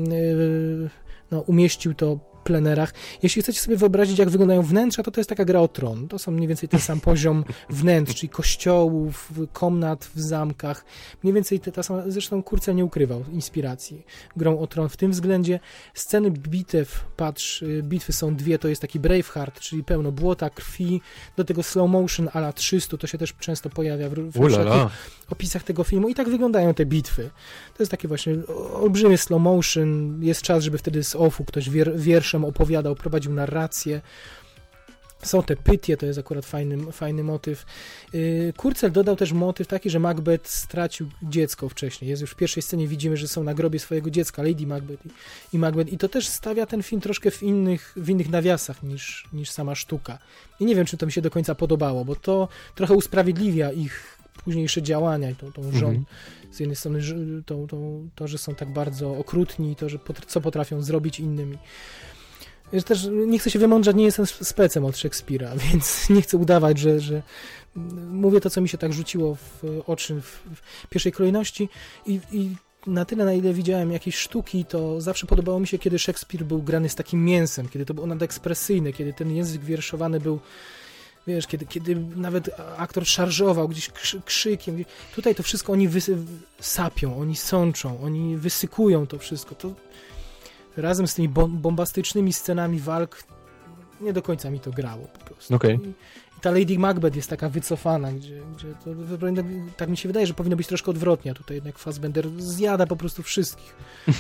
umieścił to plenerach. Jeśli chcecie sobie wyobrazić, jak wyglądają wnętrza, to jest taka gra o tron. To są mniej więcej ten sam poziom wnętrz, czyli kościołów, komnat w zamkach. Mniej więcej ta sama, zresztą Kurzel nie ukrywał inspiracji grą o tron w tym względzie. Sceny bitew, bitwy są 2, to jest taki Braveheart, czyli pełno błota, krwi, do tego slow motion a la 300, to się też często pojawia w opisach tego filmu i tak wyglądają te bitwy. To jest takie właśnie olbrzymie slow motion, jest czas, żeby wtedy z offu ktoś wierszem opowiadał, prowadził narrację. Są te pytie, to jest akurat fajny motyw. Kurzel dodał też motyw taki, że Macbeth stracił dziecko wcześniej. Jest już w pierwszej scenie, widzimy, że są na grobie swojego dziecka, Lady Macbeth i Macbeth. I to też stawia ten film troszkę w innych nawiasach niż sama sztuka. I nie wiem, czy to mi się do końca podobało, bo to trochę usprawiedliwia ich późniejsze działania i tą rząd. Z jednej strony to, że są tak bardzo okrutni i to, że co potrafią zrobić innymi. Ja też nie chcę się wymądrzać, nie jestem specem od Szekspira, więc nie chcę udawać, że mówię to, co mi się tak rzuciło w oczy w pierwszej kolejności i na tyle, na ile widziałem jakieś sztuki, to zawsze podobało mi się, kiedy Szekspir był grany z takim mięsem, kiedy to było nadekspresyjne, kiedy ten język wierszowany był, wiesz, kiedy nawet aktor szarżował gdzieś krzykiem. Tutaj to wszystko oni sapią, oni sączą, oni wysykują to wszystko. To razem z tymi bombastycznymi scenami walk nie do końca mi to grało po prostu. Okay. I ta Lady Macbeth jest taka wycofana, gdzie to tak mi się wydaje, że powinno być troszkę odwrotnie, a tutaj jednak Fassbender zjada po prostu wszystkich.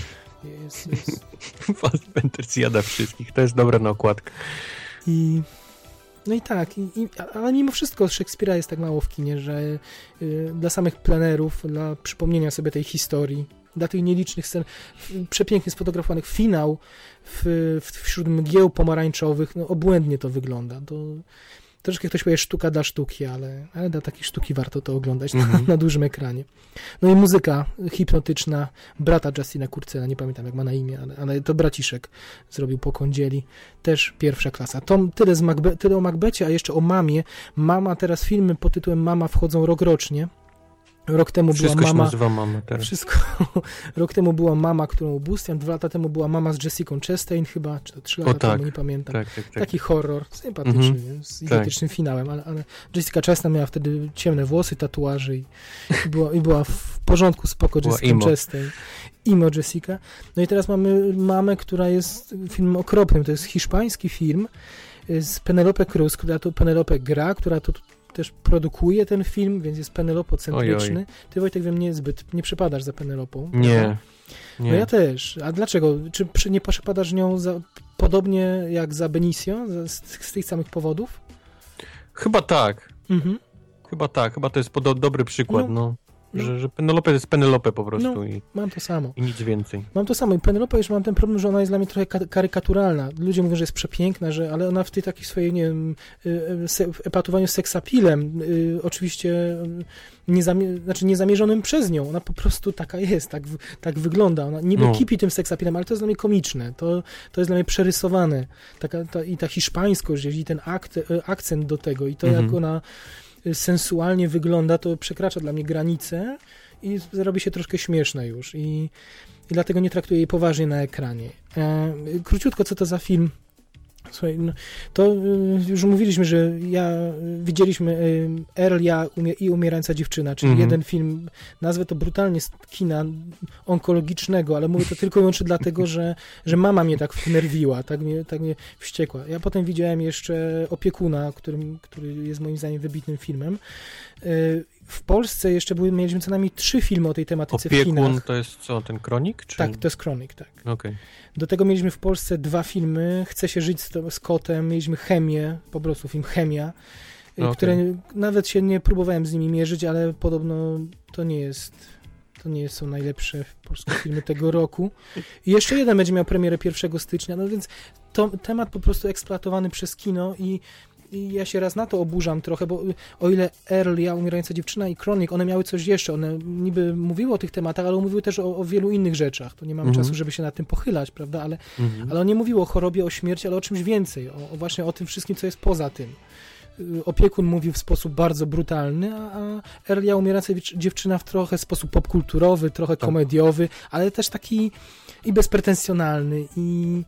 Fassbender zjada wszystkich, to jest dobre na okładkę. No i tak, ale mimo wszystko Szekspira jest tak mało w kinie, że dla samych plenerów, dla przypomnienia sobie tej historii, dla tych nielicznych scen, przepięknie sfotografowanych, finał wśród mgieł pomarańczowych, no obłędnie to wygląda. Troszkę ktoś powie sztuka dla sztuki, ale dla takiej sztuki warto to oglądać na dużym ekranie. No i muzyka hipnotyczna brata Justina Kurtzela, nie pamiętam jak ma na imię, ale to braciszek zrobił po kądzieli. Też pierwsza klasa. To tyle o Macbecie, a jeszcze o mamie. Mama teraz filmy pod tytułem Mama wchodzą rokrocznie. Rok temu wszystko była mama. Się nazywa Mama teraz. Wszystko. Rok temu była Mama, którą ubóstwiam. 2 lata temu była Mama z Jessica Chastain chyba, czy to 3 lata temu, nie pamiętam. Tak. Taki horror, sympatyczny, z idiotycznym finałem, ale Jessica Chastain miała wtedy ciemne włosy, tatuaże i była w porządku, spoko Jessica Chastain. Imo Jessica. No i teraz mamy Mamę, która jest filmem okropnym. To jest hiszpański film z Penelope Cruz, która to Penelope gra, która to też produkuje ten film, więc jest penelopocentryczny. Ty, Wojtek, wiem, nie przepadasz za Penelopą. Nie. No ja też. A dlaczego? Czy nie przepadasz nią podobnie jak za Benicio, z tych samych powodów? Chyba tak. Chyba to jest dobry przykład, Że Penelope to jest Penelope po prostu mam to samo. I nic więcej. Mam to samo i Penelope już mam ten problem, że ona jest dla mnie trochę karykaturalna. Ludzie mówią, że jest przepiękna, ale ona w tej takiej swojej, nie wiem, epatowaniu seksapilem, oczywiście niezamierzonym przez nią. Ona po prostu taka jest, tak wygląda. Ona niby kipi tym seksapilem, ale to jest dla mnie komiczne. To jest dla mnie przerysowane. I ta hiszpańskość, i ten akcent do tego i to, jak ona sensualnie wygląda, to przekracza dla mnie granice i robi się troszkę śmieszne już i dlatego nie traktuję jej poważnie na ekranie. Króciutko, co to za film? Słuchaj, to już mówiliśmy, że widzieliśmy Earl, ja i Umierająca dziewczyna, czyli jeden film, nazwę to brutalnie z kina onkologicznego, ale mówię to tylko i wyłącznie dlatego, że mama mnie tak wnerwiła, tak mnie wściekła. Ja potem widziałem jeszcze Opiekuna, który jest moim zdaniem wybitnym filmem. W Polsce jeszcze mieliśmy co najmniej 3 filmy o tej tematyce w kinach. Opiekun to jest co, ten Kronik? Czy... Tak, to jest Kronik, tak. Okay. Do tego mieliśmy w Polsce 2 filmy. Chce się żyć z kotem. Mieliśmy Chemię, po prostu film Chemia, które nawet się nie próbowałem z nimi mierzyć, ale podobno to nie są najlepsze polskie filmy tego roku. I jeszcze jeden będzie miał premierę 1 stycznia, no więc to temat po prostu eksploatowany przez kino i ja się raz na to oburzam trochę, bo o ile Earl, ja, Umierająca dziewczyna i Kronik, one miały coś jeszcze, one niby mówiły o tych tematach, ale mówiły też o wielu innych rzeczach. To nie mamy czasu, żeby się nad tym pochylać, prawda, ale on nie mówił o chorobie, o śmierci, ale o czymś więcej, właśnie o tym wszystkim, co jest poza tym. Opiekun mówił w sposób bardzo brutalny, a Earl, ja, Umierająca dziewczyna w trochę sposób popkulturowy, trochę komediowy, ale też taki i bezpretensjonalny i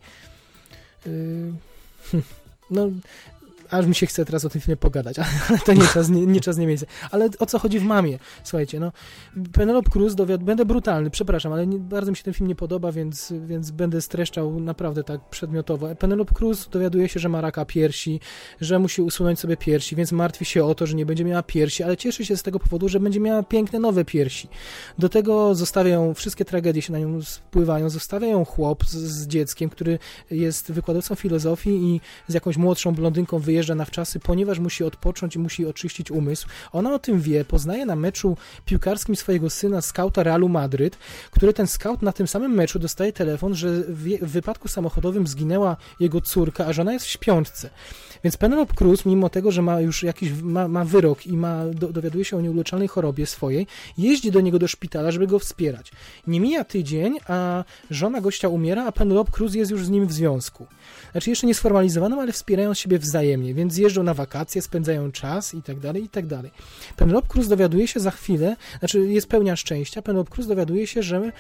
aż mi się chce teraz o tym filmie pogadać, ale to nie czas, nie miejsce. Ale o co chodzi w Mamie? Słuchajcie, Penelope Cruz będę brutalny, przepraszam, ale bardzo mi się ten film nie podoba, więc będę streszczał naprawdę tak przedmiotowo. Penelope Cruz dowiaduje się, że ma raka piersi, że musi usunąć sobie piersi, więc martwi się o to, że nie będzie miała piersi, ale cieszy się z tego powodu, że będzie miała piękne nowe piersi. Do tego zostawiają, wszystkie tragedie się na nią spływają, zostawiają chłop z dzieckiem, który jest wykładowcą filozofii i z jakąś młodszą blondynką wyjeżdża wyjeżdża na wczasy, ponieważ musi odpocząć i musi oczyścić umysł. Ona o tym wie, poznaje na meczu piłkarskim swojego syna, skauta Realu Madryt, który ten skaut na tym samym meczu dostaje telefon, że w wypadku samochodowym zginęła jego córka, a żona jest w śpiączce. Więc Penelope Cruz, mimo tego, że ma już ma wyrok i dowiaduje się o nieuleczalnej chorobie swojej, jeździ do niego do szpitala, żeby go wspierać. Nie mija tydzień, a żona gościa umiera, a Penelope Cruz jest już z nim w związku. Znaczy jeszcze nie sformalizowanym, ale wspierają siebie wzajemnie, więc jeżdżą na wakacje, spędzają czas i tak dalej, i tak dalej. Penelope Cruz dowiaduje się za chwilę, znaczy jest pełnia szczęścia, Penelope Cruz dowiaduje się, że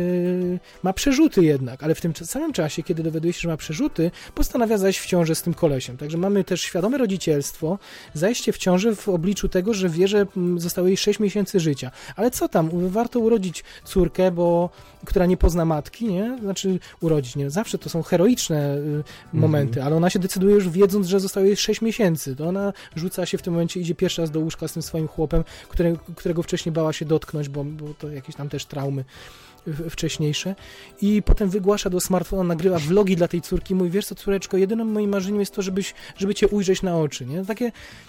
ma przerzuty jednak, ale w tym samym czasie, kiedy dowiaduje się, że ma przerzuty, postanawia zajść w ciążę z tym kolesiem. Także mamy też świadome rodzicielstwo, zajście w ciąży w obliczu tego, że wie, że zostało jej 6 miesięcy życia. Ale co tam? Warto urodzić córkę, która nie pozna matki, nie? Znaczy urodzić, nie? Zawsze to są heroiczne momenty, ale ona się decyduje już wiedząc, że zostało jej 6 miesięcy. To ona rzuca się w tym momencie, idzie pierwszy raz do łóżka z tym swoim chłopem, którego wcześniej bała się dotknąć, bo to jakieś tam też traumy wcześniejsze i potem wygłasza do smartfona, nagrywa vlogi dla tej córki, mówi, wiesz co, córeczko, jedynym moim marzeniem jest to, żeby cię ujrzeć na oczy, nie? Takie,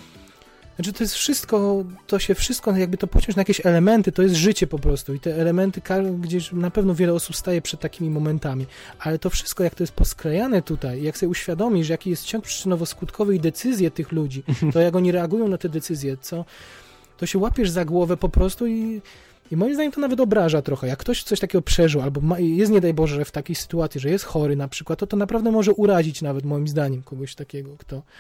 znaczy to jest wszystko, jakby to pociąć na jakieś elementy, to jest życie po prostu i te elementy, gdzieś na pewno wiele osób staje przed takimi momentami, ale to wszystko, jak to jest posklejane tutaj, jak sobie uświadomisz, jaki jest ciąg przyczynowo-skutkowy i decyzje tych ludzi, to jak oni reagują na te decyzje, to się łapiesz za głowę po prostu i moim zdaniem to nawet obraża trochę. Jak ktoś coś takiego przeżył, albo jest, nie daj Boże, w takiej sytuacji, że jest chory na przykład, to naprawdę może urazić nawet, moim zdaniem, kogoś takiego,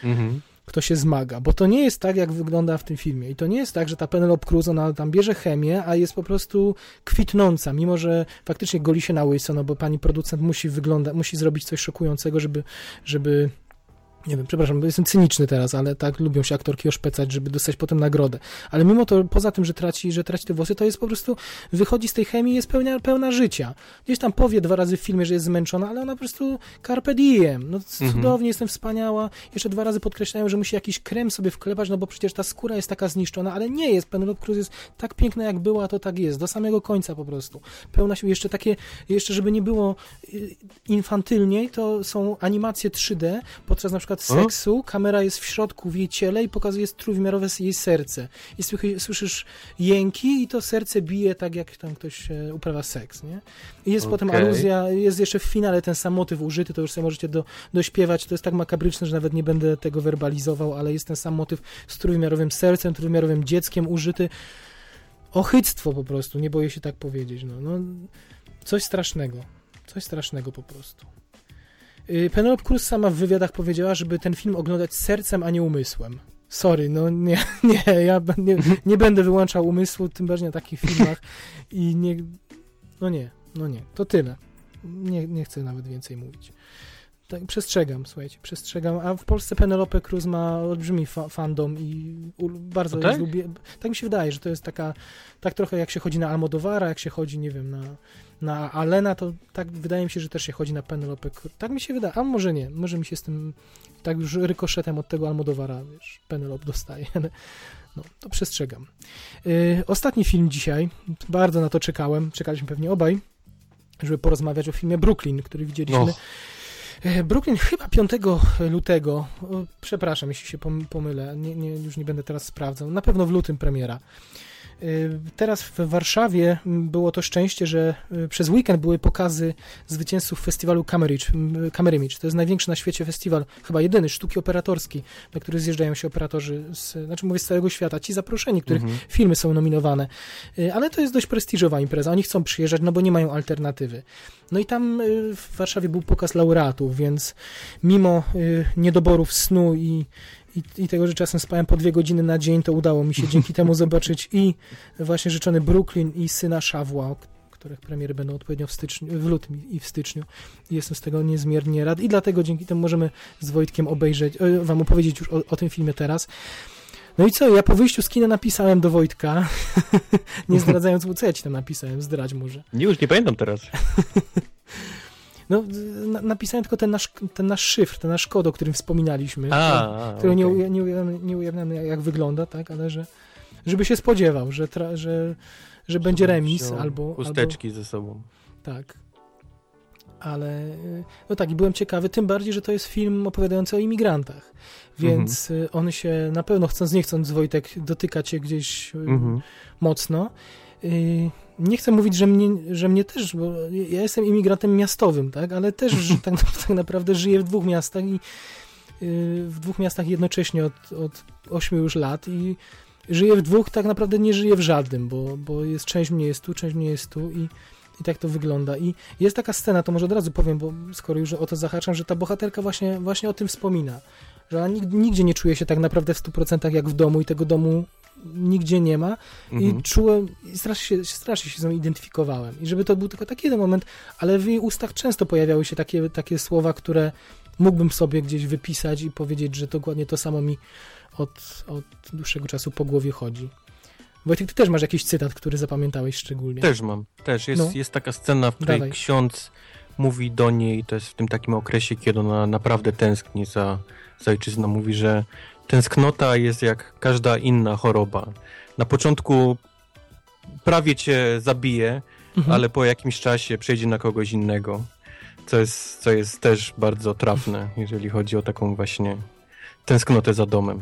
kto się zmaga. Bo to nie jest tak, jak wygląda w tym filmie. I to nie jest tak, że ta Penelope Cruz, ona tam bierze chemię, a jest po prostu kwitnąca, mimo że faktycznie goli się na łyso, no bo pani producent musi zrobić coś szokującego, żeby nie wiem, przepraszam, bo jestem cyniczny teraz, ale tak lubią się aktorki oszpecać, żeby dostać potem nagrodę. Ale mimo to, poza tym, że traci te włosy, to jest po prostu, wychodzi z tej chemii i jest pełna życia. Gdzieś tam powie 2 razy w filmie, że jest zmęczona, ale ona po prostu carpe diem. No cudownie, jestem wspaniała. Jeszcze 2 razy podkreślają, że musi jakiś krem sobie wklepać, no bo przecież ta skóra jest taka zniszczona, ale nie jest. Penelope Cruz jest tak piękna, jak była, to tak jest. Do samego końca po prostu. Pełna siły. Jeszcze żeby nie było infantylniej, to są animacje 3D, podczas na przykład seksu, kamera jest w środku w jej ciele i pokazuje trójwymiarowe jej serce. I słyszysz jęki i to serce bije tak, jak tam ktoś uprawia seks, nie? I jest potem aluzja, jest jeszcze w finale ten sam motyw użyty, to już sobie możecie dośpiewać, to jest tak makabryczne, że nawet nie będę tego werbalizował, ale jest ten sam motyw z trójwymiarowym sercem, trójwymiarowym dzieckiem użyty. Ochyctwo po prostu, nie boję się tak powiedzieć. No, coś strasznego po prostu. Penelope Cruz sama w wywiadach powiedziała, żeby ten film oglądać sercem, a nie umysłem. Sorry, no nie, ja nie będę wyłączał umysłu, tym bardziej na takich filmach i nie, to tyle. Nie chcę nawet więcej mówić. Tak, przestrzegam, a w Polsce Penelope Cruz ma olbrzymi fandom i bardzo jest lubię. Tak mi się wydaje, że to jest tak trochę jak się chodzi na Almodovara, jak się chodzi, nie wiem, na Allena, to tak wydaje mi się, że też się chodzi na Penelope Cruz. Tak mi się wydaje, a może nie, może mi się z tym tak już rykoszetem od tego Almodovara, wiesz, Penelope dostaje, ale no, to przestrzegam. Ostatni film dzisiaj, bardzo na to czekaliśmy pewnie obaj, żeby porozmawiać o filmie Brooklyn, który widzieliśmy. Brooklyn chyba 5 lutego, przepraszam, jeśli się pomylę, już nie będę teraz sprawdzał, na pewno w lutym premiera. Teraz w Warszawie było to szczęście, że przez weekend były pokazy zwycięzców festiwalu Kamerimidge. To jest największy na świecie festiwal, chyba jedyny, sztuki operatorskiej, na który zjeżdżają się operatorzy, mówię, z całego świata, ci zaproszeni, których filmy są nominowane. Ale to jest dość prestiżowa impreza, oni chcą przyjeżdżać, no bo nie mają alternatywy. No i tam w Warszawie był pokaz laureatów, więc mimo niedoborów snu i tego, że czasem spałem po 2 godziny na dzień, to udało mi się dzięki temu zobaczyć i właśnie rzeczony Brooklyn i Syna Szawła, których premiery będą odpowiednio w lutym i w styczniu. I jestem z tego niezmiernie rad i dlatego dzięki temu możemy z Wojtkiem wam opowiedzieć już o tym filmie teraz. No i co, ja po wyjściu z kina napisałem do Wojtka, nie zdradzając mu, co ja ci tam napisałem, zdradź może. Już nie pamiętam teraz. No, napisałem tylko ten nasz szyfr, ten nasz kod, o którym wspominaliśmy, który okay. nie ujawniamy jak wygląda, tak, ale żeby się spodziewał, że będzie remis albo... Chusteczki ze sobą. Tak. ale no tak, i byłem ciekawy, tym bardziej, że to jest film opowiadający o imigrantach, więc on się na pewno, chcąc nie chcąc, Wojtek, dotyka cię gdzieś mocno. Nie chcę mówić, że mnie też, bo ja jestem imigrantem miastowym, tak, ale też tak naprawdę żyję w 2 miastach i w 2 miastach jednocześnie od 8 już lat i żyję w 2, tak naprawdę nie żyję w żadnym, bo jest część mnie jest tu, część mnie jest tu i tak to wygląda. I jest taka scena, to może od razu powiem, bo skoro już o to zahaczam, że ta bohaterka właśnie o tym wspomina, że ona nigdzie nie czuje się tak naprawdę w 100% jak w domu i tego domu nigdzie nie ma i czułem, strasznie się z nią identyfikowałem. I żeby to był tylko taki jeden moment, ale w jej ustach często pojawiały się takie słowa, które mógłbym sobie gdzieś wypisać i powiedzieć, że dokładnie to samo mi od dłuższego czasu po głowie chodzi. Wojtek, ty też masz jakiś cytat, który zapamiętałeś szczególnie? Też mam. Jest taka scena, w której ksiądz mówi do niej, to jest w tym takim okresie, kiedy ona naprawdę tęskni za ojczyzną. Mówi, że tęsknota jest jak każda inna choroba. Na początku prawie cię zabije, ale po jakimś czasie przejdzie na kogoś innego. Co jest też bardzo trafne, jeżeli chodzi o taką właśnie tęsknotę za domem.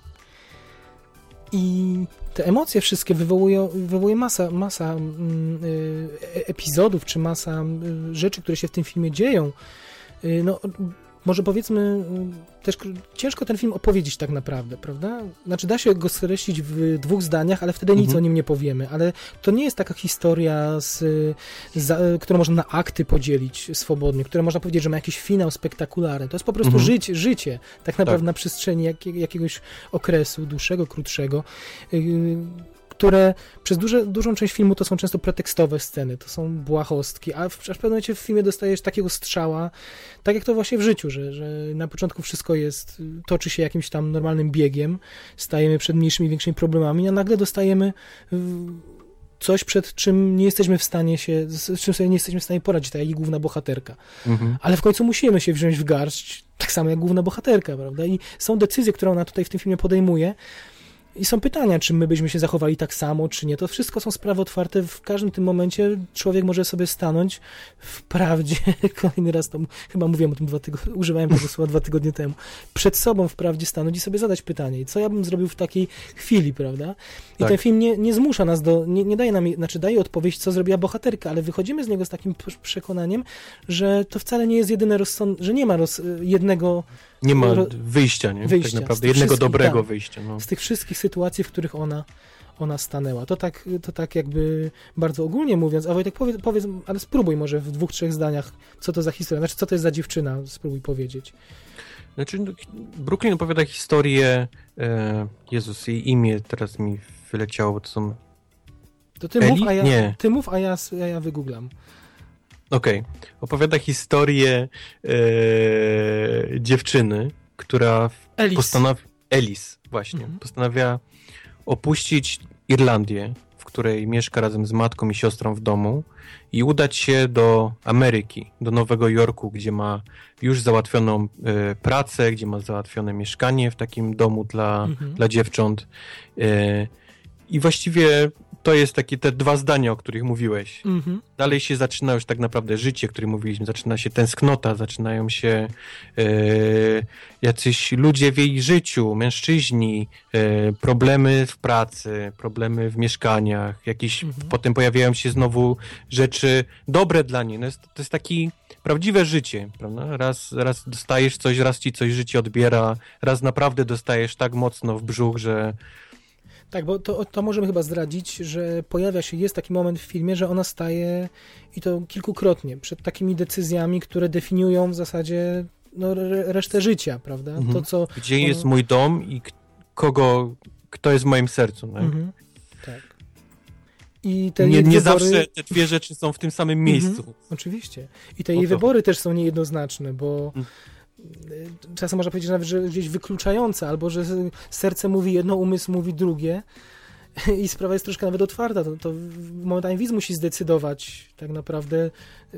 I te emocje wszystkie wywołuje masa epizodów, czy masa rzeczy, które się w tym filmie dzieją. No, może powiedzmy, też ciężko ten film opowiedzieć tak naprawdę, prawda? Znaczy da się go skreślić w 2 zdaniach, ale wtedy nic o nim nie powiemy, ale to nie jest taka historia, którą można na akty podzielić swobodnie, która można powiedzieć, że ma jakiś finał spektakularny. To jest po prostu życie, tak naprawdę na przestrzeni jakiegoś okresu, dłuższego, krótszego, które przez dużą część filmu to są często pretekstowe sceny, to są błahostki, a w pewnym momencie w filmie dostajesz takiego strzała, tak jak to właśnie w życiu, że na początku wszystko toczy się jakimś tam normalnym biegiem, stajemy przed mniejszymi, większymi problemami, a nagle dostajemy coś, przed czym nie jesteśmy w stanie z czym sobie nie jesteśmy w stanie poradzić, tak jak i główna bohaterka. Ale w końcu musimy się wziąć w garść, tak samo jak główna bohaterka, prawda? I są decyzje, które ona tutaj w tym filmie podejmuje, i są pytania, czy my byśmy się zachowali tak samo, czy nie. To wszystko są sprawy otwarte. W każdym tym momencie człowiek może sobie stanąć w prawdzie, kolejny raz to chyba mówiłem o tym używałem tego słowa 2 tygodnie temu, przed sobą w prawdzie stanąć i sobie zadać pytanie. Co ja bym zrobił w takiej chwili, prawda? I ten film nie zmusza nas nie daje nam, znaczy daje odpowiedź, co zrobiła bohaterka, ale wychodzimy z niego z takim przekonaniem, że to wcale nie jest jedyne że nie ma jednego... Nie ma wyjścia, nie? Tak naprawdę jednego dobrego wyjścia. No. Z tych wszystkich sytuacji, w których ona stanęła. To tak jakby bardzo ogólnie mówiąc, a Wojtek powiedz, ale spróbuj może w 2-3 zdaniach, co to za historia, znaczy co to jest za dziewczyna, spróbuj powiedzieć. Znaczy, Brooklyn opowiada historię, Jezus, jej imię teraz mi wyleciało, bo to są... To ty mów, a ja wygooglam. Okej. Opowiada historię dziewczyny, która postanawia opuścić Irlandię, w której mieszka razem z matką i siostrą w domu i udać się do Ameryki, do Nowego Jorku, gdzie ma już załatwioną pracę, gdzie ma załatwione mieszkanie w takim domu dla dziewcząt. I właściwie to jest takie te 2 zdania, o których mówiłeś. Dalej się zaczyna już tak naprawdę życie, o którym mówiliśmy. Zaczyna się tęsknota, zaczynają się jacyś ludzie w jej życiu, mężczyźni, problemy w pracy, problemy w mieszkaniach, jakieś potem pojawiają się znowu rzeczy dobre dla niej. No to jest takie prawdziwe życie, prawda? Raz dostajesz coś, raz ci coś życie odbiera, raz naprawdę dostajesz tak mocno w brzuch, że... Tak, bo to możemy chyba zdradzić, że jest taki moment w filmie, że ona staje, i to kilkukrotnie, przed takimi decyzjami, które definiują w zasadzie resztę życia, prawda? To, gdzie jest mój dom i kto jest w moim sercu, tak? Tak. I te nie wybory... zawsze te 2 rzeczy są w tym samym miejscu. Oczywiście. I te jej wybory też są niejednoznaczne, bo czasem można powiedzieć nawet, że gdzieś wykluczające, albo że serce mówi jedno, umysł mówi drugie i sprawa jest troszkę nawet otwarta. To momentami widz musi zdecydować tak naprawdę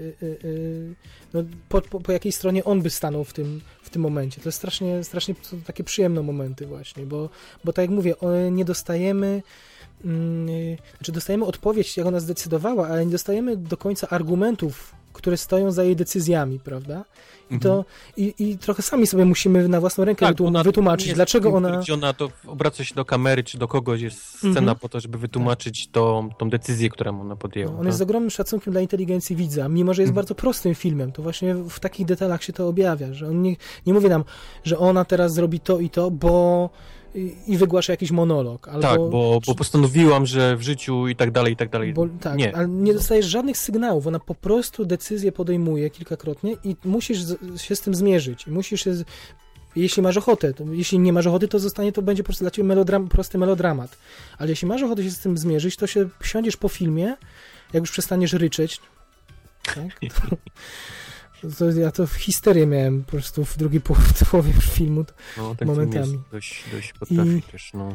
po jakiej stronie on by stanął w tym momencie. To jest strasznie takie przyjemne momenty właśnie, bo tak jak mówię, nie dostajemy dostajemy odpowiedź, jak ona zdecydowała, ale nie dostajemy do końca argumentów które stoją za jej decyzjami, prawda? I trochę sami sobie musimy na własną rękę wytłumaczyć, dlaczego ona to obraca się do kamery, czy do kogoś, jest scena po to, żeby wytłumaczyć tą decyzję, którą ona podjęła. On jest z ogromnym szacunkiem dla inteligencji widza, mimo że jest bardzo prostym filmem, to właśnie w takich detalach się to objawia, że on nie mówi nam, że ona teraz zrobi to i to, bo i wygłasza jakiś monolog. Albo, tak, bo postanowiłam, że w życiu i tak dalej, i tak dalej. Tak, nie. Ale nie dostajesz żadnych sygnałów, ona po prostu decyzję podejmuje kilkakrotnie i musisz się z tym zmierzyć. I musisz się, jeśli masz ochotę, jeśli nie masz ochoty, to będzie po prostu dla ciebie prosty melodramat. Ale jeśli masz ochotę się z tym zmierzyć, to się siądziesz po filmie, jak już przestaniesz ryczeć, tak? Ja to histerię miałem po prostu w drugiej połowie filmu momentami. Dość potrafi też, no.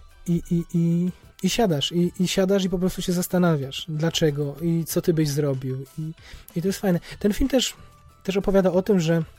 I siadasz, i siadasz i po prostu się zastanawiasz, dlaczego i co ty byś zrobił. I to jest fajne. Ten film też opowiada o tym, że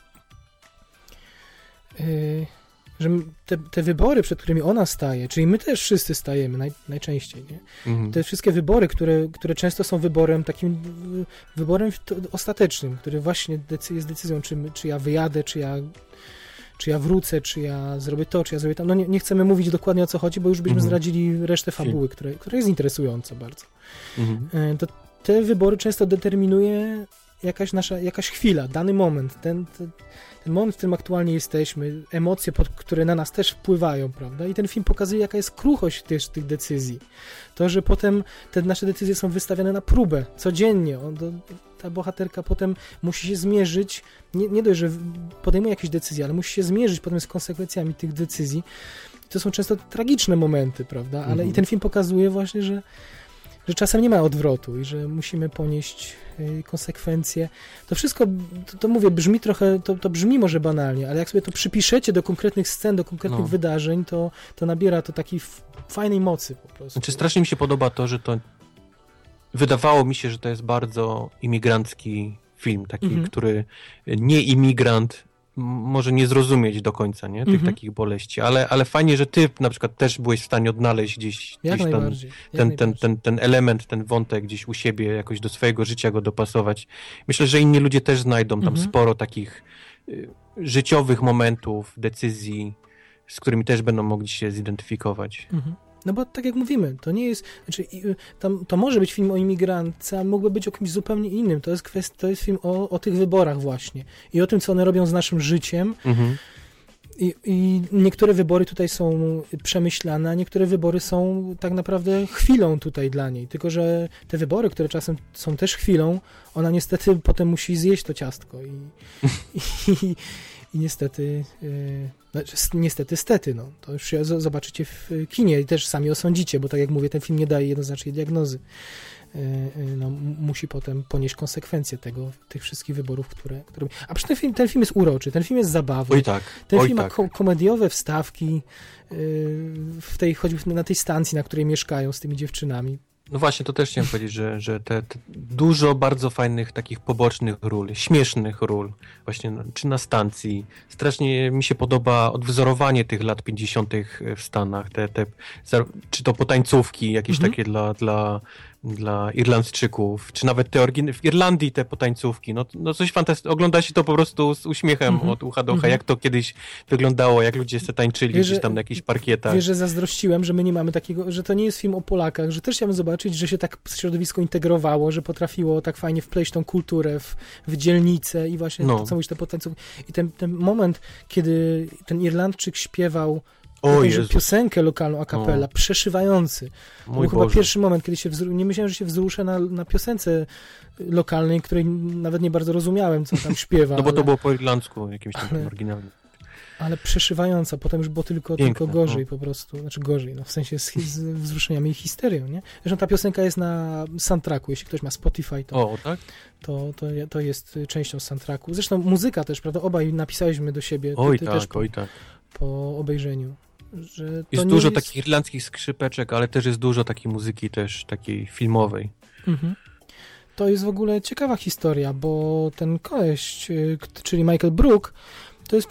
te wybory, przed którymi ona staje, czyli my też wszyscy stajemy najczęściej, nie? Te wszystkie wybory, które często są takim wyborem ostatecznym, który właśnie jest decyzją, czy ja wyjadę, czy ja wrócę, czy ja zrobię to, czy ja zrobię tam. No nie chcemy mówić dokładnie o co chodzi, bo już byśmy zdradzili resztę fabuły, która jest interesująca bardzo. To te wybory często determinuje jakaś chwila, dany moment, ten moment, w którym aktualnie jesteśmy, emocje, które na nas też wpływają, prawda? I ten film pokazuje, jaka jest kruchość tych decyzji. To, że potem te nasze decyzje są wystawiane na próbę, codziennie. Ta bohaterka potem musi się zmierzyć, nie dość, że podejmuje jakieś decyzje, ale musi się zmierzyć potem z konsekwencjami tych decyzji. I to są często tragiczne momenty, prawda? Ale i ten film pokazuje właśnie, że czasem nie ma odwrotu i że musimy ponieść konsekwencje. To wszystko, to mówię, brzmi trochę, to brzmi może banalnie, ale jak sobie to przypiszecie do konkretnych scen, do konkretnych wydarzeń, to nabiera to takiej fajnej mocy po prostu. Znaczy strasznie mi się podoba to, że to wydawało mi się, że to jest bardzo imigrancki film, taki, który nie imigrant może nie zrozumieć do końca, nie? Tych takich boleści, ale fajnie, że ty na przykład też byłeś w stanie odnaleźć gdzieś ten element, ten wątek gdzieś u siebie, jakoś do swojego życia go dopasować. Myślę, że inni ludzie też znajdą tam sporo takich życiowych momentów, decyzji, z którymi też będą mogli się zidentyfikować. No bo tak jak mówimy, to nie jest, znaczy to może być film o imigrantce, a mógłby być o kimś zupełnie innym. To jest film o tych wyborach właśnie i o tym, co one robią z naszym życiem. I niektóre wybory tutaj są przemyślane, a niektóre wybory są tak naprawdę chwilą tutaj dla niej. Tylko że te wybory, które czasem są też chwilą, ona niestety potem musi zjeść to ciastko i niestety, niestety, to już się zobaczycie w kinie i też sami osądzicie, bo tak jak mówię, ten film nie daje jednoznacznej diagnozy. Musi potem ponieść konsekwencje tych wszystkich wyborów, które... A przy ten film jest uroczy, ten film jest zabawny. Oj tak. Ten film ma komediowe wstawki, choćby na tej stacji, na której mieszkają z tymi dziewczynami. No właśnie, to też chciałem powiedzieć, że te dużo bardzo fajnych takich pobocznych ról, śmiesznych ról, właśnie czy na stacji. Strasznie mi się podoba odwzorowanie tych lat 50. w Stanach, czy to potańcówki jakieś takie dla Irlandczyków, czy nawet w Irlandii te potańcówki, no coś fantastycznego. Ogląda się to po prostu z uśmiechem od ucha do ucha, jak to kiedyś wyglądało, jak ludzie se tańczyli gdzieś tam na jakichś parkietach. Wiesz, że zazdrościłem, że my nie mamy takiego, że to nie jest film o Polakach, że też chciałbym zobaczyć, że się tak środowisko integrowało, że potrafiło tak fajnie wpleść tą kulturę w dzielnicę i właśnie to, co mówisz, te potańcówki. I ten moment, kiedy ten Irlandczyk śpiewał piosenkę lokalną a cappella, przeszywający. To był chyba pierwszy moment, kiedy nie myślałem, że się wzruszę na piosence lokalnej, której nawet nie bardzo rozumiałem, co tam śpiewa. No bo to było po irlandzku, jakimś tam oryginalnym. Ale przeszywająca, potem już było tylko gorzej po prostu, znaczy gorzej, w sensie z wzruszeniami i histerią, nie? Zresztą ta piosenka jest na soundtracku, jeśli ktoś ma Spotify, to jest częścią soundtracku. Zresztą muzyka też, prawda, obaj napisaliśmy do siebie. Po obejrzeniu. Że jest dużo takich irlandzkich skrzypeczek, ale też jest dużo takiej muzyki też, takiej filmowej. To jest w ogóle ciekawa historia, bo ten koleś, czyli Michael Brook, to jest człowiek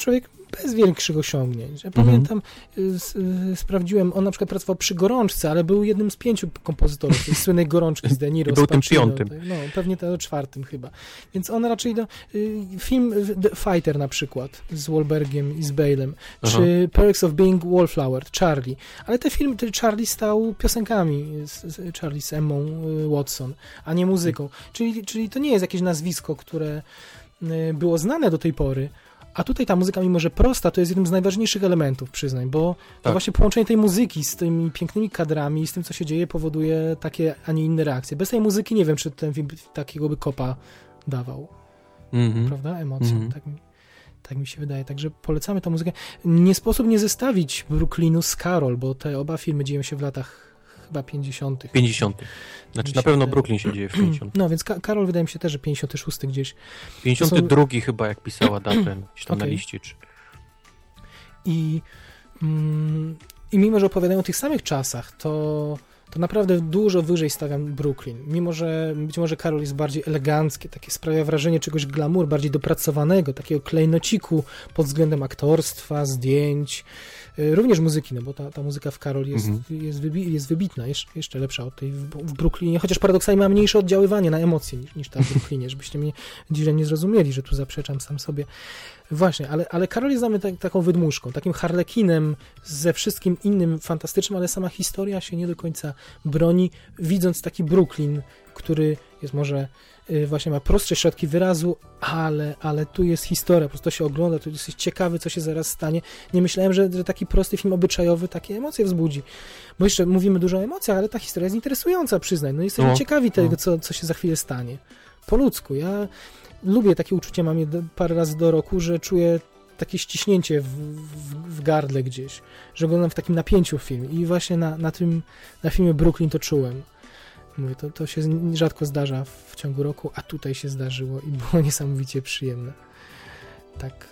bez większych osiągnięć. Ja pamiętam, sprawdziłem, on na przykład pracował przy Gorączce, ale był jednym z 5 kompozytorów tej słynnej Gorączki z De Niro. Był tym 5. No, pewnie to 4 chyba. Więc on raczej, film The Fighter na przykład, z Wahlbergiem i z Bale'em, czy Perks of Being Wallflower, Charlie. Ale te filmy, Charlie stał piosenkami, Charlie z Emmą Watson, a nie muzyką. Czyli to nie jest jakieś nazwisko, które było znane do tej pory, a tutaj ta muzyka, mimo że prosta, to jest jednym z najważniejszych elementów, przyznań, bo to właśnie połączenie tej muzyki z tymi pięknymi kadrami, z tym, co się dzieje, powoduje takie, a nie inne reakcje. Bez tej muzyki nie wiem, czy ten film takiego by kopa dawał. Prawda? Emocje. Tak mi się wydaje. Także polecamy tę muzykę. Nie sposób nie zestawić Brooklynu z Carol, bo te oba filmy dzieją się w latach chyba 50. 50. Znaczy na pewno Brooklyn się dzieje w 50. No, więc Karol wydaje mi się też, że 56 gdzieś. 52 chyba, jak pisała datę, gdzieś tam na liście. I mimo, że opowiadają o tych samych czasach, to naprawdę dużo wyżej stawiam Brooklyn. Mimo, że być może Karol jest bardziej eleganckie, takie sprawia wrażenie czegoś glamour, bardziej dopracowanego, takiego klejnociku pod względem aktorstwa, zdjęć, również muzyki, no bo ta muzyka w Karol jest wybitna, jeszcze lepsza od tej w Brooklynie, chociaż paradoksalnie ma mniejsze oddziaływanie na emocje niż ta w Brooklynie, żebyście mnie źle nie zrozumieli, że tu zaprzeczam sam sobie. Właśnie, ale Karol jest dla mnie taką wydmuszką, takim harlekinem ze wszystkim innym fantastycznym, ale sama historia się nie do końca broni, widząc taki Brooklyn, który jest może właśnie ma prostsze środki wyrazu, ale tu jest historia, po prostu to się ogląda, tu jesteś ciekawy, co się zaraz stanie. Nie myślałem, że taki prosty film obyczajowy takie emocje wzbudzi. Bo jeszcze mówimy dużo o emocjach, ale ta historia jest interesująca, przyznaj. No jesteśmy ciekawi tego, co się za chwilę stanie. Po ludzku. Ja lubię takie uczucie, mam je parę razy do roku, że czuję takie ściśnięcie w gardle gdzieś, że oglądam w takim napięciu film i właśnie na filmie Brooklyn to czułem. Mówię, to się rzadko zdarza w ciągu roku, a tutaj się zdarzyło i było niesamowicie przyjemne. Tak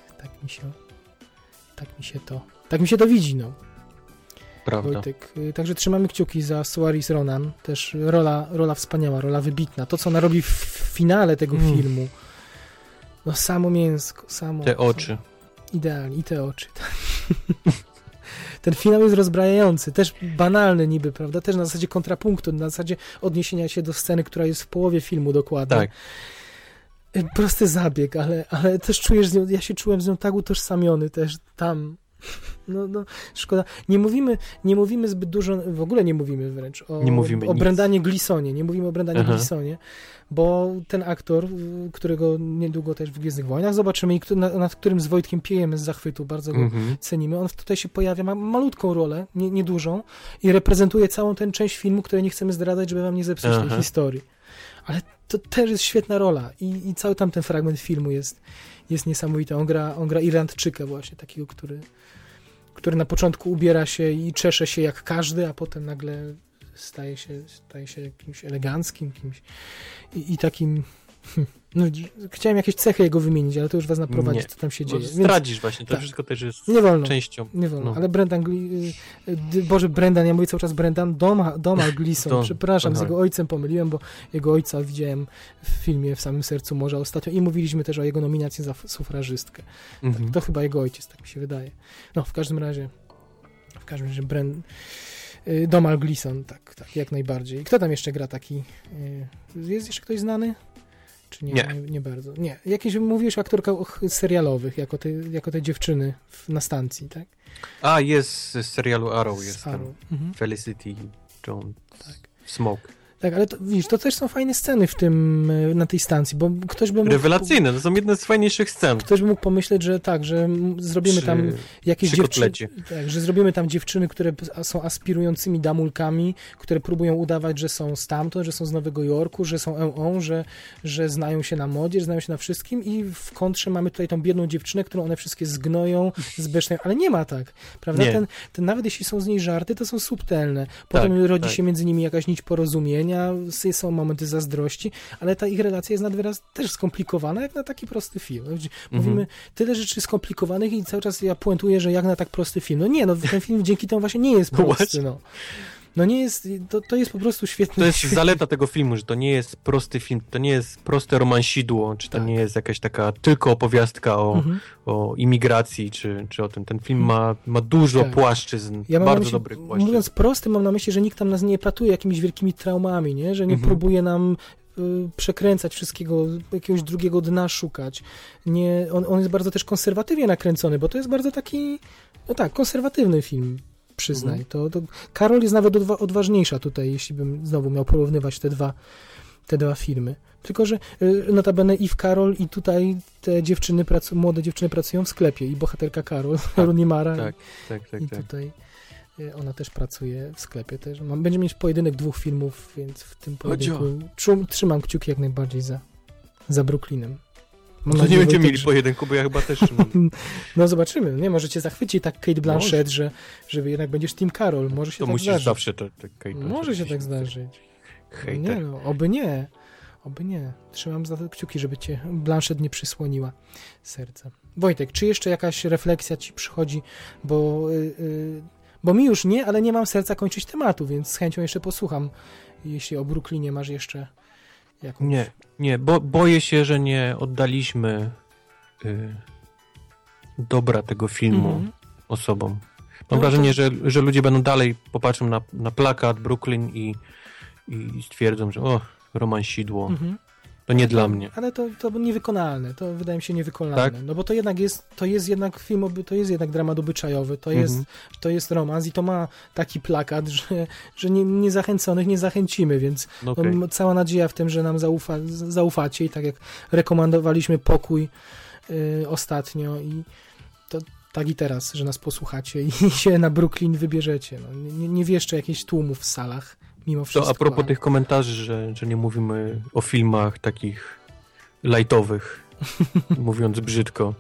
mi się to widzi, no. Prawda. Wojtek. Także trzymamy kciuki za Saoirse Ronan, też rola wspaniała, rola wybitna. To, co ona robi w finale tego filmu, no samo mięsko, te oczy. Idealnie, i te oczy. Ten finał jest rozbrajający, też banalny niby, prawda? Też na zasadzie kontrapunktu, na zasadzie odniesienia się do sceny, która jest w połowie filmu dokładnie. Tak. Prosty zabieg, ale też czujesz z nią, ja się czułem z nią tak utożsamiony też tam. No, szkoda. Nie mówimy zbyt dużo, w ogóle nie mówimy wręcz o Brendanie Gleesonie. Nie mówimy o Brendanie Gleesonie, bo ten aktor, którego niedługo też w Gwiezdnych Wojnach zobaczymy i nad którym z Wojtkiem piejemy z zachwytu, bardzo go cenimy. On tutaj się pojawia, ma malutką rolę, niedużą i reprezentuje całą tę część filmu, której nie chcemy zdradzać, żeby wam nie zepsuć tej historii. Ale to też jest świetna rola i cały tamten fragment filmu jest niesamowity. On gra Irlandczyka właśnie, takiego, który na początku ubiera się i czesze się jak każdy, a potem nagle staje się kimś eleganckim, kimś i takim... No, chciałem jakieś cechy jego wymienić, ale to już was naprowadzi, co tam się dzieje. Zdradzisz właśnie, to wszystko też jest częścią. Nie wolno, ale Brendan, ja mówię cały czas Brendan, Domhnall Gleeson, przepraszam, z jego ojcem pomyliłem, bo jego ojca widziałem w filmie W samym sercu morza ostatnio i mówiliśmy też o jego nominacji za sufrażystkę. Tak, to chyba jego ojciec, tak mi się wydaje. No, w każdym razie Domhnall Gleeson, tak, jak najbardziej. Kto tam jeszcze gra taki? Jest jeszcze ktoś znany? Czy nie bardzo? Nie. Jakieś mówiłeś o aktorkach serialowych, jako te dziewczyny na stacji, tak? A, jest z serialu Arrow, jest tam Felicity Jones, Smoke. Tak, ale widzisz, to też są fajne sceny na tej stacji, bo ktoś by mógł... Rewelacyjne, to są jedne z fajniejszych scen. Ktoś by mógł pomyśleć, że tak, że zrobimy tam jakieś dziewczyny... Tak, że zrobimy tam dziewczyny, które są aspirującymi damulkami, które próbują udawać, że są stamtąd, że są z Nowego Jorku, że są że znają się na modzie, że znają się na wszystkim i w kontrze mamy tutaj tą biedną dziewczynę, którą one wszystkie zgnoją, zbesztają, ale nie ma tak, prawda? Ten nawet jeśli są z niej żarty, to są subtelne. Potem rodzi się między nimi jakaś nić porozumienia, są momenty zazdrości, ale ta ich relacja jest nad wyraz też skomplikowana, jak na taki prosty film. Mówimy tyle rzeczy skomplikowanych i cały czas ja puentuję, że jak na tak prosty film. No nie, ten film dzięki temu właśnie nie jest prosty. No nie jest, to jest po prostu świetny. To jest zaleta tego filmu, że to nie jest prosty film, to nie jest proste romansidło, czy to nie jest jakaś taka tylko opowiastka o imigracji, czy o tym. Ten film ma dużo płaszczyzn, bardzo dobrych płaszczyzn. Mówiąc prosty, mam na myśli, że nikt tam nas nie epatuje jakimiś wielkimi traumami, nie? Że nie próbuje nam przekręcać wszystkiego, jakiegoś drugiego dna szukać. Nie, on jest bardzo też konserwatywnie nakręcony, bo to jest bardzo taki, konserwatywny film, przyznaj. To Karol jest nawet odważniejsza tutaj, jeśli bym znowu miał porównywać te dwa filmy. Tylko, że notabene i w Karol, i tutaj te dziewczyny, młode dziewczyny pracują w sklepie i bohaterka Karol, Rooney Mara. Tak. I tutaj ona też pracuje w sklepie. Też. Będzie mieć pojedynek dwóch filmów, więc w tym pojedynku trzymam kciuki jak najbardziej za Brooklynem. No nie będziemy mieli pojedynku, bo ja chyba też trzymam. No zobaczymy. Nie, może cię zachwyci tak Cate Blanchett, że jednak będziesz Team Karol. Może się to tak musisz zdarzyć. Zawsze to Cate Blanchett. Może się tak zdarzyć. Nie, oby nie. Oby nie. Trzymam za to kciuki, żeby cię Blanchett nie przysłoniła serca. Wojtek, czy jeszcze jakaś refleksja ci przychodzi, bo mi już nie, ale nie mam serca kończyć tematu, więc z chęcią jeszcze posłucham, jeśli o Brooklynie masz jeszcze jakąś... Nie, boję się, że nie oddaliśmy dobra tego filmu osobom. Mam wrażenie, że ludzie będą dalej popatrzą na plakat Brooklyn i stwierdzą, że romansidło. To nie dla mnie. Ale to niewykonalne. To wydaje mi się niewykonalne. Tak? No bo to jest jednak film, to jest jednak dramat obyczajowy, to jest romans i to ma taki plakat, że niezachęconych nie zachęcimy, więc cała nadzieja w tym, że nam zaufacie i tak jak rekomendowaliśmy Pokój ostatnio i to tak i teraz, że nas posłuchacie i się na Brooklyn wybierzecie. No, nie wieszczę jakichś tłumów w salach. Mimo wszystko, to a propos tych komentarzy, że nie mówimy o filmach takich lightowych, mówiąc brzydko.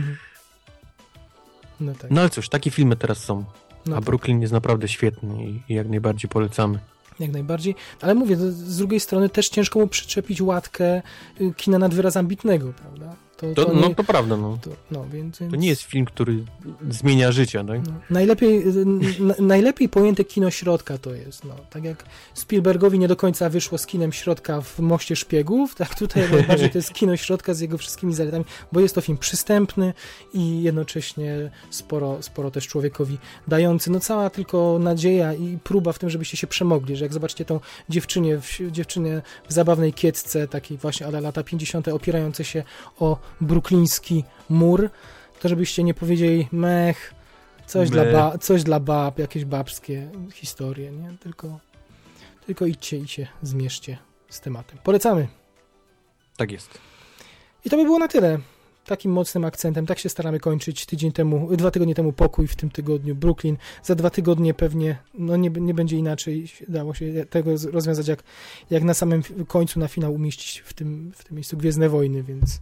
No tak. No ale cóż, takie filmy teraz są. A Brooklyn jest naprawdę świetny i jak najbardziej polecamy. Jak najbardziej, ale mówię, z drugiej strony też ciężko mu przyczepić łatkę kina nad wyraz ambitnego, prawda? To prawda, więc... To nie jest film, który zmienia życia, tak? No. Najlepiej pojęte kino środka to jest, tak jak Spielbergowi nie do końca wyszło z kinem środka w Moście Szpiegów, tak tutaj najbardziej to jest kino środka z jego wszystkimi zaletami, bo jest to film przystępny i jednocześnie sporo też człowiekowi dający. Cała tylko nadzieja i próba w tym, żebyście się przemogli, że jak zobaczycie tą dziewczynę w zabawnej kiecce, takiej właśnie ale lata 50. opierające się o brookliński mur, to żebyście nie powiedzieli coś dla bab, jakieś babskie historie, nie? Tylko idźcie i się zmierzcie z tematem. Polecamy. Tak jest. I to by było na tyle. Takim mocnym akcentem. Tak się staramy kończyć. 2 tygodnie temu Pokój, w tym tygodniu Brooklyn. Za 2 tygodnie pewnie nie będzie inaczej. Dało się tego rozwiązać, jak na samym końcu, na finał umieścić w tym miejscu Gwiezdne Wojny, więc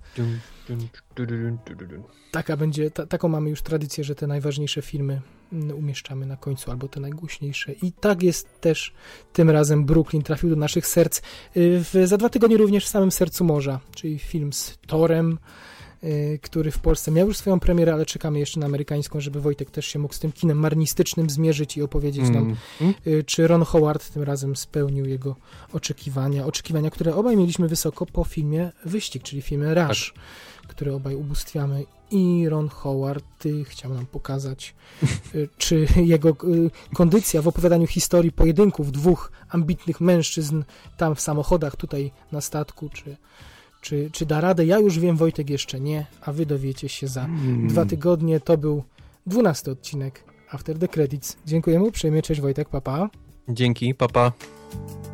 taką mamy już tradycję, że te najważniejsze filmy umieszczamy na końcu, albo te najgłośniejsze. I tak jest też tym razem. Brooklyn trafił do naszych serc. Za 2 tygodnie również w samym sercu morza, czyli film z Thorem, który w Polsce miał już swoją premierę, ale czekamy jeszcze na amerykańską, żeby Wojtek też się mógł z tym kinem marnistycznym zmierzyć i opowiedzieć nam, czy Ron Howard tym razem spełnił jego oczekiwania, które obaj mieliśmy wysoko po filmie Wyścig, czyli filmie Rush, który obaj ubóstwiamy, i Ron Howard chciał nam pokazać, czy jego kondycja w opowiadaniu historii pojedynków dwóch ambitnych mężczyzn tam w samochodach, tutaj na statku, czy da radę? Ja już wiem, Wojtek jeszcze nie, a wy dowiecie się za 2 tygodnie. To był 12 odcinek After the Credits. Dziękujemy uprzejmie, cześć Wojtek, papa. Dzięki, papa.